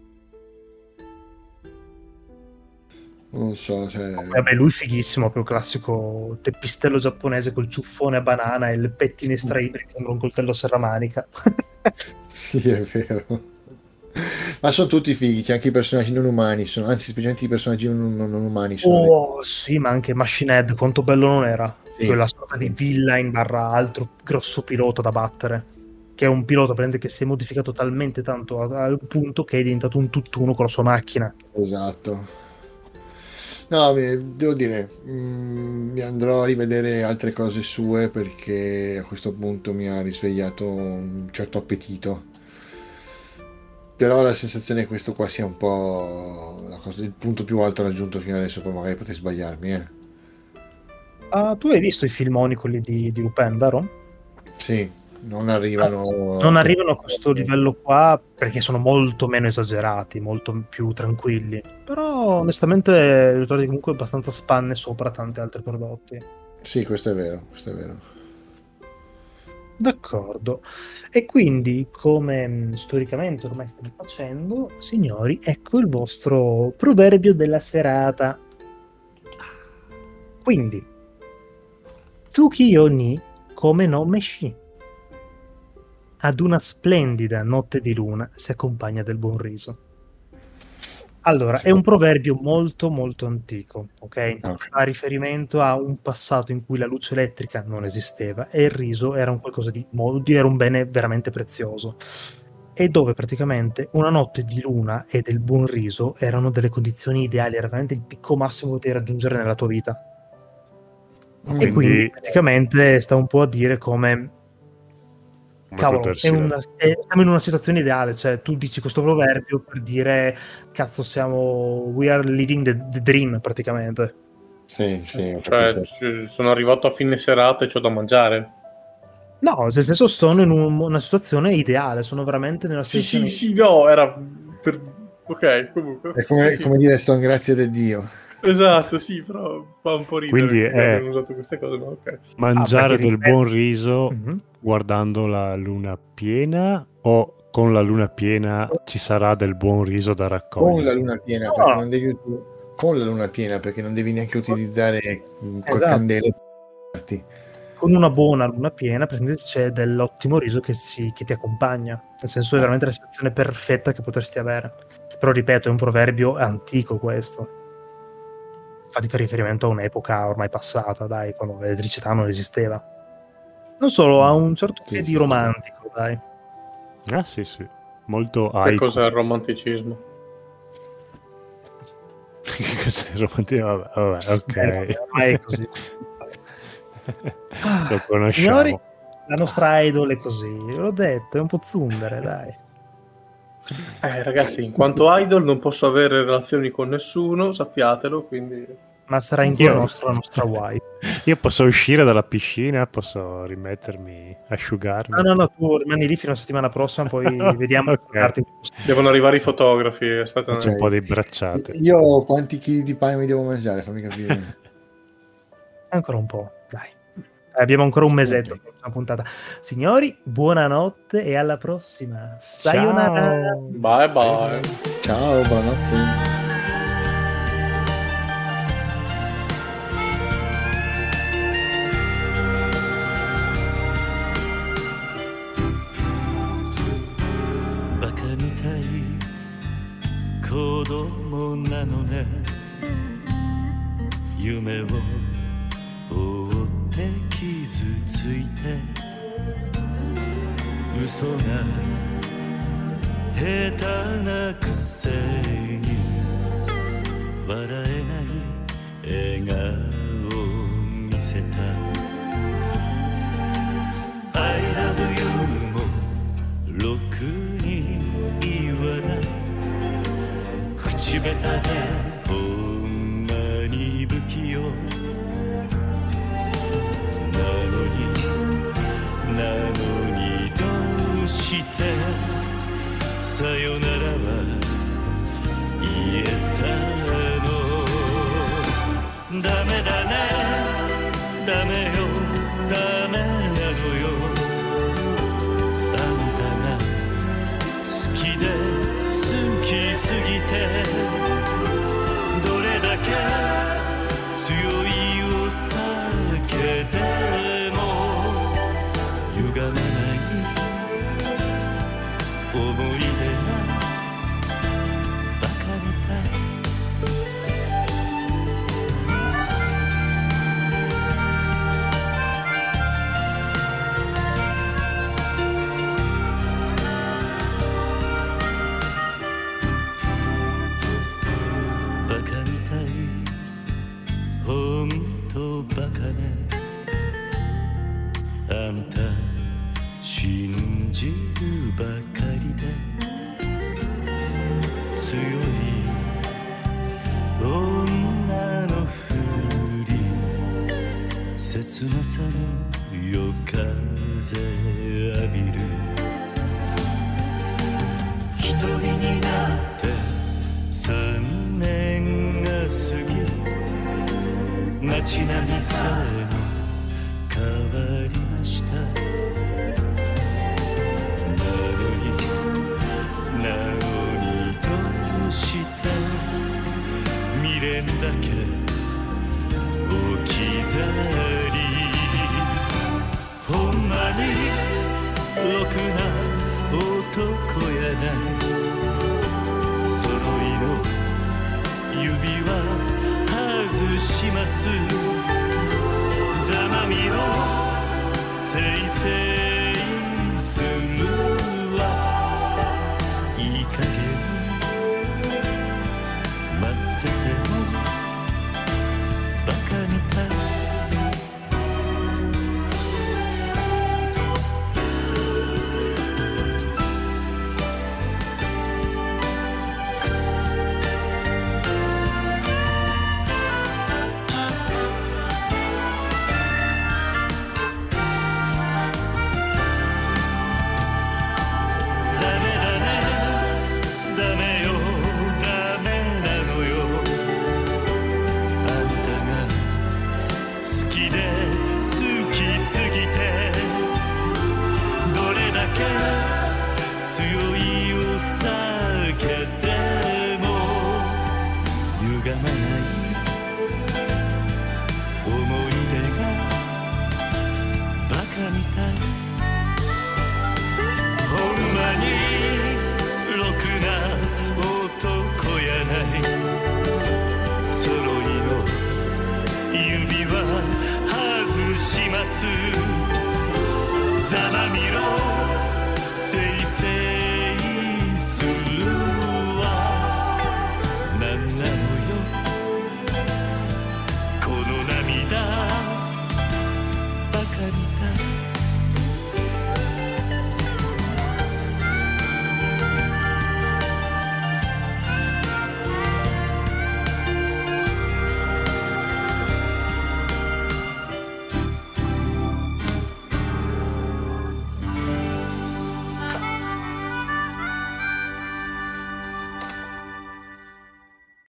Non so, cioè... Vabbè, lui fighissimo, proprio classico teppistello giapponese col ciuffone a banana e il pettine estraibile che sembra un coltello serramanica. Sì, è vero. Ma sono tutti fighi, c'è anche i personaggi non umani, anzi, specialmente i personaggi non umani. Sì, ma anche Machine Head, quanto bello non era? Sì. Quella sorta di villain barra altro grosso pilota da battere. Che è un pilota che si è modificato talmente tanto al punto che è diventato un tutt'uno con la sua macchina. Esatto. No, devo dire, mi andrò a rivedere altre cose sue perché a questo punto mi ha risvegliato un certo appetito. Però la sensazione è che questo qua sia un po' il punto più alto raggiunto fino adesso, poi magari potrei sbagliarmi. Tu hai visto i filmoni quelli di Lupin, vero? Sì, non arrivano... Non arrivano a questo livello qua perché sono molto meno esagerati, molto più tranquilli. Però onestamente li trovi comunque abbastanza spanne sopra tanti altri prodotti. Sì, questo è vero. D'accordo. E quindi, come storicamente ormai stiamo facendo, signori, ecco il vostro proverbio della serata. Quindi, Tsukiyo ni come no meshi. Ad una splendida notte di luna si accompagna del buon riso. Allora, è un proverbio molto molto antico, ok? Fa riferimento a un passato in cui la luce elettrica non esisteva e il riso era un qualcosa era un bene veramente prezioso, e dove praticamente una notte di luna e del buon riso erano delle condizioni ideali, era veramente il picco massimo che potevi raggiungere nella tua vita. E quindi praticamente sta un po' a dire come cavolo, siamo in una situazione ideale, cioè tu dici questo proverbio per dire cazzo we are living the dream praticamente. Sì, cioè sono arrivato a fine serata e c'ho da mangiare. No, nel senso sono in una situazione ideale, sono veramente nella situazione... Sì, no, era... Ok, comunque. È come dire sto in grazia del Dio. Esatto, sì, però fa un po' ridere. Quindi abbiamo usato queste cose, no? Okay. Mangiare del buon riso guardando la luna piena, o con la luna piena ci sarà del buon riso da raccogliere? Con la luna piena, perché non devi... Con la luna piena, perché non devi neanche utilizzare candele. Con una buona luna piena c'è dell'ottimo riso che ti accompagna, nel senso è veramente la situazione perfetta che potresti avere. Però ripeto, è un proverbio antico questo. Infatti per riferimento a un'epoca ormai passata, dai, quando l'elettricità non esisteva. Non solo, ha un certo di romantico, dai. Ah sì, molto Che haiku. cos'è il romanticismo? Che cos'è il romanticismo? Vabbè, ok. Ormai è così. Lo conosciamo. Signori, la nostra idol è così, l'ho detto, è un po' zumbere, dai. Ragazzi, in quanto idol non posso avere relazioni con nessuno, sappiatelo, quindi... Ma sarà in cuore nostro la nostra wife. Io posso uscire dalla piscina, posso rimettermi, asciugarmi. No, tu rimani lì fino alla settimana prossima, poi vediamo. Okay. Devono arrivare i fotografi, aspetta. Faccio un po' di bracciate. Io quanti chili di pane mi devo mangiare? Fammi capire. Ancora un po', dai. Abbiamo ancora un mesetto per una puntata. Signori, buonanotte e alla prossima. Sayonara. Ciao. Bye bye. Ciao, buonanotte. 子供なのね夢を追って傷ついて嘘が下手なくせに笑えない笑顔を見せた I love you もろくに言わない口下手でほんまに不器用なのにどうしてさよならは言えたのダメだねダメよダメなのよあんたが好きで好きすぎてどれだけ強いお酒でも歪まない思い出がバカみたいバカみたいほんとバカねあんた信じるばかりで強い女のふり切なさの夜風浴びる一人になって3年が過ぎ街並みさえも変わりましたなのにどうして未練だけ置き去りほんまにろくな男やない揃いの指輪外しますざまみろせいせいするわいい加減待っててもバカみたいざまみろ